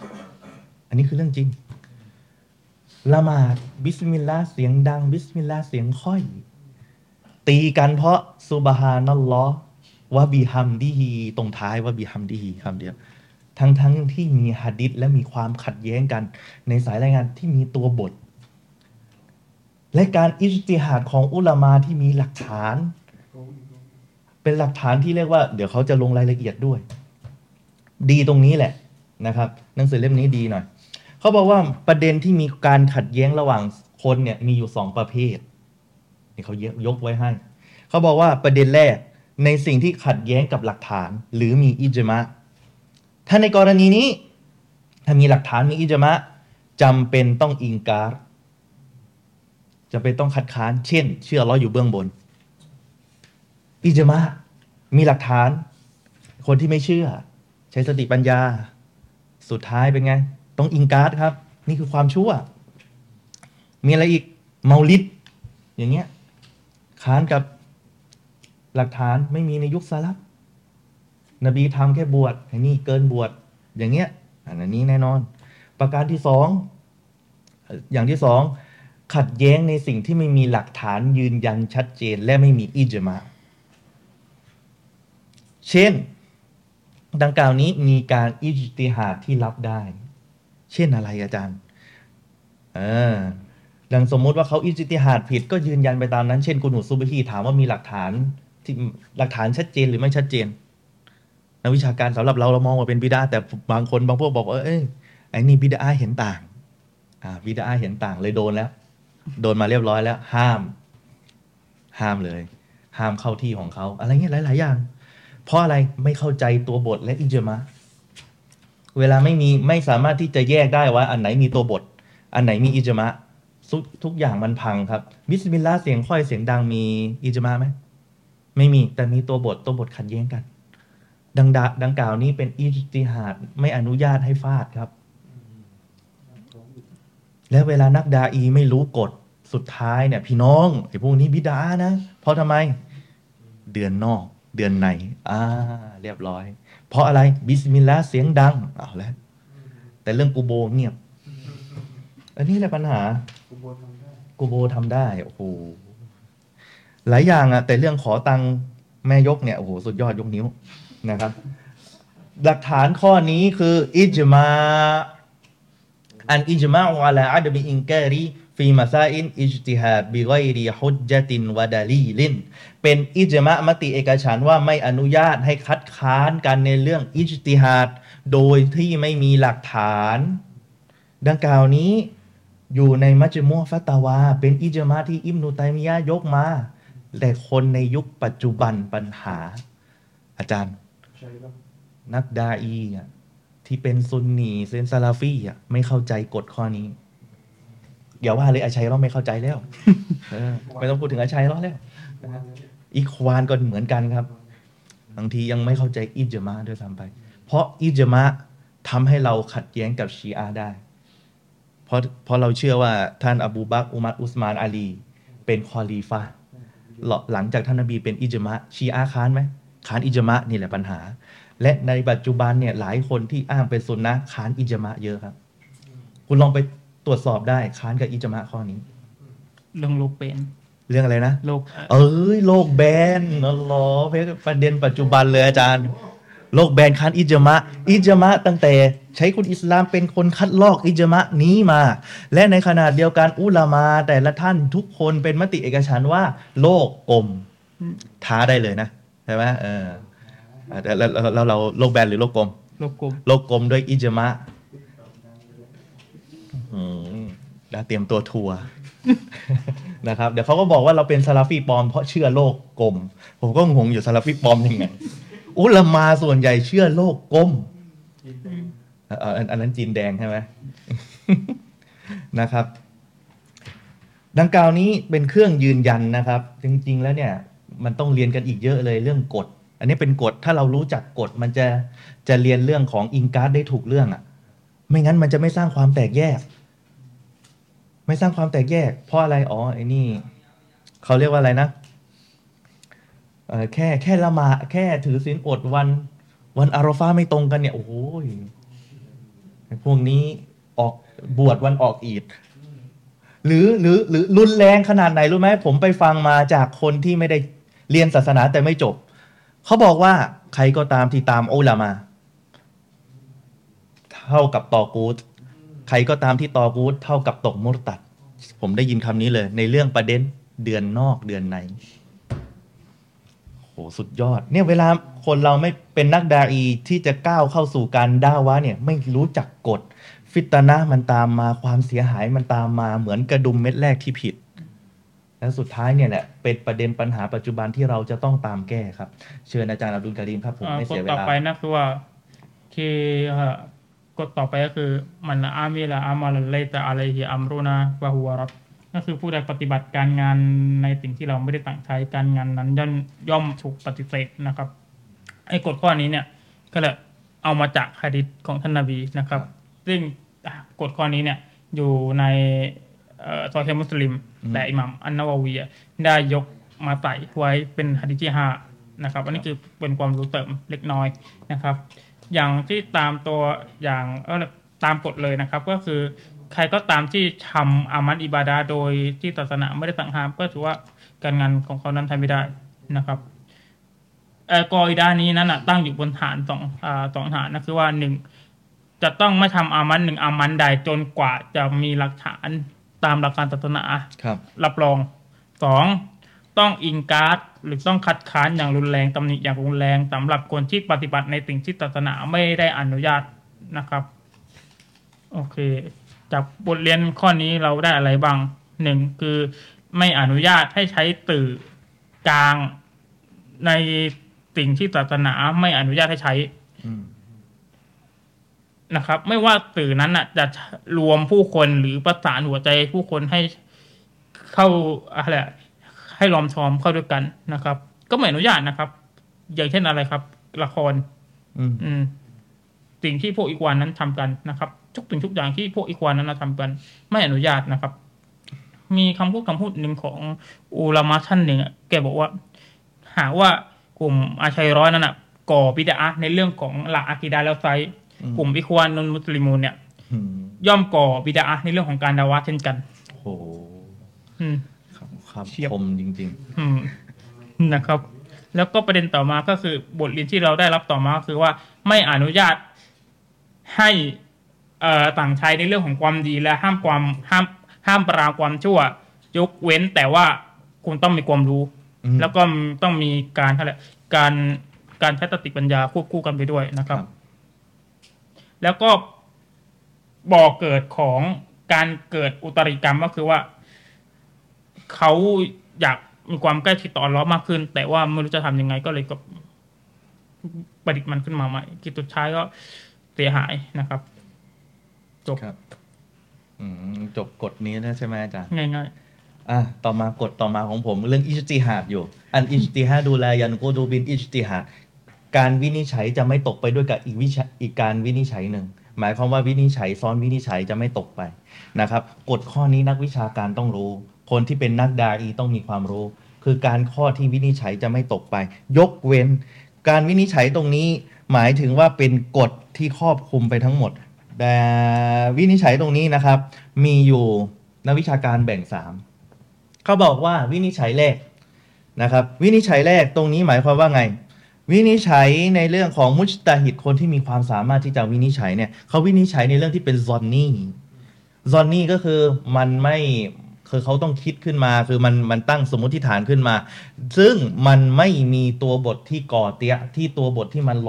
Speaker 1: 20อันนี้คือเรื่องจริงละหมาดบิสมิลลาห์เสียงดังบิสมิลลาห์เสียงค่อยตีกันเพราะซุบฮานัลลอฮ์วะบิฮัมดิฮีตรงท้ายวะบิฮัมดิฮีคำเดียวทั้งที่มีหะดีษและมีความขัดแย้งกันในสายรายงานที่มีตัวบทและการอิจติฮาดของอุลามะที่มีหลักฐานเป็นหลักฐานที่เรียกว่าเดี๋ยวเขาจะลงรายละเอียดด้วยดีตรงนี้แหละนะครับหนังสือเล่มนี้ดีหน่อยเขาบอกว่าประเด็นที่มีการขัดแย้งระหว่างคนเนี่ยมีอยู่2ประเภทนี่เขายกไว้ให้เขาบอกว่าประเด็นแรกในสิ่งที่ขัดแย้งกับหลักฐานหรือมีอิจมะถ้าในกรณีนี้ถ้ามีหลักฐานมีอิจมะจำเป็นต้องอิงการจะเป็นต้องคัดค้านเช่นเชื่ออัลเลาะห์อยู่เบื้องบนอิจมะมีหลักฐานคนที่ไม่เชื่อใช้สติปัญญาสุดท้ายเป็นไงต้องอิงการครับนี่คือความชั่วมีอะไรอีกเมาลิดอย่างเงี้ยค้านกับหลักฐานไม่มีในยุคซะลัฟนบีทำแค่บวชไอ้นี่เกินบวชอย่างเงี้ยอันนี้แน่นอนประการที่2อย่างที่2ขัดแย้งในสิ่งที่ไม่มีหลักฐานยืนยันชัดเจนและไม่มีอิจมะเช่นดังกล่าวนี้มีการอิจติฮาดที่รับได้เช่นอะไรอาจารย์ดังสมมุติว่าเขาอิจติฮาดผิดก็ยืนยันไปตามนั้นเช่นกุนูซุบฮีถามว่ามีหลักฐานที่หลักฐานชัดเจนหรือไม่ชัดเจนนักวิชาการสำหรับเรามองว่าเป็นบิดาแต่บางคนบางพวกบอกว่าเอ้ยไอ้นี่บิดาเห็นต่างบิดาเห็นต่างเลยโดนแล้วโดนมาเรียบร้อยแล้วห้ามเลยห้ามเข้าที่ของเขาอะไรเงี้ยหลายๆอย่างเพราะอะไรไม่เข้าใจตัวบทและอิจมะเวลาไม่สามารถที่จะแยกได้ว่าอันไหนมีตัวบทอันไหนมีอิจมะทุกอย่างมันพังครับบิสมิลลาห์เสียงค่อยเสียงดังมีอิจมะไหมไม่มีแต่มีตัวบทขัดแย้งกันดังกล่าวนี้เป็นอิจติฮาดไม่อนุญาตให้ฟาดครับและเวลานักดาอีไม่รู้กฎสุดท้ายเนี่ยพี่น้องไอ้พวกนี้บิดานะเพราะทำไมเดือนนอกเดือนในเรียบร้อยเพราะอะไรบิสมิลลาห์เสียงดังเอาแล้วแต่เรื่องกูโบเงียบอันนี้แหละปัญหากูโบทำได้โอ้โหหลายอย่างแต่เรื่องขอตังค์แม่ยกเนี่ยโอ้โหสุดยอดยกนิ้วนะครับหลักฐานข้อนี้คืออิจมาอันอิจมาอะลาอัดบิอินการีฟีมาซาอินอิจติฮาดบิฆอยริฮุจญะตินวะดะลีลินเป็นอิจมะมติเอกฉันท์ว่าไม่อนุญาตให้คัดค้านกันในเรื่องอิจติฮาดโดยที่ไม่มีหลักฐานดังกล่าวนี้อยู่ในมัจมุอ์ฟัตาวาเป็นอิจมะที่อิบนุตัยมียะห์ยกมาแต่คนในยุคปัจจุบันปัญหาอาจารย์นักดาอีที่เป็นซุนนีเซนซาลาฟีไม่เข้าใจกฎข้อนี้อย่าว่าเลยอาชัยเราไม่เข้าใจแล้ว ไม่ต้องพูดถึงอาชัยเราแล้วอีควานก็เหมือนกันครับบางทียังไม่เข้าใจอิจมะด้วยซ้ำไปเพราะอิจมะทำให้เราขัดแย้งกับชีอะห์ได้เพราะเราเชื่อว่าท่านอบูบักรอุมัรอุสมานอาลีเป็นคอลีฟะห์หลังจากท่านนบีเป็นอิจมะชีอะห์ค้านไหมค้านอิจมะนี่แหละปัญหาและในปัจจุบันเนี่ยหลายคนที่อ้างเป็นซุนนะห์ค้านอิจมะเยอะครับคุณลองไปตรวจสอบได้ค้านกับอิจมะข้อนี้
Speaker 2: เรื่องโลกเป็น
Speaker 1: เรื่องอะไรนะ
Speaker 2: โลก
Speaker 1: โลกแบนอัลลอฮ์ประเด็นปัจจุบันเลยอาจารย์โลกแบนค้านอิจมะตั้งแต่ใช้คุณอิสลามเป็นคนคัดลอกอิจมะนี้มาและในขณะเดียวกันอุลามาแต่ละท่านทุกคนเป็นมติเอกฉันท์ว่าโลกกลมท้าได้เลยนะใช่ไหมแล้วเราโลกแบนหรือโลกกลม
Speaker 2: โลกกลม
Speaker 1: ด้วยอิจมะเตรียมตัวทัวร์ นะครับเดี๋ยวเขาก็บอกว่าเราเป็นซาลาฟีปลอมเพราะเชื่อโลกกลมผมก็งงอยู่ซาลาฟีปลอมยังไงอุลามาส่วนใหญ่เชื่อโลกกลมอันนั้นจีนแดงใช่ไหม นะครับดังกล่าวนี้เป็นเครื่องยืนยันนะครับจริงๆแล้วเนี่ยมันต้องเรียนกันอีกเยอะเลยเรื่องกฎอันนี้เป็นกฎถ้าเรารู้จักกฎมันจะเรียนเรื่องของอิงการ์ดได้ถูกเรื่องไม่งั้นมันจะไม่สร้างความแตกแยกเพราะอะไรไอ้นี่เขาเรียกว่าอะไรนะแค่ละหมาดแค่ถือศีลอดวันอาราฟาไม่ตรงกันเนี่ยโอ้โหพวกนี้ออกบวชวันออกอีดหรือรุนแรงขนาดไหนรู้ไหมผมไปฟังมาจากคนที่ไม่ได้เรียนศาสนาแต่ไม่จบเขาบอกว่าใครก็ตามที่ตามอุลามาเท่ากับตอกูตใครก็ตามที่ตอกูตเท่ากับตกมุรตัดผมได้ยินคำนี้เลยในเรื่องประเด็นเดือนนอกเดือนในโหสุดยอดเนี่ยเวลาคนเราไม่เป็นนักดาอีที่จะก้าวเข้าสู่การด่าวะเนี่ยไม่รู้จักกฎฟิตนะห์มันตามมาความเสียหายมันตามมาเหมือนกระดุมเม็ดแรกที่ผิดและสุดท้ายเนี่ยแหละเป็นประเด็นปัญหาปัจจุบันที่เราจะต้องตามแก้ครับเชิญอาจารย์อับดุลกะรีมครับผมไม่เสียเวลา
Speaker 2: ต่อไปนะคือว่าที่กฎต่อไปก็คือมันอามิละอามาลไลตะอะลัยฮิอัมรุนะวะฮุวะรับก็คือผู้ใดปฏิบัติการงานในสิ่งที่เราไม่ได้ตั้งใจการงานนั้นย่อมถูกปฏิเสธนะครับไอ้กฎข้อนี้เนี่ยก็เลยเอามาจากหะดีษของท่านนบีนะครับซึ่งกฎข้อนี้เนี่ยอยู่ในซอฮีฮ์มุสลิมและอิหม่ามอันนะวะวีได้ยกมาใส่ไว้เป็นหะดีษที่5นะครับอันนี้คือเป็นความรู้เติมเล็กน้อยนะครับอย่างที่ตามตัวอย่างตามกฎเลยนะครับก็คือใครก็ตามที่ทำอามัลอิบาดะห์โดยที่ศาสนาไม่ได้สั่งห้ามก็ถือว่าการงานของเขานั้นทำไม่ได้นะครับกออิดะห์นี้นั้นตั้งอยู่บนฐานสองฐานนะคือว่า1จะต้องไม่ทำอามัล1อามัลใดจนกว่าจะมีหลักฐานตามหลักการศาสนา
Speaker 1: ครับ
Speaker 2: รับรอง 2. ต้องอิงการ์ดหรือต้องคัดค้านอย่างรุนแรงตำหนิอย่างรุนแรงสำหรับคนที่ปฏิบัติในสิ่งที่ศาสนาไม่ได้อนุญาตนะครับโอเคจากบทเรียนข้อนี้เราได้อะไรบ้าง 1. คือไม่อนุญาตให้ใช้สื่อกลางในสิ่งที่ศาสนาไม่อนุญาตให้ใช้นะครับไม่ว่าสื่อนั้นจะรวมผู้คนหรือประสานหัวใจผู้คนให้เข้าอะไรให้ล้อมชอมเข้าด้วยกันนะครับก็ไม่อนุญาตนะครับอย่างเช่นอะไรครับละครสิ่งที่พวกอีกวานนั้นทำกันนะครับทุกสิ่งทุกอย่างที่พวกอีกวานนั้นทำกันไม่อนุญาตนะครับมีคำพูดหนึ่งของอุลามะท่านหนึ่งแกบอกว่าหากว่ากลุ่มอาชัยร้อยนั้นก่อบิดอะห์ในเรื่องของหลักอะกีดะห์แล้วไซกลุ่มอิควานุลมุสลิมูนเนี่ยย่อมก่อบิดอะห์ในเรื่องของการดะวะห์เช่นกัน
Speaker 1: โอ้โหครับคมจริง
Speaker 2: ๆนะครับแล้วก็ประเด็นต่อมาก็คือบทเรียนที่เราได้รับต่อมาคือว่าไม่อนุญาตให้ต่างชายในเรื่องของความดีและห้ามปรามความชั่วยกเว้นแต่ว่าคุณต้องมีความรู้แล้วก็ต้องมีการใช้สติปัญญาควบคู่กันไปด้วยนะครับแล้วก็บ่อเกิดของการเกิดอุตริกรรมก็คือว่าเขาอยากมีความใกล้ชิดต่ออัลเลาะห์มากขึ้นแต่ว่าไม่รู้จะทำยังไงก็เลยก็ประดิษฐ์มันขึ้นมาใหม่กิจสุดท้ายก็เสียหายนะครับจบ
Speaker 1: จบกฎนี้นะใช่ไหมอาจารย์
Speaker 2: ง่าย
Speaker 1: ต่อมากฎต่อมาของผมเรื่องอิจติฮาดอยู่อันอิจติฮาดูแลยันกูดูบินอิจติฮาดการวินิจฉัยจะไม่ตกไปด้วยกับอีกการวินิจฉัยหนึ่งหมายความว่าวินิจฉัยซ้อนวินิจฉัยจะไม่ตกไปนะครับกฎข้อนี้นักวิชาการต้องรู้คนที่เป็นนักดาอีต้องมีความรู้คือการข้อที่วินิจฉัยจะไม่ตกไปยกเว้นการวินิจฉัยตรงนี้หมายถึงว่าเป็นกฎที่ครอบคลุมไปทั้งหมดแต่วินิจฉัยตรงนี้นะครับมีอยู่นักวิชาการแบ่ง3เขาบอกว่าวินิจฉัยแรกนะครับวินิจฉัยแรกตรงนี้หมายความว่าไงวินิจฉัยในเรื่องของมุจตะฮิดคนที่มีความสามารถที่จะวินิจฉัยเนี่ยเขาวินิจฉัยในเรื่องที่เป็นซอนนี่ก็คือมันไม่คือเขาต้องคิดขึ้นมาคือมันตั้งสมมติฐานขึ้นมาซึ่งมันไม่มีตัวบทที่ก่อเตียที่ตัวบทที่มัน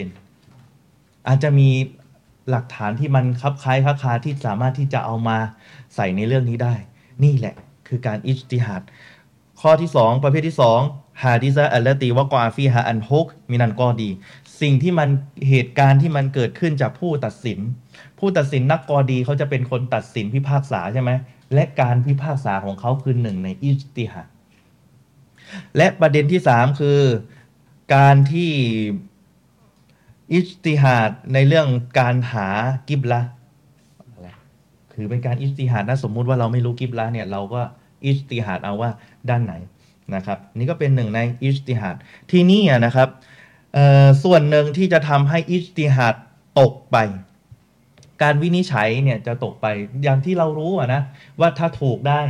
Speaker 1: 100% อาจจะมีหลักฐานที่มันคับคล้ายคับคาที่สามารถที่จะเอามาใส่ในเรื่องนี้ได้นี่แหละคือการอิจติฮัดข้อที่2ประเภทที่2ฮาดิซะอัลลตีวะกอฟีฮาอันฮุกมินันกอดีสิ่งที่มันเหตุการณ์ที่มันเกิดขึ้นจากผู้ตัดสินนักกอดีเขาจะเป็นคนตัดสินพิพากษาใช่ไหมและการพิพากษาของเขาคือหนึ่งในอิจติฮัดและประเด็นที่3คือการที่อิจติฮัดในเรื่องการหากิบละคือเป็นการอิจติฮัดนะสมมุติว่าเราไม่รู้กิบละเนี่ยเราก็อิจติฮัดเอาว่าด้านไหนนะครับนี่ก็เป็นหนึ่งในอิจติฮัดที่นี่นะครับส่วนหนึ่งที่จะทำให้อิจติฮัดตกไปการวินิจฉัยเนี่ยจะตกไปอย่างที่เรารู้นะว่าถ้าถูกได้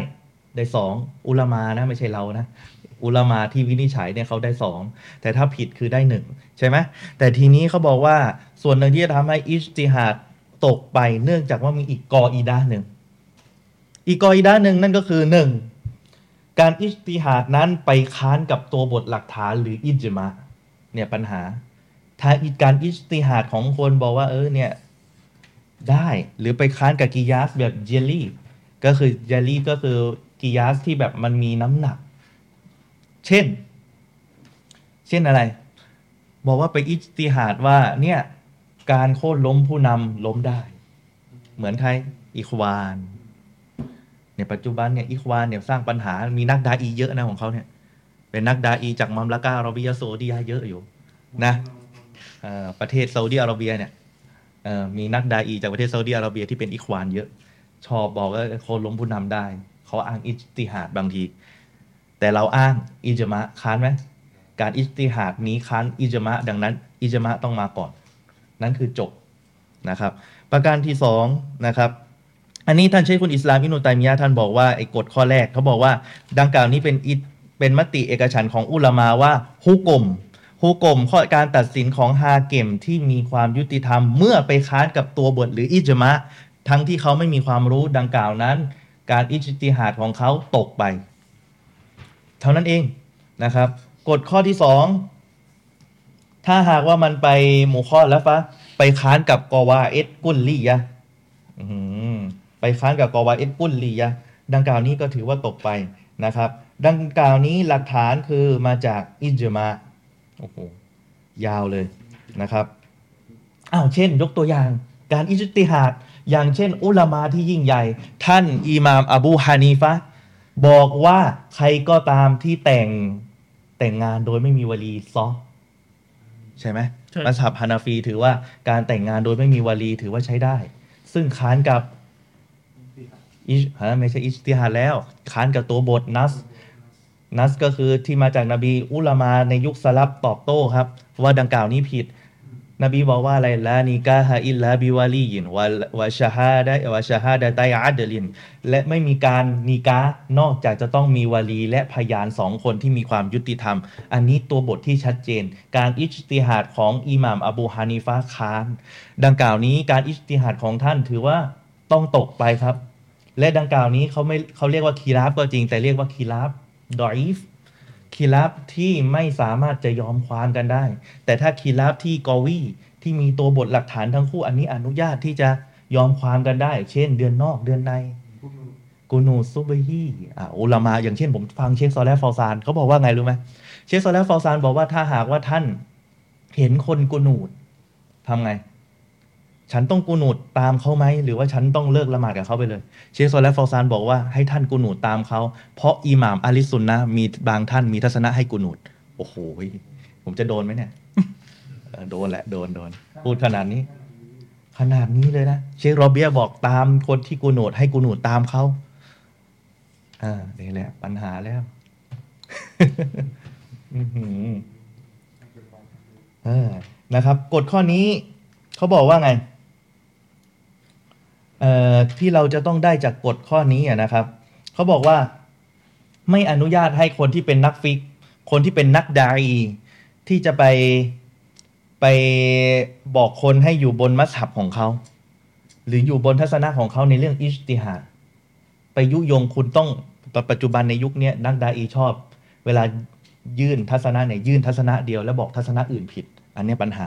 Speaker 1: 2อุลามานะไม่ใช่เรานะอุลามาที่วินิจฉัยเนี่ยเขาได้2แต่ถ้าผิดคือได้1ใช่ไหมแต่ทีนี้เขาบอกว่าส่วนหนึ่งที่จะทำให้อิจติฮัดตกไปเนื่องจากว่ามีอีกกออีดะห์หนึ่งนั่นก็คือ1การอิจติฮัดนั้นไปค้านกับตัวบทหลักฐานหรืออิจมะเนี่ยปัญหาถ้าการอิจติฮัดของคนบอกว่าเนี่ยได้หรือไปค้านกับกิยาสแบบเจลลี่ก็คือเจลลี่ก็คือกิยาสที่แบบมันมีน้ำหนักเช่นอะไรบอกว่าไปอิจติฮัดว่าเนี่ยการโค่นล้มผู้นำล้มได้เหมือนใครอิควานเนี่ยปัจจุบันเนี่ยอิควานเนี่ยสร้างปัญหามีนักดาอีเยอะนะของเขาเนี่ยเป็นนักดาอีจากมัมละกะอาระบียะห์ซาอุดียะห์เยอะอยู่นะประเทศซาอุดีอาระเบียเนี่ยมีนักดาอีจากประเทศซาอุดีอาระเบียที่เป็นอิควานเยอะชอบบอกว่าโค่นล้มผู้นำได้เขาอ้างอิจติฮัดบางทีแต่เราอ้างอิจมะค้านไหมการอิจติฮัดนี้ค้านอิจมะดังนั้นอิจมะต้องมาก่อนนั่นคือจบนะครับประการที่2นะครับอันนี้ท่านเชคอุลอิสลามอิบนุตัยมียะห์ท่านบอกว่าไอ้กฎข้อแรกเขาบอกว่าดังกล่าวนี้เป็นมติเอกฉันท์ของอุลามะว่าฮุกมข้อการตัดสินของฮาเก็มที่มีความยุติธรรมเมื่อไปค้านกับตัวบทหรืออิจมะทั้งที่เขาไม่มีความรู้ดังกล่าวนั้นการอิจติฮาดของเขาตกไปเท่านั้นเองนะครับกฎข้อที่สองถ้าหากว่ามันไปหมู่ข้อแล้วฟะไปค้านกับกอวาเอตกุลลียะอื้อหือไปค้านกับกอวาเอตกุลลียะดังกล่าวนี้ก็ถือว่าตกไปนะครับดังกล่าวนี้หลักฐานคือมาจากอิจมาโอ้โหยาวเลยนะครับเช่นยกตัวอย่างการอิจติฮาดอย่างเช่นอุลามาที่ยิ่งใหญ่ท่านอิหม่ามอบูฮานีฟะห์บอกว่าใครก็ตามที่แต่งงานโดยไม่มีวลีซอใช่ไหม
Speaker 2: ใช่
Speaker 1: มัซฮับฮานาฟีถือว่าการแต่งงานโดยไม่มีวลีถือว่าใช้ได้ ซึ่งค้านกับไม่ใช่อิจติฮาดแล้วค้านกับตัวบทนัสก็คือที่มาจากนบีอุลามาในยุคสลับตอบโต้ครับว่าดังกล่าวนี้ผิดนบีบอกว่าอะไรละนิกาฮะอิลลาบิวาลียินวะชะฮาดะตัยอัดลินและไม่มีการนิกาห์นอกจากจะต้องมีวาลีและพยานสองคนที่มีความยุติธรรมอันนี้ตัวบทที่ชัดเจนการอิจติฮาดของอิหม่ามอบูฮานีฟะห์ค้านดังกล่าวนี้การอิจติฮาดของท่านถือว่าต้องตกไปครับและดังกล่าวนี้เขาเรียกว่าคีราฟก็จริงแต่เรียกว่าคีราฟดออีฟคีราฟที่ไม่สามารถจะยอมความกันได้แต่ถ้าคีราฟที่กอวีที่มีตัวบทหลักฐานทั้งคู่อันนี้อนุญาตที่จะยอมความกันได้เช่นเดือนนอกเดือนในกูนูซุบฮีอุลามาอย่างเช่นผมฟังเชคซอเลห์ฟาวซานเขาบอกว่าไงรู้ไหมเชคซอเลห์ฟาวซานบอกว่าถ้าหากว่าท่านเห็นคนกูนูดทำไงฉันต้องกูนูดตามเขาไหมหรือว่าฉันต้องเลิกละหมาดกับเขาไปเลยเชคซอเลห์ฟาวซานบอกว่าให้ท่านกูนูดตามเขาเพราะอิหม่ามอาลิซุนนะห์มีบางท่านมีทัศนะให้กูนูดโอ้โหผมจะโดนไหมเนี่ย โดนแหละโดนพูดขนาดนี้เลยนะเชคโรเบียบอกตามคนที่กูนูดให้กูนูดตามเขานี่แหละปัญหาแล้ว อื้อหือนะครับกฎข้อนี้เขาบอกว่าไงที่เราจะต้องได้จากกฎข้อนี้นะครับเขาบอกว่าไม่อนุญาตให้คนที่เป็นนักฟิกคนที่เป็นนักดาอีที่จะไปบอกคนให้อยู่บนมัซฮับของเขาหรืออยู่บนทัศนะของเขาในเรื่องอิจติฮาดไปยุยงคุณต้องปัจจุบันในยุคนี้นักดาอีชอบเวลายื่นทัศนะเนี่ยยื่นทัศนะเดียวแล้วบอกทัศนะอื่นผิดอันนี้ปัญหา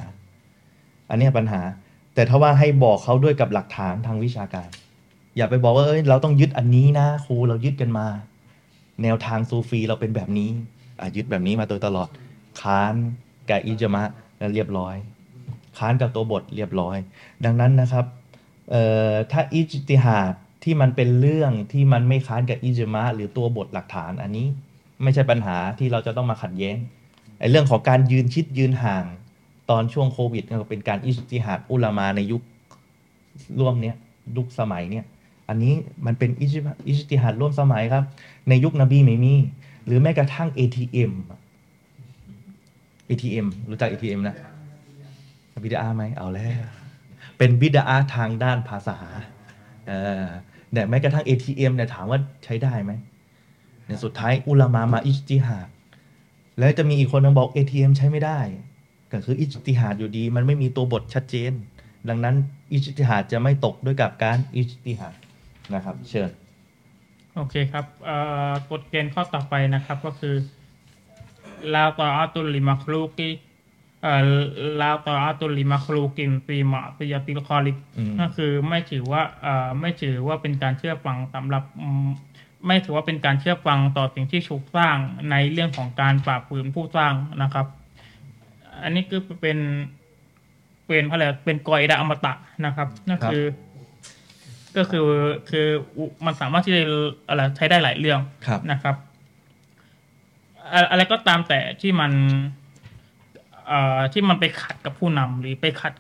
Speaker 1: แต่ถ้าว่าให้บอกเขาด้วยกับหลักฐานทางวิชาการอย่าไปบอกว่าเราต้องยึดอันนี้นะครูเรายึดกันมาแนวทางซูฟีเราเป็นแบบนี้ยึดแบบนี้มาโดยตลอดค้านกับอิจมะเรียบร้อยค้านกับตัวบทเรียบร้อยดังนั้นนะครับถ้าอิจติฮาดที่มันเป็นเรื่องที่มันไม่ค้านกับอิจมะหรือตัวบทหลักฐานอันนี้ไม่ใช่ปัญหาที่เราจะต้องมาขัดแย้งเรื่องของการยืนชิดยืนห่างตอนช่วงโควิดก็เป็นการอิจติฮาดอุลามาในยุคร่วมเนี้ยยุคสมัยเนี้ยอันนี้มันเป็นอิจติฮาดร่วมสมัยครับในยุคนบีไม่มีหรือแม้กระทั่ง ATM รู้จัก ATM นะบิดาไหมเอาแล้วเป็นบิดาทางด้านภาษาเนี่ยแม้กระทั่ง ATM เนี่ยถามว่าใช้ได้ไหมเนี่ยสุดท้ายอุลามามาอิจติฮาดแล้วจะมีอีกคนนึงบอก ATM ใช้ไม่ได้ก็คืออิจติฮาดอยู่ดีมันไม่มีตัวบทชัดเจนดังนั้นอิจติฮาดจะไม่ตกด้วยกับการอิจติฮาดนะครับเชิญ
Speaker 2: โอเคครับกฎเกณฑ์ข้อต่อไปนะครับก็คือลาตออาตุลลิมัคลูกีลาตออาตุลลิมัคลูกินฟีมะติยติลคอลิกก็คือไม่ถือว่าเป็นการเชื่อฟังสำหรับไม่ถือว่าเป็นการเชื่อฟังต่อสิ่งที่ถูกสร้างในเรื่องของการปราบฝืนผู้สร้างนะครับอันนี้คือเป็นอะไรเป็นกอยดะอมตะนะครับนั่นคือมันสามารถที่จะอะไรใช้ได้หลายเรื่องนะครับอะไรก็ตามแต่ที่มันไปขัดกับผู้นำหรือไปขัด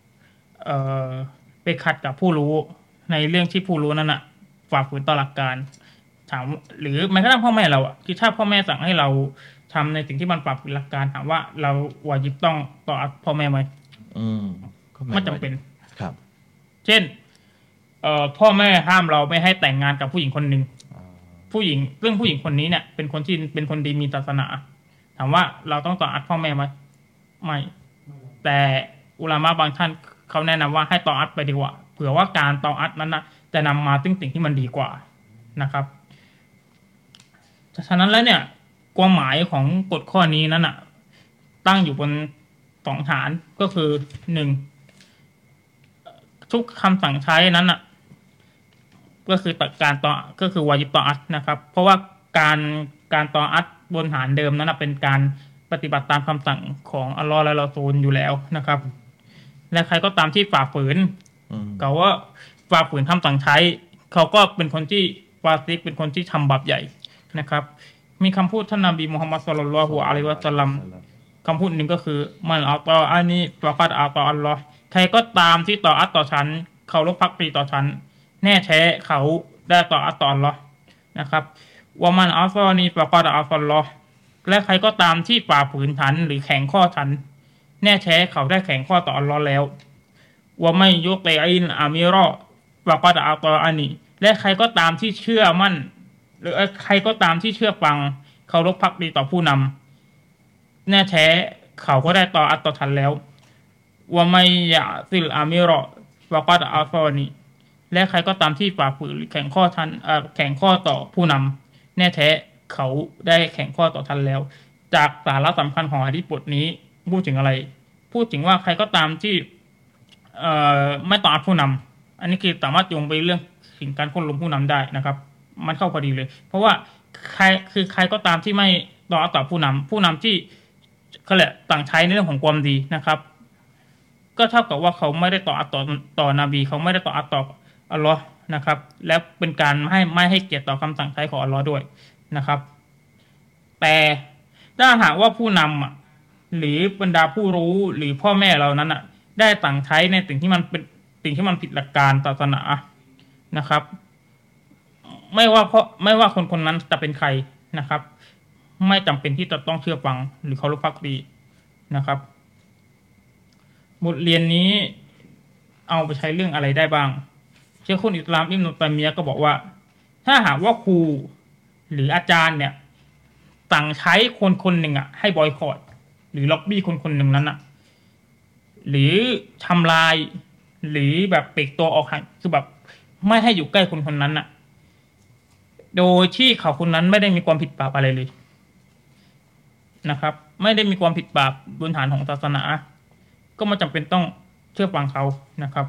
Speaker 2: กับผู้รู้ในเรื่องที่ผู้รู้นั้นน่ะฝ่าฝืนต่อหลักการถามหรือแม้กระทั่งพ่อแม่เราคือถ้าพ่อแม่สั่งให้เราทำในสิ่งที่มันฝ่าฝืนหลักการถามว่าเราวาญิบต้องต่อพ่อแม่ไหมไม่จำเป็น
Speaker 1: ครับ
Speaker 2: เช่นพ่อแม่ห้ามเราไม่ให้แต่งงานกับผู้หญิงคนหนึ่งผู้หญิงคนนี้เนี่ยเป็นคนที่เป็นคนดีมีศาสนาถามว่าเราต้องต่ออัดพ่อแม่ไหมไม่แต่อุลามะบางท่านเขาแนะนำว่าให้ต่ออัดไปดีกว่าเผื่อว่าการต่ออัดนั้นนะจะนำมาซึ่งสิ่งที่มันดีกว่านะครับฉะนั้นแล้วเนี่ยความหมายของกฎข้อนี้นั้นตั้งอยู่บน2 ฐานก็คือ1ทุกคำสั่งใช้นั้นก็คือการต่อก็คือวาญิบต่ออัตนะครับ เพราะว่าการต่ออัตบนฐานเดิมนั้นเป็นการปฏิบัติตามคำสั่งของอัลลอฮ์และรอซูลอยู่แล้วนะครับ และใครก็ตามที่ฝ่าฝืนเขาว่าฝ่าฝืนคำสั่งใช้เขาก็เป็นคนที่ฟาซิกเป็นคนที่ทำบาปใหญ่นะครับ มีคำพูดท่านนบีมุฮัมมัดศ็อลลัลลอฮุอะลัยฮิวะซัลลัมคำพูดหนึ่งก็คือมันอัตออันนี้ฟะกัดอัตออัลลอฮ์ใครก็ตามที่ต่ออัตต่อฉันเขาลบภักดีต่อฉันแน่แท้เขาได้ต่ออัตต่ออัลลอฮ์นะครับวะมันอัซอนีฟะกัดอัซอลลอฮ์และใครก็ตามที่ฝ่าฝืนฉันหรือแข่งข้อฉันแน่แท้เขาได้แข่งข้อต่ออัลลอฮ์แล้วว่าไม่ยุติอินอามิรอฟะกัดอัตออันนี้และใครก็ตามที่เชื่อมั่นหรือใครก็ตามที่เชื่อฟังเคารพภักดีต่อผู้นำแน่แท้เขาก็ได้ต่ออัตต่อฉันแล้วว่าไม่ยะซิลอามิรอฟะกัดอัซอนีและใครก็ตามที่ฝ่าฝืนแข่งข้อต่อผู้นำแน่แท้เขาได้แข่งข้อต่อฉันแล้ว จากสาระสำคัญของหะดีษบทนี้พูดถึงอะไรพูดถึงว่าใครก็ตามที่ไม่ต่ออัตผู้นำอันนี้คือสามารถโยงไปเรื่องถึงการโค่นล้มผู้นำได้นะครับมันเข้าพอดีเลยเพราะว่าใครก็ตามที่ไม่ต่ออัตต่อผู้นำที่เขาแหละต่างใช้ในเรื่องของความดีนะครับ ก็เท่ากับว่าเขาไม่ได้ต่ออัตต่อนบีเขาไม่ได้ต่ออัตต่ออัลลอฮ์นะครับ และเป็นการไม่ให้เกียรติต่อคำสั่งใช้ของอัลลอฮ์ด้วยนะครับ แต่ถ้าหากว่าผู้นำหรือบรรดาผู้รู้หรือพ่อแม่เรานั้นได้ต่างใช้ในสิ่งที่มันผิดหลักการศาสนานะครับ ไม่ว่าคนนั้นจะเป็นใครนะครับ ไม่จำเป็นที่จะต้องเชื่อฟังหรือเคารพภักดีนะครับบทเรียนนี้เอาไปใช้เรื่องอะไรได้บ้างเชคอุลอิสลามอิบนุตัยมียะห์ก็บอกว่าถ้าหากว่าครูหรืออาจารย์เนี่ยสั่งใช้คนหนึ่งให้บอยคอตหรือล็อบบี้คนหนึ่งนั้นหรือทำลายหรือแบบปิดตัวออกห่างคือแบบไม่ให้อยู่ใกล้คนนั้นโดยที่เขาคนนั้นไม่ได้มีความผิดบาปอะไรเลยนะครับไม่ได้มีความผิดบาปบนฐานของศาสนาก็ไม่จำเป็นต้องเชื่อฟังเขานะครับ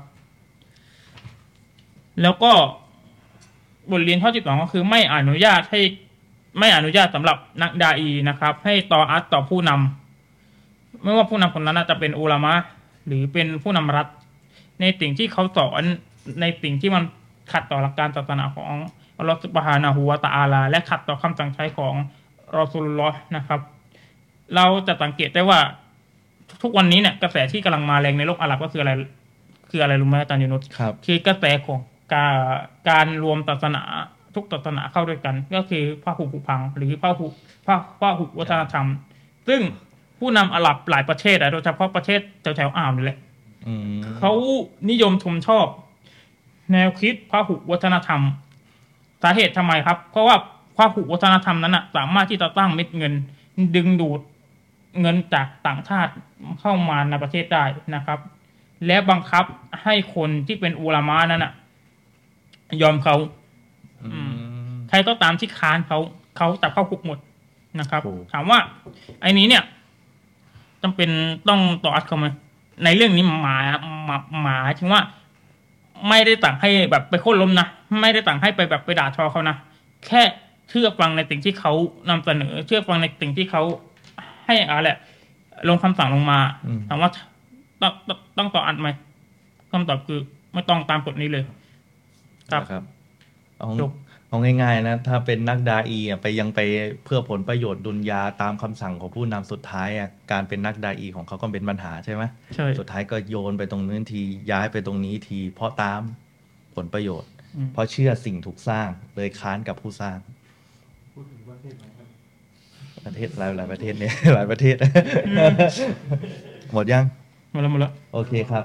Speaker 2: แล้วก็บทเรียนข้อที่ 2ก็คือไม่อนุญาตสำหรับนักดาอีนะครับให้ต่ออัตต่อผู้นำไม่ว่าผู้นำคนนั้นจะเป็นอุลามะหรือเป็นผู้นำรัฐในสิ่งที่เขาสอนในสิ่งที่มันขัดต่อหลักการศาสนาของอัลลอฮฺซุบฮานะฮูวะตะอาลาและขัดต่อคำสั่งใช้ของรอซูลุลลอฮ์นะครับเราจะสังเกตได้ว่าทุกวันนี้เนี่ยกระแสที่กำลังมาแรงในโลกอาหรับก็คืออะไรรู้ไหมอาจารย์ยูนุสคือกระแสของการรวมศาสนาทุกศาสนาเข้าด้วยกันก็คือพหุผุพังหรือพหุวัฒนธรรมซึ่งผู้นำอาหรับหลายประเทศโดยเฉพาะประเทศแถวอ่าวนี่แหละเขานิยมชมชอบแนวคิดพหุวัฒนธรรมสาเหตุทำไมครับเพราะว่าพหุวัฒนธรรมนั้นสามารถที่จะตั้งเม็ดเงินดึงดูดเงินจากต่างชาติเข้ามาในประเทศได้นะครับและบังคับให้คนที่เป็นอุลามะนั้นยอมเขาใครก็ตามที่ค้านเขาจับเข้าคุกหมดนะครับถามว่าไอ้นี้เนี่ยจำเป็นต้องต่ออัดเขาไหมในเรื่องนี้หมาถึงว่าไม่ได้ต่างให้แบบไปโค่นล้มนะไม่ได้ต่างให้ไปแบบไปด่าทอเขานะแค่เชื่อฟังในสิ่งที่เขานำเสนอเชื่อฟังในสิ่งที่เขาให้อะไรลงคำสั่งลงมาถามว่าต้องต่ออัดไหมคำตอบคือไม่ต้องตามกฎนี้เลย
Speaker 1: ครับเอาง่ายๆนะถ้าเป็นนักดาอีไปเพื่อผลประโยชน์ดุนยาตามคำสั่งของผู้นำสุดท้ายการเป็นนักดาอีของเขาก็เป็นปัญหาใช่ไหม
Speaker 2: ใช่
Speaker 1: สุดท้ายก็โยนไปตรงนู้นทีย้ายไปตรงนี้ทีเพราะตามผลประโยชน์เพราะเชื่อสิ่งถูกสร้างเลยค้านกับผู้สร้าง
Speaker 3: พูดถึงประเทศไหนครับ
Speaker 1: ประเทศหลายประเทศเนี่ยหลายประเทศหมดยัง
Speaker 2: หมดแล้ว
Speaker 1: โอเคครับ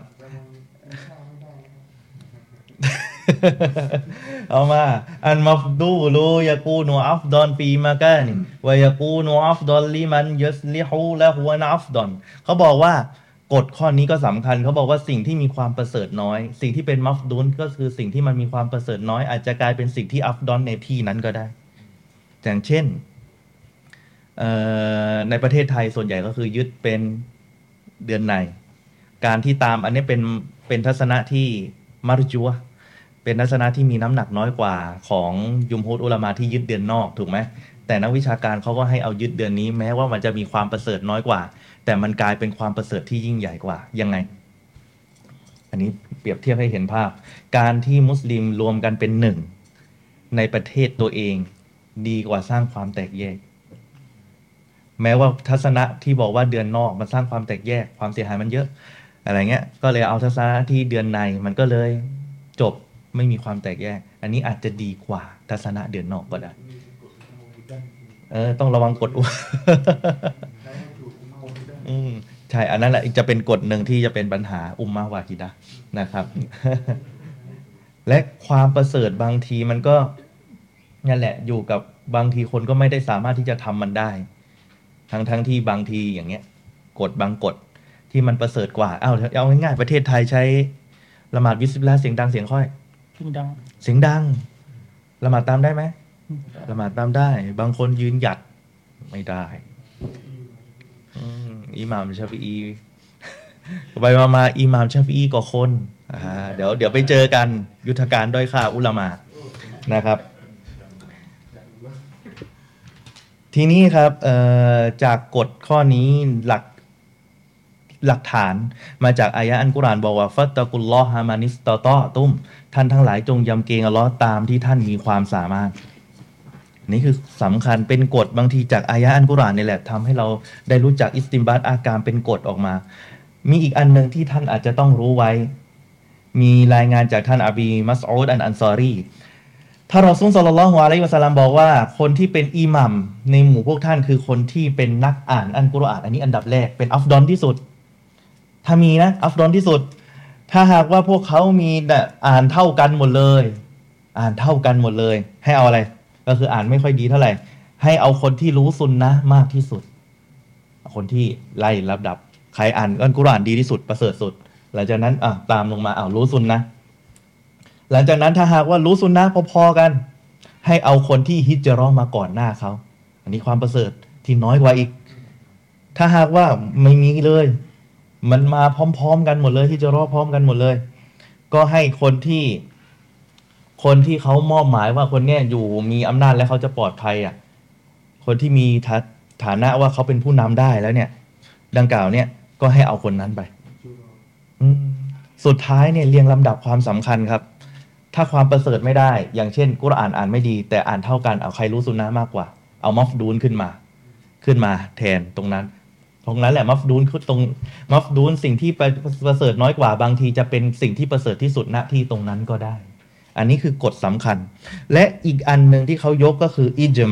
Speaker 1: เอามาอันมัฟดูลูยะกูนูอัฟดอนฟีมากานิวะยะกูนูอัฟดอนลิมันยัสลิฮูละฮุวะอัฟดอนเขาบอกว่ากฎข้อนี้ก็สำคัญเขาบอกว่าสิ่งที่มีความประเสริฐน้อยสิ่งที่เป็นมัฟดุลก็คือสิ่งที่มันมีความประเสริฐน้อยอาจจะกลายเป็นสิ่งที่อัฟดอนในที่นั้นก็ได้อย่างเช่นในประเทศไทยส่วนใหญ่ก็คือยึดเป็นเดือนในการที่ตามอันนี้เป็นทัศนะที่มารจัวเป็นทัศนะที่มีน้ำหนักน้อยกว่าของยุมฮุดอุลามะที่ยึดเดือนนอกถูกไหมแต่นักวิชาการเขาก็ให้เอายึดเดือนนี้แม้ว่ามันจะมีความประเสริฐน้อยกว่าแต่มันกลายเป็นความประเสริฐที่ยิ่งใหญ่กว่ายังไงอันนี้เปรียบเทียบให้เห็นภาพการที่มุสลิมรวมกันเป็นหนึ่งในประเทศตัวเองดีกว่าสร้างความแตกแยกแม้ว่าทัศนะที่บอกว่าเดือนนอกมันสร้างความแตกแยกความเสียหายมันเยอะอะไรเงี้ยก็เลยเอาทัศนะที่เดือนในมันก็เลยจบไม่มีความแตกแยกอันนี้อาจจะดีกว่าทัศนะเดือนนอกก็ได้ต้องระวังกฎใช่อันนั้นแหละจะเป็นกฎหนึ่งที่จะเป็นปัญหาอุมมะวาฮิดะห์นะครับ และความประเสริฐบางทีมันก็นั่นแหละอยู่กับบางทีคนก็ไม่ได้สามารถที่จะทำมันได้ทั้งที่บางทีอย่างเงี้ยกฎบางกฎที่มันประเสริฐกว่าเอาง่ายๆประเทศไทยใช้ละหมาดวิสบิลลาห์เสียงดังเสียงค่อย
Speaker 2: เสียงดัง
Speaker 1: ละหมาดตามได้ไหมละหมาดตามได้บางคนยืนหยัดไม่ได้อิหม่ามชาฟิอีไปมาอิหม่ามชาฟิอีก็คนเดี๋ยวไปเจอกันยุทธการด้อยค่าอุลามะนะครับทีนี้ครับจากกฎข้อนี้หลักฐานมาจากอายะอัลกุรอานบอกว่าฟัตตะกุลลอฮะมานิสตะตอตุมท่านทั้งหลายจงยำเกรงอัลเลาะห์ตามที่ท่านมีความสามารถนี่คือสำคัญเป็นกฎบางทีจากอายะอัลกุรอานนี่แหละทำให้เราได้รู้จักอิสติมบัตอาการเป็นกฎออกมามีอีกอันหนึ่งที่ท่านอาจจะต้องรู้ไว้มีรายงานจากท่านอบีมัสอูดอันซอรีท่านรอซูลศ็อลลัลลอฮุอะลัยฮิวะซัลลัมบอกว่าคนที่เป็นอิหมัมในหมู่พวกท่านคือคนที่เป็นนักอ่านอัลกุรอานอันนี้อันดับแรกเป็นอัฟดอลที่สุดถ้ามีนะอัฟดอลที่สุดถ้าหากว่าพวกเขามีอ่านเท่ากันหมดเลยให้เอาอะไรก็คืออ่านไม่ค่อยดีเท่าไหร่ให้เอาคนที่รู้ซุนนะห์มากที่สุดคนที่ไล่ลำดับใครอ่านอัลกุรอานดีที่สุดประเสริฐสุดหลังจากนั้นตามลงมารู้ซุนนะห์หลังจากนั้นถ้าหากว่ารู้ซุนนะห์พอๆกันให้เอาคนที่ฮิจเราะห์มาก่อนหน้าเขาอันนี้ความประเสริฐที่น้อยกว่าอีกถ้าหากว่าไม่มีเลยมันมาพร้อมๆกันหมดเลยฮิจเราะห์พร้อมกันหมดเลยก็ให้คนที่เขามอบหมายว่าคนเนี้ยอยู่มีอำนาจและเขาจะปลอดภัยคนที่มีฐานะว่าเขาเป็นผู้นำได้แล้วเนี่ยดังกล่าวเนี่ยก็ให้เอาคนนั้นไปสุดท้ายเนี่ยเรียงลำดับความสำคัญครับถ้าความประเสริฐไม่ได้อย่างเช่นกุรอานอ่านไม่ดีแต่อ่านเท่ากันเอาใครรู้ซุนนะห์มากกว่าเอามัฟดูนขึ้นมาแทนตรงนั้นแหละมัฟดูนสิ่งที่ประเสริฐน้อยกว่าบางทีจะเป็นสิ่งที่ประเสริฐที่สุดณที่ตรงนั้นก็ได้อันนี้คือกฎสำคัญและอีกอันหนึ่งที่เขายกก็คืออิจ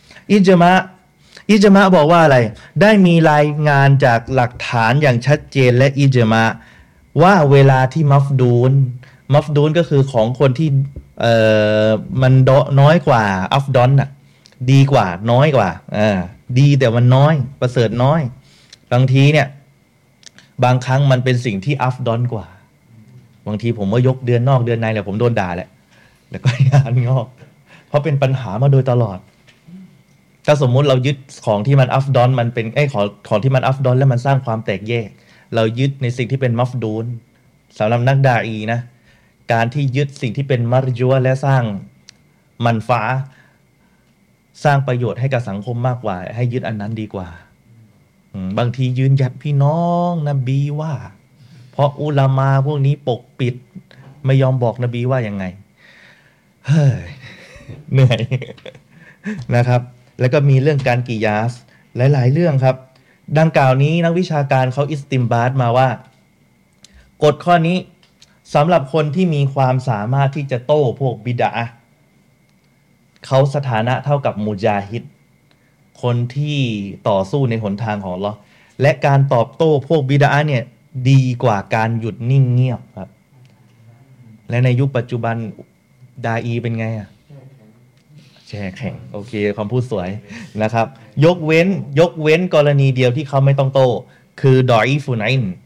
Speaker 1: มะบอกว่าอะไรได้มีรายงานจากหลักฐานอย่างชัดเจนและอิจมะว่าเวลาที่มัฟดูนก็คือของคนที่มันน้อยกว่าอัฟดอนดีกว่าน้อยกว่าดีแต่มันน้อยประเสริฐน้อยบางทีเนี่ยบางครั้งมันเป็นสิ่งที่อัฟดอนกว่าบางทีผมว่ายกเดือนนอกเดือนในแหละผมโดนด่าแหละแล้วก็ยานงอกเพราะเป็นปัญหามาโดยตลอดถ้าสมมุติเรายึดของที่มันอัฟดอนมันเป็นของที่มันอัฟดอนแล้วมันสร้างความแตกแยกเรายึดในสิ่งที่เป็นมัฟดูนสำหรับนักดาอีนะการที่ยึดสิ่งที่เป็นมารจัวและสร้างมันฟ้าสร้างประโยชน์ให้กับสังคมมากกว่าให้ยึดอันนั้นดีกว่าบางทียืนหยัดพี่น้องนบีว่าเพราะอุลามาพวกนี้ปกปิดไม่ยอมบอกนบีว่ายังไงเฮ้ยเหนื่อยนะครับแล้วก็มีเรื่องการกิยาสหลายๆเรื่องครับดังกล่าวนี้นักวิชาการเขาอิสติมบาตมาว่ากฎข้อนี้สำหรับคนที่มีความสามารถที่จะโต้พวกบิดอะห์เขาสถานะเท่ากับมุจาฮิดคนที่ต่อสู้ในหนทางของอัลเลาะห์และการตอบโต้พวกบิดอะห์เนี่ยดีกว่าการหยุดนิ่งเงียบครับและในยุคปัจจุบันดาอีเป็นไงแช่แข็งโอเคคำพูดสวยนะครับยกเว้นกรณีเดียวที่เขาไม่ต้องโต้คือดออีฟุนัยน์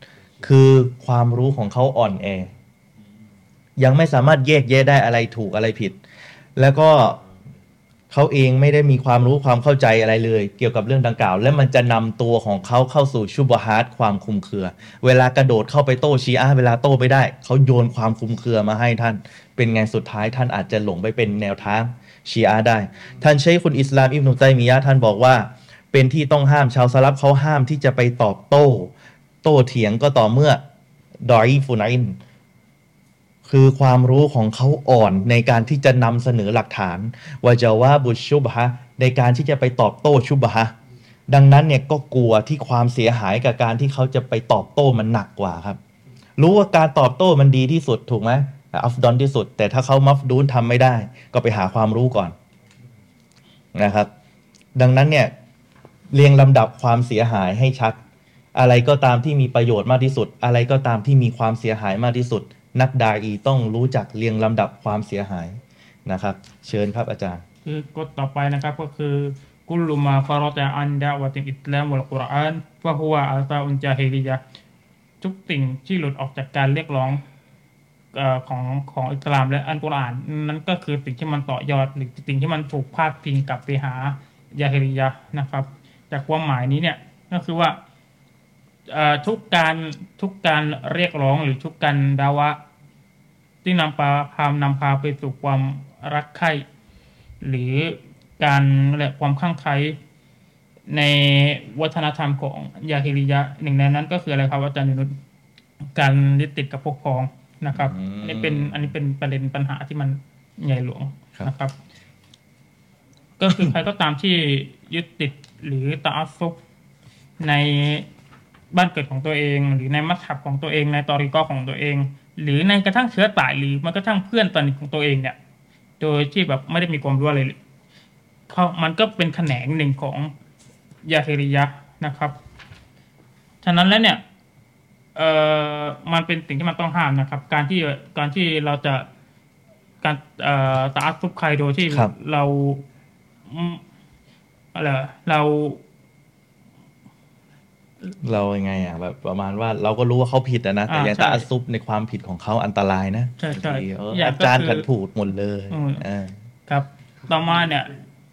Speaker 1: คือความรู้ของเขาอ่อนแอ ยังไม่สามารถแยกแยะได้อะไรถูกอะไรผิด แล้วก็เขาเองไม่ได้มีความรู้ความเข้าใจอะไรเลย เกี่ยวกับเรื่องดังกล่าว และมันจะนำตัวของเขาเข้าสู่ชุบฮาร์ตความคลุมเครือ เวลากระโดดเข้าไปโต้ชีอะห์เวลาโต้ไปได้เขาโยนความคลุมเครือมาให้ท่าน เป็นไงสุดท้ายท่านอาจจะหลงไปเป็นแนวทางชีอะห์ได้ ท่านเชคอุลอิสลามอิบนุตัยมียะห์ท่านบอกว่าเป็นที่ต้องห้ามชาวสลับเขาห้ามที่จะไปตอบโต้เถียงก็ต่อเมื่อดอยฟุนัยน์ คือความรู้ของเขาอ่อนในการที่จะนำเสนอหลักฐานวะจาวาบุชชุบฮะในการที่จะไปตอบโต้ชุบฮะดังนั้นเนี่ยก็กลัวที่ความเสียหายกับการที่เขาจะไปตอบโต้มันหนักกว่าครับรู้ว่าการตอบโต้มันดีที่สุดถูกไหมอัฟดอนที่สุดแต่ถ้าเขามัฟดูนทำไม่ได้ก็ไปหาความรู้ก่อนนะครับดังนั้นเนี่ยเรียงลำดับความเสียหายให้ชัดอะไรก็ตามที่มีประโยชน์มากที่สุดอะไรก็ตามที่มีความเสียหายมากที่สุดนักดาอีต้องรู้จักเรียงลำดับความเสียหายนะครับเชิญครับอาจารย์
Speaker 2: คือกฎต่อไปนะครับก็คือกุลมาฟารอตะอันดะวะติอิสลามวัลกุรอานฟะฮุวะอัลตาอุนจาฮิลิยะห์ทุกสิ่งที่หลุดออกจากการเรียกร้องของอิสลามและอัลกุรอานนั้นก็คือสิ่งที่มันต่อยอดหรือสิ่งที่มันถูกพาดพิงกลับไปหายาฮิลิยะห์นะครับจากความหมายนี้เนี่ยก็คือว่าทุกการเรียกร้องหรือทุกการดาวะที่นำพาไปสู่ความรักใคร่หรือการความข้างใคร่ในวัฒนธรรมของยาฮิลิยะห์หนึ่งในนั้นก็คืออะไรครับอาจารย์ยุนุชการยึดติดกับพวกพ้องนะครับอันนี้เป็นประเด็นปัญหาที่มันใหญ่หลวงนะครับก็คือใครก็ตามที่ยึดติดหรือตะอัสซุบในบ้านเกิดของตัวเองหรือในมัซฮับของตัวเองในตอริกอของตัวเองหรือในกระทั่งเชื้อสายหรือแม้กระทั่งเพื่อนสนิทของตัวเองเนี่ยโดยที่แบบไม่ได้มีความรู้อะไรเลยมันก็เป็นแขนงหนึ่งของยาฮิริยะห์นะครับฉะนั้นแล้วเนี่ยมันเป็นสิ่งที่มันต้องห้ามนะครับการที่เราจะการตะอัสซุบใครโดยที่เรา
Speaker 1: ยังไงอ่ะแบบประมาณว่าเราก็รู้ว่าเขาผิดนะแต่ยังตะอัสซุบในความผิดของเขาอันตรายนะ
Speaker 2: ใช่
Speaker 1: อาจารย์กันถูกหมดเลย
Speaker 2: ครับต่อมาเนี่ย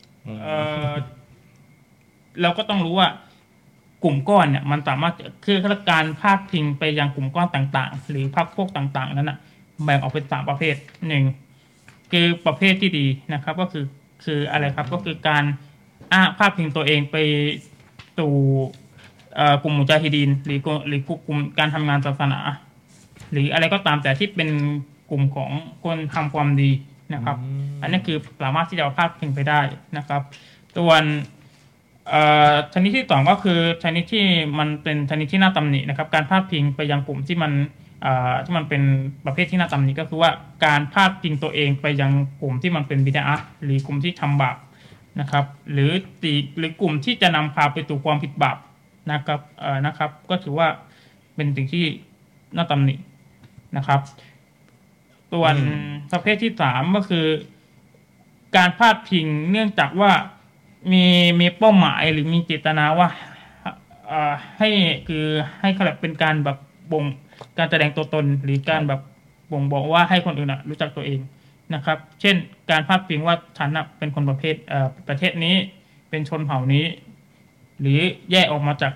Speaker 2: เราก็ต้องรู้ว่ากลุ่มก้อนเนี่ยมันสามารถคือการพาดพิงไปยังกลุ่มก้อนต่างๆหรือพรรคพวกต่างๆนั้นนะแบ่งออกเป็น3ประเภทหนึ่งคือประเภทที่ดีนะครับก็คืออะไรครับก็คือการพาดพิงตัวเองไปสู่กลุ่มมุจาฮิดีนหรือกลุ่มการทำงานศาสนาหรืออะไรก็ตามแต่ที่เป็นกลุ่มของคนทำความดีนะครับอันนี้คือสามารถที่จะพาดพิงไปได้นะครับส่วนชนิดที่2ก็คือชนิดที่มันเป็นชนิดที่น่าตำหนินะครับการพาดพิงไปยังกลุ่มที่มันเป็นประเภทที่น่าตำหนิก็คือว่าการพาดพิงตัวเองไปยังกลุ่มที่มันเป็นบิดอะห์หรือกลุ่มที่ทำบาปนะครับหรือกลุ่มที่จะนำพาไปสู่ความผิดบาปนะครับก็ถือว่าเป็นสิ่งที่น่าตำหนินะครับส่วนประเภทที่3ก็คือการพาดพิงเนื่องจากว่ามีเป้าหมายหรือมีเจตนาว่าให้เขาแบบเป็นการแบบบ่งการแสดงตัวตนหรือการแบบบ่งบอกว่าให้คนอื่นรู้จักตัวเองนะครับเช่นการพาดพิงว่าฉันเป็นคนประเทศนี้เป็นชนเผ่านี้หรือแยกออกมาจาก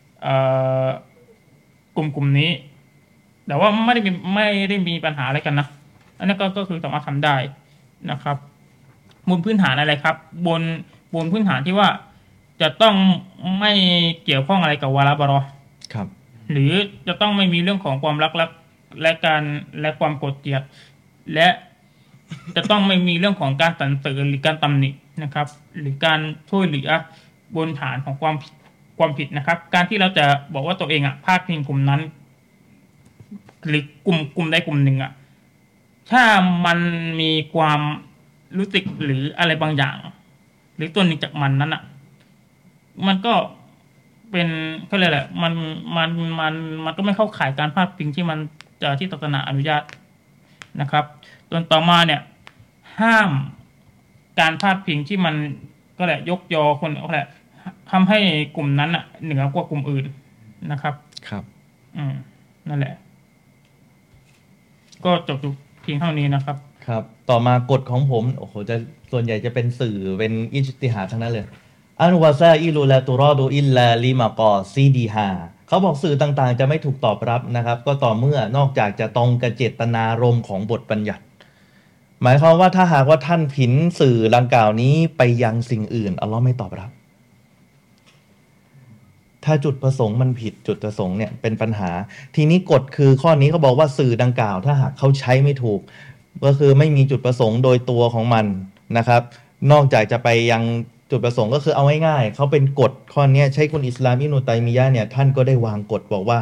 Speaker 2: กลุ่มนี้แต่ว่าไม่ได้มีปัญหาอะไรกันนะอันนี้ก็คือสามารถทำได้นะครับบนพื้นฐานอะไรครับบนพื้นฐานที่ว่าจะต้องไม่เกี่ยวข้องอะไรกับวาระบารอ
Speaker 1: ครับ
Speaker 2: หรือจะต้องไม่มีเรื่องของความรักและความโกรธเกลียดและจะต้องไม่มีเรื่องของการสรรเสริญหรือการตำหนินะครับหรือการช่วยเหลือบนฐานของความผิดนะครับการที่เราจะบอกว่าตัวเองพาดพิงกลุ่มนั้นหรือกลุ่มใดกลุ่มหนึ่งถ้ามันมีความรู้สึกหรืออะไรบางอย่างหรือตัวหนึ่งจากมันนั้นมันก็เป็นก็เลยแหละมันก็ไม่เข้าข่ายการพาดพิงที่มันที่ศาสนาอนุญาตนะครับส่วนต่อมาเนี่ยห้ามการพาดพิงที่มันก็แหละยกยอคนก็แหละทำให้กลุ่มนั้นเหนือกว่ากลุ่มอื่นนะครับ
Speaker 1: ครับ
Speaker 2: นั่นแหละ ก็จบเพียงเท่านี้นะครับ
Speaker 1: ครับต่อมากฎของผมโอ้โหจะส่วนใหญ่จะเป็นสื่อเป็นอิจติฮาดทั้งนั้นเลยอันวาซาอิลูลาตุรอดูอิลลาลิมากอซีดีฮาเขาบอกสื่อต่างๆจะไม่ถูกตอบรับนะครับ ก็ต่อเมื่อนอกจากจะตรงกับเจตนารมณ์ของบทบัญญัติ หมายความว่าถ้าหากว่าท่านผินสื่อดังกล่าวนี้ไปยังสิ่งอื่นอัลลอฮ์ไม่ตอบรับ ถ้าจุดประสงค์มันผิดจุดประสงค์เนี่ยเป็นปัญหา ทีนี้กฎคือข้อนี้เขาบอกว่าสื่อดังกล่าว ถ้าหากเขาใช้ไม่ถูก ก็คือไม่มีจุดประสงค์โดยตัวของมันนะครับ นอกจากจะไปยังจุดประสงค์ก็คือเอาง่ายๆเขาเป็นกฎข้อนี้ใช้คุณอิสลามอิบนุตัยมียะห์เนี่ยท่านก็ได้วางกฎบอกว่า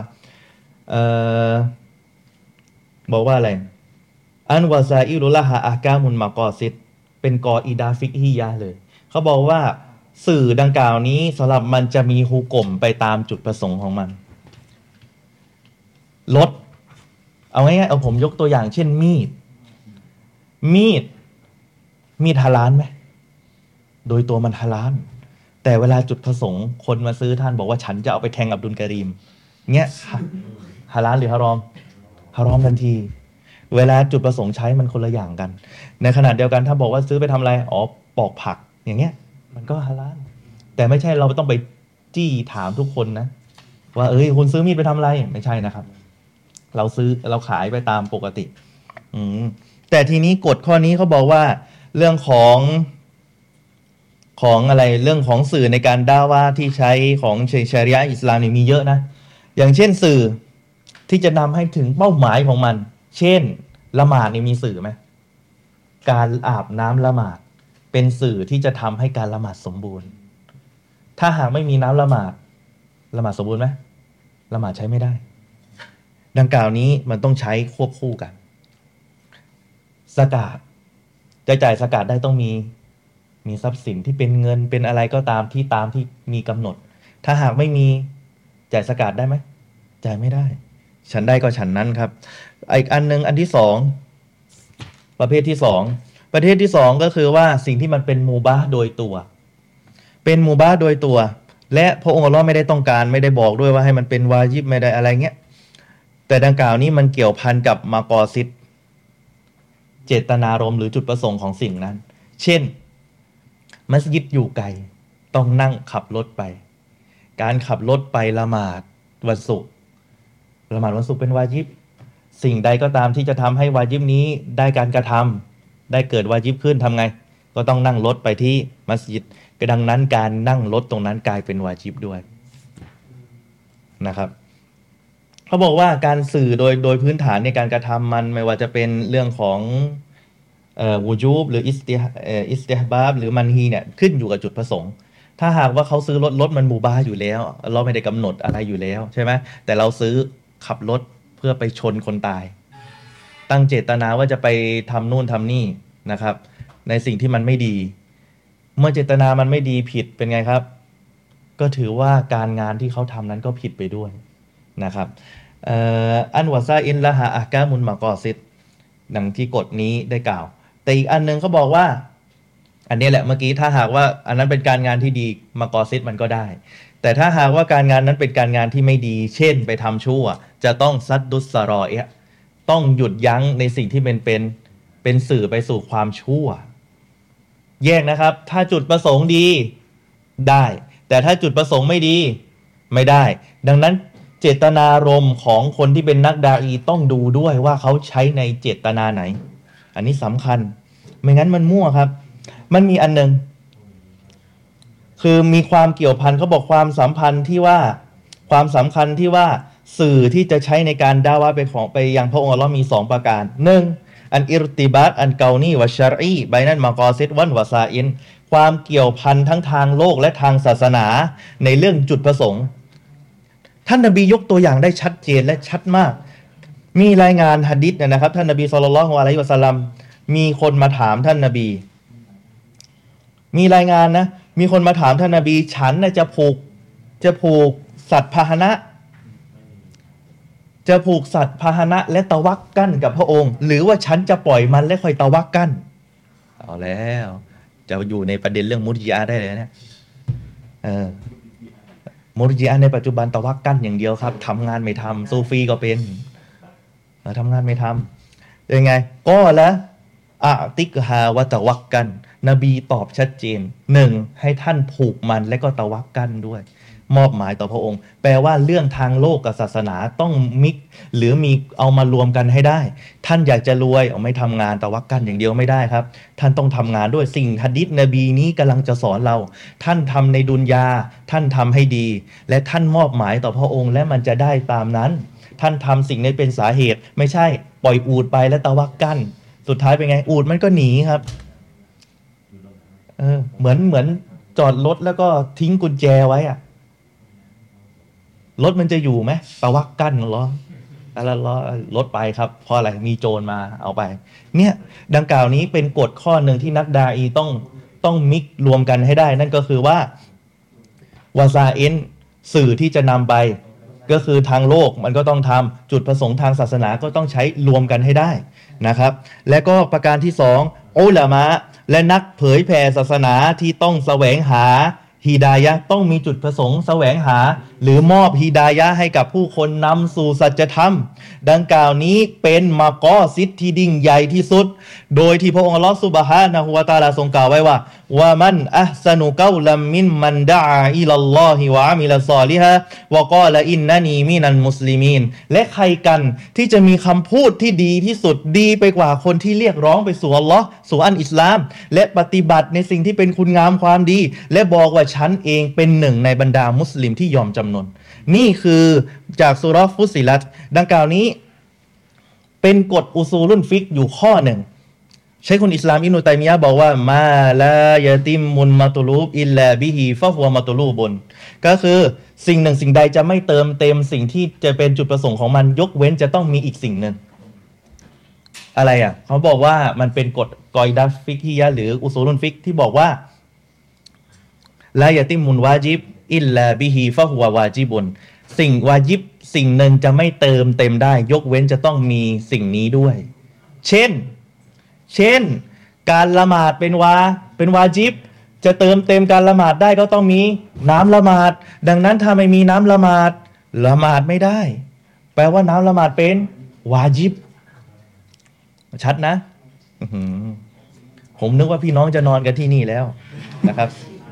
Speaker 1: บอกว่าอะไรอันวาซาอิลุละฮะอากามุนมากอซิดเป็นกออิดาฟิกฮิยะห์เลยเขาบอกว่าสื่อดังกล่าวนี้สำหรับมันจะมีฮุกมไปตามจุดประสงค์ของมันลดเอาง่ายๆเอาผมยกตัวอย่างเช่นมีดฮาลาลไหมโดยตัวมันฮาลาลแต่เวลาจุดประสงค์คนมาซื้อท่านบอกว่าฉันจะเอาไปแทงอับดุลกะรีมเงี้ยฮาลาลหรือฮารอมทันทีเวลาจุดประสงค์ใช้มันคนละอย่างกันในขณะเดียวกันถ้าบอกว่าซื้อไปทำอะไรอ๋อปอกผักอย่างเงี้ยมันก็ฮาลาลแต่ไม่ใช่เราต้องไปจี้ถามทุกคนนะว่าคุณซื้อมีดไปทำอะไรไม่ใช่นะครับเราขายไปตามปกติแต่ทีนี้กฎข้อนี้เขาบอกว่าเรื่องของอะไรเรื่องของสื่อในการด่าว่าที่ใช้ของชาริอะห์อิสลามนี่มีเยอะนะอย่างเช่นสื่อที่จะนำให้ถึงเป้าหมายของมันเช่นละหมาดนี่มีสื่อไหมการอาบน้ำละหมาดเป็นสื่อที่จะทำให้การละหมาดสมบูรณ์ถ้าหากไม่มีน้ำละหมาดสมบูรณ์ไหมละหมาดใช้ไม่ได้ดังกล่าวนี้มันต้องใช้ควบคู่กันซะกาตจะจ่ายซะกาตได้ต้องมีทรัพย์สินที่เป็นเงินเป็นอะไรก็ตามที่มีกำหนดถ้าหากไม่มีจ่ายซะกาตได้ไหมจ่ายไม่ได้ฉันได้ก็ฉันนั้นครับอีกอันนึงอันที่สองประเภทที่สองก็คือว่าสิ่งที่มันเป็นมูบาห์โดยตัวเป็นมูบาห์โดยตัวและพระองค์อัลเลาะห์ไม่ได้ต้องการไม่ได้บอกด้วยว่าให้มันเป็นวาญิบไม่ได้อะไรเงี้ยแต่ดังกล่าวนี้มันเกี่ยวพันกับมากอซิดเจตนารมณ์หรือจุดประสงค์ของสิ่งนั้นเช่นมัสยิดอยู่ไกลต้องนั่งขับรถไปการขับรถไปละหมาดวันศุกร์ละหมาดวันศุกร์เป็นวาญิบสิ่งใดก็ตามที่จะทำให้วาญิบนี้ได้การกระทำได้เกิดวาญิบขึ้นทำไงก็ต้องนั่งรถไปที่มัสยิดก็ดังนั้นการนั่งรถตรงนั้นกลายเป็นวาญิบด้วยนะครับเขาบอกว่าการสื่อโดยพื้นฐานในการกระทำมันไม่ว่าจะเป็นเรื่องของวูจูบหรืออิสติฮบาบหรือมันฮีเนี่ยขึ้นอยู่กับจุดประสงค์ถ้าหากว่าเขาซื้อรถมันมูบาห์อยู่แล้วเราไม่ได้กำหนดอะไรอยู่แล้วใช่ไหมแต่เราซื้อขับรถเพื่อไปชนคนตายตั้งเจตนาว่าจะไปทำนู่นทำนี่นะครับในสิ่งที่มันไม่ดีเมื่อเจตนามันไม่ดีผิดเป็นไงครับก็ถือว่าการงานที่เขาทำนั้นก็ผิดไปด้วยนะครับอันวาซาอินละฮะอะกามุนมากอซิดดังที่กฎนี้ได้กล่าวแต่อีกอันนึงเขาบอกว่าอันนี้แหละเมื่อกี้ถ้าหากว่าอันนั้นเป็นการงานที่ดีมากอซิดมันก็ได้แต่ถ้าหากว่าการงานนั้นเป็นการงานที่ไม่ดีเช่นไปทำชั่วจะต้องซัดดุสรอเอะต้องหยุดยั้งในสิ่งที่เป็นสื่อไปสู่ความชั่วแยกนะครับถ้าจุดประสงค์ดีได้แต่ถ้าจุดประสงค์ไม่ดีไม่ได้ดังนั้นเจตนารมณ์ของคนที่เป็นนักดาอีต้องดูด้วยว่าเขาใช้ในเจตนาไหนอันนี้สำคัญไม่งั้นมันมั่วครับมันมีอันนึงคือมีความเกี่ยวพันเขาบอกความสัมพันธ์ที่ว่าความสำคัญที่ว่าสื่อที่จะใช้ในการด่าว่าไปยังพระองค์อัลเลาะห์มี2ประการ1อันอิรติบัตอันเกานีวะชะรอีไบนันมากอซิดวันวะซาอินความเกี่ยวพันทั้งทางโลกและทางศาสนาในเรื่องจุดประสงค์ท่านนบียกตัวอย่างได้ชัดเจนและชัดมากมีรายงานหะดีษนะครับท่านนบีศ็อลลัลลอฮุอะลัยฮิวะซัลลัมมีคนมาถามท่านนบีมีรายงานนะมีคนมาถามท่านนบีฉันน่ะจะผูกสัตว์พาหนะและตะวักกั้นกับพระองค์หรือว่าฉันจะปล่อยมันและค่อยตะวักกั้นเอาแล้วจะอยู่ในประเด็นเรื่องมุทิยะได้เลยนะมุรจิอะห์ในปัจจุบันตะวักกันอย่างเดียวครับทำงานไม่ทำซูฟีก็เป็นทำงานไม่ทำยังไงก็แล้วอะติกฮาวะตะวักกัน นบีตอบชัดเจนหนึ่งให้ท่านผูกมันและก็ตะวักกันด้วย มอบหมายต่อพระองค์แปลว่าเรื่องทางโลกกับศาสนาต้องมิกหรือมีเอามารวมกันให้ได้ ท่านอยากจะรวยเอาไม่ทำงานตะวักกันอย่างเดียวไม่ได้ครับ ท่านต้องทำงานด้วยสิ่งหะดีษนบีนี้กำลังจะสอนเรา ท่านทำในดุนยาท่านทำให้ดี และท่านมอบหมายต่อพระองค์และมันจะได้ตามนั้น ท่านทำสิ่งนี้เป็นสาเหตุไม่ใช่ปล่อยอูฐไปและตะวักกันสุดท้ายเป็นไงอูฐมันก็หนีครับเหมือนจอดรถแล้วก็ทิ้งกุญแจไว้อะรถมันจะอยู่ไหมตะวักกันเหรอแล้วรถไปครับเพราะอะไรมีโจรมาเอาไปเนี่ยดังกล่าวนี้เป็นกฎข้อหนึ่งที่นักดาอีต้องมิกรวมกันให้ได้นั่นก็คือว่าวาซาเอ็นสื่อที่จะนำไปก็คือทางโลกมันก็ต้องทำจุดประสงค์ทางศาสนาก็ต้องใช้รวมกันให้ได้นะครับและก็ประการที่สองอุลามะและนักเผยแผ่ศาสนาที่ต้องแสวงหาฮิดายะห์ต้องมีจุดประสงค์แสวงหาหรือมอบฮิดายะห์ให้กับผู้คนนำสู่สัจธรรมดังกล่าวนี้เป็นมากอซิดที่ยิ่งใหญ่ที่สุดโดยที่พระองค์อัลเลาะห์ซุบฮานะฮูวะตะอาลาทรงกล่าวไว้ว่ามันอัฮซะนุกอลัมมินมันดะอาอิลัลลอฮิวะอามิลศอลิฮะวะกอละอินนะนีมินัลมุสลิมีนและใครกันที่จะมีคำพูดที่ดีที่สุดดีไปกว่าคนที่เรียกร้องไปสู่อัลเลาะห์สู่อันอิสลามและปฏิบัติในสิ่งที่เป็นคุณงามความดีและบอกว่าฉันเองเป็นหนึ่งในบรรดามุสลิมที่ยอมจำนนนี่คือจากซูเราะห์ฟุssiลัตดังกล่าวนี้เป็นกฎอุซูลุนฟิกอยู่ข้อหนึ่งใช้คนอิสลามอิบนุตัยมียะห์บอกว่ามาลายะติมมุนมาตุลูบอิลลาบิฮิฟะฮุวะมาตุลูบุนก็คือสิ่งหนึ่งสิ่งใดจะไม่เติมเต็มสิ่งที่จะเป็นจุดประสงค์ของมันยกเว้นจะต้องมีอีกสิ่งหนึ่งอะไรอ่ะเขาบอกว่ามันเป็นกฎกอยดะห์ฟิกฮียะห์หรืออุซูลุนฟิกที่บอกว่าลายะติมมุนวาจิบอิลลาบิฮิฟะฮุวะวาจิบุนสิ่งวาจิบสิ่งหนึ่งจะไม่เติมเต็มได้ยกเว้นจะต้องมีสิ่งนี้ด้วยเช่นการละหมาดเป็นวาจิบจะเติมเต็มการละหมาดได้ก็ต้องมีน้ำละหมาดดังนั้นถ้าไม่มีน้ำละหมาดไม่ได้แปลว่าน้ำละหมาดเป็นวาจิบชัดนะผมนึกว่าพี่น้องจะนอนกันที่นี่แล้วนะครับ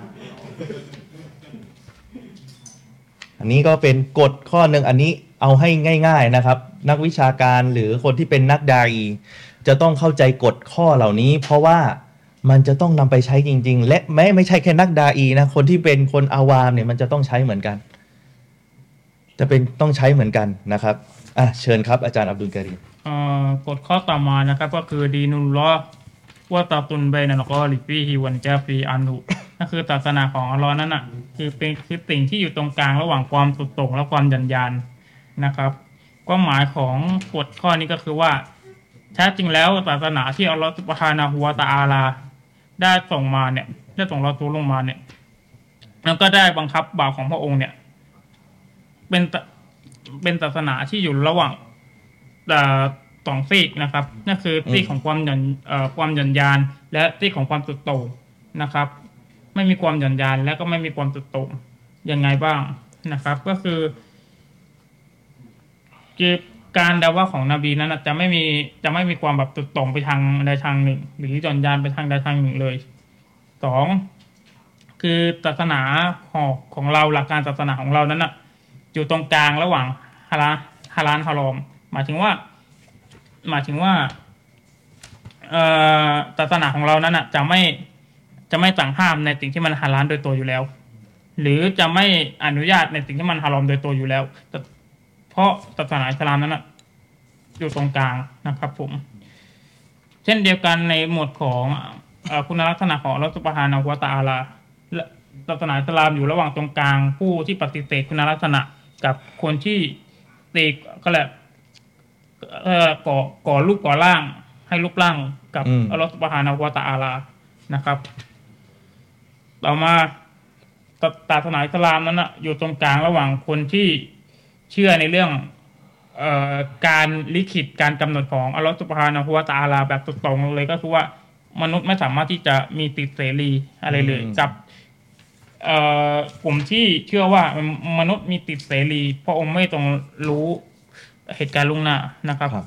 Speaker 1: อันนี้ก็เป็นกฎข้อหนึ่งอันนี้เอาให้ง่ายๆนะครับนักวิชาการหรือคนที่เป็นนักดาอีจะต้องเข้าใจกฎข้อเหล่านี้เพราะว่ามันจะต้องนำไปใช้จริงๆและไม่ใช่แค่นักดาอีนะคนที่เป็นคนอาวามเนี่ยมันจะต้องใช้เหมือนกันจะเป็นต้องใช้เหมือนกันนะครับเชิญครับอาจารย์อับดุลกะรีม
Speaker 2: กฎข้อต่อมานะครับก็คือดีนุลลอฮ์วะตะตุนบัยนัลกอลิฟีฮิวันจาฟีอันฮุนั่นคือศาสนาของอัลเลาะห์นั้นน่ะคือสิ่งที่อยู่ตรงกลางระหว่างความสุดโต่งและความหย่อนยานนะครับความหมายของกฎข้อนี้ก็คือว่าแท้จริงแล้วศาสนาที่อัลเลาะห์ซุบฮานะฮูวะตะอาลาได้ส่งมาเนี่ยได้ส่งรอซูลลงมาเนี่ยแล้วก็ได้บังคับบ่าวของพระองค์เนี่ยเป็นศาสนาที่อยู่ระหว่างสองซีกนะครับนั่นคือซีกของความหย่อนยานและซีกของความสุดโต่งนะครับไม่มีความหย่อนยานและก็ไม่มีความสุดโต่งยังไงบ้างนะครับก็คือการดะวะห์ของนบีนั้นจะไม่มีความแบบสุดโต่งไปทางใดทางหนึ่งหรือหย่อนยานไปทางใดทางหนึ่งเลยสองคือศาสนาของเราหลักการศาสนาของเรานั้นอยู่ตรงกลางระหว่างฮาลาลฮารอมหมายถึงว่าศาสนาของเรานั้นจะไม่สั่งห้ามในสิ่งที่มันฮาลาลโดยตัวอยู่แล้วหรือจะไม่อนุญาตในสิ่งที่มันฮารอมโดยตัวอยู่แล้วเพราะศาสนาอิสลามนั้นอยู่ตรงกลางนะครับผมเช่นเดียวกันในหมวดของคุณลักษณะของอัลเลาะห์ซุบฮานะฮูวะตะอาลาศาสนาอิสลามอยู่ระหว่างตรงกลางผู้ที่ปฏิเสธคุณลักษณะกับคนที่ตีก็แหละก่อรูปก่อร่างให้รูปร่างกับอัลเลาะห์ซุบฮานะฮูวะตะอาลานะครับต่อมาศาสนาอิสลามนั้นอยู่ตรงกลางระหว่างคนที่เชื่อในเรื่องการลิขิตการกำหนดของอัลเลาะห์ซุบฮานะฮูวะตะอาลาแบบตรงๆเลยก็คือว่ามนุษย์ไม่สามารถที่จะมีสิทธิเสรีอะไรเลยกับกลุ่มที่เชื่อว่ามนุษย์มีสิทธิเสรีพระองค์ไม่ต้องรู้เหตุการณ์ล่วงหน้านะครับ
Speaker 1: ครับ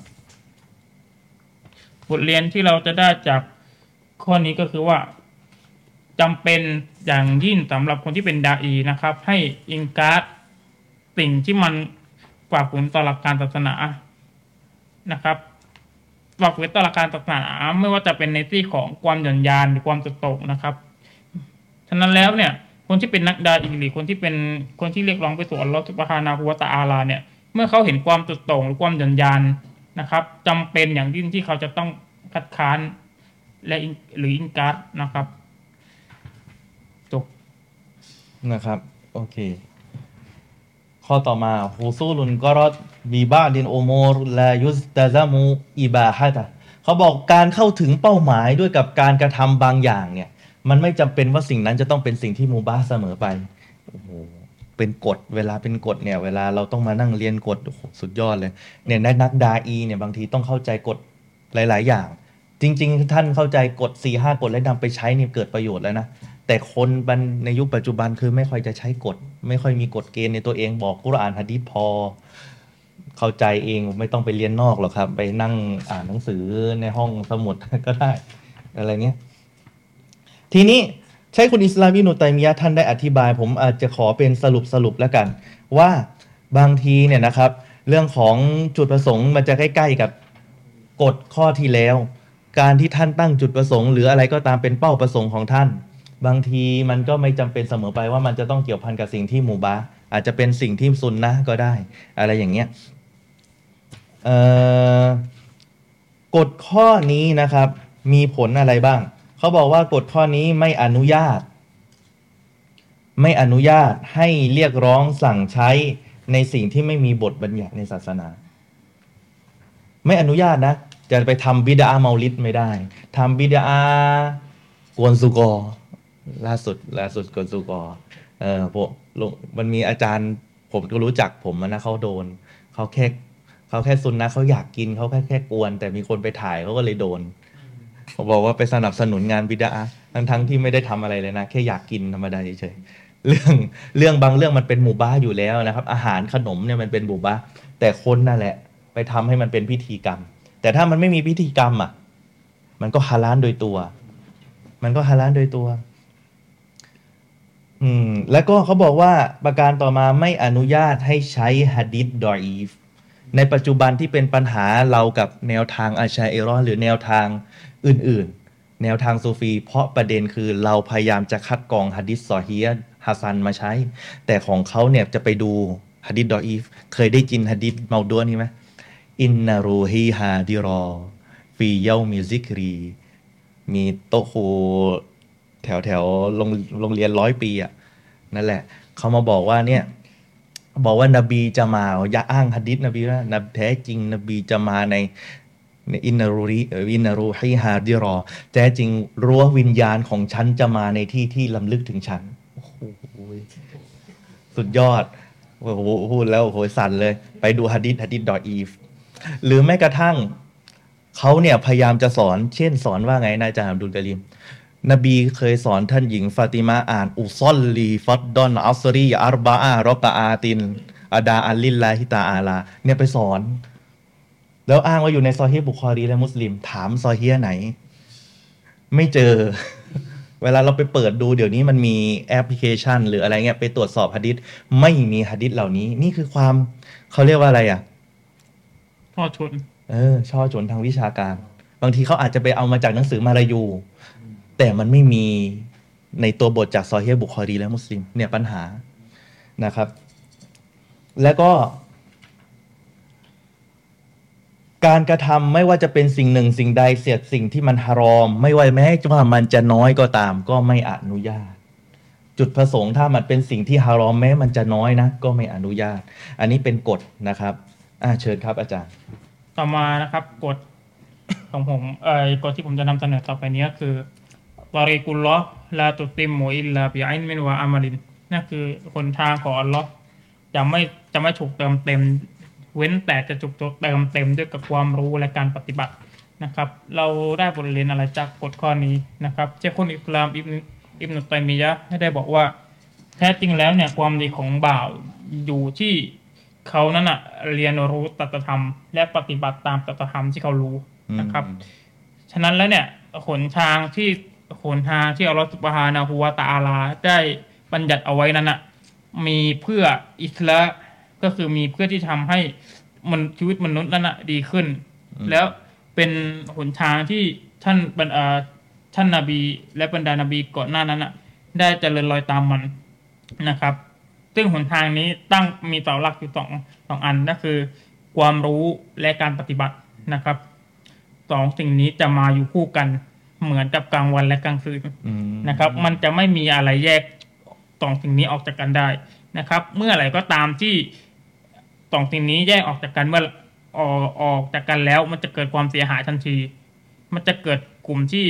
Speaker 2: บทเรียนที่เราจะได้จากข้อนี้ก็คือว่าจำเป็นอย่างยิ่งสำหรับคนที่เป็นดาอีนะครับ ให้อิงการ์ดสิ่งที่มันฝ่าฝืนต่อหลักการศาสนานะครับฝ่าฝืนต่อหลักการศาสนาไม่ว่าจะเป็นในที่ของความหย่อนยานหรือความสุดโต่งนะครับฉะนั้นแล้วเนี่ยคนที่เป็นนักดาอีหรือคนที่เป็นคนที่เรียกร้องไปสู่อัลลอฮฺซุบฮานะฮูวะตะอาลาเนี่ยเมื่อเขาเห็นความสุดโต่งหรือความหย่อนยานนะครับจำเป็นอย่างยิ่งที่เขาจะต้องคัดค้านและหรืออินการ์ดนะครับจบ
Speaker 1: นะครับโอเคข้อต่อมาฮูซูลุนกอรอดบีบาดินโอโมรลายุสตาซามูอิบาฮะตะเขาบอกการเข้าถึงเป้าหมายด้วยกับการกระทำบางอย่างเนี่ยมันไม่จำเป็นว่าสิ่งนั้นจะต้องเป็นสิ่งที่มูบาห์เสมอไปโอ้โหเป็นกฎเวลาเป็นกฎเนี่ยเวลาเราต้องมานั่งเรียนกฎโอ้โหสุดยอดเลยเนี่ยนักดาอีเนี่ยบางทีต้องเข้าใจกฎหลายๆอย่างจริงๆท่านเข้าใจกฎ 4-5 กฎและนำไปใช้เนี่ยเกิดประโยชน์แล้วนะแต่คนในยุคปัจจุบันคือไม่ค่อยจะใช้กฎไม่ค่อยมีกฎเกณฑ์ในตัวเองบอกกุรอานหะดีษพอเข้าใจเองไม่ต้องไปเรียนนอกหรอกครับไปนั่งอ่านหนังสือในห้องสมุด ก็ได้อะไรเงี้ยทีนี้ใช่คุณอิสลามอิบนุตัยมียะห์ท่านได้อธิบายผมอาจจะขอเป็นสรุปแล้วกันว่าบางทีเนี่ยนะครับเรื่องของจุดประสงค์มันจะใกล้ๆกับกฎข้อที่แล้วการที่ท่านตั้งจุดประสงค์หรืออะไรก็ตามเป็นเป้าประสงค์ของท่านบางทีมันก็ไม่จำเป็นเสมอไปว่ามันจะต้องเกี่ยวพันกับสิ่งที่มุบาห์อาจจะเป็นสิ่งที่ซุนนะห์ก็ได้อะไรอย่างเงี้ยกฎข้อนี้นะครับมีผลอะไรบ้างเขาบอกว่ากฎข้อนี้ไม่อนุญาตให้เรียกร้องสั่งใช้ในสิ่งที่ไม่มีบทบัญญัติในศาสนาไม่อนุญาตนะจะไปทำบิดาเมาลิดไม่ได้ทำบิดากวนซุกอล่าสุดกวนซุกอผมมันมีอาจารย์ผมก็รู้จักผมนะเขาโดนเขาแค่ซุนนะเขาอยากกินเขาแค่กวนแต่มีคนไปถ่ายเขาก็เลยโดนเขาบอกว่าไปสนับสนุนงานบิดาทั้งที่ไม่ได้ทำอะไรเลยนะแค่อยากกินธรรมดาเฉยๆเรื่องบางเรื่องมันเป็นหมู่บ้าอยู่แล้วนะครับอาหารขนมเนี่ยมันเป็นหมู่บ้าแต่คนนั่นแหละไปทำให้มันเป็นพิธีกรรมแต่ถ้ามันไม่มีพิธีกรรมอ่ะมันก็ฮาลาลโดยตัวแล้วก็เขาบอกว่าประการต่อมาไม่อนุญาตให้ใช้หะดีษดออีฟในปัจจุบันที่เป็นปัญหาเรากับแนวทางอาชัยเราะห์หรือแนวทางอื่นๆแนวทางซูฟีเพราะประเด็นคือเราพยายามจะคัดกรองหะดีษซอฮีฮ์ฮัสซันมาใช้แต่ของเขาเนี่ยจะไปดูหะดีษดออีฟเคยได้ยินหะดีษเมาดัวนี่ไหมอินนารูฮีฮาดิรอฟีเยามิซิกรีมีโตโคแถวโรงเรียน100 ปีอ่ะนั่นแหละเขามาบอกว่าเนี่ยบอกว่านบีจะมาอย่าอ้างหะดีษนบีว่านแท้จริงนบีจะมาในอินนารูฮีฮาดิรอแท้จริงรั้ววิญญาณของฉันจะมาในที่ที่ลำลึกถึงฉันโอ้โหสุดยอดโอ้โหพูดแล้วโอ้โหสั่นเลยไปดูหะดีษดออีฟหรือแม้กระทั่งเขาเนี่ยพยายามจะสอนเช่นสอนว่าไงนะอาจารย์อับดุลกะรีมนบีเคยสอนท่านหญิงฟาติมาอ่านอุซอลลีฟัดดอนอัสรีอัรบาอะรอกะอาตินอาดาอัลลิลลาฮิตาอาลาเนี่ยไปสอนแล้วอ้างว่าอยู่ในซอฮีฮ์บุคอรีและมุสลิมถามซอฮีฮ์ไหนไม่เจอ เวลาเราไปเปิดดูเดี๋ยวนี้มันมีแอปพลิเคชันหรืออะไรเงี้ยไปตรวจสอบหะดีษไม่มีหะดีษเหล่านี้นี่คือความเขาเรียกว่าอะไรอ่ะ
Speaker 2: ช่อชน
Speaker 1: ช่อชนทางวิชาการบางทีเขาอาจจะไปเอามาจากหนังสือมาลายูแต่มันไม่มีในตัวบทจากซอฮีฮ์บุคอรีและมุสลิมเนี่ยปัญหานะครับแล้วก็การกระทำไม่ว่าจะเป็นสิ่งหนึ่งสิ่งใดเสียดสิ่งที่มันฮารอมไม่ว่าแม้ว่ามันจะน้อยก็ตามก็ไม่อนุญาตจุดประสงค์ถ้ามันเป็นสิ่งที่ฮารอมแม้มันจะน้อยนะก็ไม่อนุญาตอันนี้เป็นกฎนะครับเชิญครับอาจารย์
Speaker 2: ต่อมานะครับกฎของผมกฎที่ผมจะนำเสนอต่อไปนี้ก็คือตอรีกุลลอฮ์ลาตุติมมุอิลลาบิอิลมินวะอามัลินนั่นคือหนทางของอัลลอฮ์จะไม่ถูกเติมเต็มเว้นแต่จะถูกเติมเต็มด้วยกับความรู้และการปฏิบัตินะครับเราได้บทเรียนอะไรจากกฎข้อนี้นะครับเชคุลอิสลามอิบนุตัยมียะห์ได้บอกว่าแท้จริงแล้วเนี่ยความดีของบ่าวอยู่ที่เขานั้นอะเรียนรู้ตถธรรมและปฏิบัติตามตถธรรมที่เขารู้นะครับฉะนั้นแล้วเนี่ยหนทางที่อัลเลาะห์ซุบฮานะฮูวะตะอาลาได้บัญญัติเอาไว้นั้นอะมีเพื่ออิสลาห์ก็คือมีเพื่อที่ทำให้ชีวิตมนุษย์นั้นอะดีขึ้นแล้วเป็นหนทางที่ท่านนบีและบรรดานบีก่อนหน้านั้นอะได้เจริญรอยตามมันนะครับซึ่งหนทางนี้ตั้งมีเสาหลักอยู่สองอันก็คือความรู้และการปฏิบัตินะครับสองสิ่งนี้จะมาอยู่คู่กันเหมือนกับกลางวันและกลางคืนนะครับมันจะไม่มีอะไรแยกสองสิ่งนี้ออกจากกันได้นะครับเมื่อไหร่ก็ตามที่สองสิ่งนี้แยกออกจากกันเมื่อออกจากกันแล้วมันจะเกิดความเสียหายทันทีมันจะเกิดกลุ่มที่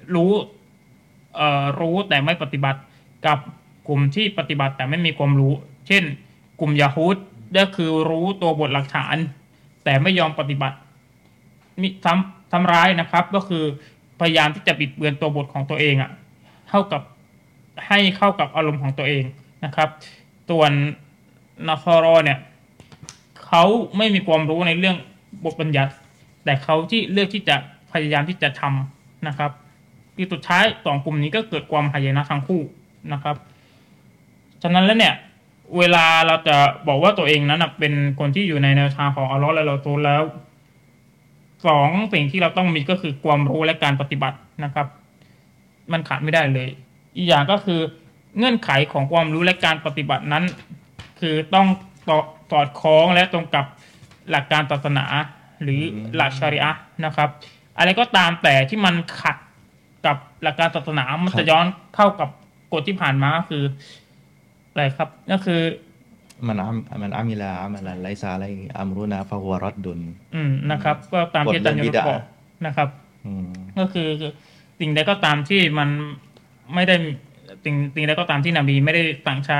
Speaker 2: รู้แต่ไม่ปฏิบัติกับกลุ่มที่ปฏิบัติแต่ไม่มีความรู้เช่นกลุ่มยะฮูดก็คือรู้ตัวบทหลักฐานแต่ไม่ยอมปฏิบัติมิทำร้ายนะครับก็คือพยายามที่จะบิดเบือนตัวบทของตัวเองอ่ะให้เข้ากับอารมณ์ของตัวเองนะครับส่วนนัสรอเนี่ยเขาไม่มีความรู้ในเรื่องบทบัญญัติแต่เขาที่เลือกที่จะพยายามที่จะทำนะครับที่สุดท้ายสองกลุ่มนี้ก็เกิดความหายนะทั้งคู่นะครับฉะนั้นแล้วเนี่ยเวลาเราจะบอกว่าตัวเองนั้นเป็นคนที่อยู่ในแนวทางของอัลเลาะห์และเราตัวแล้วสองสิ่งที่เราต้องมีก็คือความรู้และการปฏิบัตินะครับมันขาดไม่ได้เลยอีกอย่างก็คือเงื่อนไขของความรู้และการปฏิบัตินั้นคือต้องสอดคล้องและตรงกับหลักการศาสนาหรือหลักชะรีอะห์นะครับอะไรก็ตามแต่ที่มันขัดกับหลักการศาสนามันจะย้อนเข้ากับกฎที่ผ่านมาก็คืออะไรครับก็คือ
Speaker 1: มันอามิลาอามัลไลซาอะไรอัมรุนาฟะฮุวะรัดดุน
Speaker 2: นะครับก็ตามที่อาจารย์ยุทธบอกนะครับก็คือสิ่งใดก็ตามที่มันไม่ได้สิ่งใดก็ตามที่นบีไม่ได้สั่งใช้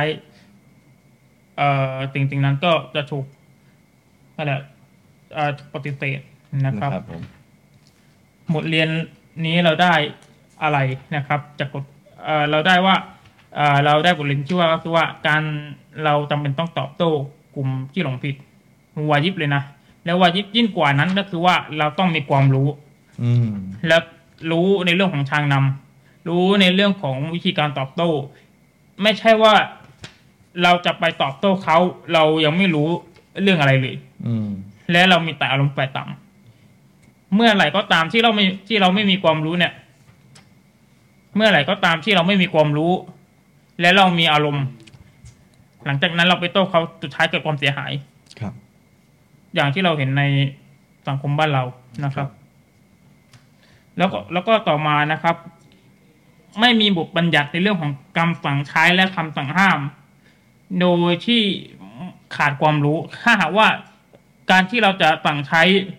Speaker 2: สิ่งนั้นก็จะถูกอะไรปฏิเสธนะครับบทเรียนนี้เราได้อะไรนะครับจากกฎเราได้ว่าเราได้บทเรียนที่ว่าก็คือว่าการเราจำเป็นต้องตอบโต้กลุ่มที่หลงผิดวาญิบเลยนะแล้ววาญิบยิ่งกว่านั้นก็คือว่าเราต้องมีความรู้แล้วรู้ในเรื่องของทางนำรู้ในเรื่องของวิธีการตอบโต้ไม่ใช่ว่าเราจะไปตอบโต้เขาเรายังไม่รู้เรื่องอะไรเลยและเรามีแต่อารมณ์แปรต่ำเมื่อไหร่ก็ตามที่เราไม่มีความรู้เนี่ยเมื่อไหร่ก็ตามที่เราไม่มีความรู้และเรามีอารมณ์หลังจากนั้นเราไปโต้เขาสุดท้ายเกิดความเสียหาย
Speaker 1: ครับ
Speaker 2: อย่างที่เราเห็นในสังคมบ้านเรานะครับแล้วก็ต่อมานะครับไม่มีบทบัญญัติในเรื่องของคำสั่งใช้และคำสั่งห้ามโดยที่ขาดความรู้ถ้าหากว่าการที่เราจะสั่งใช้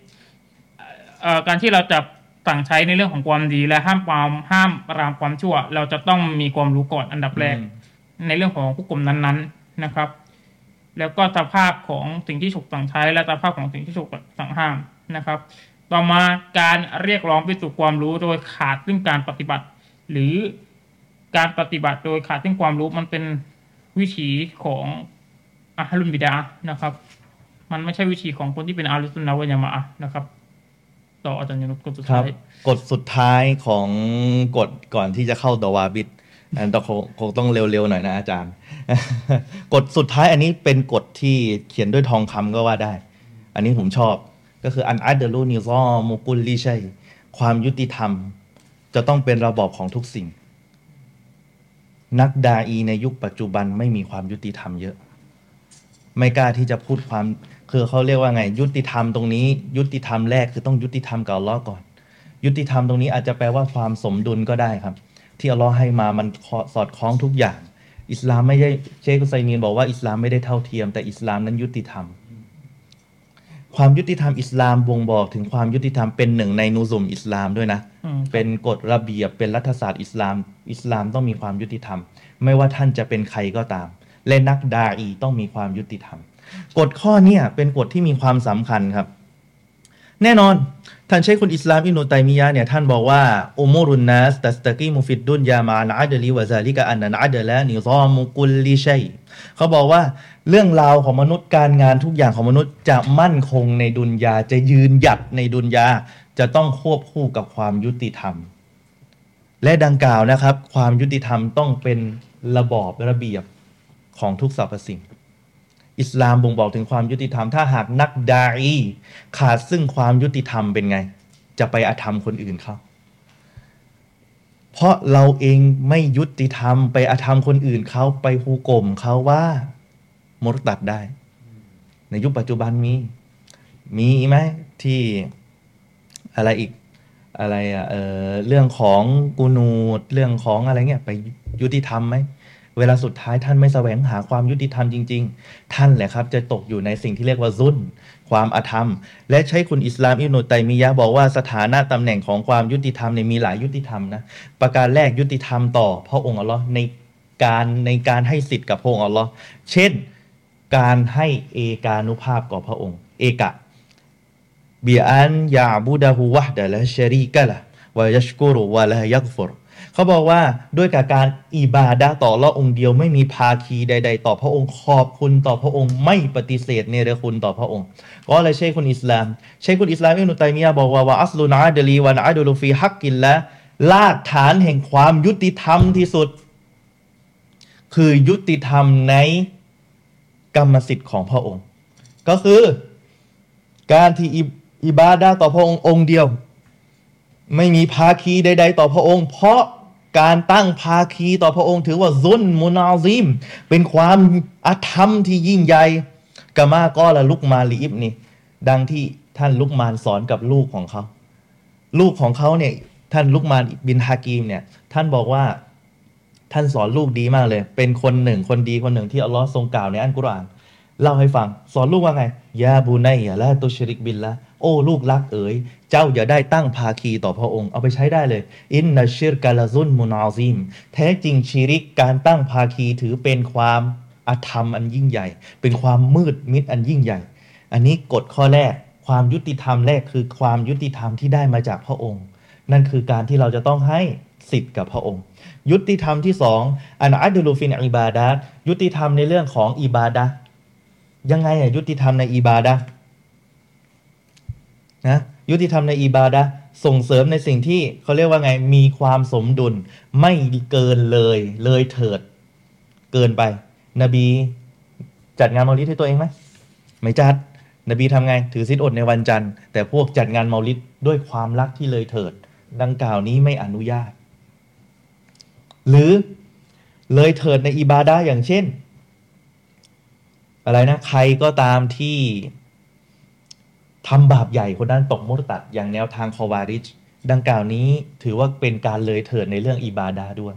Speaker 2: ในเรื่องของความดีและห้ามปรามความชั่วเราจะต้องมีความรู้ก่อนอันดับแรกในเรื่องของผู้กลุ่มนั้นๆนะครับแล้วก็สภาพของสิ่งที่ถูกสั่งใช้และสภาพของสิ่งที่ถูกสั่งห้ามนะครับต่อมาการเรียกร้องไปสู่ความรู้โดยขาดซึ่งการปฏิบัติหรือการปฏิบัติโดยขาดซึ่งความรู้มันเป็นวิถีของอะห์ลุลบิดอะห์นะครับมันไม่ใช่วิถีของคนที่เป็นอะห์ลุสซุนนะฮ์วัลญะมาอะห์นะครับต่ออาจารย์ยนุษย์กฎสุดท้าย
Speaker 1: กฎสุดท้ายของกฎก่อนที่จะเข้าดอวาบิดคงต้องเร็วๆหน่อยนะอาจารย์กฎสุดท้ายอันนี้เป็นกฎที่เขียนด้วยทองคำก็ว่าได้อันนี้ผมชอบก็คืออันอัดเดลูนิซอมุกุลลิชัยความยุติธรรมจะต้องเป็นระบอบของทุกสิ่งนักดาอีในยุคปัจจุบันไม่มีความยุติธรรมเยอะไม่กล้าที่จะพูดความคือเขาเรียกว่าไงยุติธรรมตรงนี้ยุติธรรมแรกคือต้องยุติธรรมกับอัลเลาะห์ก่อนยุติธรรมตรงนี้อาจจะแปลว่าความสมดุลก็ได้ครับที่อัลเลาะห์ให้มามันสอดคล้องทุกอย่างอิสลามไม่ใช่เชคอุซัยมีนบอกว่าอิสลามไม่ได้เท่าเทียมแต่อิสลามนั้นยุติธรรมความยุติธรรมอิสลามบ่งบอกถึงความยุติธรรมเป็นหนึ่งในนูซุมอิสลามด้วยนะเป็นกฎระเบียบเป็นรัฐศาสตร์อิสลามต้องมีความยุติธรรมไม่ว่าท่านจะเป็นใครก็ตามและนักดาอีต้องมีความยุติธรรมกฎข้อนี้เป็นกฎที่มีความสำคัญครับแน่นอนท่านเชคคุณอิสลามอิบนุตัยมียะห์เนี่ยท่านบอกว่าอุมูรุนนัสตัสตะกีมุฟิดดุนยามาอัลอะดลิวะซาลิกะอันนัลอะดละนิซามุกุลลิชัยเขาบอกว่าเรื่องราวของมนุษย์การงานทุกอย่างของมนุษย์จะมั่นคงในดุนยาจะยืนหยัดในดุนยาจะต้องควบคู่กับความยุติธรรมและดังกล่าวนะครับความยุติธรรมต้องเป็นระบอบระเบียบของทุกสรรพสิ่งอิสลามบ่งบอกถึงความยุติธรรมถ้าหากนักดาอีขาดซึ่งความยุติธรรมเป็นไงจะไปอาธรรมคนอื่นเขาเพราะเราเองไม่ยุติธรรมไปอาธรรมคนอื่นเขาไปฮูกมเขาว่ามรตัดได้ในยุคปัจจุบันมีไหมที่อะไรอีกอะไรเรื่องของกูนูดเรื่องของอะไรเงี้ยไปยุติธรรมไหมเวลาสุดท้ายท่านไม่แสวงหาความยุติธรรมจริงๆท่านแหละครับจะตกอยู่ในสิ่งที่เรียกว่าซุนความอาธรรมและใช้คุณอิสลามอิบนุตัยมียะห์บอกว่าสถานะตำแหน่งของความยุติธรรมเนี่ยมีหลายยุติธรรมนะประการแรกยุติธรรมต่อพระองค์อัลลอฮ์ในการให้สิทธิ์กับพระองค์อัลลอฮ์เช่นการให้เอกานุภาพกับพระองค์เอกะบิอันยาบูดะฮูวะฮ์ดะละชะรีกะละวะยัชกุรุวะละยักฟุรเขาบอกว่าด้วยการอิบาดะห์ต่ออัลเลาะห์องค์เดียวไม่มีภาคีใดๆต่อพระองค์ขอบคุณต่อพระองค์ไม่ปฏิเสธเนรคุณต่อพระองค์ก็เลยเชคคุณอิสลามอิบนุตัยมียะห์บอกว่าวะอัสลุนอะดลีวะนะอะดุลุฟีฮักกิลละรากฐานแห่งความยุติธรรมที่สุดคือยุติธรรมในกรรมสิทธิ์ของพระองค์ก็คือการที่อิบาดะห์ต่อพระองค์องค์เดียวไม่มีภาคีใดๆต่อพระองค์เพราะการตั้งภาคีต่อพระองค์ถือว่าซุนมุนาซิมเป็นความอาธรรมที่ยิ่งใหญ่กะมาก็ละลุกมาลีอิบนี่ดังที่ท่านลุกมานสอนกับลูกของเขาเนี่ยท่านลุกมานบินฮากีมเนี่ยท่านบอกว่าท่านสอนลูกดีมากเลยเป็นคนดีคนหนึ่งที่อัลลอฮ์ทรงกล่าวในอัลกุรอานเล่าให้ฟังสอนลูกว่าไงยาบูไนยะลาตุชริกบิลละโอ้ลูกรักเอ๋ยเจ้าอย่าได้ตั้งภาคีต่อพระองค์เอาไปใช้ได้เลยอินนัชชิรกะละซุนมุนาซิมแท้จริงชิริกการตั้งภาคีถือเป็นความอาธรรมอันยิ่งใหญ่เป็นความมืดมิดอันยิ่งใหญ่อันนี้กฎข้อแรกความยุติธรรมแรกคือความยุติธรรมที่ได้มาจากพระองค์นั่นคือการที่เราจะต้องให้สิทธิ์กับพระองค์ยุติธรรมที่สองอันอะดุลูฟินอิบาดะห์ยุติธรรมในเรื่องของอิบาดะห์ยังไงยุติธรรมในอิบาดะห์นะยุติธรรมในอิบาดะห์ส่งเสริมในสิ่งที่เขาเรียกว่าไงมีความสมดุลไม่เกินเลยเถิดเกินไปนบีจัดงานเมาลิดให้ตัวเองไหมไม่จัดนบีทำไงถือศีลอดในวันจันทร์แต่พวกจัดงานเมาลิดด้วยความรักที่เลยเถิดดังกล่าวนี้ไม่อนุญาตหรือเลยเถิดในอิบาดะห์อย่างเช่นอะไรนะใครก็ตามที่ทำบาปใหญ่คนนั้นตกมุรตัดอย่างแนวทางคอวาริจดังกล่าวนี้ถือว่าเป็นการเลยเถิดในเรื่องอิบาดะห์ด้วย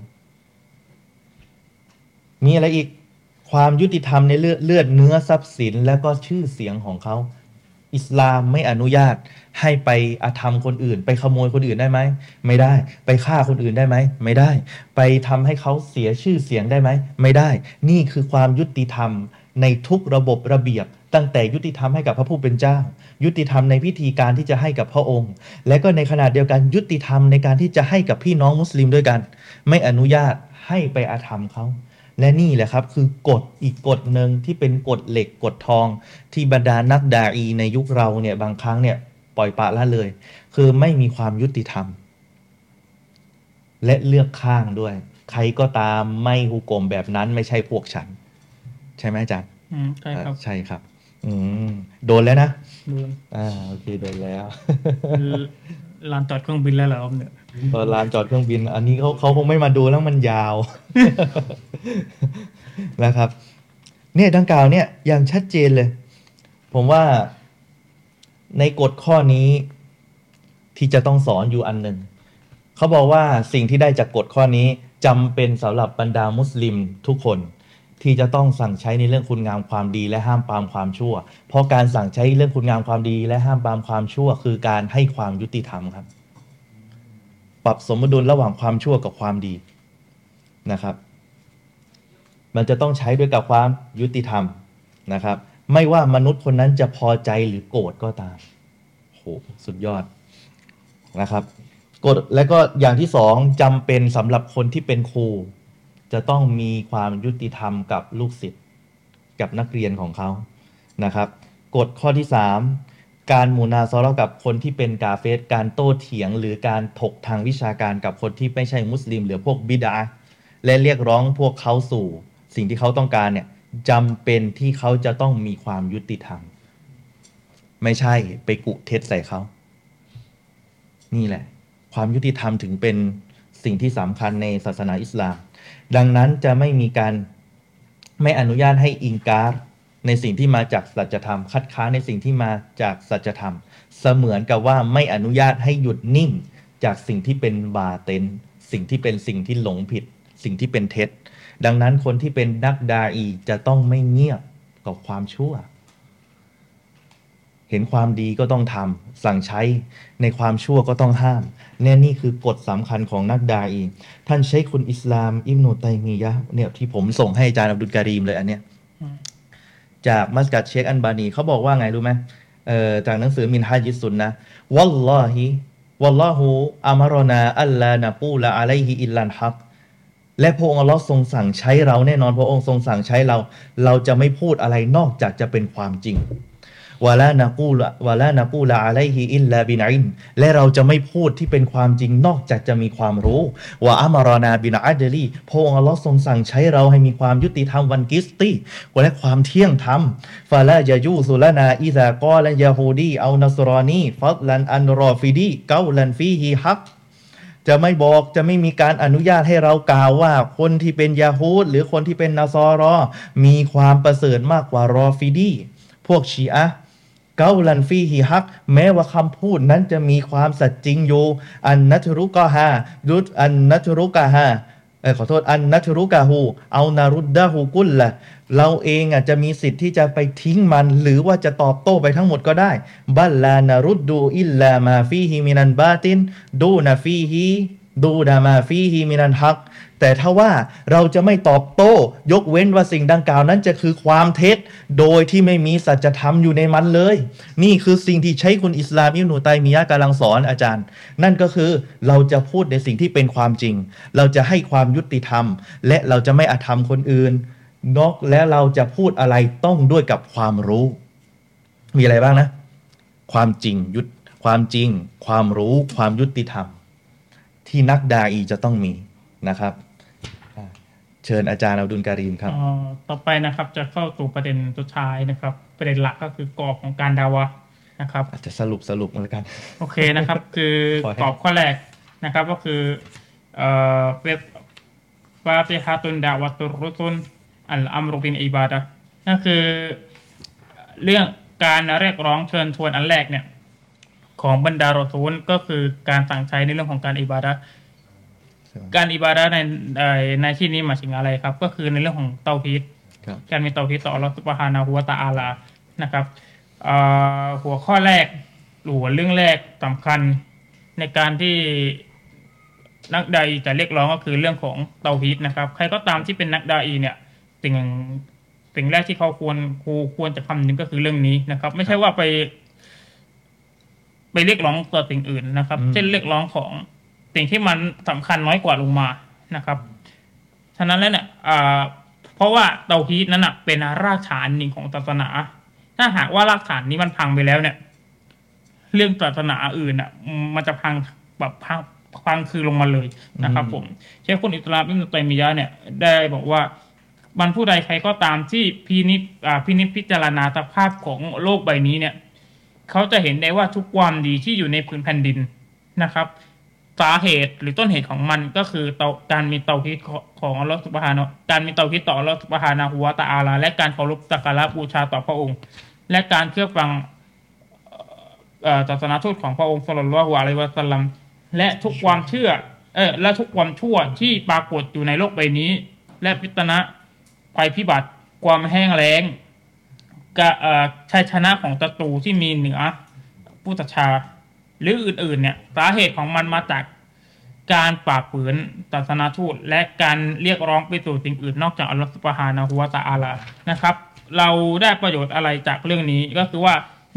Speaker 1: มีอะไรอีกความยุติธรรมในเลือดเนื้อทรัพย์สินและก็ชื่อเสียงของเขาอิสลามไม่อนุญาตให้ไปอาธรรมคนอื่นไปขโมยคนอื่นได้ไหมไม่ได้ไปฆ่าคนอื่นได้ไหมไม่ได้ไปทำให้เขาเสียชื่อเสียงได้ไหมไม่ได้นี่คือความยุติธรรมในทุกระบบระเบียบตั้งแต่ยุติธรรมให้กับพระผู้เป็นเจ้ายุติธรรมในพิธีการที่จะให้กับพระองค์และก็ในขณะเดียวกันยุติธรรมในการที่จะให้กับพี่น้องมุสลิมด้วยกันไม่อนุญาตให้ไปอาธรรมเขาและนี่แหละครับคือกฎอีกกฎหนึ่งที่เป็นกฎเหล็กกฎทองที่บรรดานักดาอีในยุคเราเนี่ยบางครั้งเนี่ยปล่อยปละละเลยคือไม่มีความยุติธรรมและเลือกข้างด้วยใครก็ตามไม่ฮุกมแบบนั้นไม่ใช่พวกฉันใช่ไหมอาจารย์
Speaker 2: ใช่ครับ
Speaker 1: ใช่ครับโดนแล้วนะ
Speaker 2: โดน
Speaker 1: โอเคโดนแล้ว
Speaker 2: ลานจอดเครื่องบินแล้วเหรอครับเนี่ย
Speaker 1: ตอนลานจอดเครื่องบิน อันนี้เขาคงไม่มาดูแล้วมันยาว นะครับเนี่ยดังกล่าวเนี่ยอย่างชัดเจนเลย ผมว่าในกฎข้อนี้ที่จะต้องสอนอยู่อันหนึ่งเขาบอกว่าสิ่งที่ได้จากกฎข้อนี้จำเป็นสำหรับบรรดามุสลิมทุกคนที่จะต้องสั่งใช้ในเรื่องคุณงามความดีและห้ามปรามความชั่วเพราะการสั่งใช้เรื่องคุณงามความดีและห้ามปรามความชั่วคือการให้ความยุติธรรมครับปรับสมดุลระหว่างความชั่วกับความดีนะครับมันจะต้องใช้ด้วยกับความยุติธรรมนะครับไม่ว่ามนุษย์คนนั้นจะพอใจหรือโกรธก็ตามโหสุดยอดนะครับกฎและก็อย่างที่สองจำเป็นสำหรับคนที่เป็นครูจะต้องมีความยุติธรรมกับลูกศิษย์กับนักเรียนของเขานะครับกฎข้อที่สามการมูนาซอเราะห์กับคนที่เป็นกาเฟรการโต้เถียงหรือการถกทางวิชาการกับคนที่ไม่ใช่มุสลิมหรือพวกบิดาและเรียกร้องพวกเขาสู่สิ่งที่เขาต้องการเนี่ยจำเป็นที่เขาจะต้องมีความยุติธรรมไม่ใช่ไปกุเท็จใส่เขานี่แหละความยุติธรรมถึงเป็นสิ่งที่สำคัญในศาสนาอิสลามดังนั้นจะไม่มีการไม่อนุญาตให้อิงการในสิ่งที่มาจากสัจธรรมคัดค้านในสิ่งที่มาจากสัจธรรมเสมือนกับว่าไม่อนุญาตให้หยุดนิ่งจากสิ่งที่เป็นบาเตนสิ่งที่เป็นสิ่งที่หลงผิดสิ่งที่เป็นเท็จดังนั้นคนที่เป็นนักดาอีจะต้องไม่เงียบกับความชั่วเห็นความดีก็ต้องทำสั่งใช้ในความชั่วก็ต้องห้ามนี่คือกฎสำคัญของนักดาอีท่านชัยคุลอิสลามอิบนุตัยมียะห์เนี่ยที่ผมส่งให้อาจารย์อับดุลการีมเลยอันเนี้ยจากมัสกัดเชคอันบานีเขาบอกว่าไงรู้ไหมจากหนังสือมินฮาจิสซุนนะวัลลอฮิวัลลอฮุอามารอนาอัลลานะกูละอะลัยฮิอิลลันฮักและพระองค์อัลลอฮ์ทรงสั่งใช้เราแน่นอนพระองค์ทรงสั่งใช้เราจะไม่พูดอะไรนอกจากจะเป็นความจริงวะลานะกูละอะลัยฮิอิลลาบินอิลม์และเราจะไม่พูดที่เป็นความจริงนอกจากจะมีความรู้วะอามารอนาบินอัดลีพระองค์อัลลอฮ์ทรงสั่งใช้เราให้มีความยุติธรรมวันกิสตีและความเที่ยงธรรมฟะลายะยูซุลนาอิซากอละยะฮูดีเอานัสรอนีฟัดลันอันรอฟิดีกอลันฟีฮิฮักจะไม่มีการอนุญาตให้เรากล่าวว่าคนที่เป็นยะฮูดหรือคนที่เป็นนัสรอมีความประเสริฐมากกว่ารอฟิดีพวกชีอะห์เกาลันฟีฮิฮักแม้ว่าคำพูดนั้นจะมีความสัจจริงอยู่อันนัทรุกะฮาดุดอันนัทรุกะฮาขอโทษอันนัทรุกะฮูเอานารุดดะฮูกุลละเราเองจะมีสิทธิ์ที่จะไปทิ้งมันหรือว่าจะตอบโต้ไปทั้งหมดก็ได้บัลลานารุดดูอิลลามาฟีฮิมินันบาตินดูนาฟีฮิดูนามาฟีฮิมินันฮักแต่ถ้าว่าเราจะไม่ตอบโต้ยกเว้นว่าสิ่งดังกล่าวนั้นจะคือความเท็จโดยที่ไม่มีสัจธรรมอยู่ในมันเลยนี่คือสิ่งที่ชัยคุลอิสลามอิบนุตัยมียะห์กำลังสอนอาจารย์นั่นก็คือเราจะพูดในสิ่งที่เป็นความจริงเราจะให้ความยุติธรรมและเราจะไม่อธรรมคนอื่นและเราจะพูดอะไรต้องด้วยกับความรู้มีอะไรบ้างนะความจริงความจริงความรู้ความยุติธรรมที่นักดาอีจะต้องมีนะครับเชิญอาจารย์อับดุลการีมครับ
Speaker 2: ต่อไปนะครับจะเข้าสู่ประเด็นสุดท้ายนะครับประเด็นหลักก็คือกรอบของการดาวะนะครับ
Speaker 1: อาจจะสรุปแล้วกัน
Speaker 2: โอเคนะครับคือกรอบข้อแรกนะครับก็คือฟาติฮะตุนดะวะตุรรุซุนอัลอัมรุบินอิบาดะห์นั่นคือเรื่องการเรียกร้องเชิญชวนอันแรกเนี่ยของบรรดารอซูลก็คือการสั่งใช้ในเรื่องของการอิบาดะห์การอิบาดะห์ในที่นี้หมายถึงอะไรครับก็คือในเรื่องของเตาฮีดการมีเตาฮีดต่ออัลเลาะห์ซุบฮานะฮูวะตะอาลานะครับหัวข้อแรกหัวเรื่องแรกสำคัญในการที่นักดาอีจะเรียกร้องก็คือเรื่องของเตาฮีดนะครับใครก็ตามที่เป็นนักดาอีเนี่ยสิ่งแรกที่เขาควรจะคำนึงก็คือเรื่องนี้นะครับไม่ใช่ว่าไปเรียกร้องต่อสิ่งอื่นนะครับเช่นเรียกร้องของสิ่งที่มันสำคัญน้อยกว่าลงมานะครับฉะนั้นแล้วเนี่ยเพราะว่าเตาฮีดนั้นเป็นรากฐานหนึ่งของศาสนาถ้าหากว่ารากฐานนี้มันพังไปแล้วเนี่ยเรื่องศาสนาอื่นมันจะพังแบบพังคือลงมาเลยนะครับผมเชคคุลอิสลามอิบนุตัยมียะห์เนี่ยได้บอกว่าบรรผู้ใดใครก็ตามที่พินิจพิจารณาสภาพของโลกใบนี้เนี่ยเขาจะเห็นได้ว่าทุกความดีที่อยู่ในพื้นแผ่นดินนะครับสาเหตุหรือต้นเหตุของมันก็คือการมีเตาฮีดของอัลเลาะห์ซุบฮานะฮูการมีเตาฮีดต่ออัลเลาะห์ซุบฮานะฮูวะตะอาลาและการเคารพสักการะบูชาต่อพระองค์และการเชื่อฟังศาสนาทูตของพระองค์ศ็อลลัลลอฮุอะลัยฮิวะซัลลัมและทุกความเชื่อและทุกความชั่วที่ปรากฏอยู่ในโลกใบนี้และฟิตนะห์ภัยพิบัติความแห้งแล้งชัยชนะของศัตรูที่มีเหนือผู้ศรัทธาหรืออื่นๆเนี่ยสาเหตุของมันมาจากการฝ่าฝืนศาสนาทูตและการเรียกร้องไปสู่สิ่งอื่นนอกจากอัลเลาะห์ซุบฮานะฮูวะตะอาลานะครับเราได้ประโยชน์อะไรจากเรื่องนี้ก็คือว่า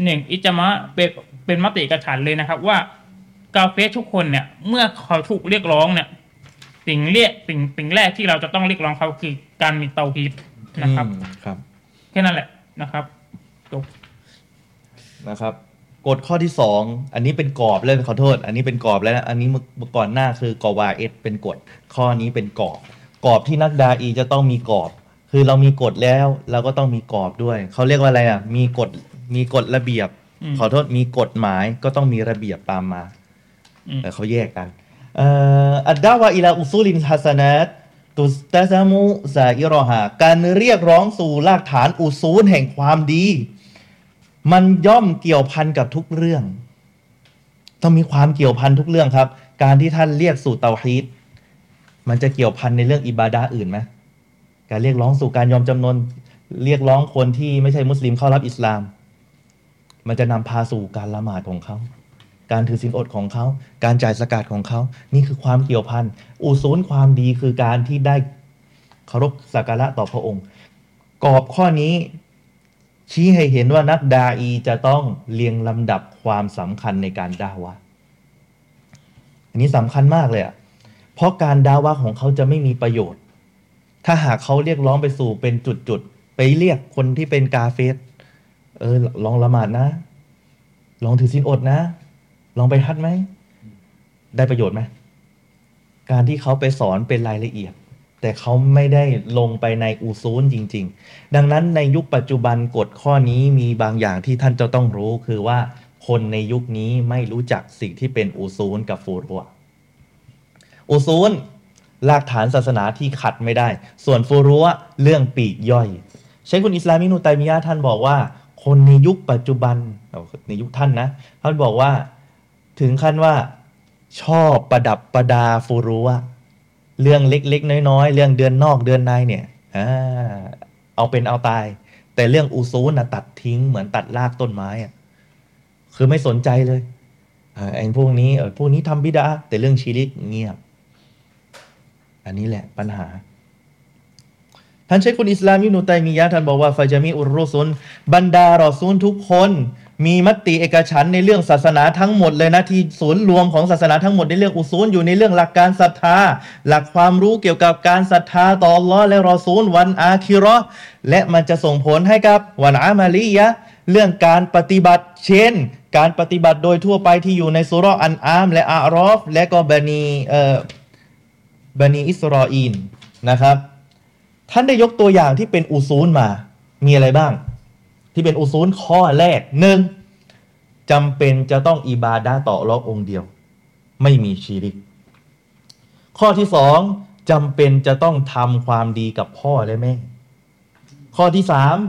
Speaker 2: อิจมะเป็นมติเอกฉันท์เลยนะครับว่ากาเฟสทุกคนเนี่ยเมื่อเขาถูกเรียกร้องเนี่ยสิ่งแรกที่เราจะต้องเรียกร้องเขาคือการมีเตาฮีดนะครับ
Speaker 1: ครับ
Speaker 2: แค่นั้นแหละนะครับจบ
Speaker 1: นะครับกฎข้อที่2อันนี้เป็นกรอบเลยขอโทษ อันนี้เป็นกรอบแล้วนะอันนี้เมื่อก่อนหน้าคือกวาเอสเป็นกฎข้อนี้เป็นกรอบที่นักดาอีจะต้องมีกรอบ คือเรามีกฎแล้วเราก็ต้องมีกรอบด้วยเขาเรียกว่าอะไรอ่ะมีกฎระเบียบขอโทษมีกฎหมายก็ต้องมีระเบียบตามมาแต่เขาแยกกันอัดดาวะอิลาอุซูลินฮัสนัตตุสตะซามุซาอิรอฮาการเรียกร้องสู่รากฐานอุซูลแห่งความดีมันย่อมเกี่ยวพันกับทุกเรื่องต้องมีความเกี่ยวพันทุกเรื่องครับการที่ท่านเรียกสู่เตาฮีดมันจะเกี่ยวพันในเรื่องอิบาดะห์อื่นไหมการเรียกร้องสู่การยอมจำนนเรียกร้องคนที่ไม่ใช่มุสลิมเข้ารับอิสลามมันจะนำพาสู่การละหมาดของเขาการถือศีลอดของเขาการจ่ายซะกาตของเขานี่คือความเกี่ยวพันอุซูลความดีคือการที่ได้เคารพสักการะต่อพระองค์กรอบข้อนี้ชี้ให้เห็นว่านักดาอีจะต้องเรียงลำดับความสำคัญในการดาวะห์อันนี้สำคัญมากเลยอ่ะเพราะการดาวะห์ของเขาจะไม่มีประโยชน์ถ้าหากเขาเรียกร้องไปสู่เป็นจุดๆไปเรียกคนที่เป็นกาเฟรลองละหมาดนะลองถือศีลอดนะลองไปฮัจญ์ไหมได้ประโยชน์ไหมการที่เขาไปสอนเป็นรายละเอียดแต่เขาไม่ได้ลงไปในอุซูลจริงๆดังนั้นในยุคปัจจุบันกฎข้อนี้มีบางอย่างที่ท่านจะต้องรู้คือว่าคนในยุคนี้ไม่รู้จักสิ่งที่เป็นอุซูลกับฟูรุอะอุซูลรากฐานศาสนาที่ขัดไม่ได้ส่วนฟูรุอะเรื่องปลีกย่อยเชคอุลอิสลามอิบนุตัยมียะห์ท่านบอกว่าคนในยุคปัจจุบันในยุคท่านนะท่านบอกว่าถึงขั้นว่าชอบประดับประดาฟูรุอะเรื่องเล็กๆน้อยๆเรื่องเดือนนอกเดือนในเนี่ยเอาเป็นเอาตายแต่เรื่องอุซูลนะตัดทิ้งเหมือนตัดรากต้นไม้อะคือไม่สนใจเลยไอ้พวกนี้ทำบิดาแต่เรื่องชิริกเงียบอันนี้แหละปัญหาท่านเชคอุลอิสลามอิบนุตัยมียะห์ท่านบอกว่าฟะจามีอุรรุซุลบรรดารอซูลทุกคนมีมติเอกฉันท์ในเรื่องศาสนาทั้งหมดเลยนะที่ศูนย์รวมของศาสนาทั้งหมดในเรื่องอุซูลอยู่ในเรื่องหลักการศรัทธาหลักความรู้เกี่ยวกับการศรัทธาต่ออัลเลาะห์และรอซูลวันอาคิเราะห์และมันจะส่งผลให้กับวันอามาลียะห์เรื่องการปฏิบัติเช่นการปฏิบัติโดยทั่วไปที่อยู่ในซูเราะห์อันอามและอาอรอฟและก็บานีอิสราอีลนะครับท่านได้ยกตัวอย่างที่เป็นอุซูลมามีอะไรบ้างที่เป็นอุซูลข้อแรก1จำเป็นจะต้องอิบาดะห์ต่ออัลเลาะห์องค์เดียวไม่มีชิริกข้อที่2จำเป็นจะต้องทำความดีกับพ่อและแม่ข้อที่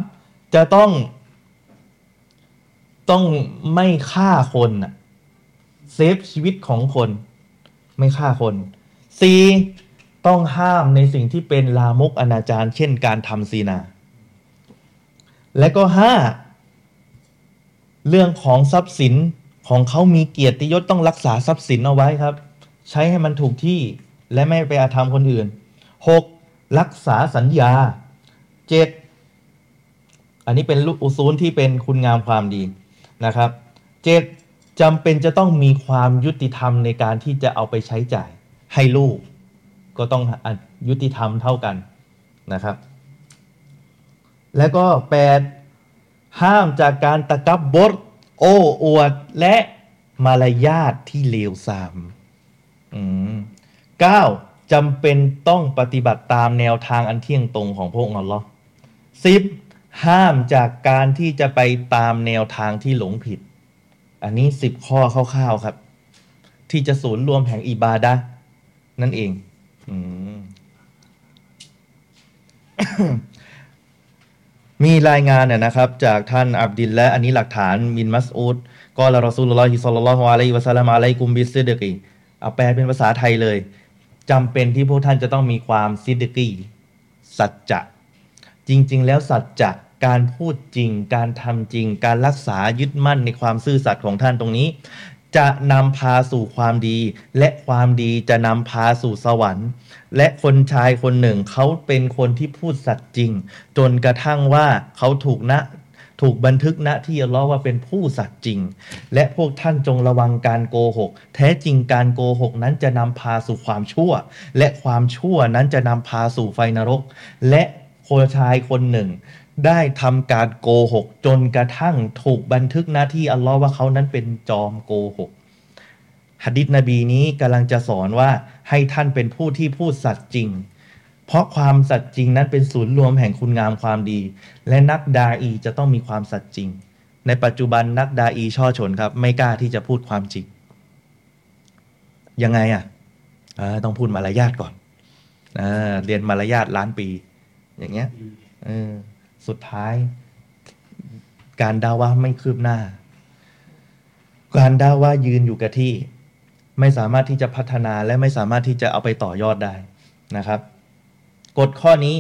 Speaker 1: 3จะต้องไม่ฆ่าคนเซฟชีวิตของคนไม่ฆ่าคน4ต้องห้ามในสิ่งที่เป็นลามกอนาจารเช่นการทำซีนาและก็5เรื่องของทรัพย์สินของเขามีเกียรติยศต้องรักษาทรัพย์สินเอาไว้ครับใช้ให้มันถูกที่และไม่ไปอาธรรมคนอื่น6รักษาสัญญา7อันนี้เป็นอุซูลที่เป็นคุณงามความดีนะครับ7จำเป็นจะต้องมีความยุติธรรมในการที่จะเอาไปใช้จ่ายให้ลูกก็ต้องยุติธรรมเท่ากันนะครับแล้วก็8ห้ามจากการตะกับบรโอ้อวดและมารยาทที่เลวทราม9จำเป็นต้องปฏิบัติตามแนวทางอันเที่ยงตรงของพระองค์อัลเลาะห์10ห้ามจากการที่จะไปตามแนวทางที่หลงผิดอันนี้10ข้อคร่าวๆครับที่จะศูนย์รวมแห่งอิบาดะห์นั่นเอง มีรายงานนะครับจากท่านอับดิลและอันนี้หลักฐานมินมัสอูดกอละรอซูลุลลอฮิศ็อลลัลลอฮุอะลัยฮิวะซัลลัมอะลัยกุมบิสซิดกีเอาแปลเป็นภาษาไทยเลยจำเป็นที่พวกท่านจะต้องมีความซิดกีสัจจะจริงๆแล้วสัจจะการพูดจริงการทำจริงการรักษายึดมั่นในความซื่อสัตย์ของท่านตรงนี้จะนำพาสู่ความดีและความดีจะนำพาสู่สวรรค์และคนชายคนหนึ่งเขาเป็นคนที่พูดสัตย์จริงจนกระทั่งว่าเขาถูกบันทึกณที่อัลลอฮ์ว่าเป็นผู้สัตย์จริงและพวกท่านจงระวังการโกหกแท้จริงการโกหกนั้นจะนำพาสู่ความชั่วและความชั่วนั้นจะนำพาสู่ไฟนรกและคนชายคนหนึ่งได้ทำการโกหกจนกระทั่งถูกบันทึกหน้าที่อัลลอฮ์ว่าเขานั้นเป็นจอมโกหกหะดีษนบีนี้กำลังจะสอนว่าให้ท่านเป็นผู้ที่พูดสัตย์จริงเพราะความสัตย์จริงนั้นเป็นศูนย์รวมแห่งคุณงามความดีและนักดาอีจะต้องมีความสัตย์จริงในปัจจุบันนักดาอีช่อฉนครับไม่กล้าที่จะพูดความจริงยังไงต้องพูดมารยาทก่อนเรียนมารยาทล้านปีอย่างเงี้ยสุดท้ายการดาวะไม่คืบหน้าการดาวะยืนอยู่กับที่ไม่สามารถที่จะพัฒนาและไม่สามารถที่จะเอาไปต่อยอดได้นะครับกฎข้อนี้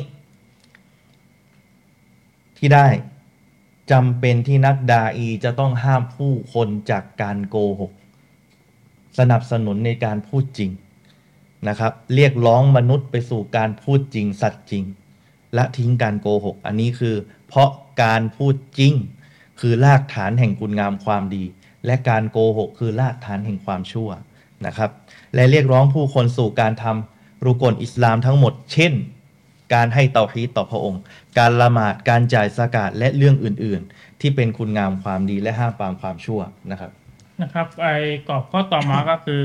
Speaker 1: ที่ได้จำเป็นที่นักดาอีจะต้องห้ามผู้คนจากการโกหกสนับสนุนในการพูดจริงนะครับเรียกร้องมนุษย์ไปสู่การพูดจริงสัตย์จริงและทิ้งการโกหกอันนี้คือเพราะการพูดจริงคือรากฐานแห่งคุณงามความดีและการโกหกคือรากฐานแห่งความชั่วนะครับและเรียกร้องผู้คนสู่การทำรุกลอิสลามทั้งหมดเช่นการให้เตาฮีดต่อพระองค์การละหมาดการจ่ายซะกาตและเรื่องอื่นๆที่เป็นคุณงามความดีและห้ามปรามความชั่วนะครับ
Speaker 2: ไอ้กรอบข้อต่อมาก็คือ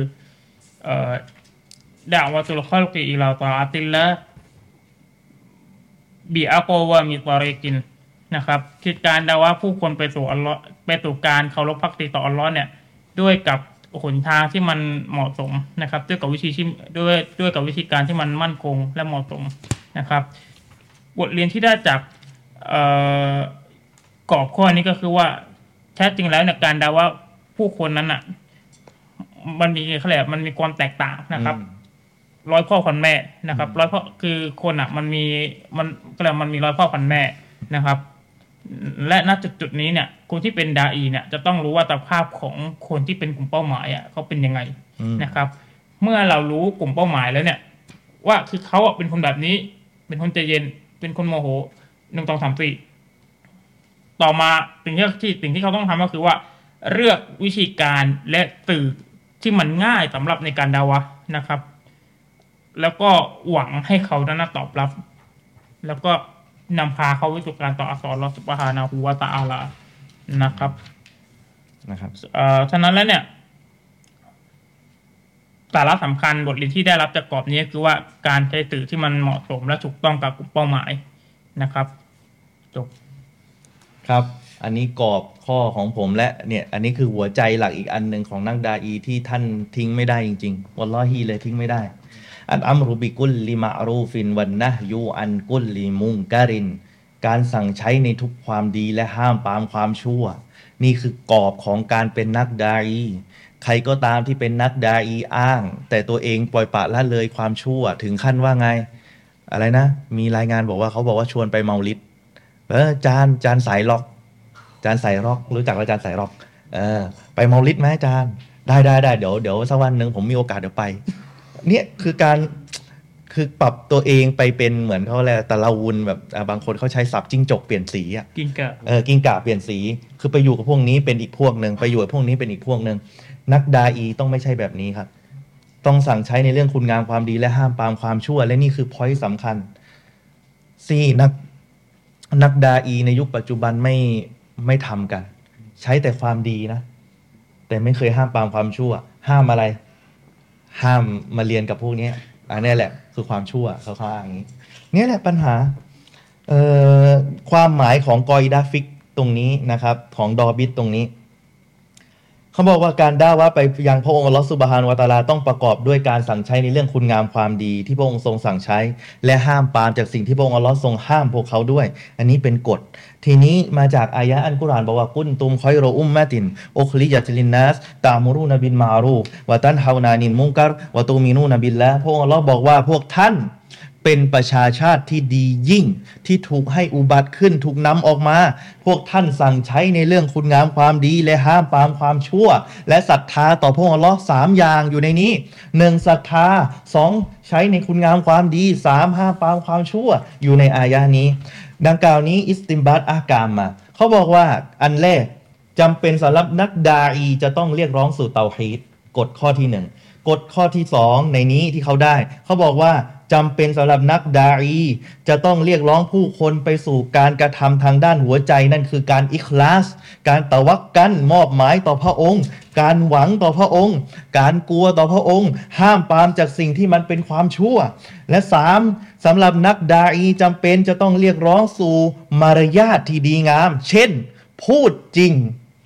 Speaker 2: ดะวะตุลคอลกิอิลาตออะติลละบิอะกอวะมิตอริกินนะครับคือการดะวะผู้คนไปสู่อัลเลาะห์ไปสู่การเคารพภักดีต่ออัลเลาะห์เนี่ยด้วยกับหนทางที่มันเหมาะสมนะครับด้วยกับวิธีที่ด้วยกับวิธีการที่มันมั่นคงและเหมาะสมนะครับบทเรียนที่ได้จากกรอบข้อนี้ก็คือว่าแท้จริงแล้วในการดะวะผู้คนนั้นน่ะมันมีเขาเรียกมันมีความแตกต่างนะครับร้อยพ่อพันแม่นะครับร้อยพ่อคือคนอ่ะมันมีร้อยพ่อพันแม่นะครับและณจุดนี้เนี่ยคนที่เป็นดาอีเนี่ยจะต้องรู้ว่าสภาพของคนที่เป็นกลุ่มเป้าหมายเขาเป็นยังไงนะครับเมื่อเรารู้กลุ่มเป้าหมายแล้วเนี่ยว่าคือเขาเป็นคนแบบนี้เป็นคนใจเย็นเป็นคนโมโห1 2 3 4ต่อมาสิ่งที่เขาต้องทำก็คือว่าเลือกวิธีการและสื่อที่มันง่ายสำหรับในการดาวะนะครับแล้วก็หวังให้เขานั้นตอบรับแล้วก็นำพาเขาไปสู่การต่ออัลลอฮฺซุบฮานะฮูวะตะอาลานะครับฉะนั้นแล้วเนี่ยสาระสำคัญบทเรียนที่ได้รับจากกรอบนี้คือว่าการใช้สื่อที่มันเหมาะสมและถูกต้องกับกลุ่มเป้าหมายนะครับจบ
Speaker 1: ครับอันนี้กรอบข้อของผมและเนี่ยอันนี้คือหัวใจหลักอีกอันหนึ่งของนักดาอีที่ท่านทิ้งไม่ได้จริงๆวัลลอฮีเลยทิ้งไม่ได้อัมรุบิกุลลิมะรูฟินวันนะยูอันกุลลิมุงการินการสั่งใช้ในทุกความดีและห้ามปรามความชั่วนี่คือกรอบของการเป็นนักดาอีใครก็ตามที่เป็นนักดาอีอ้างแต่ตัวเองปล่อยปละละเลยความชั่วถึงขั้นว่าไงอะไรนะมีรายงานบอกว่าเขาบอกว่าชวนไปเมาลิดจานสายล็อกจานสายร็อกรู้จักแล้วจานสายร็อกไปเมาลิดไหมจานได้เดี๋ยวสักวันหนึ่งผมมีโอกาสเดี๋ยวไปเนี่ยคือการคือปรับตัวเองไปเป็นเหมือนเขาแหละตะละวุนแบบบางคนเขาใช้ศัพท์จิ้งจกเปลี่ยนสี
Speaker 2: กิ้ง
Speaker 1: ก่าเปลี่ยนสีคือไปอยู่กับพวกนี้เป็นอีกพวกนึงไปอยู่กับพวกนี้เป็นอีกพวกนึงนักดาอีต้องไม่ใช่แบบนี้ครับต้องสั่งใช้ในเรื่องคุณงามความดีและห้ามปรามความชั่วและนี่คือพอยต์สำคัญนักดาอีในยุคปัจจุบันไม่ทำกันใช้แต่ความดีนะแต่ไม่เคยห้ามปรามความชั่วห้ามอะไรห้ามมาเรียนกับพวกนี้อันนี้แหละคือความชั่วเขาอ้างอย่างนี้นี่แหละปัญหาความหมายของกอยดาฟิกตรงนี้นะครับของดอบิตตรงนี้เขาบอกว่าการด่าว่าไปยังพระองค์อัลเลาะห์ซุบฮานะฮูวะตะอาลาต้องประกอบด้วยการสั่งใช้ในเรื่องคุณงามความดีที่พระองค์ทรงสั่งใช้และห้ามปรามจากสิ่งที่พระองค์อัลเลาะห์ทรงห้ามพวกเขาด้วยอันนี้เป็นกฎทีนี้มาจากอายะห์อัลกุรอานบอกว่ากุนตุมคอยรออุมมะตินอุคลิญัตลินนัสตะมุรูนบิลมารูฟวะตันฮาวนานิลมุนกัรวะตูมินูนบิลลาห์พระองค์อัลเลาะห์บอกว่าพวกท่านเป็นประชาชาติที่ดียิ่งที่ถูกให้อุบัติขึ้นถูกนำออกมาพวกท่านสั่งใช้ในเรื่องคุณงามความดีและห้ามปรามความชั่วและศรัทธาต่อพระองค์อัลเลาะห์3อย่างอยู่ในนี้1ศรัทธา2ใช้ในคุณงามความดี3ห้ามปรามความชั่วอยู่ในอายะนี้ดังกล่าวนี้อิสติมบัตอะห์กามมาเขาบอกว่าอันแรกจำเป็นสำหรับนักดาอีจะต้องเรียกร้องสู่เตาฮีดกฎข้อที่หนึ่งกฎข้อที่สองในนี้ที่เขาได้เขาบอกว่าจำเป็นสำหรับนักดาอีจะต้องเรียกร้องผู้คนไปสู่การกระทำทางด้านหัวใจนั่นคือการอิคลาสการตะวักกันมอบหมายต่อพระองค์การหวังต่อพระองค์การกลัวต่อพระองค์ห้ามปรามจากสิ่งที่มันเป็นความชั่วและสามสำหรับนักดาอีจำเป็นจะต้องเรียกร้องสู่มารยาทที่ดีงามเช่นพูดจริง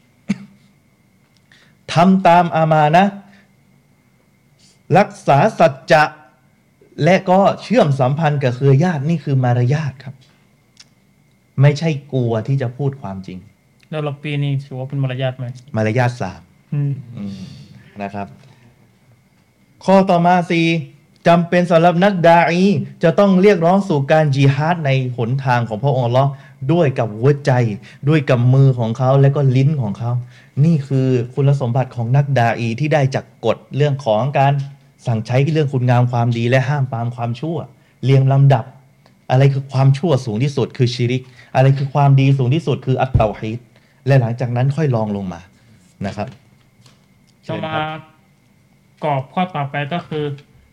Speaker 1: ทำตามอามานะห์รักษาสัจจะและก็เชื่อมสัมพันธ์กับเครือญาตินี่คือมารยาทครับไม่ใช่กลัวที่จะพูดความจริง
Speaker 2: แล้วเราปีนี้ถือว่าเป็นมารยาทไหม
Speaker 1: มารยาทสาม
Speaker 2: อืม
Speaker 1: นะครับ ข้อต่อมาสี่จำเป็นสำหรับนักดาอีจะต้องเรียกร้องสู่การจิฮาดในหนทางของพระองค์อัลเลาะห์ด้วยกับหัวใจด้วยกับมือของเขาและก็ลิ้นของเขานี่คือคุณสมบัติของนักดาอีที่ได้จากกฎเรื่องของการสั่งใช้เรื่องคุณงามความดีและห้ามปรามความชั่วเรียงลำดับอะไรคือความชั่วสูงที่สุดคือชิริกอะไรคือความดีสูงที่สุดคืออัตเตาฮีดและหลังจากนั้นค่อยลองลงมานะครับ
Speaker 2: ต่อมากรอบข้อต่อไปก็คือ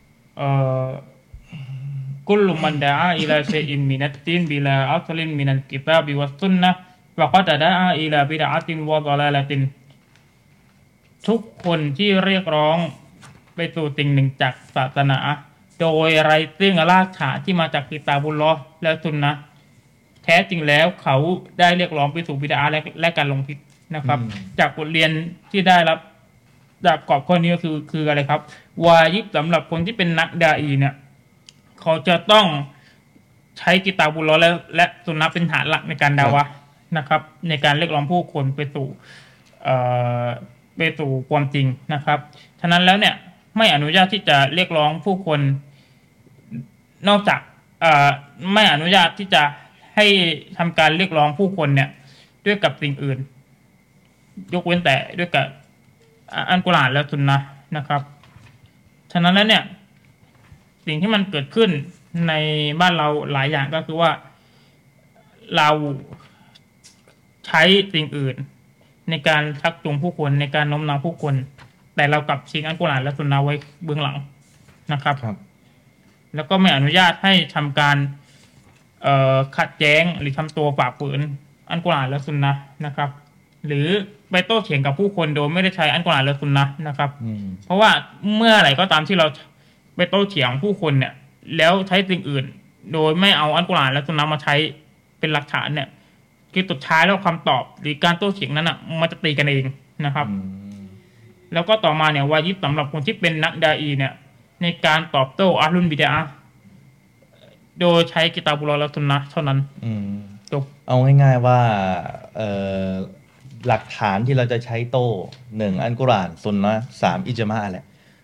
Speaker 2: กุลมันดาอิลาชัยอินมินัตตินบิลาอัลลินมินัลกิตาบิวัสซุนนะวะกอดดาอิลาบิดอะตินวะฎอลาละตินทุกคนที่เรียกร้องไปสู่สิ่งหนึ่งจากศาสนาโดยไร้ซึ่งรากฐานที่มาจากกิตาบุลลอฮ์และซุนนะห์แท้จริงแล้วเขาได้เรียกร้องไปสู่บิดาและการหลงผิดนะครับ จากบทเรียนที่ได้รับจากกรอบข้อนี้ก็คืออะไรครับวาญิบสำหรับคนที่เป็นนักดาอีเนี่ยเขาจะต้องใช้กิตาบุลลอฮ์และซุนนะห์เป็นฐานหลักในการดาวะห์นะครับในการเรียกร้องผู้คนไปสู่ความจริงนะครับฉะนั้นแล้วเนี่ยไม่อนุญาตที่จะเรียกร้องผู้คนนอกจากไม่อนุญาตที่จะให้ทำการเรียกร้องผู้คนเนี่ยด้วยกับสิ่งอื่นยกเว้นแต่ด้วยกับอัลกุรอานและซุนนะห์นะครับฉะนั้นแล้วเนี่ยสิ่งที่มันเกิดขึ้นในบ้านเราหลายอย่างก็คือว่าเราใช้สิ่งอื่นในการชักจูงผู้คนในการโน้มน้าวผู้คนแต่เรากลับทิ้งอัลกุรอานและซุนนะห์ไว้เบื้องหลังนะครับแล้วก็ไม่อนุญาตให้ทำการขัดแย้งหรือทำตัวฝ่าฝืนอัลกุรอานและซุนนะห์นะครับหรือไปโต้เถียงกับผู้คนโดยไม่ได้ใช้อัลกุรอานและซุนนะห์นะครับเพราะว่าเมื่อไหร่ก็ตามที่เราไปโต้เถียงผู้คนเนี่ยแล้วใช้สิ่งอื่นโดยไม่เอาอัลกุรอานและซุนนะห์มาใช้เป็นหลักฐานเนี่ยคือสุดท้ายแล้วคำตอบหรือการโต้เถียงนั้นอ่ะมันจะตีกันเองนะครับแล้วก็ต่อมาเนี่ยวาญิบสำหรับคนที่เป็นนักดาอีเนี่ยในการตอบโต้อะห์ลุลบิดอะห์โดยใช้กิตาบุลลอฮ์และซุนนะห์เท่านั้นจบ
Speaker 1: เอาง่ายๆว่าหลักฐานที่เราจะใช้โต้1อัลกุรอานซุนนะห์3อิจมาแหละ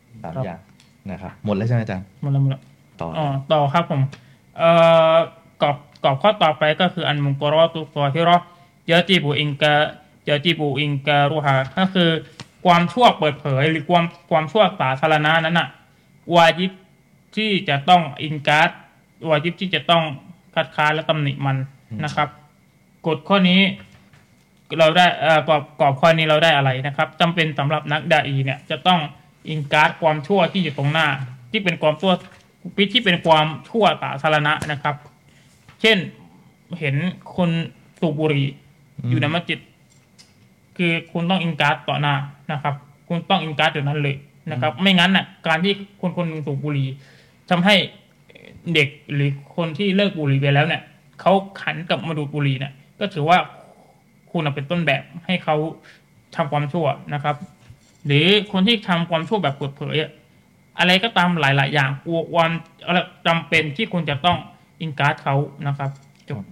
Speaker 1: 3อย่างนะครับหมดแล้วใช่ไหมอาจารย์
Speaker 2: หมดแล้วต่อครับผมกรอบข้อต่อไปก็คืออันมุนกอรอตุซอฮิเราะห์ยะจิบุอินการุฮาก็คือความชั่วเปิดเผยหรือความชั่วสาธารณะนั้นน่ะวาญิบที่จะต้องอินการวาญิบที่จะต้องคัดค้านและตำหนิมันนะครับกฎข้อนี้เราได้กรอบข้อนี้เราได้อะไรนะครับจำเป็นสำหรับนักดาอีเนี่ยจะต้องอินการความชั่วที่อยู่ตรงหน้าที่เป็นความชั่วสาธารณะนะครับเช่นเห็นคนสูบบุหรี่อยู่ในมัสยิดคือคุณต้องอินการต่อหน้านะครับคุณต้องอินการเดี๋ยวนั้นเลยนะครับไม่งั้นน่ะการที่คนสูบบุหรี่ทำให้เด็กหรือคนที่เลิกบุหรี่ไปแล้วเนี่ยเขาขันกลับมาดูดบุหรี่เนี่ยก็ถือว่าคุณเป็นต้นแบบให้เขาทำความชั่วนะครับหรือคนที่ทำความชั่วแบบเปิดเผยอะไรก็ตามหลายๆอย่างความจำเป็นที่คุณจะต้องอินการ์ดเขานะครับจบ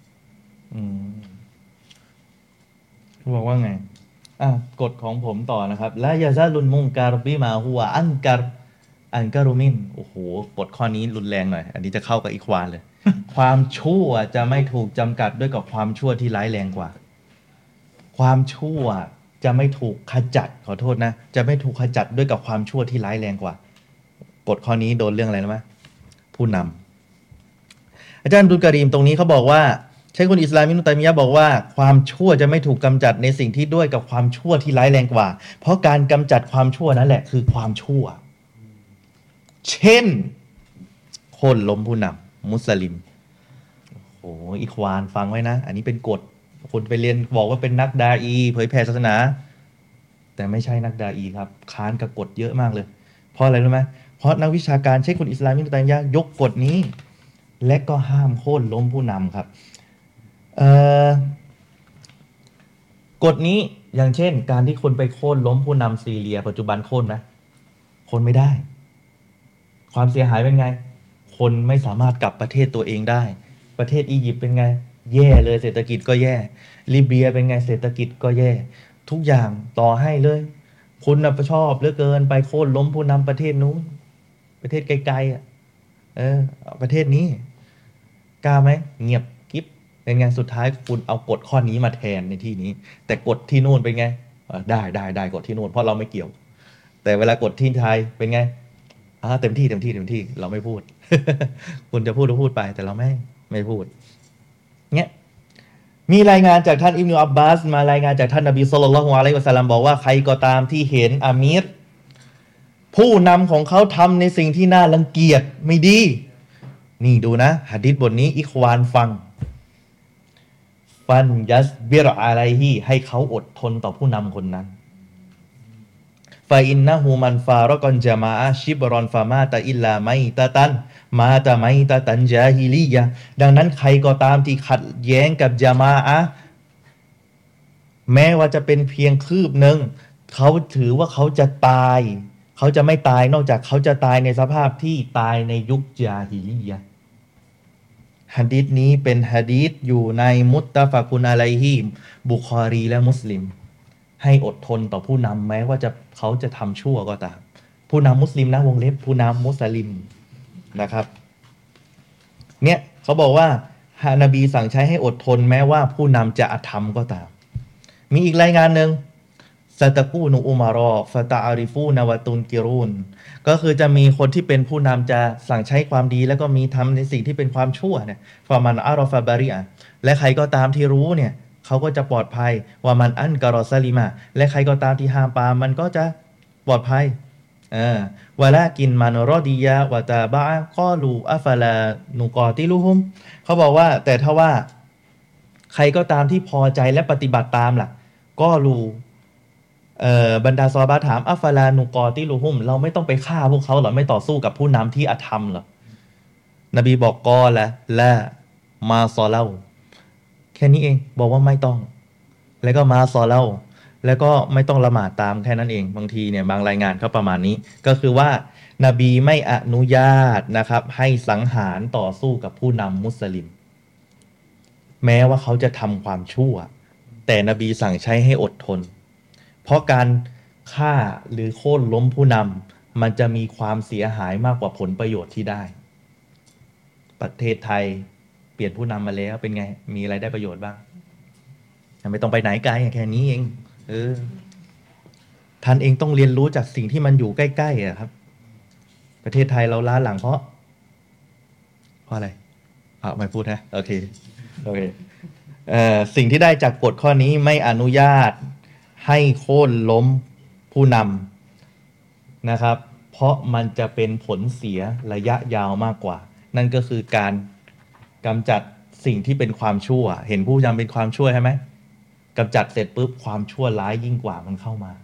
Speaker 1: บอกว่าไงกฎของผมต่อนะครับและยาซาลุนมุงการบิมาหัวอันการุมินโอ้โหกฎข้อนี้รุนแรงหน่อยอันนี้จะเข้ากับอีควานเลย ความชั่วจะไม่ถูกจำกัดด้วยกับความชั่วที่ร้ายแรงกว่าความชั่วจะไม่ถูกขจัดขอโทษนะจะไม่ถูกขจัดด้วยกับความชั่วที่ร้ายแรงกว่ากฎข้อนี้โดนเรื่องอะไรรู้ไหมผู้นำอาจารย์ดุลกะรีมตรงนี้เขาบอกว่าใช่คุณอิสลามอิบนุตัยมียะห์บอกว่าความชั่วจะไม่ถูกกำจัดในสิ่งที่ด้วยกับความชั่วที่ร้ายแรงกว่า เพราะการกำจัดความชั่วนั่นแหละคือความชั่ว เช่นโค่นล้มผู้นำมุสลิมโอ้โหอิควานฟังไว้นะ อันนี้เป็นกฎคนไปเรียนบอกว่าเป็นนักดาอีเผยแผ่ศาสนา แต่ไม่ใช่นักดาอีครับค้านกับกฎเยอะมากเลย เพราะอะไรรู้ไหมเพราะนักวิชาการเช่นคุณอิสลามอิบนุตัยมียะห์ยกกฎนี้ และก็ห้ามโค่นล้มผู้นำครับกฎนี้อย่างเช่น การที่คนไปโค่นล้มผู้นำซีเรียปัจจุบันโค่นไหมโค่นไม่ได้ ความเสียหายเป็นไง คนไม่สามารถกลับประเทศตัวเองได้ ประเทศอียิปต์เป็นไง แย่เลยเศรษฐกิจก็แย่ลิเบียเป็นไงเศรษฐกิจก็แย่ ทุกอย่างต่อให้เลย คุณน่ะชอบเหลือเกินไปโค่นล้มผู้นำประเทศนู้นประเทศไกลๆอ่ะประเทศนี้กล้าไหมเงียบกิ๊บเป็นไงสุดท้ายคุณเอากฎข้อนี้มาแทนในที่นี้ แต่กฎที่นู่นเป็นไงได้กฎที่นู่นเพราะเราไม่เกี่ยว แต่เวลากฎที่ไทยเป็นไงเต็มที่เราไม่พูด คุณจะพูดก็พูดไปแต่เราไม่พูดเนี้ยมีรายงานจากท่านอิบนุอับบาสมารายงานจากท่านนบีศ็อลลัลลอฮุอะลัยฮิวะซัลลัมบอกว่าใครก็ตามที่เห็นอามีรผู้นำของเขาทำในสิ่งที่น่ารังเกียจไม่ดี นี่ดูนะหะดีษบทนี้อิควานฟังฟันยัสบิรอะไรฮีให้เขาอดทนต่อผู้นำคนนั้นฟาอินนะฮูมันฟารกอนจามาอะชิบรอนฟามาตะอิลลาไมตะตันมาตะไมตะตันจาฮิลียะดังนั้นใครก็ตามที่ขัดแย้งกับจามาอะแม้ว่าจะเป็นเพียงคืบหนึ่งเขาถือว่าเขาจะตายเขาจะไม่ตายนอกจากเขาจะตายในสภาพที่ตายในยุคจาฮิลียะหะดีษนี้เป็นหะดีษอยู่ในมุตตะฟะกุนอะลัยฮิบุคอรีและมุสลิมให้อดทนต่อผู้นำแม้ว่าเขาจะทำชั่วก็ตามผู้นำมุสลิมนะวงเล็บผู้นำมุสลิมนะครับเนี่ยเขาบอกว่าฮะนบีสั่งใช้ให้อดทนแม้ว่าผู้นำจะอธรรมก็ตามมีอีกรายงานหนึ่งซาตะกูนุอุมารอฟะตะอาริฟูนวะตุนกิรูนก็คือจะมีคนที่เป็นผู้นำจะสั่งใช้ความดีแล้วก็มีทำในสิ่งที่เป็นความชั่วเนี่ยฟามันอารอฟะบาริอะและใครก็ตามที่รู้เนี่ยเขาก็จะปลอดภัยว่ามันอันกะรอซาลิมาและใครก็ตามที่ห้ามปามมันก็จะปลอดภัยวะลากินมันรอดียะวะตาบะกอลูอัฟลานุกอติลุฮุมเขาบอกว่าแต่ถ้าว่าใครก็ตามที่พอใจและปฏิบัติตามล่ะก็รู้บรรดาซอฮาบะห์ถามอัฟลานุกอติลุฮุมเราไม่ต้องไปฆ่าพวกเขาหรอไม่ต่อสู้กับผู้นำที่อธรรมหรอนบีบอกกอละมาซอเล่าแค่นี้เองบอกว่าไม่ต้องแล้วก็มาซอเล่าแล้วก็ไม่ต้องละหมาดตามแค่นั้นเองบางทีเนี่ยบางรายงานเขาประมาณนี้ก็คือว่านบีไม่อนุญาตนะครับให้สังหารต่อสู้กับผู้นำมุสลิมแม้ว่าเขาจะทำความชั่วแต่นบีสั่งใช้ให้อดทนเพราะการฆ่าหรือโค่นล้มผู้นำมันจะมีความเสียหายมากกว่าผลประโยชน์ที่ได้ประเทศไทยเปลี่ยนผู้นำมาแล้วเป็นไงมีอะไรได้ประโยชน์บ้างไม่ต้องไปไหนไกลแค่นี้เองท่านเองต้องเรียนรู้จากสิ่งที่มันอยู่ใกล้ๆอะครับประเทศไทยเราล้าหลังเพราะอะไรไม่พูดนะโอเคสิ่งที่ได้จากกฎข้อนี้ไม่อนุญาตให้โค่นล้มผู้นำนะครับเพราะมันจะเป็นผลเสียระยะยาวมากกว่านั่นก็คือการกำจัดสิ่งที่เป็นความชั่วเห็นผู้นำเป็นความชั่วใช่ไหมกำจัดเสร็จปุ๊บความชั่วร้ายยิ่งกว่ามันเข้ามา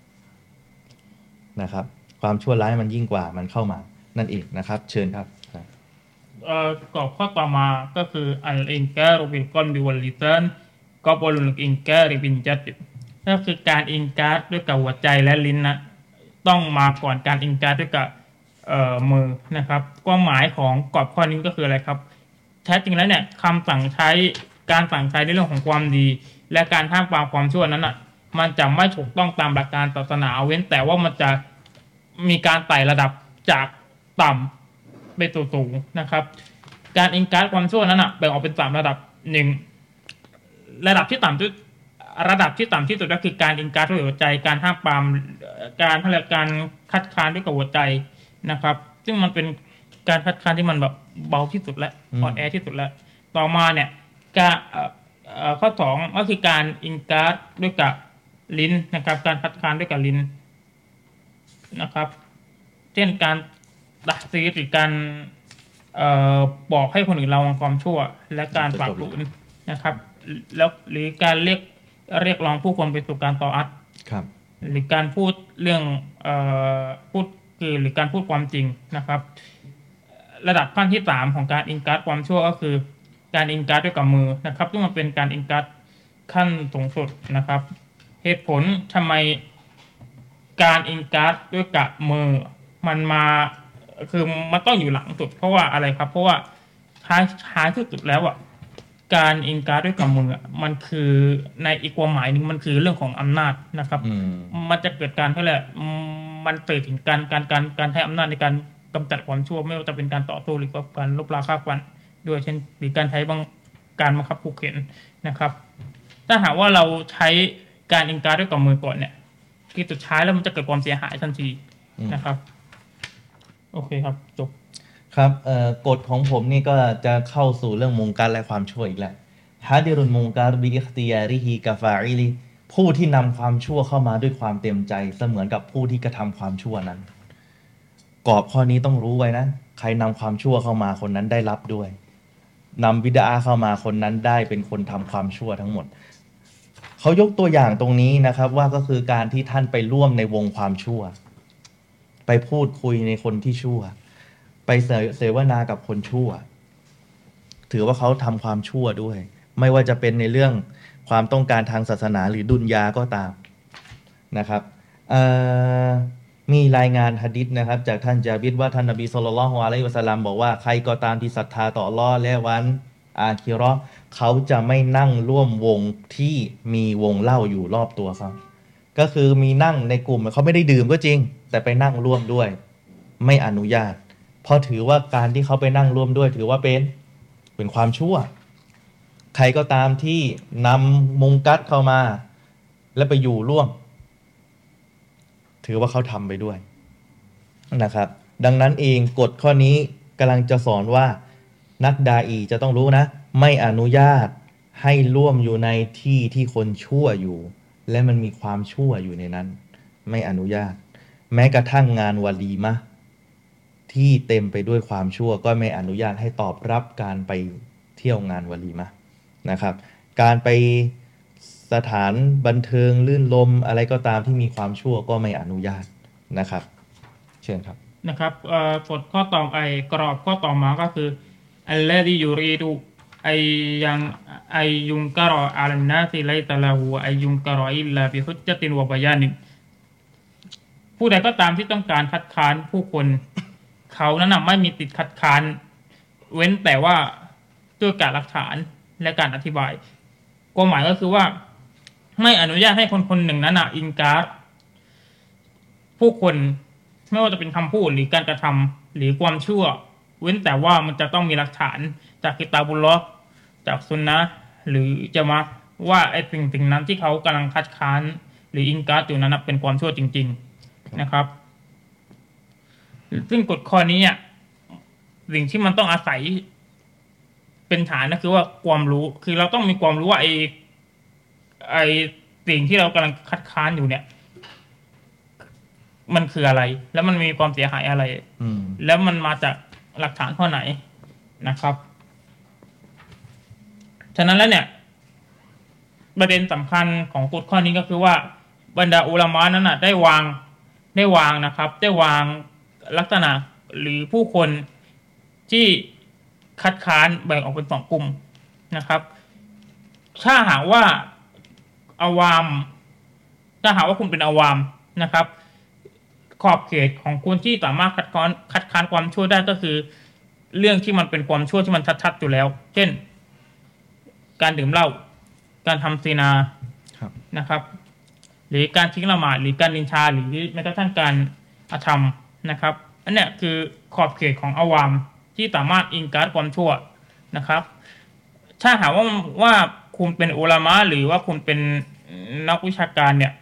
Speaker 1: นะครับความชั่วร้ายมันยิ่งกว่ามันเข้ามานั่นเองนะครับเชิญครับ
Speaker 2: กรอบข้อต่อมาก็คืออัลอินกาโรบิลกอนบิวัลลิซันก็บอลุลอินกาโรบินจัดก็คือการอินกาด้วยกับหัวใจและลิ้นนะต้องมาก่อนการอินกาด้วยกับมือนะครับความหมายของกรอบข้อนี้ก็คืออะไรครับแท้จริงแล้วเนี่ยคำสั่งใช้การสั่งใช้ในเรื่องของความดีและการห้ามปรามความชั่วนั้นอ่ะมันจะไม่ถูกต้องตามหลักการศาสนาเว้นแต่ว่ามันจะมีการไต่ระดับจากต่ำไปสู่สูงนะครับการอินการความชั่วนั้นอ่ะแบ่งออกเป็น3ระดับ1ระดับที่ต่ำที่สุดก็คือการอินการด้วยหัวใจการห้ามปรามการคัดค้านด้วยกับหัวใจนะครับซึ่งมันเป็นการคัดค้านที่มันแบบเบาที่สุดและอ่อนแอที่สุดแล้วต่อมาเนี่ยการข้อสองก็คือการอิงการ์ดด้วยกับลิ้นนะครับการคัดค้านด้วยกับลิ้นนะครับเช่นการตัดซีหรือการบอกให้คนอื่นระวังความชั่วและการฝ่าฝืนนะครับแล้วหรือการเรียกร้องผู้คนไปสู่การต่ออัต
Speaker 1: ครับ
Speaker 2: หรือการพูดเรื่องพูดคือหรือการพูดความจริงนะครับ ระดับขั้นที่3ของการอิงการ์ดความชั่วก็คือการอิงการ์ดด้วยกับมือนะครับซึ่งมันเป็นการอิงการ์ดขั้นสูงสุดนะครับ เหตุผลทำไมการอิงการ์ดด้วยกับมือมันมาคือมันต้องอยู่หลังสุดเพราะว่าอะไรครับเพราะว่าท้ายที่สุดแล้วอ่ะการอิงการ์ดด้วยกับมือมันคือในอีกความหมายหนึ่งมันคือเรื่องของอำนาจนะครับ มันจะเกิดการเท่าไหร่มันสื่อถึงการใช้อำนาจในการกำจัดความชั่วไม่ว่าจะเป็นการต่อสู้หรือว่าการลบราฆ่าฟันด้วยเช่นหรือการใช้การบังคับขู่เข็นนะครับ ถ้าหากว่าเราใช้การอิงการ์ดด้วยกับมือก่อนเนี่ยที่สุดท้ายแล้วมันจะเกิดความเสียหายทันทีนะครับโอเคครับจบ
Speaker 1: ครับกฎของผมนี่ก็จะเข้าสู่เรื่องมุงการและความชั่วอีกแล้วฮาดิรุนมุงการบิอิคติยาริฮิกาฟาอิลิผู้ที่นำความชั่วเข้ามาด้วยความเต็มใจเสมือนกับผู้ที่กระทำความชั่วนั้นกรอบข้อนี้ต้องรู้ไว้นะใครนำความชั่วเข้ามาคนนั้นได้รับด้วยนำบิดาเข้ามาคนนั้นได้เป็นคนทำความชั่วทั้งหมดเขายกตัวอย่างตรงนี้นะครับว่าก็คือการที่ท่านไปร่วมในวงความชั่วไปพูดคุยในคนที่ชั่วไปเสวนากับคนชั่วถือว่าเขาทำความชั่วด้วยไม่ว่าจะเป็นในเรื่องความต้องการทางศาสนาหรือดุนยาก็ตามนะครับมีรายงานหะดีษนะครับจากท่านจาบิรว่าท่านนบีศ็อลลัลลอฮุอะลัยฮิวะซัลลัมบอกว่าใครก็ตามที่ศรัทธาต่ออัลเลาะห์และวันอาคิเราะห์เขาจะไม่นั่งร่วมวงที่มีวงเหล้าอยู่รอบตัวเขาก็คือมีนั่งในกลุ่มเขาไม่ได้ดื่มก็จริงแต่ไปนั่งร่วมด้วยไม่อนุญาตเพราะถือว่าการที่เขาไปนั่งร่วมด้วยถือว่าเป็นความชั่วใครก็ตามที่นำมุงกัดเข้ามาและไปอยู่ร่วมถือว่าเขาทำไปด้วยนะครับดังนั้นเองกฎข้อนี้กำลังจะสอนว่านักดาอีจะต้องรู้นะไม่อนุญาตให้ร่วมอยู่ในที่ที่คนชั่วอยู่และมันมีความชั่วอยู่ในนั้นไม่อนุญาตแม้กระทั่งงานวาลีมะที่เต็มไปด้วยความชั่วก็ไม่อนุญาตให้ตอบรับการไปเที่ยวงานวาลีมะนะครับการไปสถานบันเทิงลื่นลมอะไรก็ตามที่มีความชั่วก็ไม่อนุญาตนะครับเชิญครับ
Speaker 2: นะครับกฎข้อต่อกรอบข้อต่อมาก็คืออัลลซียูรีดูไอยุงกะรออัลนาซิไลตะลาหูไอยุงกะรออิลลาบิฮุจญะตินวะบะยานินผู้ใดก็ตามที่ต้องการคัดค้านผู้คนเขานั้นไม่มีติดคัดค้านเว้นแต่ว่าด้วยการหลักฐานและการอธิบายความหมายก็คือว่าไม่อนุญาตให้คนคนหนึ่งนั้นอิงการ์ดผู้คนไม่ว่าจะเป็นคำพูดหรือการกระทำหรือความชั่วเว้นแต่ว่ามันจะต้องมีหลักฐานจากกิตาบุลลอฮ์จากซุนนะห์หรือจะมาว่าไอ้สิ่งนั้นที่เขากำลังคัดค้านหรืออิงการ์ดอยู่นั้นเป็นความชั่วจริงๆนะครับซึ่งกฎข้อนี้สิ่งที่มันต้องอาศัยเป็นฐานก็คือว่าความรู้คือเราต้องมีความรู้ว่าไอ้สิ่งที่เรากำลังคัดค้านอยู่เนี่ยมันคืออะไรแล้วมันมีความเสียหายอะไรแล้วมันมาจากหลักฐานข้อไหนนะครับฉะนั้นแล้วเนี่ยประเด็นสำคัญของกฎข้อนี้ก็คือว่าบรรดาอุลามะนั้นได้วางนะครับได้วางลักษณะหรือผู้คนที่คัดค้านแบ่งออกเป็น2กลุ่มนะครับถ้าหากว่าอาวามถ้าหากว่าคุณเป็นอาวามนะครับขอบเขตของคุณที่สามารถคัดค้านความชั่วได้ก็คือเรื่องที่มันเป็นความชั่วที่มันชัดๆอยู่แล้วเช่นการดื่มเหล้าการทำซีนานะครับหรือการทิ้งละหมาดหรือการนินทาหรือแม้กระทั่งการอธรรมนะครับอันเนี้ยคือขอบเขตของอาวามที่สามารถอิงการ์ดความชั่วนะครับถ้าหากว่าคุณเป็นอุลามะหรือว่าคุณเป็นนักวิชาการเนี่ย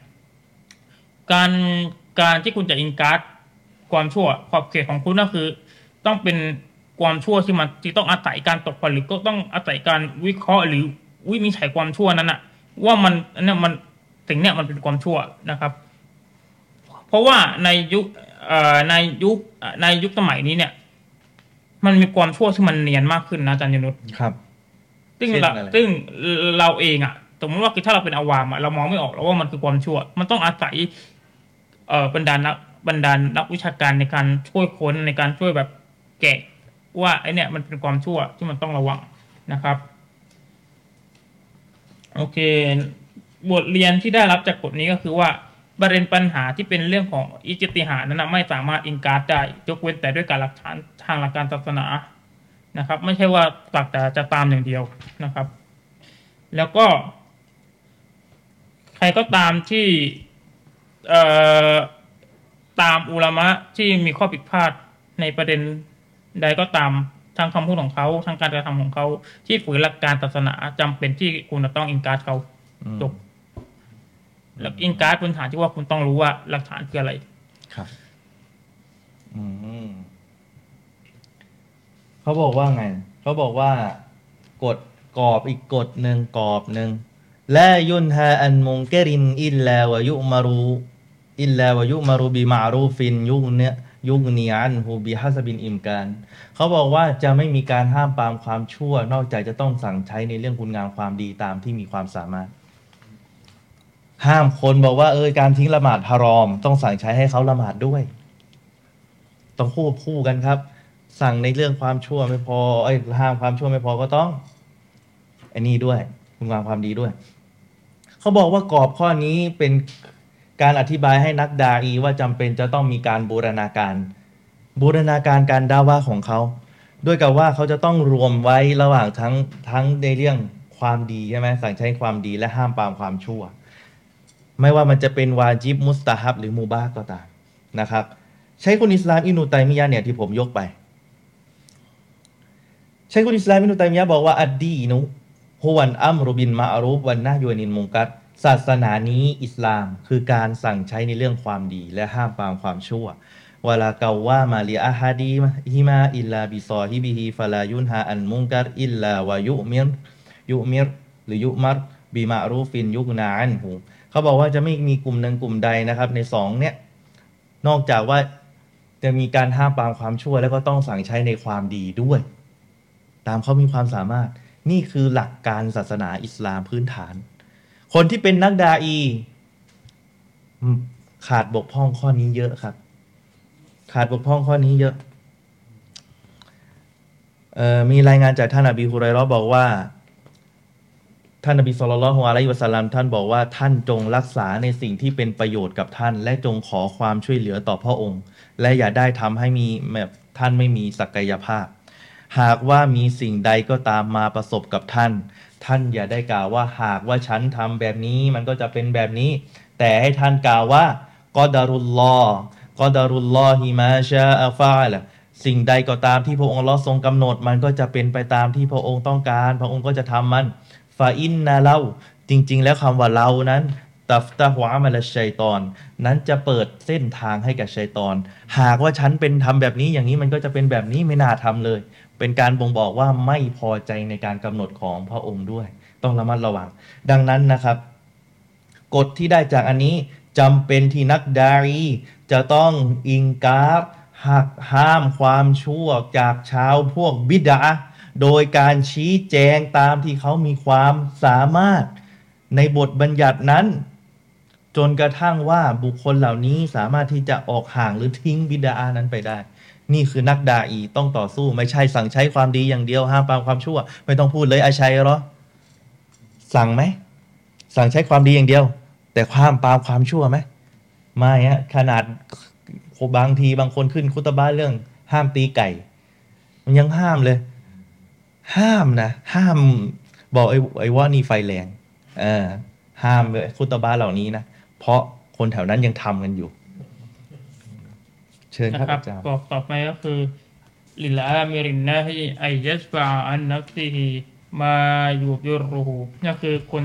Speaker 2: การที่คุณจะอิงการ์ดความชั่วขอบเขตของคุณก็คือต้องเป็นความชั่วที่มันที่ต้องอาศัยการตกผลึกก็ต้องอาศัยการวิเคราะห์หรือวินิจฉัยความชั่วนั้นอะว่ามันเนี่ยมันสิ่งเนี้ยมันเป็นความชั่วนะครับ เพราะว่าในยุคในยุคสมัยนี้เนี่ย มันมีความชั่วที่มันเนียนมากขึ้นนะอาจารย์ยนุช
Speaker 1: ครับ
Speaker 2: ซึ่ง
Speaker 1: เช่น
Speaker 2: เรา
Speaker 1: อะไร
Speaker 2: ซึ่งเราเองอะสมมติว่าคือถ้าเราเป็นอาวามอะเรามองไม่ออกแล้วว่ามันคือความชั่ว มันต้องอาศัยบรรดานักวิชาการในการช่วยค้นในการช่วยแบบแกะว่าไอเนี่ยมันเป็นความชั่วที่มันต้องระวังนะครับ โอเค บทเรียนที่ได้รับจากบทนี้ก็คือว่าประเด็นปัญหาที่เป็นเรื่องของอิจติหานั้นนะไม่สามารถอิงการ์ดได้ยกเว้นแต่ด้วยการหลักฐานทางหลักการศาสนานะครับ ไม่ใช่ว่าสักแต่จะตามอย่างเดียวนะครับ แล้วก็ใครก็ตามที่ตามอุลามะที่มีข้อผิดพลาดในประเด็นใดก็ตามทางคำพูดของเขาทางการกระทำของเขาที่ฝืนหลักการศาสนาจำเป็นที่คุณจะต้องอิงการ์ดเขาจบแล้วอิงการ์ดพื้นฐานที่ว่าคุณต้องรู้ว่าหลักฐานคืออะไร
Speaker 1: ครับ อืมเขาบอกว่าไง เขาบอกว่ากฎกรอบอีกกฎหนึ่งกรอบหนึ่งและยุนฮาอันมุงกรินอิลลาวะยุมารูอิลลาวะยุมารูบิมารูฟินยุกนีอันฮูบิฮัสบินอิมการเขาบอกว่าจะไม่มีการห้ามปรามความชั่วนอกจากจะต้องสั่งใช้ในเรื่องคุณงามความดีตามที่มีความสามารถ ห้ามคนบอกว่าการทิ้งละหมาดฮารอมต้องสั่งใช้ให้เขาละหมาดด้วย ต้องคู่กันครับ สั่งในเรื่องความชั่วไม่พอห้ามความชั่วไม่พอก็ต้องไอ้นี่ด้วยคุณงามความดีด้วย เขาบอกว่ากรอบข้อนี้เป็นการอธิบายให้นักดาอีว่าจำเป็นจะต้องมีการบูรณาการการดาวะของเขาด้วยกับว่าเขาจะต้องรวมไว้ระหว่างทั้งในเรื่องความดีใช่ไหมสั่งใช้ความดีและห้ามปรามความชั่ว ไม่ว่ามันจะเป็นวาจิบมุสตาฮับหรือมูบาก็ตามนะครับใช้คุณอิสลามอิบนุตัยมียะห์เนี่ยที่ผมยกไปใช้คุณอิสลามอิบนุตัยมียะห์บอกว่าอัดดีนุฮุวันอัมรุบินมาอารูฟวันนะฮยุอนิลมุงกัรศาสนานี้อิสลามคือการสั่งใช้ในเรื่องความดีและห้ามปรามความชั่ววะลาเกาว่ามาลิอะฮาดีฮิมาอิลลาบิซอฮิบิฮิฟะลายุนฮาอันมุงกัรอิลลาวะยุมิรหรือยุมัรบิมารูฟินยุกนาอันฮูเขาบอกว่าจะไม่มีกลุ่มหนึ่งกลุ่มใดนะครับในสองเนี่ยนอกจากว่าจะมีการห้ามปรามความชั่วแล้วก็ต้องสั่งใช้ในความดีด้วย ตามเขามีความสามารถนี่คือหลักการศาสนาอิสลามพื้นฐาน คนที่เป็นนักดาอีขาดบกพร่องข้อนี้เยอะครับ ขาดบกพร่องข้อนี้เยอะมีรายงานจากท่านอบีฮุไรเราะห์บอกว่าท่านนบีศ็อลลัลลอฮุอะลัยฮิวะซัลลัมท่านบอกว่าท่านจงรักษาในสิ่งที่เป็นประโยชน์กับท่านและจงขอความช่วยเหลือต่อพระองค์ และอย่าได้ทำให้มีแบบท่านไม่มีศักยภาพ หากว่ามีสิ่งใดก็ตามมาประสบกับท่าน ท่านอย่าได้กล่าวว่าหากว่าฉันทำแบบนี้มันก็จะเป็นแบบนี้ แต่ให้ท่านกล่าวว่ากอดารุลลอฮิมาชาอัฟาละสิ่งใดก็ตามที่พระองค์อัลเลาะห์ทรงกำหนดมันก็จะเป็นไปตามที่พระองค์ต้องการพระองค์ก็จะทำมันฟาอินนาเราจริงๆแล้วคำว่าเรานั้นตัฟตะฮุอามัลชัยฏอนนั้นจะเปิดเส้นทางให้กับชัยฏอนหากว่าฉันเป็นทำแบบนี้อย่างนี้มันก็จะเป็นแบบนี้ไม่น่าทำเลยเป็นการบ่งบอกว่าไม่พอใจในการกำหนดของพระองค์ด้วยต้องระมัดระวังดังนั้นนะครับกฎที่ได้จากอันนี้จำเป็นที่นักดาอีจะต้องอิงการ์หักห้ามความชั่วจากชาวพวกบิดอะห์โดยการชี้แจงตามที่เขามีความสามารถในบทบัญญัตินั้นจนกระทั่งว่าบุคคลเหล่านี้สามารถที่จะออกห่างหรือทิ้งบิดอะห์นั้นไปได้นี่คือนักดาอีต้องต่อสู้ไม่ใช่สั่งใช้ความดีอย่างเดียวห้ามปรามความชั่วไม่ต้องพูดเลยอาชัยเหรอสั่งไหมสั่งใช้ความดีอย่างเดียวแต่ห้ามปรามความชั่วไหมไม่ฮะขนาดบางทีบางคนขึ้นคุตบะห์เรื่องห้ามตีไก่มันยังห้ามเลยห้ามนะห้ามบอกไอ้ว่านี่ไฟแรงห้ามคุตบะห์เหล่านี้นะเพราะคนแถวนั้นยังทำกันอยู่เชิญครับอาจารย์
Speaker 2: บอกต่อไปก็คือลิลอามิรินนะฮิไอยัสฟะอันนัฟซิฮิมายูบิรุฮูนี่คือคน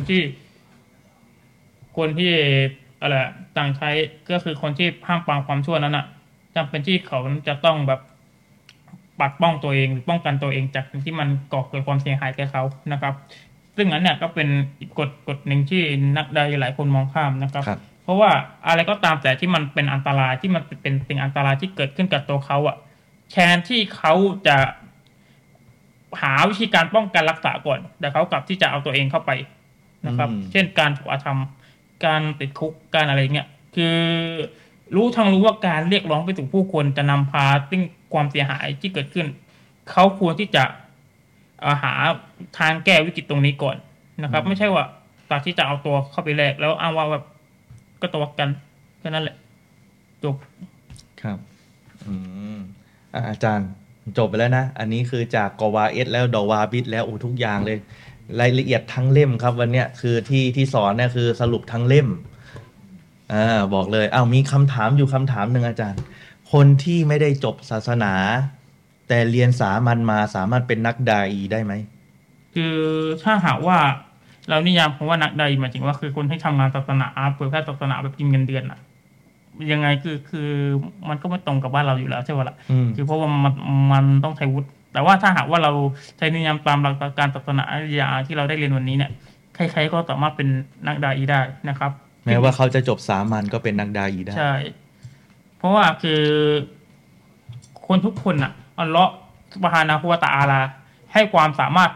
Speaker 2: ที่อะไรต่างใช้ก็คือคนที่ห้ามปรามความชั่วนั้นอ่ะจำเป็นที่เขาจะต้องแบบปัดป้องตัวเองหรือป้องกันตัวเองจากสิ่งที่มันก่อเกิดความเสียหายแก่เขานะครับ ซึ่งนั้นเนี่ยก็เป็นอีกกฎหนึ่งที่นักใดหลายคนมองข้ามนะครับ
Speaker 1: ครับ
Speaker 2: เพราะว่าอะไรก็ตามแต่ที่มันเป็นอันตรายที่มันเป็นสิ่งอันตรายที่เกิดขึ้นกับตัวเขาอ่ะแทนที่เขาจะหาวิธีการป้องกันรักษาก่อนแต่เขากลับที่จะเอาตัวเองเข้าไปนะครับ เช่นการถูกอาธรรมการติดคุกการอะไรเงี้ยคือรู้ว่าการเรียกร้องไปถึงผู้คนจะนำพาซึ่งความเสียหายที่เกิดขึ้นเขาควรที่จะหาทางแก้วิกฤตตรงนี้ก่อนนะครับ ไม่ใช่ว่าตัดที่จะเอาตัวเข้าไปแลกแล้วอ้างว่าแบบก็ตัวกันแค่นั้นแหละจบ
Speaker 1: ครับอาจารย์จบไปแล้วนะ อันนี้คือจากกวาเอสแล้วดอวาบิดแล้วทุกอย่างเลยรายละเอียดทั้งเล่มครับวันเนี้ยคือที่สอนเนี่ยคือสรุปทั้งเล่มบอกเลยมีคำถามอยู่คำถามหนึ่งอาจารย์ คนที่ไม่ได้จบศาสนา แต่เรียนสามัญมาสามารถเป็นนักดาอีได้ไหม
Speaker 2: คือถ้าหากว่าเรานิยามคำว่านักใดหมายถึงว่าคือคนที่ทำงานศาสนาเผยแพร่ศาสนาแบบกินเงินเดือนอะยังไงคือมันก็ไม่ตรงกับบ้านเราอยู่แล้วใช่ไหมล่ะคือเพราะว่ามันต้องใช้วุฒิแต่ว่าถ้าหากว่าเราใช้นิยามตามหลักการศาสนาอย่างที่เราได้เรียนวันนี้เนี่ยใครๆก็สามารถเป็นนักดาอีได้นะครับ
Speaker 1: แม้ว่าเขาจะจบสามัญก็เป็นนักดาอีได้
Speaker 2: ใช่เพราะว่าคือคนทุกคนอ่ะอัลเลาะห์ซุบฮานะฮูวะตะอาลาให้ความสามารถ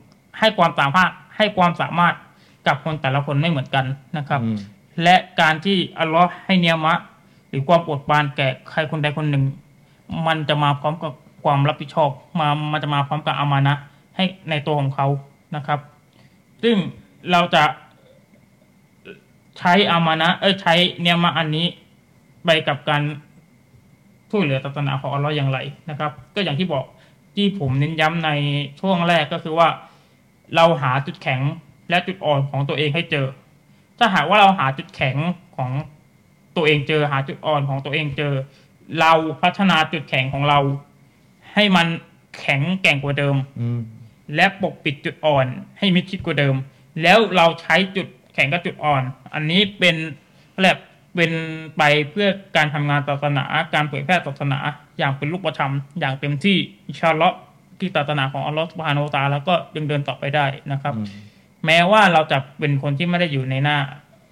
Speaker 2: กับคนแต่ละคนไม่เหมือนกันนะครับ และการที่อัลเลาะห์ให้เนียมะหรือความโปรดปรานแก่ใครคนใดคนหนึ่งมันจะมาพร้อมกับความรับผิดชอบมันจะมาพร้อมกับอามานะห์ให้ในตัวของเขานะครับ ซึ่งเราจะใช้อามานะใช้เนียมะอันนี้ไปกับการช่วยเหลือศาสนาของอัลเลาะห์อย่างไรนะครับ ก็อย่างที่บอกที่ผมเน้นย้ำในช่วงแรกก็คือว่าเราหาจุดแข็งและจุดอ่อนของตัวเองให้เจอถ้าหากว่าเราหาจุดแข็งของตัวเองเจอหาจุดอ่อนของตัวเองเจอเราพัฒนาจุดแข็งของเราให้มันแข็งแกร่งกว่าเดิมและปกปิดจุดอ่อนให้มิดชิดกว่าเดิมแล้วเราใช้จุดแข็งกับจุดอ่อนอันนี้เป็นเป็นไปเพื่อการทำงานศาสนาการเผยแพร่ศาสนาอย่างเป็นรูปธรรมอย่างเต็มที่อินชาอัลเลาะห์ที่ศาสนาของอัลเลาะห์ซุบฮานะฮูวะตะอาลาก็ยังเดินต่อไปได้นะครับแม้ว่าเราจะเป็นคนที่ไม่ได้อยู่ในหน้า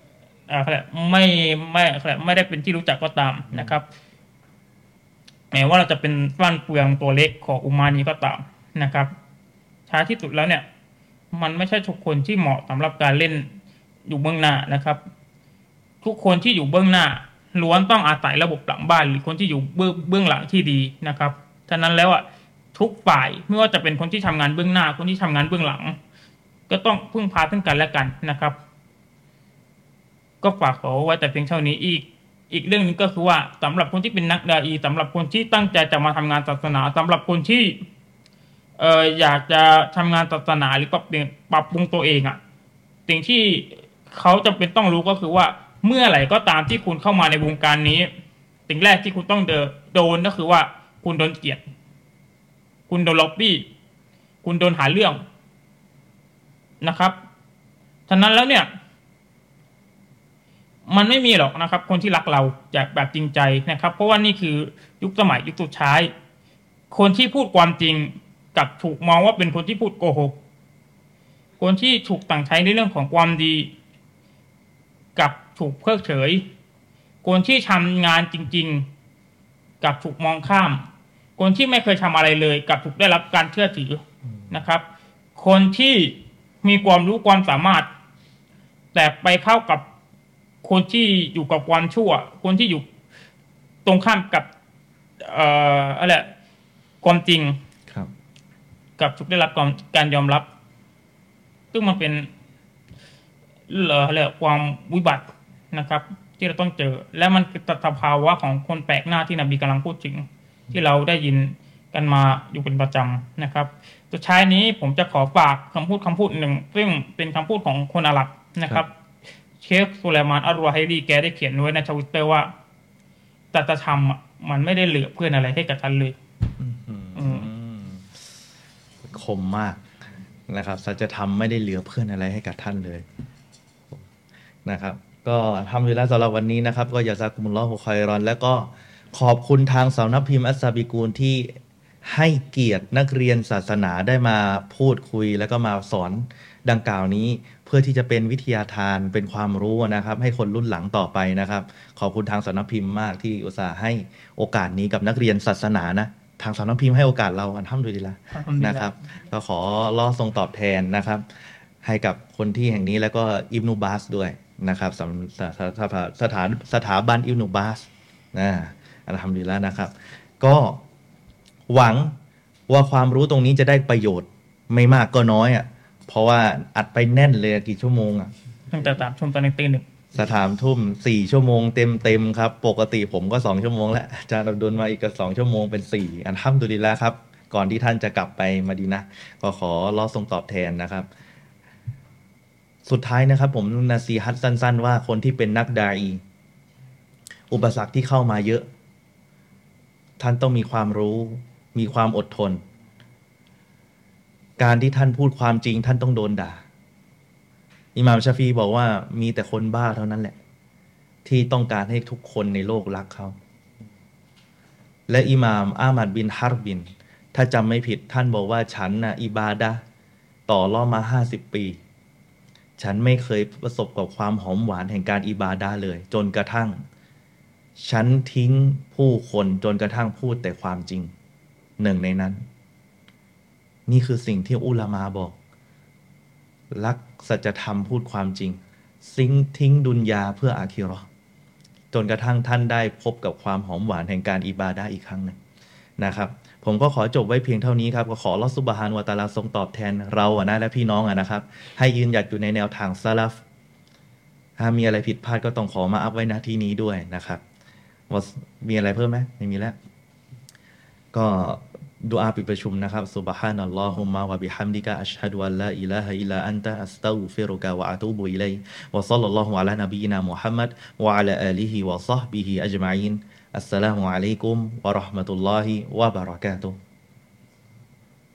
Speaker 2: ไม่ได้เป็นที่รู้จักก็ตามนะครับแม้ว่าเราจะเป็นฟันเฟืองตัวเล็กของอุมมานี้ก็ตามนะครับท้ายที่สุดแล้วเนี่ยมันไม่ใช่ทุกคนที่เหมาะสำหรับการเล่นอยู่เบื้องหน้านะครับทุกคนที่อยู่เบื้องหน้าล้วนต้องอาศัยระบบหลังบ้านหรือคนที่อยู่เบื้องหลังที่ดีนะครับฉะนั้นแล้วทุกฝ่ายไม่ว่าจะเป็นคนที่ทำงานเบื้องหน้าคนที่ทำงานเบื้องหลังก็ต้องพึ่งพาซึ่งกันและกันนะครับก็ฝากขอไว้แต่เพียงเท่านี้อีกเรื่องนึงก็คือว่าสำหรับคนที่เป็นนักดาอีสำหรับคนที่ตั้งใจจะมาทำงานศาสนาสำหรับคนที่อยากจะทำงานศาสนาหรือปรับปรุงตัวเองสิ่งที่เขาจำเป็นต้องรู้ก็คือว่าเมื่อไหร่ก็ตามที่คุณเข้ามาในวงการนี้สิ่งแรกที่คุณต้องโดนก็คือว่าคุณโดนเกลียดคุณโดนล็อบบี้คุณโดนหาเรื่องนะครับฉะนั้นแล้วเนี่ยมันไม่มีหรอกนะครับคนที่รักเราจากแบบจริงใจนะครับเพราะว่านี่คือยุคสมัยยุคสุดท้ายคนที่พูดความจริงกับถูกมองว่าเป็นคนที่พูดโกหกคนที่ถูกต่างใช้ในเรื่องของความดีกับถูกเพิกเฉยคนที่ทำงานจริงๆกับถูกมองข้ามคนที่ไม่เคยทำอะไรเลยกับถูกได้รับการเชื่อถือนะครับคนที่มีความรู้ความสามารถแต่ไปเข้ากับคนที่อยู่กับความชั่วคนที่อยู่ตรงข้ามกับความจริงกับถูกได้รับการยอมรับซึ่งมันเป็นความวิบัตินะครับที่เราต้องเจอและมันคือสภาวะของคนแปลกหน้าที่นบีกำลังพูดถึงที่เราได้ยินกันมาอยู่เป็นประจำนะครับสุดท้ายนี้ผมจะขอฝากคำพูดหนึ่งซึ่งเป็นคำพูดของคนอาหรับนะครับเชคสุไลมานอัลรอไฮรีแกได้เขียนไว้ในทวิตเตอร์ว่าสัจธรรมมันไม่ได้เหลือเพื่อนอะไรให้กับฉันเลย
Speaker 1: คมมากนะครับสัจธรรมไม่ได้เหลือเพื่อนอะไรให้กับท่านเลยนะครับก็ทำอยู่แล้วสำหรับวันนี้นะครับก็ยาซากุมุลลอฮุคอยรอนและก็ขอบคุณทางสำนักพิมพ์อัสซาบิกูลที่ให้เกียรตินักเรียนศาสนาได้มาพูดคุยแล้วก็มาสอนดังกล่าวนี้ เพื่อที่จะเป็นวิทยาทานเป็นความรู้นะครับให้คนรุ่นหลังต่อไปนะครับขอบคุณทางสำนักพิมพ์มากที่อุตส่าห์ให้โอกาสนี้กับนักเรียนศาสนานะทางสำนักพิมพ์ให้โอกาสเราอัลฮัมดุลิลละห์นะครับก็ขอรอทรงตอบแทนนะครับให้กับคนที่แห่งนี้แล้วก็อิบนุบาสด้วยนะครับสถาบันอิบนุบาสอัลฮัมดุลิลละห์นะครับก็หวังว่าความรู้ตรงนี้จะได้ประโยชน์ไม่มากก็น้อยอ่ะเพราะว่าอัดไปแน่นเลยกี่ชั่วโมงอ่ะ
Speaker 2: ตั้งแต่3 ทุ่มตอนนี้ตี 1
Speaker 1: สถานทุ่ม4 ชั่วโมงเต็มครับปกติผมก็2 ชั่วโมงแล้วอาจารย์อับดุลมาอีกก็2 ชั่วโมงเป็น4อัลฮัมดุลิลละห์ครับก่อนที่ท่านจะกลับไปมะดีนะห์ก็ขอรอทรงตอบแทนนะครับสุดท้ายนะครับผมนาซีฮัตสั้นๆว่าคนที่เป็นนักดาอีอุปสรรคที่เข้ามาเยอะท่านต้องมีความรู้มีความอดทนการที่ท่านพูดความจริงท่านต้องโดนด่าอิหม่ามชาฟีบอกว่ามีแต่คนบ้าเท่านั้นแหละที่ต้องการให้ทุกคนในโลกรักเขาและอิหม่ามอามัดบินฮาร์บินถ้าจำไม่ผิดท่านบอกว่าฉันน่ะอิบาดะห์ต่อรอดมา50 ปีฉันไม่เคยประสบกับความหอมหวานแห่งการอิบาดะห์เลยจนกระทั่งฉันทิ้งผู้คนจนกระทั่งพูดแต่ความจริงหนึ่งในนั้นนี่คือสิ่งที่อุลามาบอกรักสัจธรรมพูดความจริงทิ้งดุนยาเพื่ออาคิเราะห์จนกระทั่งท่านได้พบกับความหอมหวานแห่งการอิบาดะห์อีกครั้งหนึ่งนะครับผมก็ขอจบไว้เพียงเท่านี้ครับก็ขออัลเลาะห์ซุบฮานะฮูวะตะอาลาทรงตอบแทนเรานะและพี่น้องนะครับให้ยืนหยัดอยู่ในแนวทางซะลัฟถ้ามีอะไรผิดพลาดก็ต้องขอมาอัพไว้ณที่นี้ด้วยนะครับมีอะไรเพิ่มไหมไม่มีแล้วก็ดุอาปิดประชุมนะครับซุบฮานัลลอฮุมมะวะบิฮัมดิกะอัชฮะดุอัลลาอิลาฮะอิลลันตะอัสตัฆฟิรุกะวะอะตูบุอิลัยวะศ็อลลัลลอฮุอะลานบียินามุฮัมมัดวะอะลาอาลิฮิวะศอฮบิฮิอัจมะอีนอัสสลามุอะลัยกุมวะเราะห์มะตุลลอฮิวะบะเราะกาตุฮ์